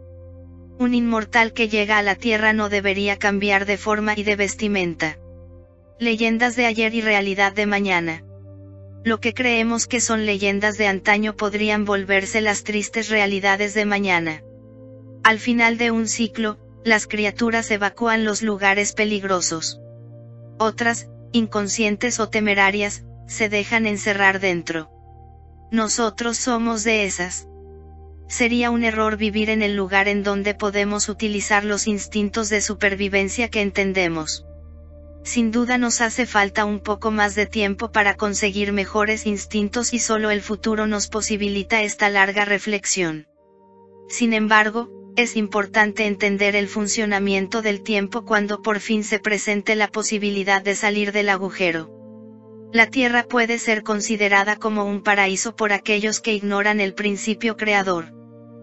Un inmortal que llega a la tierra no debería cambiar de forma y de vestimenta. Leyendas de ayer y realidad de mañana. Lo que creemos que son leyendas de antaño podrían volverse las tristes realidades de mañana. Al final de un ciclo, las criaturas evacúan los lugares peligrosos. Otras, inconscientes o temerarias, se dejan encerrar dentro. Nosotros somos de esas. Sería un error vivir en el lugar en donde podemos utilizar los instintos de supervivencia que entendemos. Sin duda nos hace falta un poco más de tiempo para conseguir mejores instintos y solo el futuro nos posibilita esta larga reflexión. Sin embargo, es importante entender el funcionamiento del tiempo cuando por fin se presente la posibilidad de salir del agujero. La Tierra puede ser considerada como un paraíso por aquellos que ignoran el principio creador.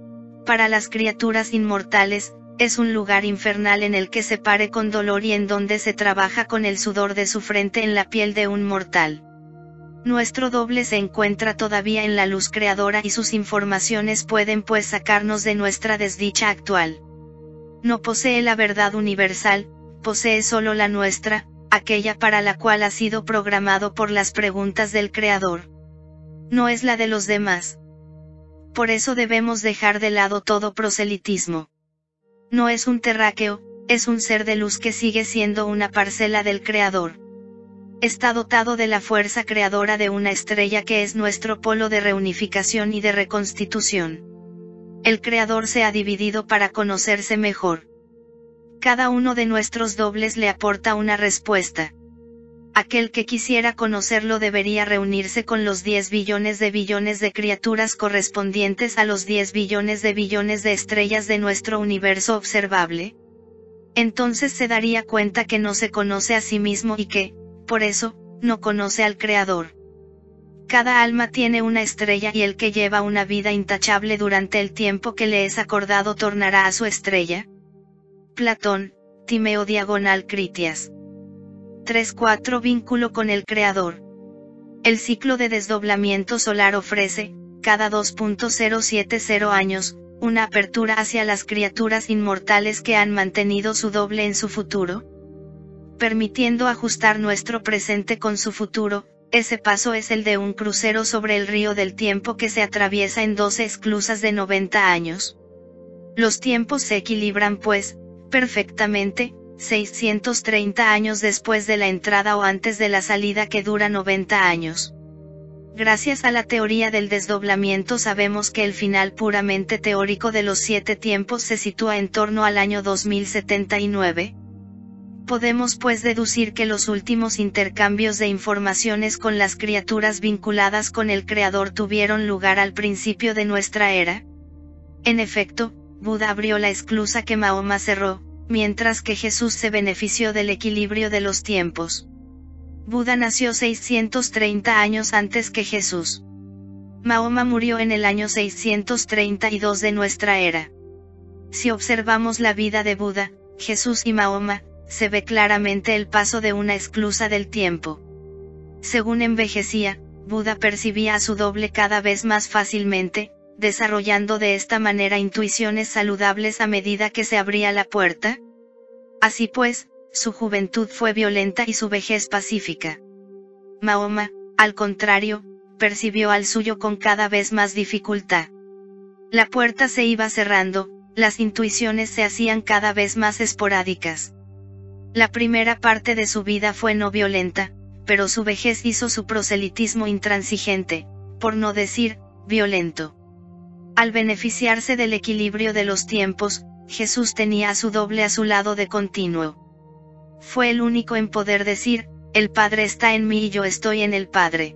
Para las criaturas inmortales, es un lugar infernal en el que se pare con dolor y en donde se trabaja con el sudor de su frente en la piel de un mortal. Nuestro doble se encuentra todavía en la luz creadora y sus informaciones pueden pues sacarnos de nuestra desdicha actual. No posee la verdad universal, posee solo la nuestra, aquella para la cual ha sido programado por las preguntas del Creador. No es la de los demás. Por eso debemos dejar de lado todo proselitismo. No es un terráqueo, es un ser de luz que sigue siendo una parcela del Creador. Está dotado de la fuerza creadora de una estrella que es nuestro polo de reunificación y de reconstitución. El Creador se ha dividido para conocerse mejor. Cada uno de nuestros dobles le aporta una respuesta. Aquel que quisiera conocerlo debería reunirse con los 10 billones de criaturas correspondientes a los 10 billones de estrellas de nuestro universo observable. Entonces se daría cuenta que no se conoce a sí mismo y que, por eso, no conoce al Creador. Cada alma tiene una estrella y el que lleva una vida intachable durante el tiempo que le es acordado tornará a su estrella. Platón, Timeo diagonal Critias. 3.4 Vínculo con el Creador. El ciclo de desdoblamiento solar ofrece, cada 2.070 años, una apertura hacia las criaturas inmortales que han mantenido su doble en su futuro, permitiendo ajustar nuestro presente con su futuro. Ese paso es el de un crucero sobre el río del tiempo que se atraviesa en 12 esclusas de 90 años. Los tiempos se equilibran pues, perfectamente, 630 años después de la entrada o antes de la salida que dura 90 años. Gracias a la teoría del desdoblamiento sabemos que el final puramente teórico de los 7 tiempos se sitúa en torno al año 2079. Podemos pues deducir que los últimos intercambios de informaciones con las criaturas vinculadas con el Creador tuvieron lugar al principio de nuestra era. En efecto, Buda abrió la esclusa que Mahoma cerró, mientras que Jesús se benefició del equilibrio de los tiempos. Buda nació 630 años antes que Jesús. Mahoma murió en el año 632 de nuestra era. Si observamos la vida de Buda, Jesús y Mahoma, se ve claramente el paso de una esclusa del tiempo. Según envejecía, Buda percibía a su doble cada vez más fácilmente, desarrollando de esta manera intuiciones saludables a medida que se abría la puerta. Así pues, su juventud fue violenta y su vejez pacífica. Mahoma, al contrario, percibió al suyo con cada vez más dificultad. La puerta se iba cerrando, las intuiciones se hacían cada vez más esporádicas. La primera parte de su vida fue no violenta, pero su vejez hizo su proselitismo intransigente, por no decir, violento. Al beneficiarse del equilibrio de los tiempos, Jesús tenía a su doble a su lado de continuo. Fue el único en poder decir, el Padre está en mí y yo estoy en el Padre.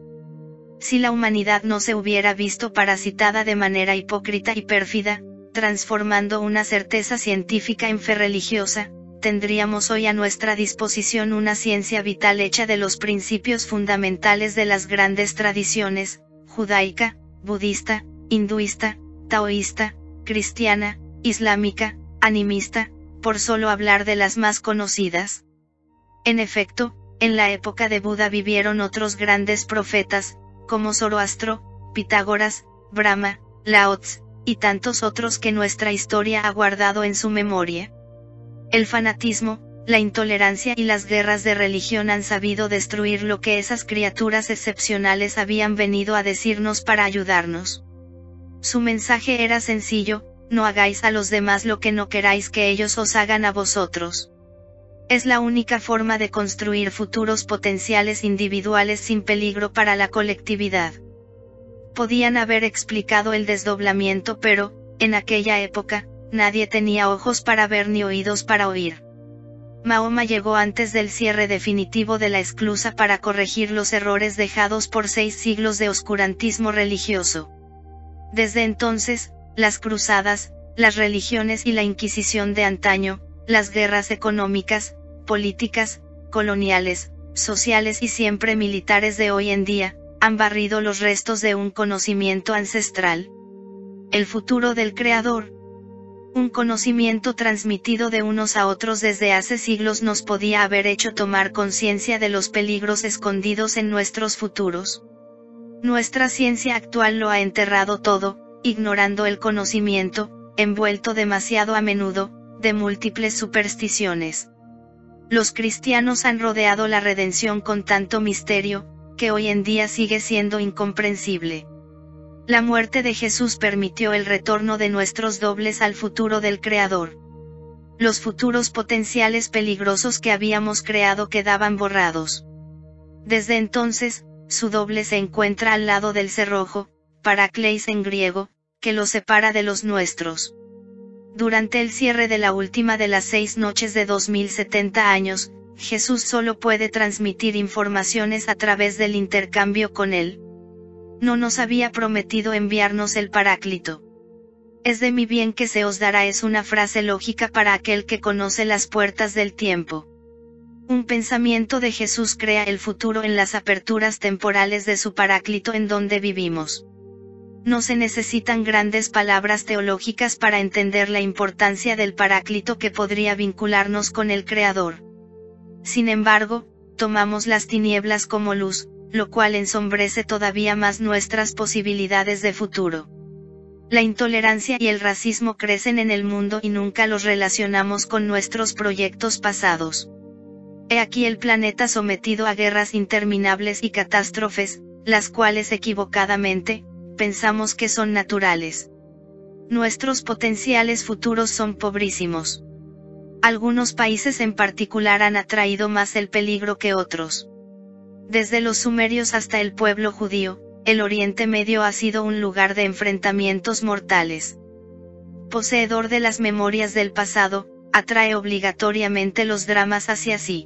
Si la humanidad no se hubiera visto parasitada de manera hipócrita y pérfida, transformando una certeza científica en fe religiosa, tendríamos hoy a nuestra disposición una ciencia vital hecha de los principios fundamentales de las grandes tradiciones, judaica, budista, hinduista, taoísta, cristiana, islámica, animista, por solo hablar de las más conocidas. En efecto, en la época de Buda vivieron otros grandes profetas, como Zoroastro, Pitágoras, Brahma, Lao Tzu, y tantos otros que nuestra historia ha guardado en su memoria. El fanatismo, la intolerancia y las guerras de religión han sabido destruir lo que esas criaturas excepcionales habían venido a decirnos para ayudarnos. Su mensaje era sencillo: no hagáis a los demás lo que no queráis que ellos os hagan a vosotros. Es la única forma de construir futuros potenciales individuales sin peligro para la colectividad. Podían haber explicado el desdoblamiento, pero, en aquella época, nadie tenía ojos para ver ni oídos para oír. Mahoma llegó antes del cierre definitivo de la esclusa para corregir los errores dejados por 6 siglos de oscurantismo religioso. Desde entonces, las cruzadas, las religiones y la Inquisición de antaño, las guerras económicas, políticas, coloniales, sociales y siempre militares de hoy en día, han barrido los restos de un conocimiento ancestral. El futuro del Creador. Un conocimiento transmitido de unos a otros desde hace siglos nos podía haber hecho tomar conciencia de los peligros escondidos en nuestros futuros. Nuestra ciencia actual lo ha enterrado todo, ignorando el conocimiento, envuelto demasiado a menudo, de múltiples supersticiones. Los cristianos han rodeado la redención con tanto misterio, que hoy en día sigue siendo incomprensible. La muerte de Jesús permitió el retorno de nuestros dobles al futuro del Creador. Los futuros potenciales peligrosos que habíamos creado quedaban borrados. Desde entonces, su doble se encuentra al lado del cerrojo, parakleis en griego, que lo separa de los nuestros. Durante el cierre de la última de las 6 noches de 2070 años, Jesús solo puede transmitir informaciones a través del intercambio con Él. No nos había prometido enviarnos el Paráclito. Es de mi bien que se os dará es una frase lógica para aquel que conoce las puertas del tiempo. Un pensamiento de Jesús crea el futuro en las aperturas temporales de su Paráclito en donde vivimos. No se necesitan grandes palabras teológicas para entender la importancia del Paráclito que podría vincularnos con el Creador. Sin embargo, tomamos las tinieblas como luz, lo cual ensombrece todavía más nuestras posibilidades de futuro. La intolerancia y el racismo crecen en el mundo y nunca los relacionamos con nuestros proyectos pasados. He aquí el planeta sometido a guerras interminables y catástrofes, las cuales equivocadamente, pensamos que son naturales. Nuestros potenciales futuros son pobrísimos. Algunos países en particular han atraído más el peligro que otros. Desde los sumerios hasta el pueblo judío, el Oriente Medio ha sido un lugar de enfrentamientos mortales. Poseedor de las memorias del pasado, atrae obligatoriamente los dramas hacia sí.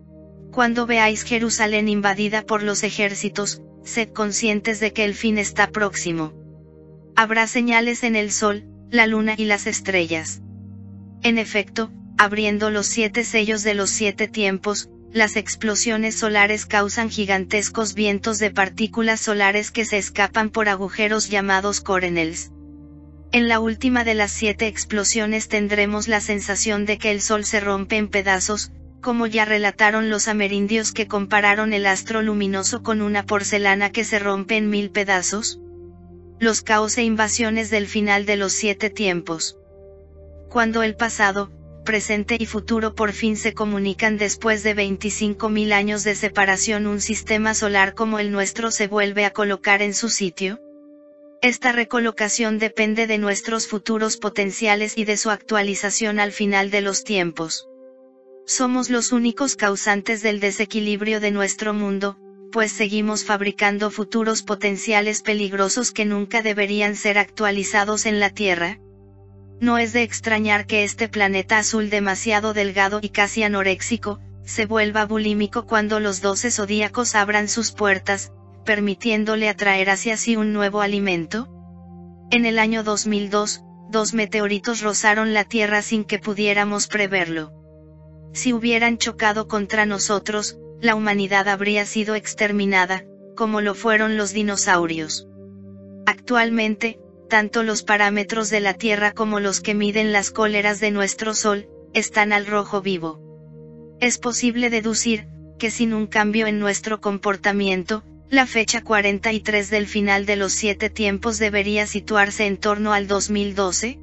Cuando veáis Jerusalén invadida por los ejércitos, sed conscientes de que el fin está próximo. Habrá señales en el sol, la luna y las estrellas. En efecto, abriendo los 7 sellos de los 7 tiempos, las explosiones solares causan gigantescos vientos de partículas solares que se escapan por agujeros llamados coronels. En la última de las 7 explosiones tendremos la sensación de que el sol se rompe en pedazos, como ya relataron los amerindios que compararon el astro luminoso con una porcelana que se rompe en 1000 pedazos. Los caos e invasiones del final de los 7 tiempos. Cuando el pasado, presente y futuro por fin se comunican después de 25.000 años de separación, un sistema solar como el nuestro se vuelve a colocar en su sitio. Esta recolocación depende de nuestros futuros potenciales y de su actualización al final de los tiempos. Somos los únicos causantes del desequilibrio de nuestro mundo, pues seguimos fabricando futuros potenciales peligrosos que nunca deberían ser actualizados en la Tierra. No es de extrañar que este planeta azul demasiado delgado y casi anoréxico, se vuelva bulímico cuando los 12 zodíacos abran sus puertas, permitiéndole atraer hacia sí un nuevo alimento. En el año 2002, 2 meteoritos rozaron la Tierra sin que pudiéramos preverlo. Si hubieran chocado contra nosotros, la humanidad habría sido exterminada, como lo fueron los dinosaurios. Actualmente, tanto los parámetros de la Tierra como los que miden las cóleras de nuestro Sol, están al rojo vivo. Es posible deducir, que sin un cambio en nuestro comportamiento, la fecha 43 del final de los 7 tiempos debería situarse en torno al 2012.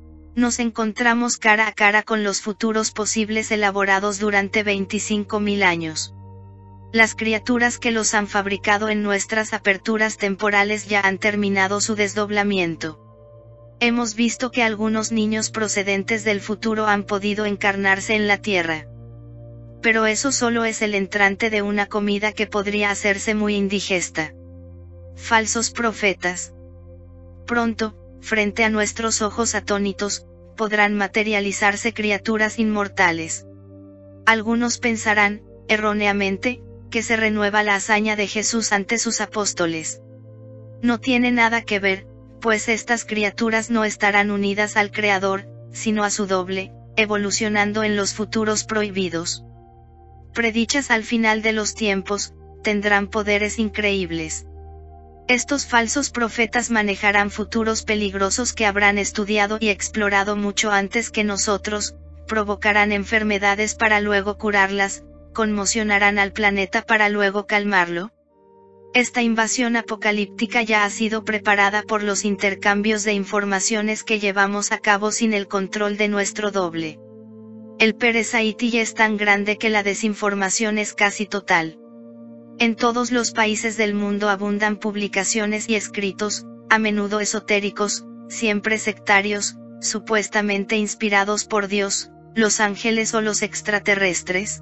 Nos encontramos cara a cara con los futuros posibles elaborados durante 25.000 años. Las criaturas que los han fabricado en nuestras aperturas temporales ya han terminado su desdoblamiento. Hemos visto que algunos niños procedentes del futuro han podido encarnarse en la Tierra. Pero eso solo es el entrante de una comida que podría hacerse muy indigesta. Falsos profetas. Pronto, frente a nuestros ojos atónitos, podrán materializarse criaturas inmortales. Algunos pensarán, erróneamente, que se renueva la hazaña de Jesús ante sus apóstoles. No tiene nada que ver, pues estas criaturas no estarán unidas al Creador, sino a su doble, evolucionando en los futuros prohibidos. Predichas al final de los tiempos, tendrán poderes increíbles. Estos falsos profetas manejarán futuros peligrosos que habrán estudiado y explorado mucho antes que nosotros, provocarán enfermedades para luego curarlas, conmocionarán al planeta para luego calmarlo. Esta invasión apocalíptica ya ha sido preparada por los intercambios de informaciones que llevamos a cabo sin el control de nuestro doble. El perezaiti es tan grande que la desinformación es casi total. En todos los países del mundo abundan publicaciones y escritos, a menudo esotéricos, siempre sectarios, supuestamente inspirados por Dios, los ángeles o los extraterrestres.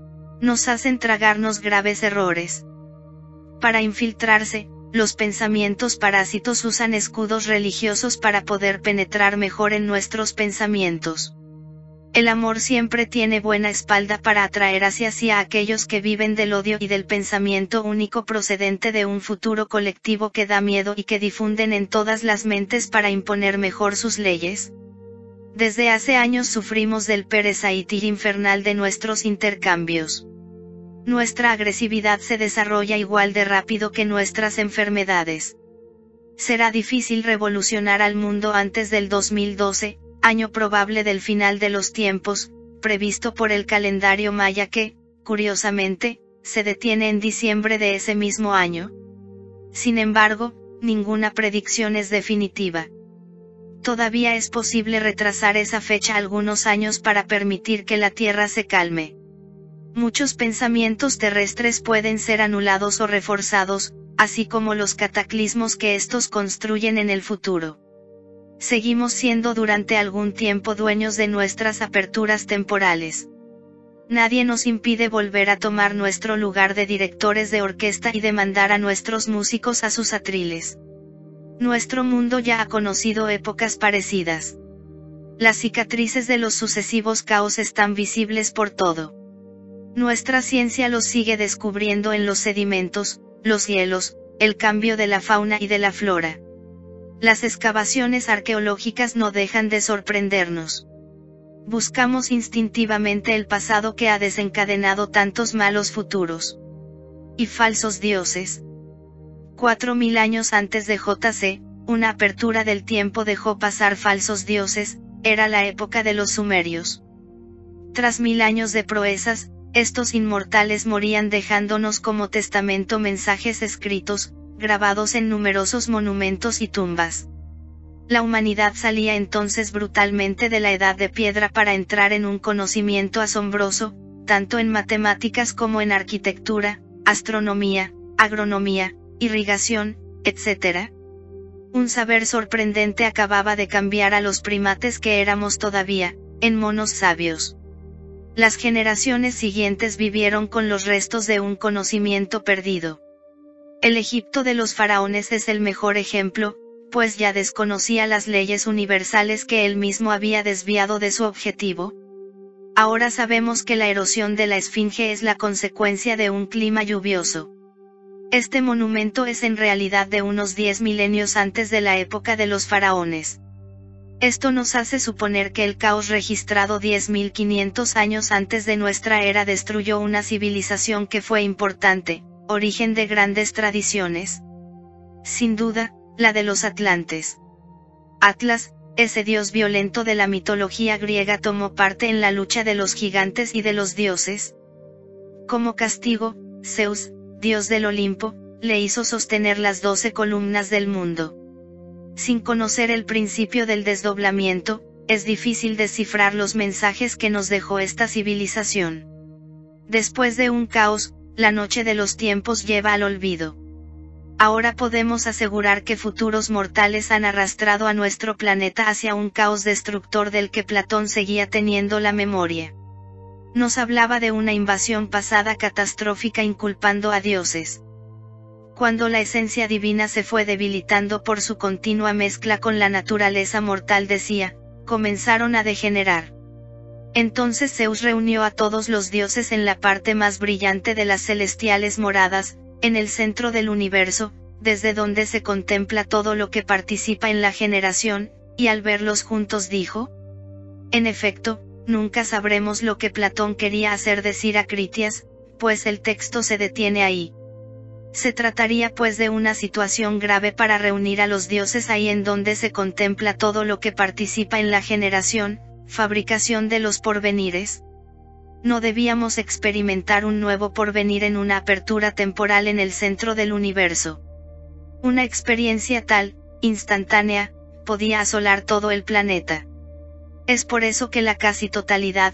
Nos hacen tragarnos graves errores. Para infiltrarse, los pensamientos parásitos usan escudos religiosos para poder penetrar mejor en nuestros pensamientos. El amor siempre tiene buena espalda para atraer hacia sí a aquellos que viven del odio y del pensamiento único procedente de un futuro colectivo que da miedo y que difunden en todas las mentes para imponer mejor sus leyes. Desde hace años sufrimos del parasitismo infernal de nuestros intercambios. Nuestra agresividad se desarrolla igual de rápido que nuestras enfermedades. Será difícil revolucionar al mundo antes del 2012, año probable del final de los tiempos, previsto por el calendario maya que, curiosamente, se detiene en diciembre de ese mismo año. Sin embargo, ninguna predicción es definitiva. Todavía es posible retrasar esa fecha algunos años para permitir que la Tierra se calme. Muchos pensamientos terrestres pueden ser anulados o reforzados, así como los cataclismos que estos construyen en el futuro. Seguimos siendo durante algún tiempo dueños de nuestras aperturas temporales. Nadie nos impide volver a tomar nuestro lugar de directores de orquesta y de mandar a nuestros músicos a sus atriles. Nuestro mundo ya ha conocido épocas parecidas. Las cicatrices de los sucesivos caos están visibles por todo. Nuestra ciencia los sigue descubriendo en los sedimentos, los hielos, el cambio de la fauna y de la flora. Las excavaciones arqueológicas no dejan de sorprendernos. Buscamos instintivamente el pasado que ha desencadenado tantos malos futuros. Y falsos dioses. 4000 años antes de J.C., una apertura del tiempo dejó pasar falsos dioses, era la época de los sumerios. Tras 1000 años de proezas, estos inmortales morían dejándonos como testamento mensajes escritos, grabados en numerosos monumentos y tumbas. La humanidad salía entonces brutalmente de la edad de piedra para entrar en un conocimiento asombroso, tanto en matemáticas como en arquitectura, astronomía, agronomía, irrigación, etc. Un saber sorprendente acababa de cambiar a los primates que éramos todavía, en monos sabios. Las generaciones siguientes vivieron con los restos de un conocimiento perdido. El Egipto de los faraones es el mejor ejemplo, pues ya desconocía las leyes universales que él mismo había desviado de su objetivo. Ahora sabemos que la erosión de la Esfinge es la consecuencia de un clima lluvioso. Este monumento es en realidad de unos 10 milenios antes de la época de los faraones. Esto nos hace suponer que el caos registrado 10.500 años antes de nuestra era destruyó una civilización que fue importante, origen de grandes tradiciones. Sin duda, la de los atlantes. Atlas, ese dios violento de la mitología griega, tomó parte en la lucha de los gigantes y de los dioses. Como castigo, Zeus, dios del Olimpo, le hizo sostener las 12 columnas del mundo. Sin conocer el principio del desdoblamiento, es difícil descifrar los mensajes que nos dejó esta civilización. Después de un caos, la noche de los tiempos lleva al olvido. Ahora podemos asegurar que futuros mortales han arrastrado a nuestro planeta hacia un caos destructor del que Platón seguía teniendo la memoria. Nos hablaba de una invasión pasada catastrófica inculpando a dioses. Cuando la esencia divina se fue debilitando por su continua mezcla con la naturaleza mortal, decía, comenzaron a degenerar. Entonces Zeus reunió a todos los dioses en la parte más brillante de las celestiales moradas, en el centro del universo, desde donde se contempla todo lo que participa en la generación, y al verlos juntos dijo: en efecto, nunca sabremos lo que Platón quería hacer decir a Critias, pues el texto se detiene ahí. Se trataría pues de una situación grave para reunir a los dioses ahí en donde se contempla todo lo que participa en la generación, fabricación de los porvenires. No debíamos experimentar un nuevo porvenir en una apertura temporal en el centro del universo. Una experiencia tal, instantánea, podía asolar todo el planeta. Es por eso que la casi totalidad,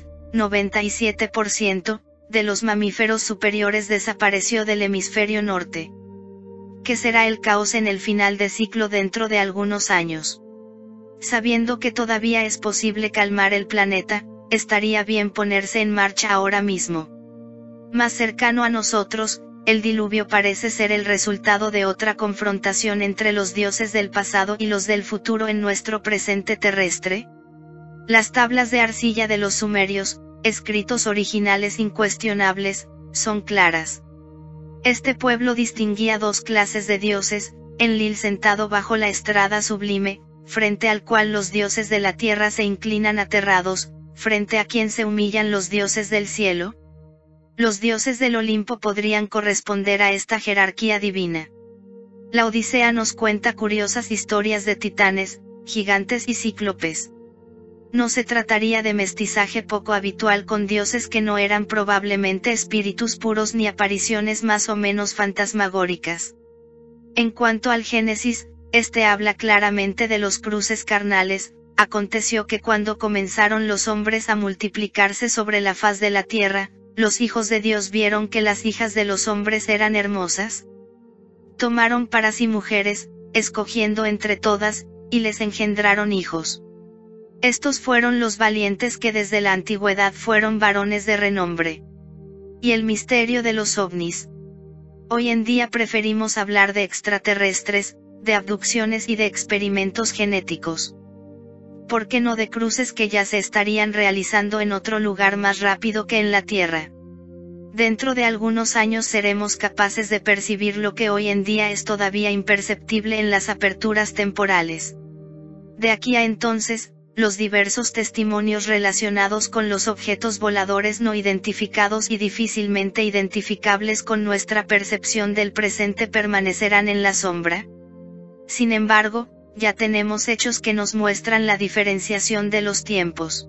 97%, de los mamíferos superiores desapareció del hemisferio norte. ¿Qué será el caos en el final de ciclo dentro de algunos años? Sabiendo que todavía es posible calmar el planeta, estaría bien ponerse en marcha ahora mismo. Más cercano a nosotros, el diluvio parece ser el resultado de otra confrontación entre los dioses del pasado y los del futuro en nuestro presente terrestre. Las tablas de arcilla de los sumerios, escritos originales incuestionables, son claras. Este pueblo distinguía dos clases de dioses: Enlil sentado bajo la estrada sublime, frente al cual los dioses de la tierra se inclinan aterrados, frente a quien se humillan los dioses del cielo. Los dioses del Olimpo podrían corresponder a esta jerarquía divina. La Odisea nos cuenta curiosas historias de titanes, gigantes y cíclopes. No se trataría de mestizaje poco habitual con dioses que no eran probablemente espíritus puros ni apariciones más o menos fantasmagóricas. En cuanto al Génesis, este habla claramente de los cruces carnales. Aconteció que cuando comenzaron los hombres a multiplicarse sobre la faz de la tierra, los hijos de Dios vieron que las hijas de los hombres eran hermosas. Tomaron para sí mujeres, escogiendo entre todas, y les engendraron hijos. Estos fueron los valientes que desde la antigüedad fueron varones de renombre. Y el misterio de los ovnis. Hoy en día preferimos hablar de extraterrestres, de abducciones y de experimentos genéticos. ¿Por qué no de cruces que ya se estarían realizando en otro lugar más rápido que en la Tierra? Dentro de algunos años seremos capaces de percibir lo que hoy en día es todavía imperceptible en las aperturas temporales. De aquí a entonces, los diversos testimonios relacionados con los objetos voladores no identificados y difícilmente identificables con nuestra percepción del presente permanecerán en la sombra. Sin embargo, ya tenemos hechos que nos muestran la diferenciación de los tiempos.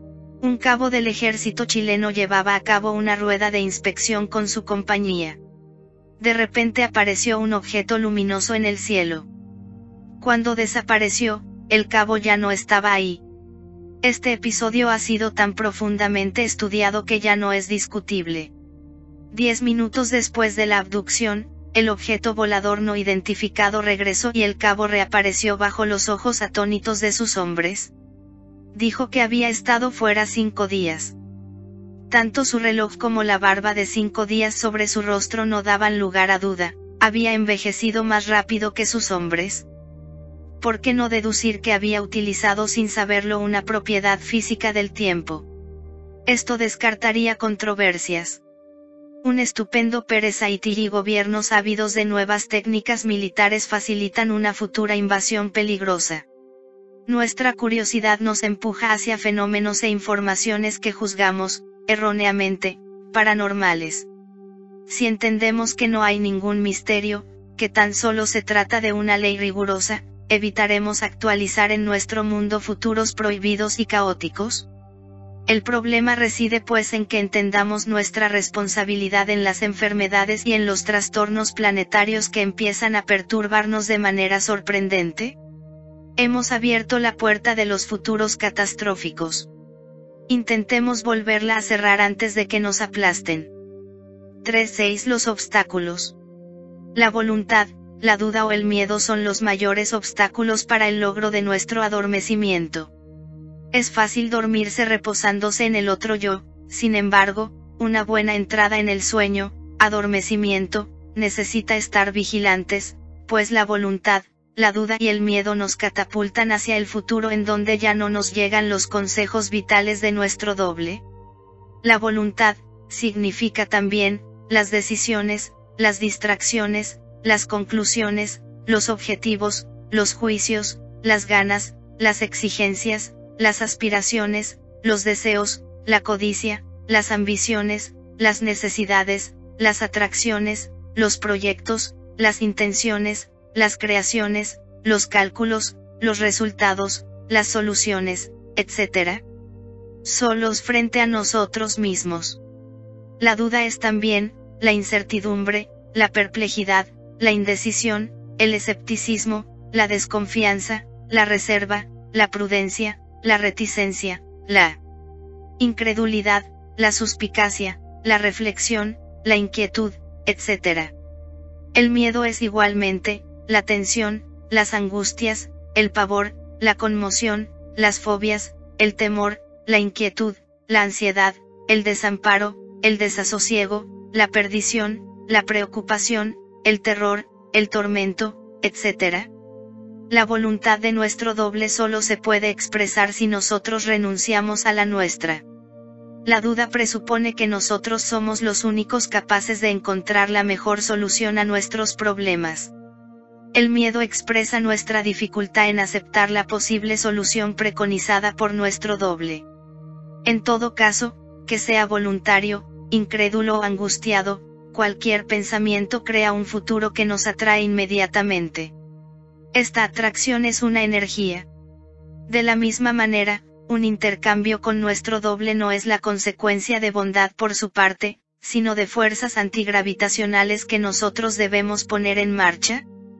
Un cabo del ejército chileno llevaba a cabo una rueda de inspección con su compañía. De repente apareció un objeto luminoso en el cielo. Cuando desapareció, el cabo ya no estaba ahí. Este episodio ha sido tan profundamente estudiado que ya no es discutible. 10 minutos después de la abducción, el objeto volador no identificado regresó y el cabo reapareció bajo los ojos atónitos de sus hombres. Dijo que había estado fuera 5 días. Tanto su reloj como la barba de 5 días sobre su rostro no daban lugar a duda, había envejecido más rápido que sus hombres. ¿Por qué no deducir que había utilizado sin saberlo una propiedad física del tiempo? Esto descartaría controversias. Un estupendo perezaítir y gobiernos ávidos de nuevas técnicas militares facilitan una futura invasión peligrosa. Nuestra curiosidad nos empuja hacia fenómenos e informaciones que juzgamos, erróneamente, paranormales. Si entendemos que no hay ningún misterio, que tan solo se trata de una ley rigurosa, evitaremos actualizar en nuestro mundo futuros prohibidos y caóticos. El problema reside pues en que entendamos nuestra responsabilidad en las enfermedades y en los trastornos planetarios que empiezan a perturbarnos de manera sorprendente. Hemos abierto la puerta de los futuros catastróficos. Intentemos volverla a cerrar antes de que nos aplasten. 3.6 Los obstáculos. La voluntad, la duda o el miedo son los mayores obstáculos para el logro de nuestro adormecimiento. Es fácil dormirse reposándose en el otro yo, sin embargo, una buena entrada en el sueño, adormecimiento, necesita estar vigilantes, pues la voluntad, la duda y el miedo nos catapultan hacia el futuro en donde ya no nos llegan los consejos vitales de nuestro doble. La voluntad, significa también, las decisiones, las distracciones, las conclusiones, los objetivos, los juicios, las ganas, las exigencias, las aspiraciones, los deseos, la codicia, las ambiciones, las necesidades, las atracciones, los proyectos, las intenciones, las creaciones, los cálculos, los resultados, las soluciones, etc. Solos frente a nosotros mismos. La duda es también, la incertidumbre, la perplejidad, la indecisión, el escepticismo, la desconfianza, la reserva, la prudencia, la reticencia, la incredulidad, la suspicacia, la reflexión, la inquietud, etc. El miedo es igualmente, la tensión, las angustias, el pavor, la conmoción, las fobias, el temor, la inquietud, la ansiedad, el desamparo, el desasosiego, la perdición, la preocupación, el terror, el tormento, etc. La voluntad de nuestro doble solo se puede expresar si nosotros renunciamos a la nuestra. La duda presupone que nosotros somos los únicos capaces de encontrar la mejor solución a nuestros problemas. El miedo expresa nuestra dificultad en aceptar la posible solución preconizada por nuestro doble. En todo caso, que sea voluntario, incrédulo o angustiado, cualquier pensamiento crea un futuro que nos atrae inmediatamente. Esta atracción es una energía. De la misma manera, un intercambio con nuestro doble no es la consecuencia de bondad por su parte, sino de fuerzas antigravitacionales que nosotros debemos poner en marcha.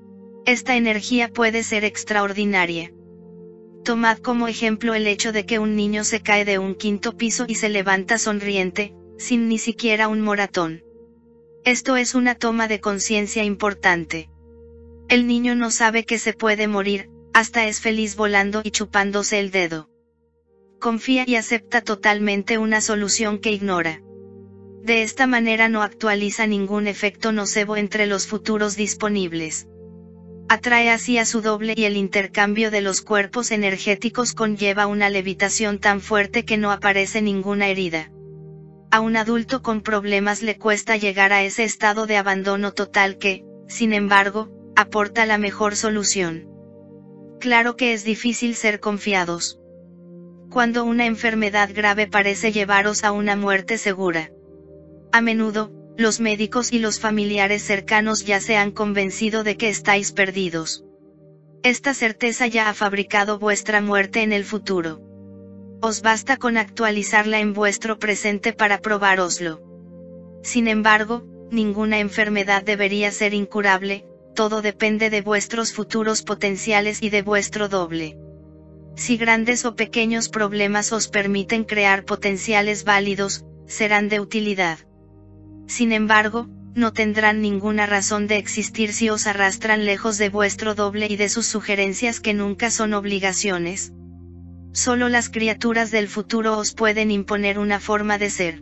Esta energía puede ser extraordinaria. Tomad como ejemplo el hecho de que un niño se cae de un 5º piso y se levanta sonriente, sin ni siquiera un moratón. Esto es una toma de conciencia importante. El niño no sabe que se puede morir, hasta es feliz volando y chupándose el dedo. Confía y acepta totalmente una solución que ignora. De esta manera no actualiza ningún efecto nocebo entre los futuros disponibles. Atrae así a su doble y el intercambio de los cuerpos energéticos conlleva una levitación tan fuerte que no aparece ninguna herida. A un adulto con problemas le cuesta llegar a ese estado de abandono total que, sin embargo, aporta la mejor solución. Claro que es difícil ser confiados. Cuando una enfermedad grave parece llevaros a una muerte segura. A menudo, los médicos y los familiares cercanos ya se han convencido de que estáis perdidos. Esta certeza ya ha fabricado vuestra muerte en el futuro. Os basta con actualizarla en vuestro presente para probároslo. Sin embargo, ninguna enfermedad debería ser incurable. Todo depende de vuestros futuros potenciales y de vuestro doble. Si grandes o pequeños problemas os permiten crear potenciales válidos, serán de utilidad. Sin embargo, no tendrán ninguna razón de existir si os arrastran lejos de vuestro doble y de sus sugerencias que nunca son obligaciones. Solo las criaturas del futuro os pueden imponer una forma de ser.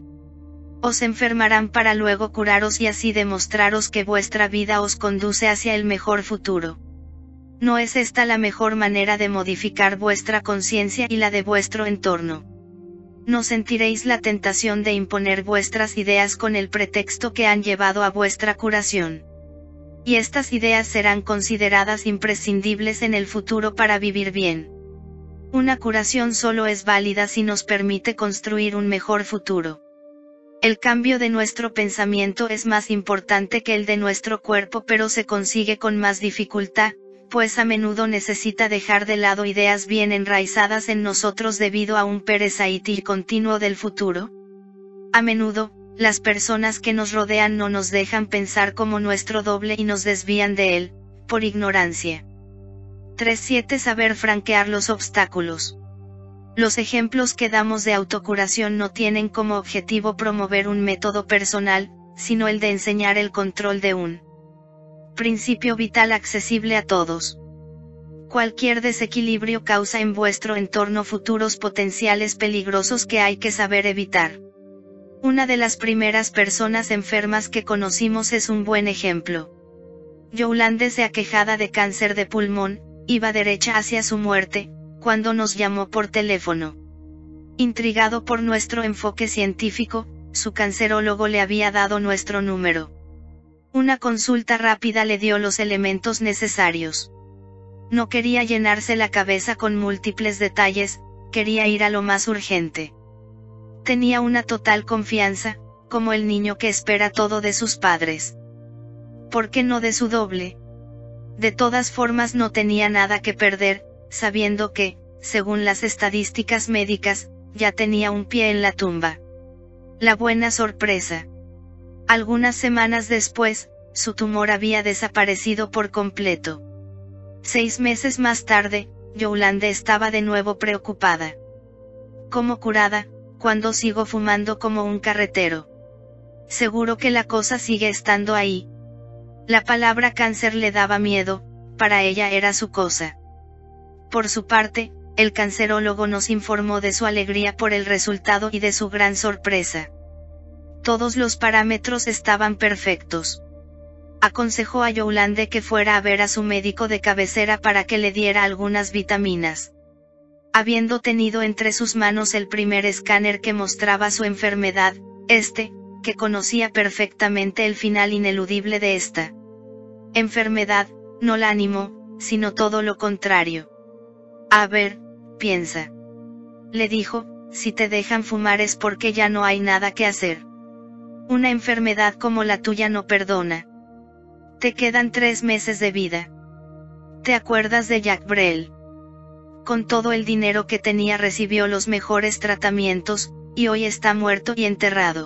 Os enfermarán para luego curaros y así demostraros que vuestra vida os conduce hacia el mejor futuro. ¿No es esta la mejor manera de modificar vuestra conciencia y la de vuestro entorno? No sentiréis la tentación de imponer vuestras ideas con el pretexto que han llevado a vuestra curación. Y estas ideas serán consideradas imprescindibles en el futuro para vivir bien. Una curación solo es válida si nos permite construir un mejor futuro. El cambio de nuestro pensamiento es más importante que el de nuestro cuerpo, pero se consigue con más dificultad, pues a menudo necesita dejar de lado ideas bien enraizadas en nosotros debido a un perezaíti continuo del futuro. A menudo, las personas que nos rodean no nos dejan pensar como nuestro doble y nos desvían de él, por ignorancia. 3.7 Saber franquear los obstáculos. Los ejemplos que damos de autocuración no tienen como objetivo promover un método personal, sino el de enseñar el control de un principio vital accesible a todos. Cualquier desequilibrio causa en vuestro entorno futuros potenciales peligrosos que hay que saber evitar. Una de las primeras personas enfermas que conocimos es un buen ejemplo. Yolande, se aquejada de cáncer de pulmón, iba derecha hacia su muerte, cuando nos llamó por teléfono. Intrigado por nuestro enfoque científico, su cancerólogo le había dado nuestro número. Una consulta rápida le dio los elementos necesarios. No quería llenarse la cabeza con múltiples detalles, quería ir a lo más urgente. Tenía una total confianza, como el niño que espera todo de sus padres. ¿Por qué no de su doble? De todas formas no tenía nada que perder, sabiendo que, según las estadísticas médicas, ya tenía un pie en la tumba. La buena sorpresa. Algunas semanas después, su tumor había desaparecido por completo. 6 meses más tarde, Yolande estaba de nuevo preocupada. ¿Cómo curada, cuando sigo fumando como un carretero? Seguro que la cosa sigue estando ahí. La palabra cáncer le daba miedo, para ella era su cosa. Por su parte, el cancerólogo nos informó de su alegría por el resultado y de su gran sorpresa. Todos los parámetros estaban perfectos. aconsejó a Yolande que fuera a ver a su médico de cabecera para que le diera algunas vitaminas. Habiendo tenido entre sus manos el primer escáner que mostraba su enfermedad, que conocía perfectamente el final ineludible de esta enfermedad, no la animó, sino todo lo contrario. A ver, piensa. Le dijo, si te dejan fumar es porque ya no hay nada que hacer. Una enfermedad como la tuya no perdona. Te quedan 3 meses de vida. ¿Te acuerdas de Jacques Brel? Con todo el dinero que tenía recibió los mejores tratamientos, y hoy está muerto y enterrado.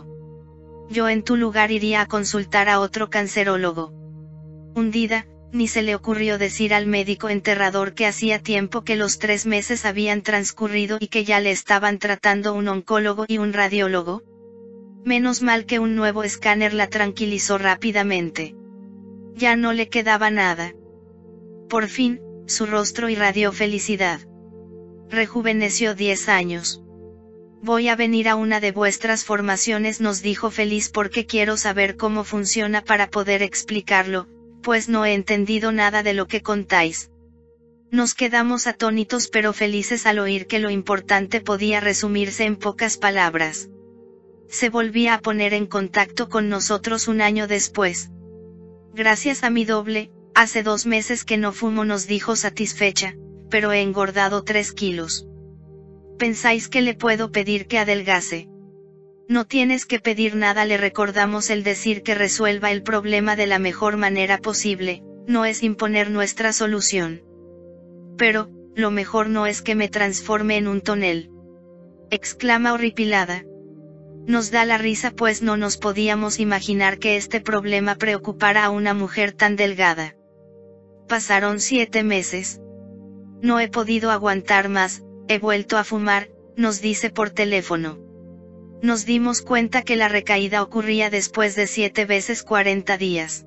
Yo en tu lugar iría a consultar a otro cancerólogo. Hundida, ni se le ocurrió decir al médico enterrador que hacía tiempo que los 3 meses habían transcurrido y que ya le estaban tratando un oncólogo y un radiólogo. Menos mal que un nuevo escáner la tranquilizó rápidamente. Ya no le quedaba nada. Por fin, su rostro irradió felicidad. Rejuveneció 10 años. Voy a venir a una de vuestras formaciones, nos dijo feliz, porque quiero saber cómo funciona para poder explicarlo, pues no he entendido nada de lo que contáis. Nos quedamos atónitos pero felices al oír que lo importante podía resumirse en pocas palabras. Se volvía a poner en contacto con nosotros un año después. Gracias a mi doble, hace 2 meses que no fumo, nos dijo satisfecha, pero he engordado 3 kilos. ¿Pensáis que le puedo pedir que adelgace? No tienes que pedir nada, le recordamos. El decir que resuelva el problema de la mejor manera posible, no es imponer nuestra solución. Pero, lo mejor no es que me transforme en un tonel. Exclama horripilada. Nos da la risa pues no nos podíamos imaginar que este problema preocupara a una mujer tan delgada. Pasaron 7 meses. No he podido aguantar más, he vuelto a fumar, nos dice por teléfono. Nos dimos cuenta que la recaída ocurría después de 7 veces 40 días.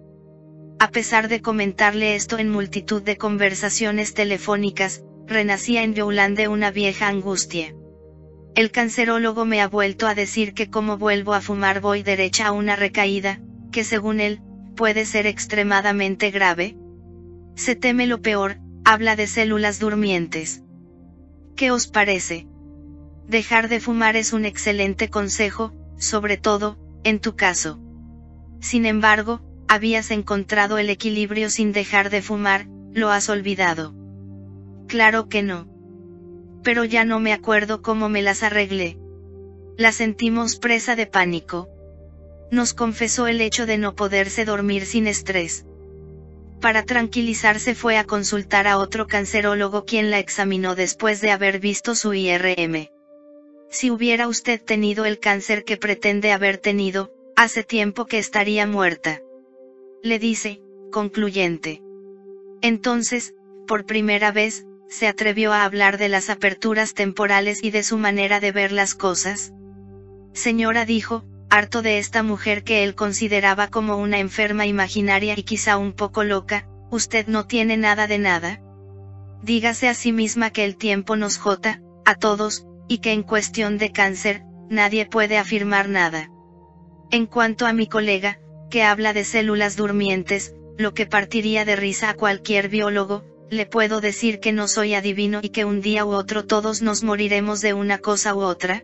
A pesar de comentarle esto en multitud de conversaciones telefónicas, renacía en Yolande una vieja angustia. El cancerólogo me ha vuelto a decir que como vuelvo a fumar voy derecha a una recaída, que según él, puede ser extremadamente grave. Se teme lo peor, habla de células durmientes. ¿Qué os parece? Dejar de fumar es un excelente consejo, sobre todo, en tu caso. Sin embargo, habías encontrado el equilibrio sin dejar de fumar, ¿lo has olvidado? Claro que no. Pero ya no me acuerdo cómo me las arreglé. La sentimos presa de pánico. Nos confesó el hecho de no poderse dormir sin estrés. Para tranquilizarse fue a consultar a otro cancerólogo, quien la examinó después de haber visto su IRM. Si hubiera usted tenido el cáncer que pretende haber tenido, hace tiempo que estaría muerta. Le dice, concluyente. Entonces, por primera vez, se atrevió a hablar de las aperturas temporales y de su manera de ver las cosas. Señora, dijo, harto de esta mujer que él consideraba como una enferma imaginaria y quizá un poco loca, usted no tiene nada de nada. Dígase a sí misma que el tiempo nos jota, a todos, y que en cuestión de cáncer, nadie puede afirmar nada. En cuanto a mi colega, que habla de células durmientes, lo que partiría de risa a cualquier biólogo, le puedo decir que no soy adivino y que un día u otro todos nos moriremos de una cosa u otra.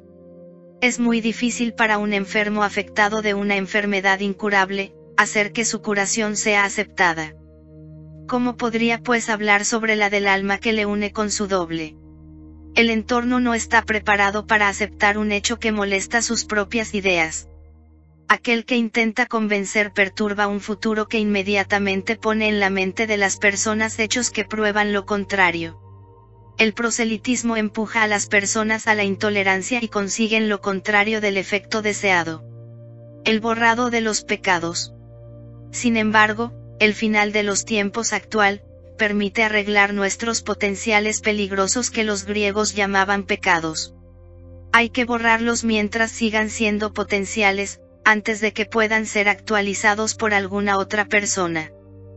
Es muy difícil para un enfermo afectado de una enfermedad incurable, hacer que su curación sea aceptada. ¿Cómo podría pues hablar sobre la del alma que le une con su doble? El entorno no está preparado para aceptar un hecho que molesta sus propias ideas. Aquel que intenta convencer perturba un futuro que inmediatamente pone en la mente de las personas hechos que prueban lo contrario. El proselitismo empuja a las personas a la intolerancia y consiguen lo contrario del efecto deseado. El borrado de los pecados. Sin embargo, el final de los tiempos actual, permite arreglar nuestros potenciales peligrosos que los griegos llamaban pecados. Hay que borrarlos mientras sigan siendo potenciales, antes de que puedan ser actualizados por alguna otra persona.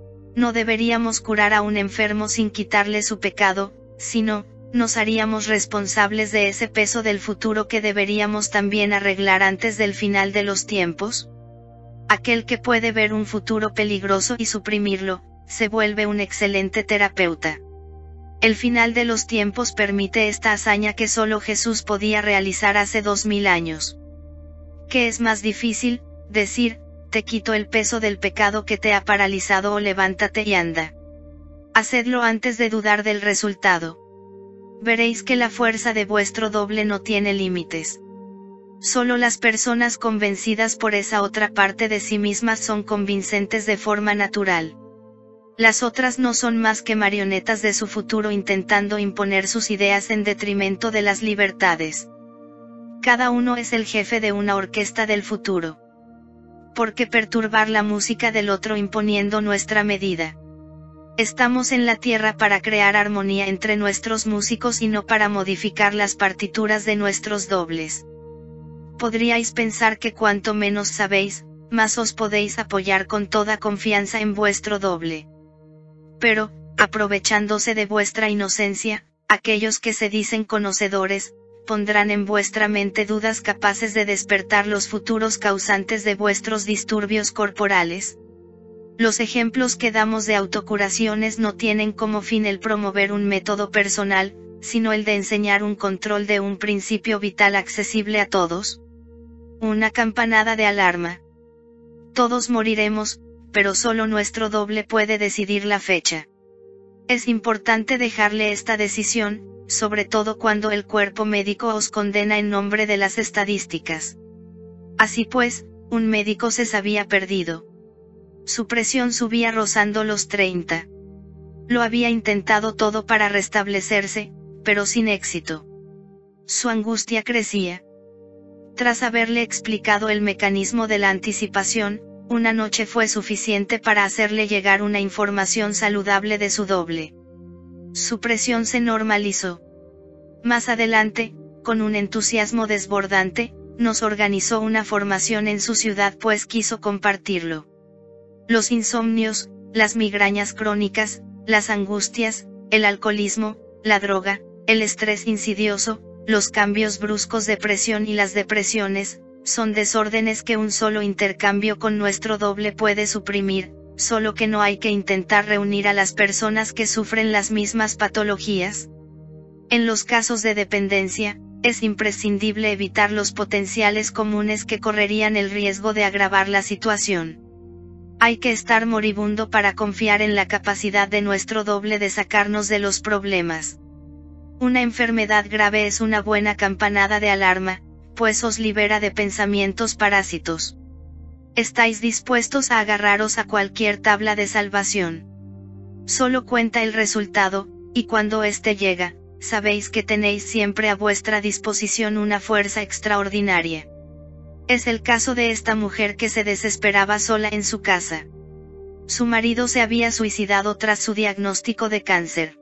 No deberíamos curar a un enfermo sin quitarle su pecado, sino, nos haríamos responsables de ese peso del futuro que deberíamos también arreglar antes del final de los tiempos. aquel que puede ver un futuro peligroso y suprimirlo, se vuelve un excelente terapeuta. El final de los tiempos permite esta hazaña que solo Jesús podía realizar hace 2000 años. ¿Qué es más difícil? Decir, te quito el peso del pecado que te ha paralizado, o levántate y anda. Hacedlo antes de dudar del resultado. Veréis que la fuerza de vuestro doble no tiene límites. Solo las personas convencidas por esa otra parte de sí mismas son convincentes de forma natural. Las otras no son más que marionetas de su futuro intentando imponer sus ideas en detrimento de las libertades. Cada uno es el jefe de una orquesta del futuro. ¿Por qué perturbar la música del otro imponiendo nuestra medida? Estamos en la tierra para crear armonía entre nuestros músicos y no para modificar las partituras de nuestros dobles. Podríais pensar que cuanto menos sabéis, más os podéis apoyar con toda confianza en vuestro doble. Pero, aprovechándose de vuestra inocencia, aquellos que se dicen conocedores, pondrán en vuestra mente dudas capaces de despertar los futuros causantes de vuestros disturbios corporales. Los ejemplos que damos de autocuraciones no tienen como fin el promover un método personal, sino el de enseñar un control de un principio vital accesible a todos. Una campanada de alarma. Todos moriremos, pero solo nuestro doble puede decidir la fecha. Es importante dejarle esta decisión, sobre todo cuando el cuerpo médico os condena en nombre de las estadísticas. Así pues, un médico se había perdido. Su presión subía rozando los 30. Lo había intentado todo para restablecerse, pero sin éxito. Su angustia crecía. Tras haberle explicado el mecanismo de la anticipación, una noche fue suficiente para hacerle llegar una información saludable de su doble. Su presión se normalizó. Más adelante, con un entusiasmo desbordante, nos organizó una formación en su ciudad pues quiso compartirlo. Los insomnios, las migrañas crónicas, las angustias, el alcoholismo, la droga, el estrés insidioso, los cambios bruscos de presión y las depresiones, son desórdenes que un solo intercambio con nuestro doble puede suprimir, solo que no hay que intentar reunir a las personas que sufren las mismas patologías. En los casos de dependencia, es imprescindible evitar los potenciales comunes que correrían el riesgo de agravar la situación. Hay que estar moribundo para confiar en la capacidad de nuestro doble de sacarnos de los problemas. Una enfermedad grave es una buena campanada de alarma, pues os libera de pensamientos parásitos. Estáis dispuestos a agarraros a cualquier tabla de salvación. Solo cuenta el resultado, y cuando éste llega, sabéis que tenéis siempre a vuestra disposición una fuerza extraordinaria. Es el caso de esta mujer que se desesperaba sola en su casa. Su marido se había suicidado tras su diagnóstico de cáncer.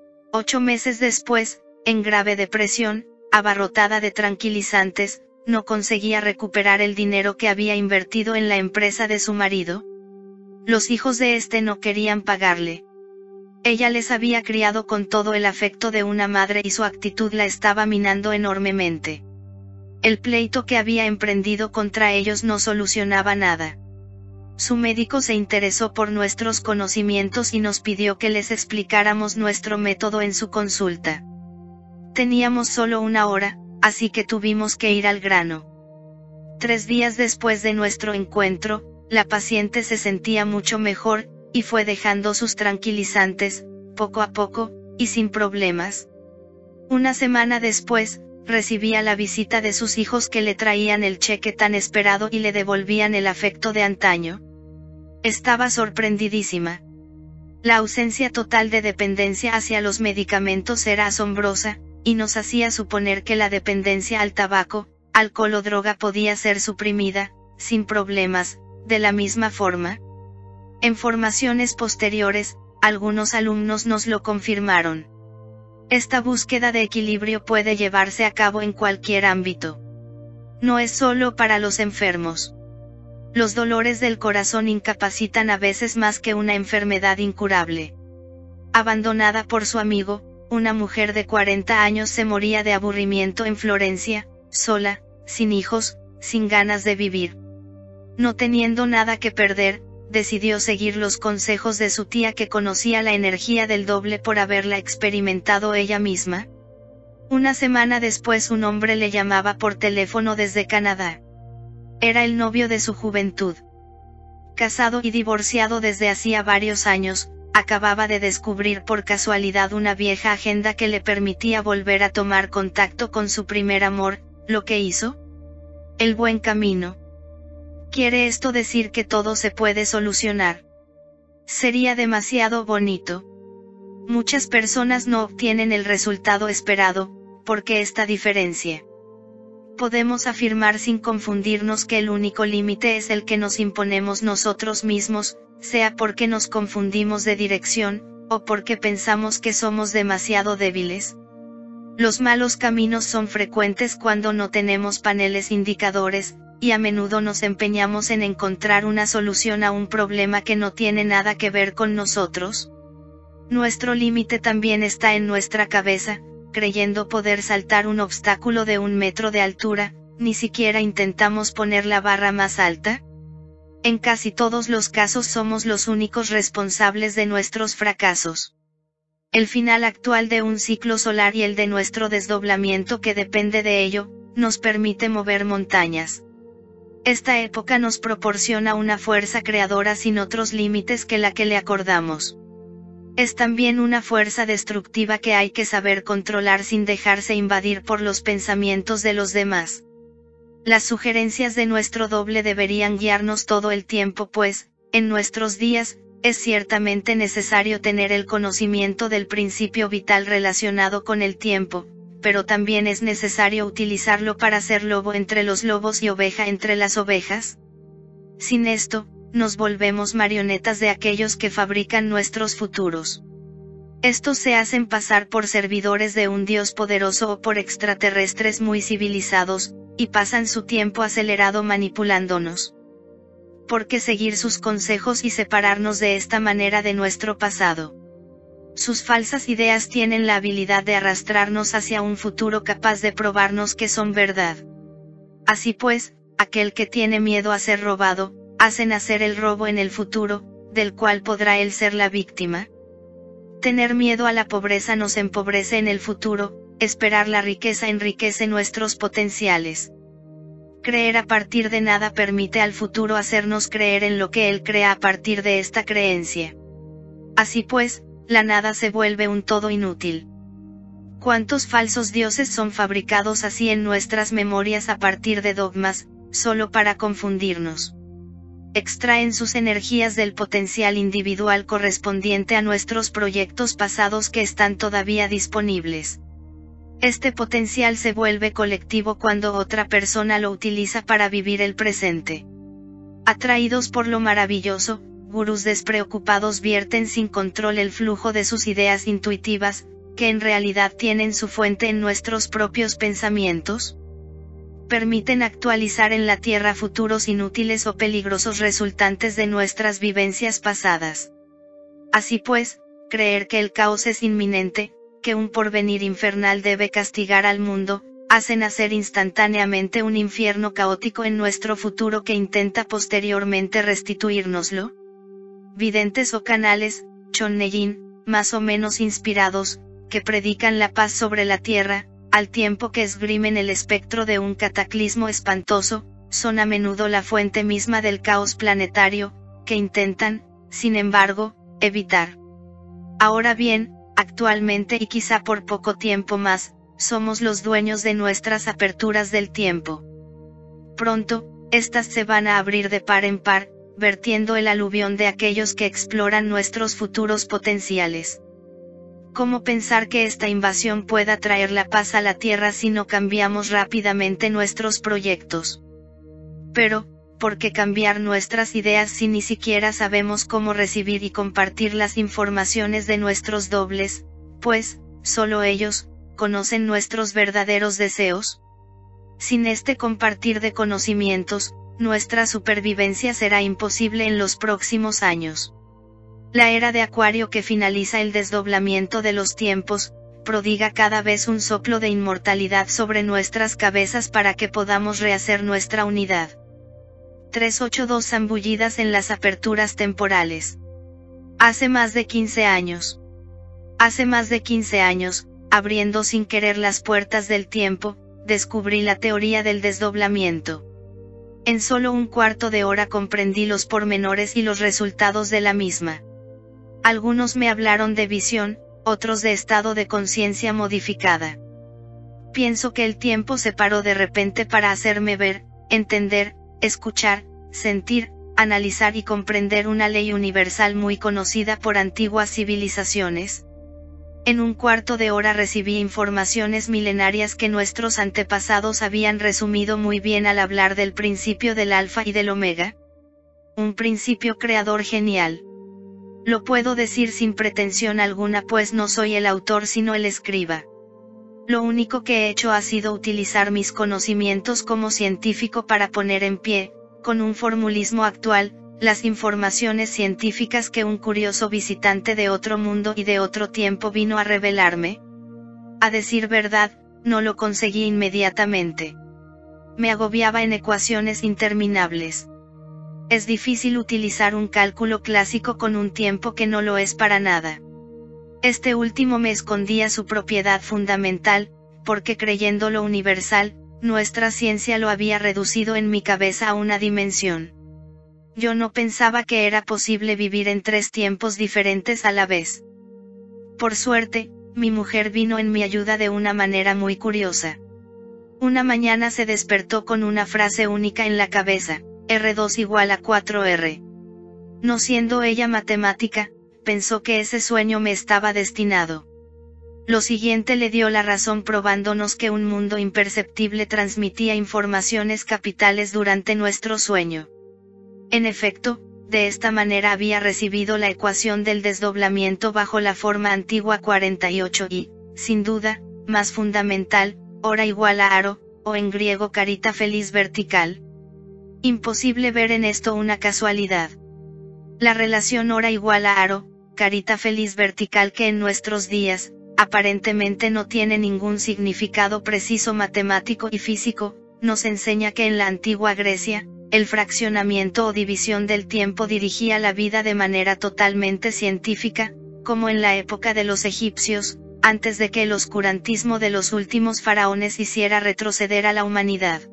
8 meses después, en grave depresión, abarrotada de tranquilizantes, no conseguía recuperar el dinero que había invertido en la empresa de su marido. Los hijos de este no querían pagarle. Ella les había criado con todo el afecto de una madre y su actitud la estaba minando enormemente. El pleito que había emprendido contra ellos no solucionaba nada. Su médico se interesó por nuestros conocimientos y nos pidió que les explicáramos nuestro método en su consulta. Teníamos solo 1 hora, así que tuvimos que ir al grano. 3 días después de nuestro encuentro, la paciente se sentía mucho mejor, y fue dejando sus tranquilizantes, poco a poco, y sin problemas. 1 semana después, recibía la visita de sus hijos que le traían el cheque tan esperado y le devolvían el afecto de antaño. Estaba sorprendidísima. La ausencia total de dependencia hacia los medicamentos era asombrosa, y nos hacía suponer que la dependencia al tabaco, alcohol o droga podía ser suprimida, sin problemas, de la misma forma. En formaciones posteriores, algunos alumnos nos lo confirmaron. Esta búsqueda de equilibrio puede llevarse a cabo en cualquier ámbito. No es solo para los enfermos. Los dolores del corazón incapacitan a veces más que una enfermedad incurable. Abandonada por su amigo, una mujer de 40 años se moría de aburrimiento en Florencia, sola, sin hijos, sin ganas de vivir. No teniendo nada que perder, decidió seguir los consejos de su tía que conocía la energía del doble por haberla experimentado ella misma. Una semana después un hombre le llamaba por teléfono desde Canadá. Era el novio de su juventud. Casado y divorciado desde hacía varios años, acababa de descubrir por casualidad una vieja agenda que le permitía volver a tomar contacto con su primer amor, lo que hizo. El buen camino. ¿Quiere esto decir que todo se puede solucionar? Sería demasiado bonito. Muchas personas no obtienen el resultado esperado, ¿por qué esta diferencia? Podemos afirmar sin confundirnos que el único límite es el que nos imponemos nosotros mismos, sea porque nos confundimos de dirección, o porque pensamos que somos demasiado débiles. Los malos caminos son frecuentes cuando no tenemos paneles indicadores, y a menudo nos empeñamos en encontrar una solución a un problema que no tiene nada que ver con nosotros. Nuestro límite también está en nuestra cabeza, creyendo poder saltar un obstáculo de 1 metro de altura, ni siquiera intentamos poner la barra más alta. En casi todos los casos somos los únicos responsables de nuestros fracasos. El final actual de un ciclo solar y el de nuestro desdoblamiento que depende de ello, nos permite mover montañas. Esta época nos proporciona una fuerza creadora sin otros límites que la que le acordamos. Es también una fuerza destructiva que hay que saber controlar sin dejarse invadir por los pensamientos de los demás. Las sugerencias de nuestro doble deberían guiarnos todo el tiempo pues, en nuestros días, es ciertamente necesario tener el conocimiento del principio vital relacionado con el tiempo, pero también es necesario utilizarlo para ser lobo entre los lobos y oveja entre las ovejas. Sin esto, nos volvemos marionetas de aquellos que fabrican nuestros futuros. Estos se hacen pasar por servidores de un Dios poderoso o por extraterrestres muy civilizados, y pasan su tiempo acelerado manipulándonos. ¿Por qué seguir sus consejos y separarnos de esta manera de nuestro pasado? Sus falsas ideas tienen la habilidad de arrastrarnos hacia un futuro capaz de probarnos que son verdad. Así pues, aquel que tiene miedo a ser robado, hace nacer el robo en el futuro, del cual podrá él ser la víctima. Tener miedo a la pobreza nos empobrece en el futuro, esperar la riqueza enriquece nuestros potenciales. Creer a partir de nada permite al futuro hacernos creer en lo que él crea a partir de esta creencia. Así pues, la nada se vuelve un todo inútil. ¿Cuántos falsos dioses son fabricados así en nuestras memorias a partir de dogmas, solo para confundirnos? Extraen sus energías del potencial individual correspondiente a nuestros proyectos pasados que están todavía disponibles. Este potencial se vuelve colectivo cuando otra persona lo utiliza para vivir el presente. Atraídos por lo maravilloso, gurús despreocupados vierten sin control el flujo de sus ideas intuitivas, que en realidad tienen su fuente en nuestros propios pensamientos. Permiten actualizar en la Tierra futuros inútiles o peligrosos resultantes de nuestras vivencias pasadas. Así pues, creer que el caos es inminente, que un porvenir infernal debe castigar al mundo, hace nacer instantáneamente un infierno caótico en nuestro futuro que intenta posteriormente restituírnoslo. Videntes o canales, chonnellín, más o menos inspirados, que predican la paz sobre la tierra, al tiempo que esgrimen el espectro de un cataclismo espantoso, son a menudo la fuente misma del caos planetario, que intentan, sin embargo, evitar. Ahora bien, actualmente y quizá por poco tiempo más, somos los dueños de nuestras aperturas del tiempo. Pronto, estas se van a abrir de par en par, vertiendo el aluvión de aquellos que exploran nuestros futuros potenciales. ¿Cómo pensar que esta invasión pueda traer la paz a la Tierra si no cambiamos rápidamente nuestros proyectos? Pero, ¿por qué cambiar nuestras ideas si ni siquiera sabemos cómo recibir y compartir las informaciones de nuestros dobles, pues, solo ellos, conocen nuestros verdaderos deseos? Sin este compartir de conocimientos, nuestra supervivencia será imposible en los próximos años. La era de Acuario que finaliza el desdoblamiento de los tiempos, prodiga cada vez un soplo de inmortalidad sobre nuestras cabezas para que podamos rehacer nuestra unidad. 382 zambullidas en las aperturas temporales. Hace más de 15 años. Hace más de 15 años, abriendo sin querer las puertas del tiempo, descubrí la teoría del desdoblamiento. En solo un cuarto de hora comprendí los pormenores y los resultados de la misma. Algunos me hablaron de visión, otros de estado de conciencia modificada. Pienso que el tiempo se paró de repente para hacerme ver, entender, escuchar, sentir, analizar y comprender una ley universal muy conocida por antiguas civilizaciones. En un cuarto de hora recibí informaciones milenarias que nuestros antepasados habían resumido muy bien al hablar del principio del alfa y del omega. Un principio creador genial. Lo puedo decir sin pretensión alguna pues no soy el autor sino el escriba. Lo único que he hecho ha sido utilizar mis conocimientos como científico para poner en pie, con un formulismo actual, las informaciones científicas que un curioso visitante de otro mundo y de otro tiempo vino a revelarme. A decir verdad, no lo conseguí inmediatamente. Me agobiaba en ecuaciones interminables. Es difícil utilizar un cálculo clásico con un tiempo que no lo es para nada. Este último me escondía su propiedad fundamental, porque creyéndolo universal, nuestra ciencia lo había reducido en mi cabeza a una dimensión. Yo no pensaba que era posible vivir en 3 tiempos diferentes a la vez. Por suerte, mi mujer vino en mi ayuda de una manera muy curiosa. Una mañana se despertó con una frase única en la cabeza, R2 igual a 4R. No siendo ella matemática, pensó que ese sueño me estaba destinado. Lo siguiente le dio la razón probándonos que un mundo imperceptible transmitía informaciones capitales durante nuestro sueño. En efecto, de esta manera había recibido la ecuación del desdoblamiento bajo la forma antigua 48 y, sin duda, más fundamental, hora igual a aro, o en griego carita feliz vertical. Imposible ver en esto una casualidad. La relación hora igual a aro, carita feliz vertical que en nuestros días, aparentemente no tiene ningún significado preciso matemático y físico, nos enseña que en la antigua Grecia, el fraccionamiento o división del tiempo dirigía la vida de manera totalmente científica, como en la época de los egipcios, antes de que el oscurantismo de los últimos faraones hiciera retroceder a la humanidad.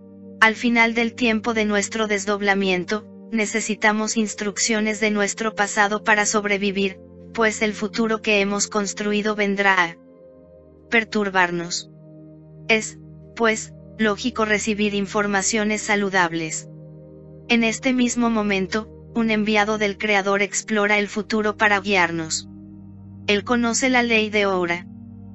Al final del tiempo de nuestro desdoblamiento, necesitamos instrucciones de nuestro pasado para sobrevivir, pues el futuro que hemos construido vendrá a perturbarnos. Es, pues, lógico recibir informaciones saludables. En este mismo momento, un enviado del Creador explora el futuro para guiarnos. Él conoce la ley de Oura.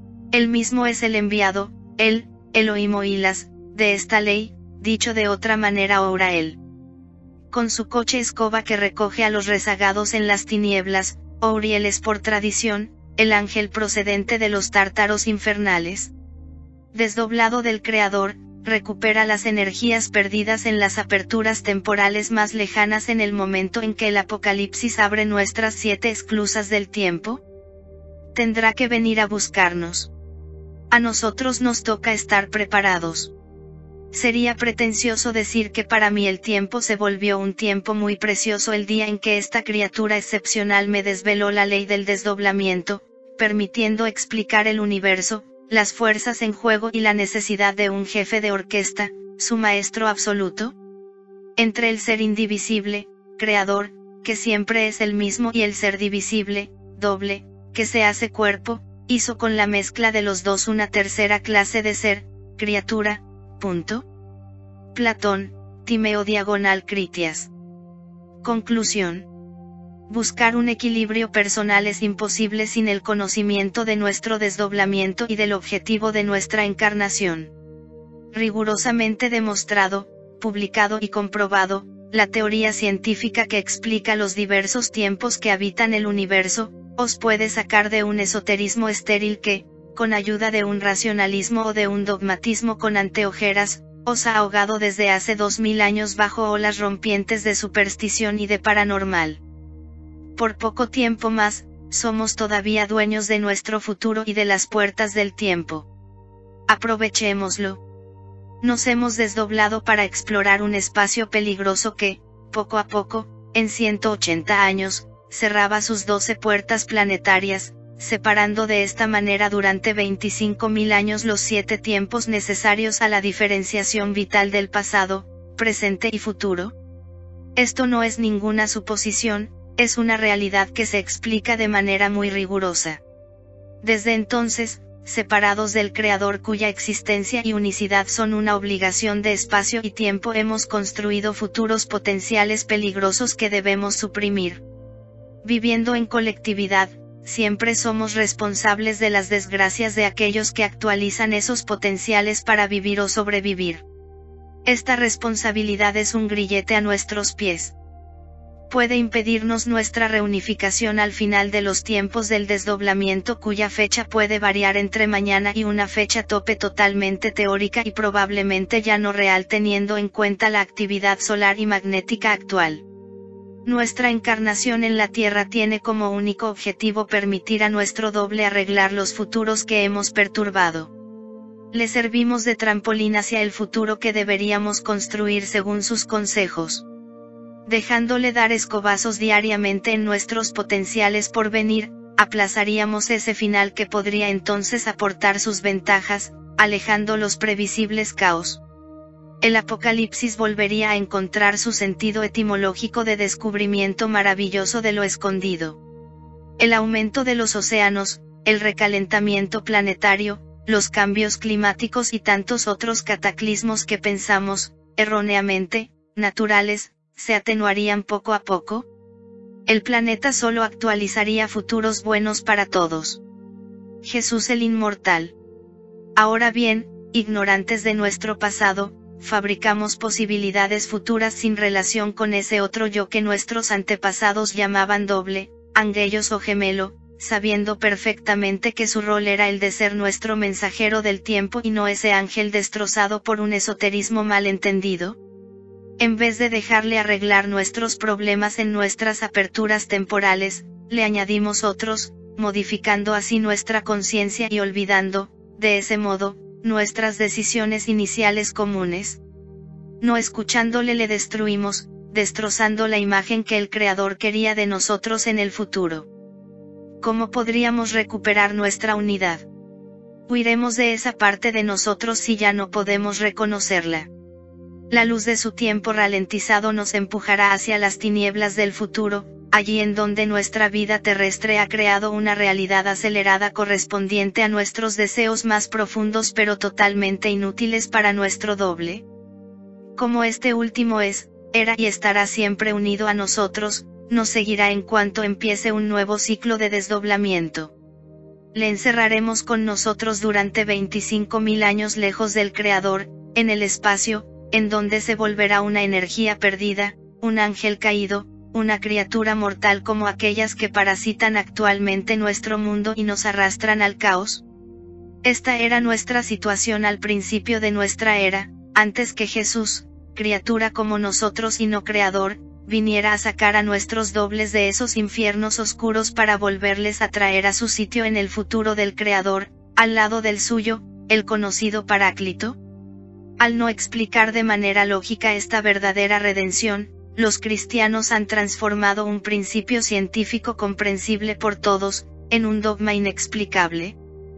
Él mismo es el enviado, él, Elohim Oilas, de esta ley, dicho de otra manera Oura él. Con su coche escoba que recoge a los rezagados en las tinieblas, Ouriel es por tradición, el ángel procedente de los tártaros infernales. Desdoblado del Creador, recupera las energías perdidas en las aperturas temporales más lejanas en el momento en que el Apocalipsis abre nuestras 7 esclusas del tiempo. Tendrá que venir a buscarnos. A nosotros nos toca estar preparados. Sería pretencioso decir que para mí el tiempo se volvió un tiempo muy precioso el día en que esta criatura excepcional me desveló la ley del desdoblamiento, permitiendo explicar el universo, las fuerzas en juego y la necesidad de un jefe de orquesta, su maestro absoluto. Entre el ser indivisible, creador, que siempre es el mismo y el ser divisible, doble, que se hace cuerpo, hizo con la mezcla de los dos una tercera clase de ser, criatura. Punto. Platón, Timeo diagonal Critias. Conclusión. Buscar un equilibrio personal es imposible sin el conocimiento de nuestro desdoblamiento y del objetivo de nuestra encarnación. Rigurosamente demostrado, publicado y comprobado, la teoría científica que explica los diversos tiempos que habitan el universo, os puede sacar de un esoterismo estéril que, con ayuda de un racionalismo o de un dogmatismo con anteojeras, os ha ahogado desde hace 2000 años bajo olas rompientes de superstición y de paranormal. Por poco tiempo más, somos todavía dueños de nuestro futuro y de las puertas del tiempo. Aprovechémoslo. Nos hemos desdoblado para explorar un espacio peligroso que, poco a poco, en 180 años, cerraba sus 12 puertas planetarias, separando de esta manera durante 25.000 años los 7 tiempos necesarios a la diferenciación vital del pasado, presente y futuro. Esto no es ninguna suposición, es una realidad que se explica de manera muy rigurosa. Desde entonces, separados del Creador cuya existencia y unicidad son una obligación de espacio y tiempo, hemos construido futuros potenciales peligrosos que debemos suprimir. Viviendo en colectividad, siempre somos responsables de las desgracias de aquellos que actualizan esos potenciales para vivir o sobrevivir. Esta responsabilidad es un grillete a nuestros pies. Puede impedirnos nuestra reunificación al final de los tiempos del desdoblamiento, cuya fecha puede variar entre mañana y una fecha tope totalmente teórica y probablemente ya no real, teniendo en cuenta la actividad solar y magnética actual. Nuestra encarnación en la Tierra tiene como único objetivo permitir a nuestro doble arreglar los futuros que hemos perturbado. Le servimos de trampolín hacia el futuro que deberíamos construir según sus consejos. Dejándole dar escobazos diariamente en nuestros potenciales por venir, aplazaríamos ese final que podría entonces aportar sus ventajas, alejando los previsibles caos. El apocalipsis volvería a encontrar su sentido etimológico de descubrimiento maravilloso de lo escondido. El aumento de los océanos, el recalentamiento planetario, los cambios climáticos y tantos otros cataclismos que pensamos, erróneamente, naturales, se atenuarían poco a poco. El planeta solo actualizaría futuros buenos para todos. Jesús el inmortal. Ahora bien, ignorantes de nuestro pasado, fabricamos posibilidades futuras sin relación con ese otro yo que nuestros antepasados llamaban doble, angellos o gemelo, sabiendo perfectamente que su rol era el de ser nuestro mensajero del tiempo y no ese ángel destrozado por un esoterismo mal entendido. En vez de dejarle arreglar nuestros problemas en nuestras aperturas temporales, le añadimos otros, modificando así nuestra conciencia y olvidando, de ese modo, nuestras decisiones iniciales comunes. No escuchándole le destruimos, destrozando la imagen que el Creador quería de nosotros en el futuro. ¿Cómo podríamos recuperar nuestra unidad? Huiremos de esa parte de nosotros si ya no podemos reconocerla. La luz de su tiempo ralentizado nos empujará hacia las tinieblas del futuro, allí en donde nuestra vida terrestre ha creado una realidad acelerada correspondiente a nuestros deseos más profundos pero totalmente inútiles para nuestro doble. Como este último es, era y estará siempre unido a nosotros, nos seguirá en cuanto empiece un nuevo ciclo de desdoblamiento. Le encerraremos con nosotros durante 25.000 años lejos del Creador, en el espacio, en donde se volverá una energía perdida, un ángel caído, una criatura mortal como aquellas que parasitan actualmente nuestro mundo y nos arrastran al caos. Esta era nuestra situación al principio de nuestra era, antes que Jesús, criatura como nosotros y no creador, viniera a sacar a nuestros dobles de esos infiernos oscuros para volverles a traer a su sitio en el futuro del Creador, al lado del suyo, el conocido Paráclito. Al no explicar de manera lógica esta verdadera redención, los cristianos han transformado un principio científico comprensible por todos, en un dogma inexplicable.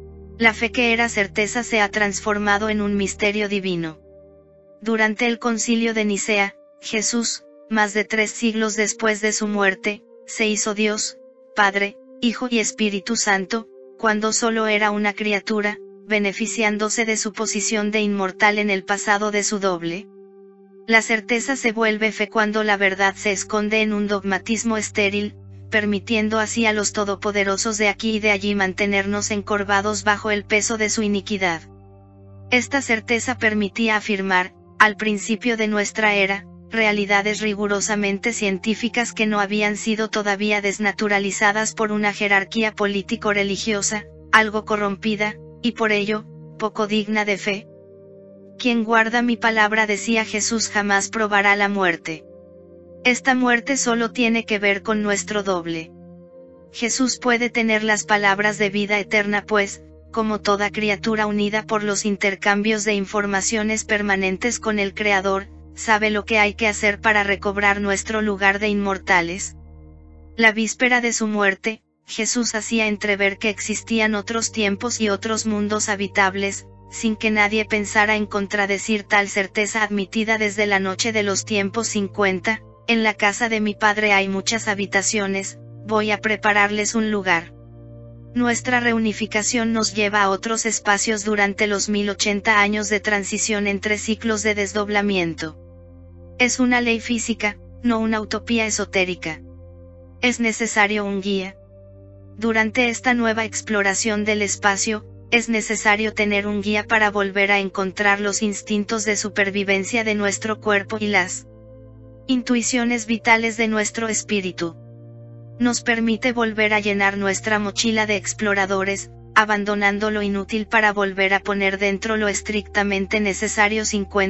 La fe que era certeza se ha transformado en un misterio divino. Durante el Concilio de Nicea, Jesús, más de 3 siglos después de su muerte, se hizo Dios, Padre, Hijo y Espíritu Santo, cuando solo era una criatura, beneficiándose de su posición de inmortal en el pasado de su doble. La certeza se vuelve fe cuando la verdad se esconde en un dogmatismo estéril, permitiendo así a los todopoderosos de aquí y de allí mantenernos encorvados bajo el peso de su iniquidad. Esta certeza permitía afirmar, al principio de nuestra era, realidades rigurosamente científicas que no habían sido todavía desnaturalizadas por una jerarquía político-religiosa, algo corrompida, y por ello, poco digna de fe. Quien guarda mi palabra, decía Jesús, jamás probará la muerte. Esta muerte solo tiene que ver con nuestro doble. Jesús puede tener las palabras de vida eterna pues, como toda criatura unida por los intercambios de informaciones permanentes con el Creador, sabe lo que hay que hacer para recobrar nuestro lugar de inmortales. La víspera de su muerte, Jesús hacía entrever que existían otros tiempos y otros mundos habitables, sin que nadie pensara en contradecir tal certeza admitida desde la noche de los tiempos 50, en la casa de mi Padre hay muchas habitaciones, voy a prepararles un lugar. Nuestra reunificación nos lleva a otros espacios durante los 1080 años de transición entre ciclos de desdoblamiento. Es una ley física, no una utopía esotérica. Es necesario un guía. Durante esta nueva exploración del espacio, es necesario tener un guía para volver a encontrar los instintos de supervivencia de nuestro cuerpo y las intuiciones vitales de nuestro espíritu. Nos permite volver a llenar nuestra mochila de exploradores, abandonando lo inútil para volver a poner dentro lo estrictamente necesario.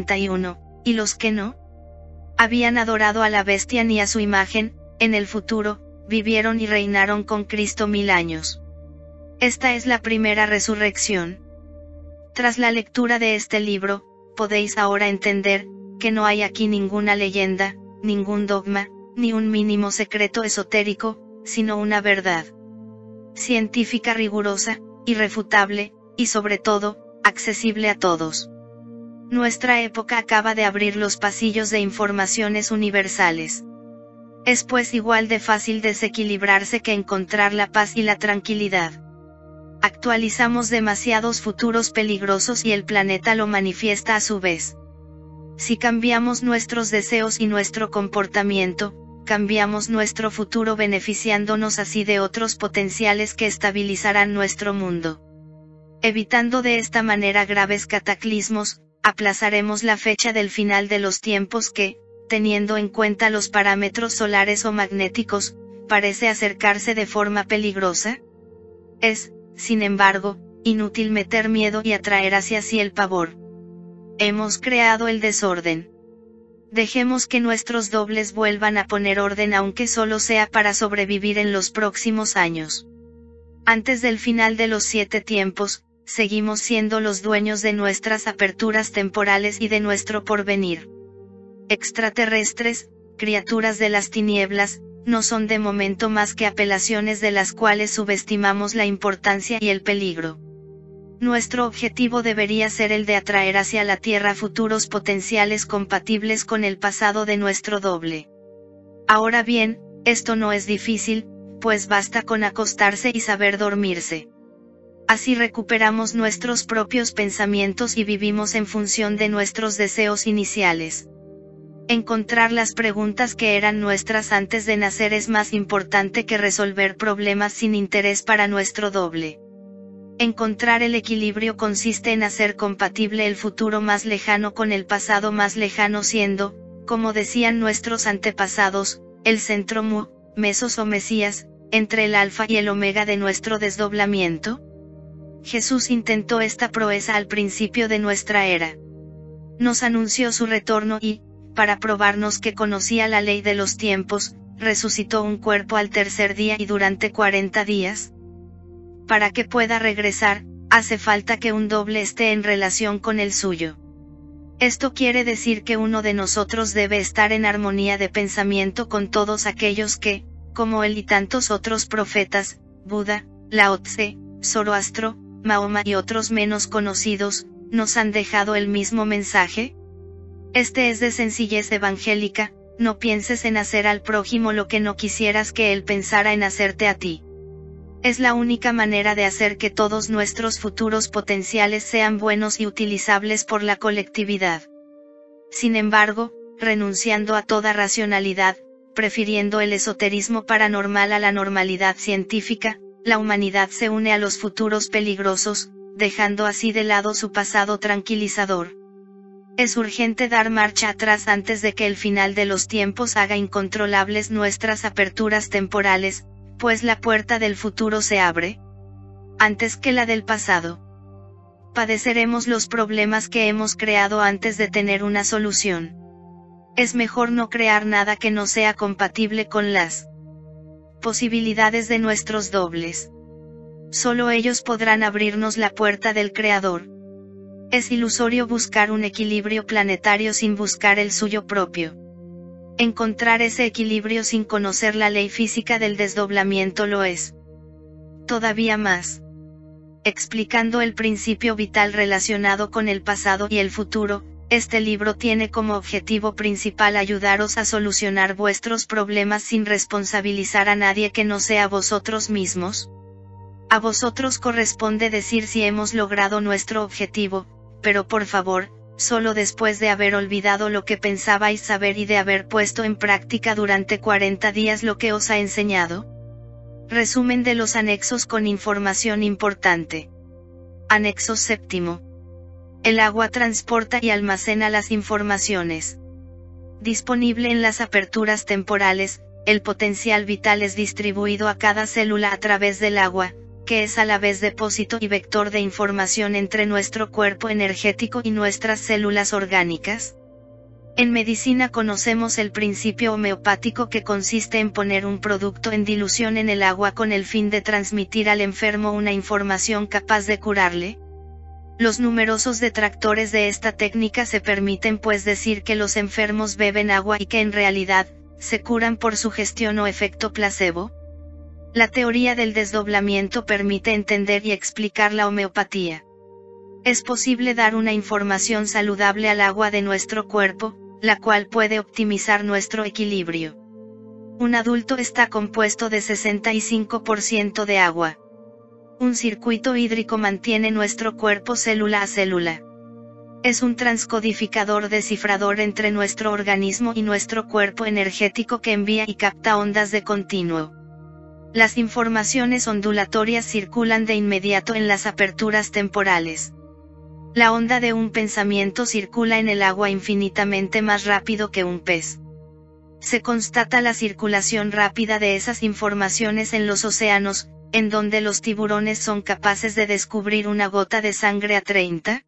51, y los que no habían adorado a la bestia ni a su imagen, en el futuro, vivieron y reinaron con Cristo 1000 años. Esta es la primera resurrección. Tras la lectura de este libro, podéis ahora entender, que no hay aquí ninguna leyenda, ningún dogma, ni un mínimo secreto esotérico, sino una verdad científica rigurosa, irrefutable, y sobre todo, accesible a todos. Nuestra época acaba de abrir los pasillos de informaciones universales. Es pues igual de fácil desequilibrarse que encontrar la paz y la tranquilidad. Actualizamos demasiados futuros peligrosos y el planeta lo manifiesta a su vez. Si cambiamos nuestros deseos y nuestro comportamiento, cambiamos nuestro futuro beneficiándonos así de otros potenciales que estabilizarán nuestro mundo. Evitando de esta manera graves cataclismos, aplazaremos la fecha del final de los tiempos que, teniendo en cuenta los parámetros solares o magnéticos, parece acercarse de forma peligrosa. Es, sin embargo, inútil meter miedo y atraer hacia sí el pavor. Hemos creado el desorden. Dejemos que nuestros dobles vuelvan a poner orden aunque solo sea para sobrevivir en los próximos años. Antes del final de los 7 tiempos, seguimos siendo los dueños de nuestras aperturas temporales y de nuestro porvenir. Extraterrestres, criaturas de las tinieblas, no son de momento más que apelaciones de las cuales subestimamos la importancia y el peligro. Nuestro objetivo debería ser el de atraer hacia la Tierra futuros potenciales compatibles con el pasado de nuestro doble. Ahora bien, esto no es difícil, pues basta con acostarse y saber dormirse. Así recuperamos nuestros propios pensamientos y vivimos en función de nuestros deseos iniciales. Encontrar las preguntas que eran nuestras antes de nacer es más importante que resolver problemas sin interés para nuestro doble. Encontrar el equilibrio consiste en hacer compatible el futuro más lejano con el pasado más lejano siendo, como decían nuestros antepasados, el centro mu, mesos o mesías, entre el alfa y el omega de nuestro desdoblamiento. Jesús intentó esta proeza al principio de nuestra era. Nos anunció su retorno y, para probarnos que conocía la ley de los tiempos, resucitó un cuerpo al tercer día y durante 40 días. Para que pueda regresar, hace falta que un doble esté en relación con el suyo. Esto quiere decir que uno de nosotros debe estar en armonía de pensamiento con todos aquellos que, como él y tantos otros profetas, Buda, Lao Tse, Zoroastro, Mahoma y otros menos conocidos, nos han dejado el mismo mensaje. Este es de sencillez evangélica: no pienses en hacer al prójimo lo que no quisieras que él pensara en hacerte a ti. Es la única manera de hacer que todos nuestros futuros potenciales sean buenos y utilizables por la colectividad. Sin embargo, renunciando a toda racionalidad, prefiriendo el esoterismo paranormal a la normalidad científica, la humanidad se une a los futuros peligrosos, dejando así de lado su pasado tranquilizador. Es urgente dar marcha atrás antes de que el final de los tiempos haga incontrolables nuestras aperturas temporales, pues la puerta del futuro se abre antes que la del pasado. Padeceremos los problemas que hemos creado antes de tener una solución. Es mejor no crear nada que no sea compatible con las posibilidades de nuestros dobles. Solo ellos podrán abrirnos la puerta del Creador. Es ilusorio buscar un equilibrio planetario sin buscar el suyo propio. Encontrar ese equilibrio sin conocer la ley física del desdoblamiento lo es todavía más. Explicando el principio vital relacionado con el pasado y el futuro, este libro tiene como objetivo principal ayudaros a solucionar vuestros problemas sin responsabilizar a nadie que no sea vosotros mismos. A vosotros corresponde decir si hemos logrado nuestro objetivo, pero por favor, solo después de haber olvidado lo que pensabais saber y de haber puesto en práctica durante 40 días lo que os ha enseñado. Resumen de los anexos con información importante. Anexo séptimo. El agua transporta y almacena las informaciones. Disponible en las aperturas temporales, el potencial vital es distribuido a cada célula a través del agua, que es a la vez depósito y vector de información entre nuestro cuerpo energético y nuestras células orgánicas. En medicina conocemos el principio homeopático que consiste en poner un producto en dilución en el agua con el fin de transmitir al enfermo una información capaz de curarle. Los numerosos detractores de esta técnica se permiten pues decir que los enfermos beben agua y que en realidad, se curan por sugestión o efecto placebo. La teoría del desdoblamiento permite entender y explicar la homeopatía. Es posible dar una información saludable al agua de nuestro cuerpo, la cual puede optimizar nuestro equilibrio. Un adulto está compuesto de 65% de agua. Un circuito hídrico mantiene nuestro cuerpo célula a célula. Es un transcodificador descifrador entre nuestro organismo y nuestro cuerpo energético que envía y capta ondas de continuo. Las informaciones ondulatorias circulan de inmediato en las aperturas temporales. La onda de un pensamiento circula en el agua infinitamente más rápido que un pez. Se constata la circulación rápida de esas informaciones en los océanos, en donde los tiburones son capaces de descubrir una gota de sangre a 30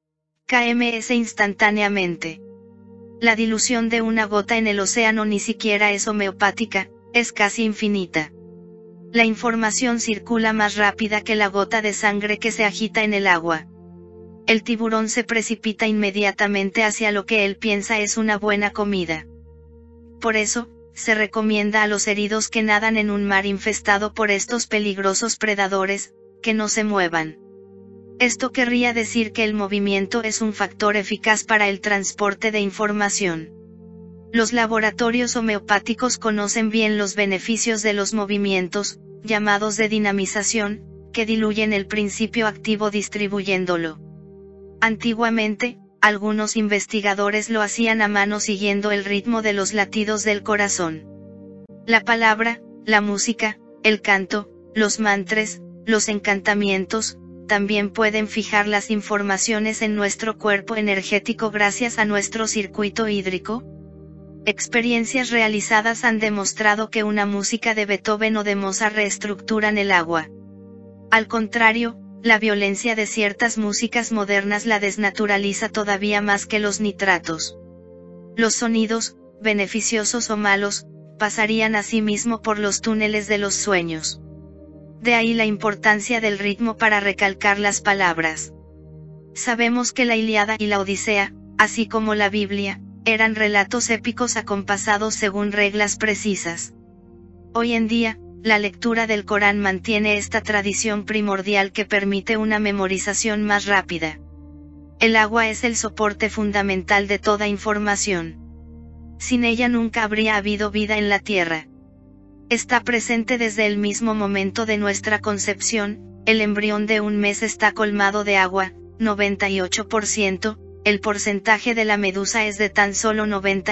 km/s instantáneamente. La dilución de una gota en el océano ni siquiera es homeopática, es casi infinita. La información circula más rápida que la gota de sangre que se agita en el agua. El tiburón se precipita inmediatamente hacia lo que él piensa es una buena comida. Por eso, se recomienda a los heridos que nadan en un mar infestado por estos peligrosos predadores, que no se muevan. Esto querría decir que el movimiento es un factor eficaz para el transporte de información. Los laboratorios homeopáticos conocen bien los beneficios de los movimientos, llamados de dinamización, que diluyen el principio activo distribuyéndolo. Antiguamente, algunos investigadores lo hacían a mano siguiendo el ritmo de los latidos del corazón. La palabra, la música, el canto, los mantras, los encantamientos, también pueden fijar las informaciones en nuestro cuerpo energético gracias a nuestro circuito hídrico. Experiencias realizadas han demostrado que una música de Beethoven o de Mozart reestructuran el agua. Al contrario, la violencia de ciertas músicas modernas la desnaturaliza todavía más que los nitratos. Los sonidos, beneficiosos o malos, pasarían asimismo por los túneles de los sueños. De ahí la importancia del ritmo para recalcar las palabras. Sabemos que la Ilíada y la Odisea, así como la Biblia, eran relatos épicos acompasados según reglas precisas. Hoy en día, la lectura del Corán mantiene esta tradición primordial que permite una memorización más rápida. El agua es el soporte fundamental de toda información. Sin ella nunca habría habido vida en la tierra. Está presente desde el mismo momento de nuestra concepción, el embrión de un mes está colmado de agua, 98%, el porcentaje de la medusa es de tan solo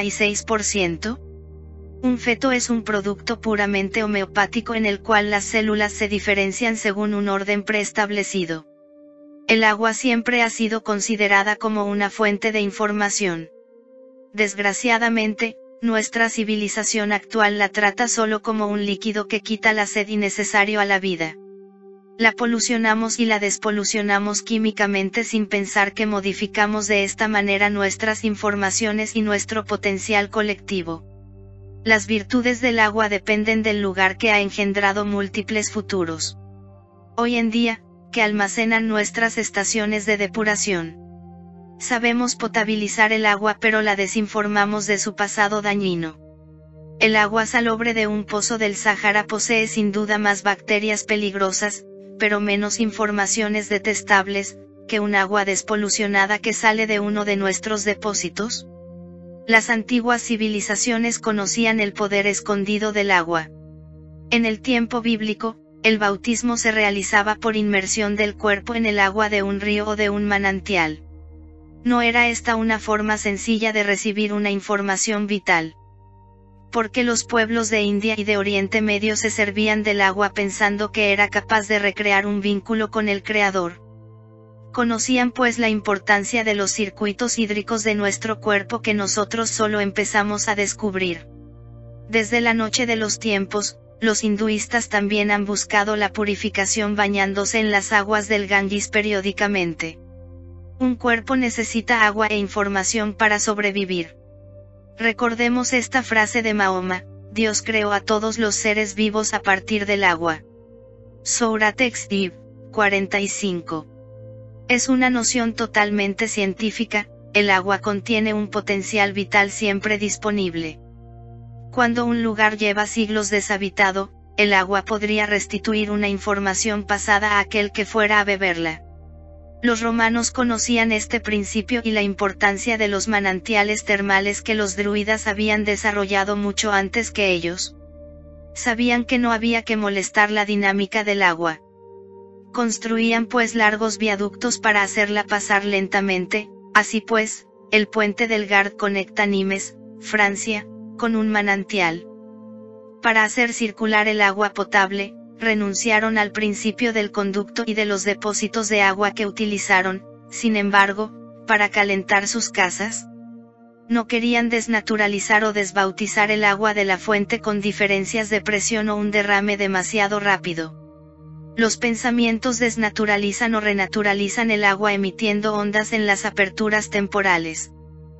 96%. Un feto es un producto puramente homeopático en el cual las células se diferencian según un orden preestablecido. El agua siempre ha sido considerada como una fuente de información. Desgraciadamente, nuestra civilización actual la trata solo como un líquido que quita la sed innecesario a la vida. La polucionamos y la despolucionamos químicamente sin pensar que modificamos de esta manera nuestras informaciones y nuestro potencial colectivo. Las virtudes del agua dependen del lugar que ha engendrado múltiples futuros. hoy en día, que almacenan nuestras estaciones de depuración. Sabemos potabilizar el agua, pero la desinformamos de su pasado dañino. El agua salobre de un pozo del Sáhara posee sin duda más bacterias peligrosas, pero menos informaciones detestables, que un agua despolucionada que sale de uno de nuestros depósitos. Las antiguas civilizaciones conocían el poder escondido del agua. En el tiempo bíblico, el bautismo se realizaba por inmersión del cuerpo en el agua de un río o de un manantial. No era esta una forma sencilla de recibir una información vital. Porque los pueblos de India y de Oriente Medio se servían del agua pensando que era capaz de recrear un vínculo con el Creador. Conocían pues la importancia de los circuitos hídricos de nuestro cuerpo que nosotros solo empezamos a descubrir. Desde la noche de los tiempos, los hinduistas también han buscado la purificación bañándose en las aguas del Ganges periódicamente. Un cuerpo necesita agua e información para sobrevivir. Recordemos esta frase de Mahoma: Dios creó a todos los seres vivos a partir del agua. Surat Exib 45. Es una noción totalmente científica, el agua contiene un potencial vital siempre disponible. Cuando un lugar lleva siglos deshabitado, el agua podría restituir una información pasada a aquel que fuera a beberla. Los romanos conocían este principio y la importancia de los manantiales termales que los druidas habían desarrollado mucho antes que ellos. Sabían que no había que molestar la dinámica del agua. Construían pues largos viaductos para hacerla pasar lentamente. Así pues, el puente del Gard conecta Nimes, Francia, con un manantial. Para hacer circular el agua potable, renunciaron al principio del conducto y de los depósitos de agua que utilizaron, sin embargo, para calentar sus casas. No querían desnaturalizar o desbautizar el agua de la fuente con diferencias de presión o un derrame demasiado rápido. Los pensamientos desnaturalizan o renaturalizan el agua emitiendo ondas en las aperturas temporales.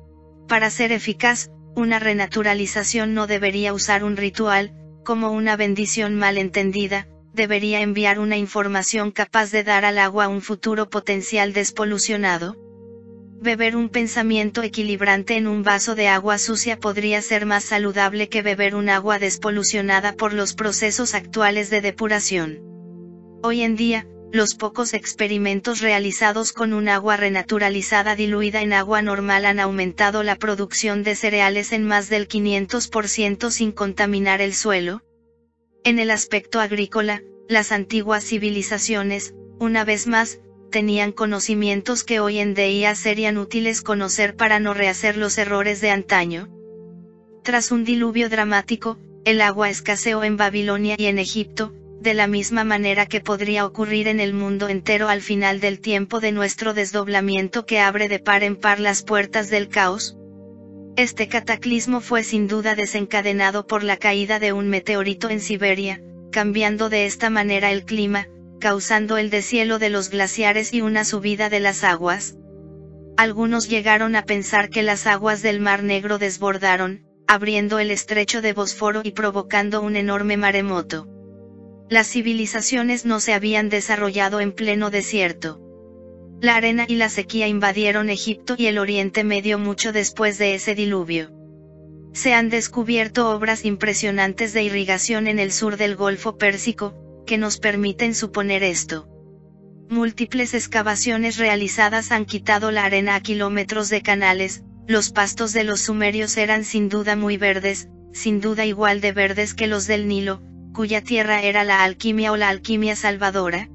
Para ser eficaz, una renaturalización no debería usar un ritual, como una bendición mal entendida, debería enviar una información capaz de dar al agua un futuro potencial despolucionado. Beber un pensamiento equilibrante en un vaso de agua sucia podría ser más saludable que beber un agua despolucionada por los procesos actuales de depuración. Hoy en día, los pocos experimentos realizados con un agua renaturalizada diluida en agua normal han aumentado la producción de cereales en más del 500% sin contaminar el suelo. En el aspecto agrícola, las antiguas civilizaciones, una vez más, tenían conocimientos que hoy en día serían útiles conocer para no rehacer los errores de antaño. Tras un diluvio dramático, el agua escaseó en Babilonia y en Egipto, de la misma manera que podría ocurrir en el mundo entero al final del tiempo de nuestro desdoblamiento que abre de par en par las puertas del caos. Este cataclismo fue sin duda desencadenado por la caída de un meteorito en Siberia, cambiando de esta manera el clima, causando el deshielo de los glaciares y una subida de las aguas. Algunos llegaron a pensar que las aguas del Mar Negro desbordaron, abriendo el estrecho de Bósforo y provocando un enorme maremoto. Las civilizaciones no se habían desarrollado en pleno desierto. La arena y la sequía invadieron Egipto y el Oriente Medio mucho después de ese diluvio. Se han descubierto obras impresionantes de irrigación en el sur del Golfo Pérsico, que nos permiten suponer esto. Múltiples excavaciones realizadas han quitado la arena a kilómetros de canales. Los pastos de los sumerios eran sin duda muy verdes, sin duda igual de verdes que los del Nilo, cuya tierra era la alquimia o la alquimia salvadora.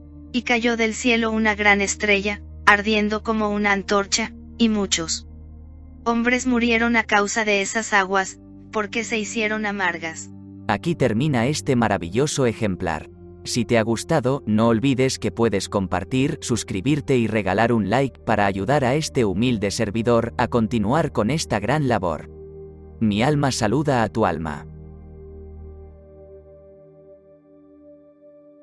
Y cayó del cielo una gran estrella, ardiendo como una antorcha, y muchos hombres murieron a causa de esas aguas, porque se hicieron amargas. Aquí termina este maravilloso ejemplar. Si te ha gustado, no olvides que puedes compartir, suscribirte y regalar un like para ayudar a este humilde servidor a continuar con esta gran labor. Mi alma saluda a tu alma.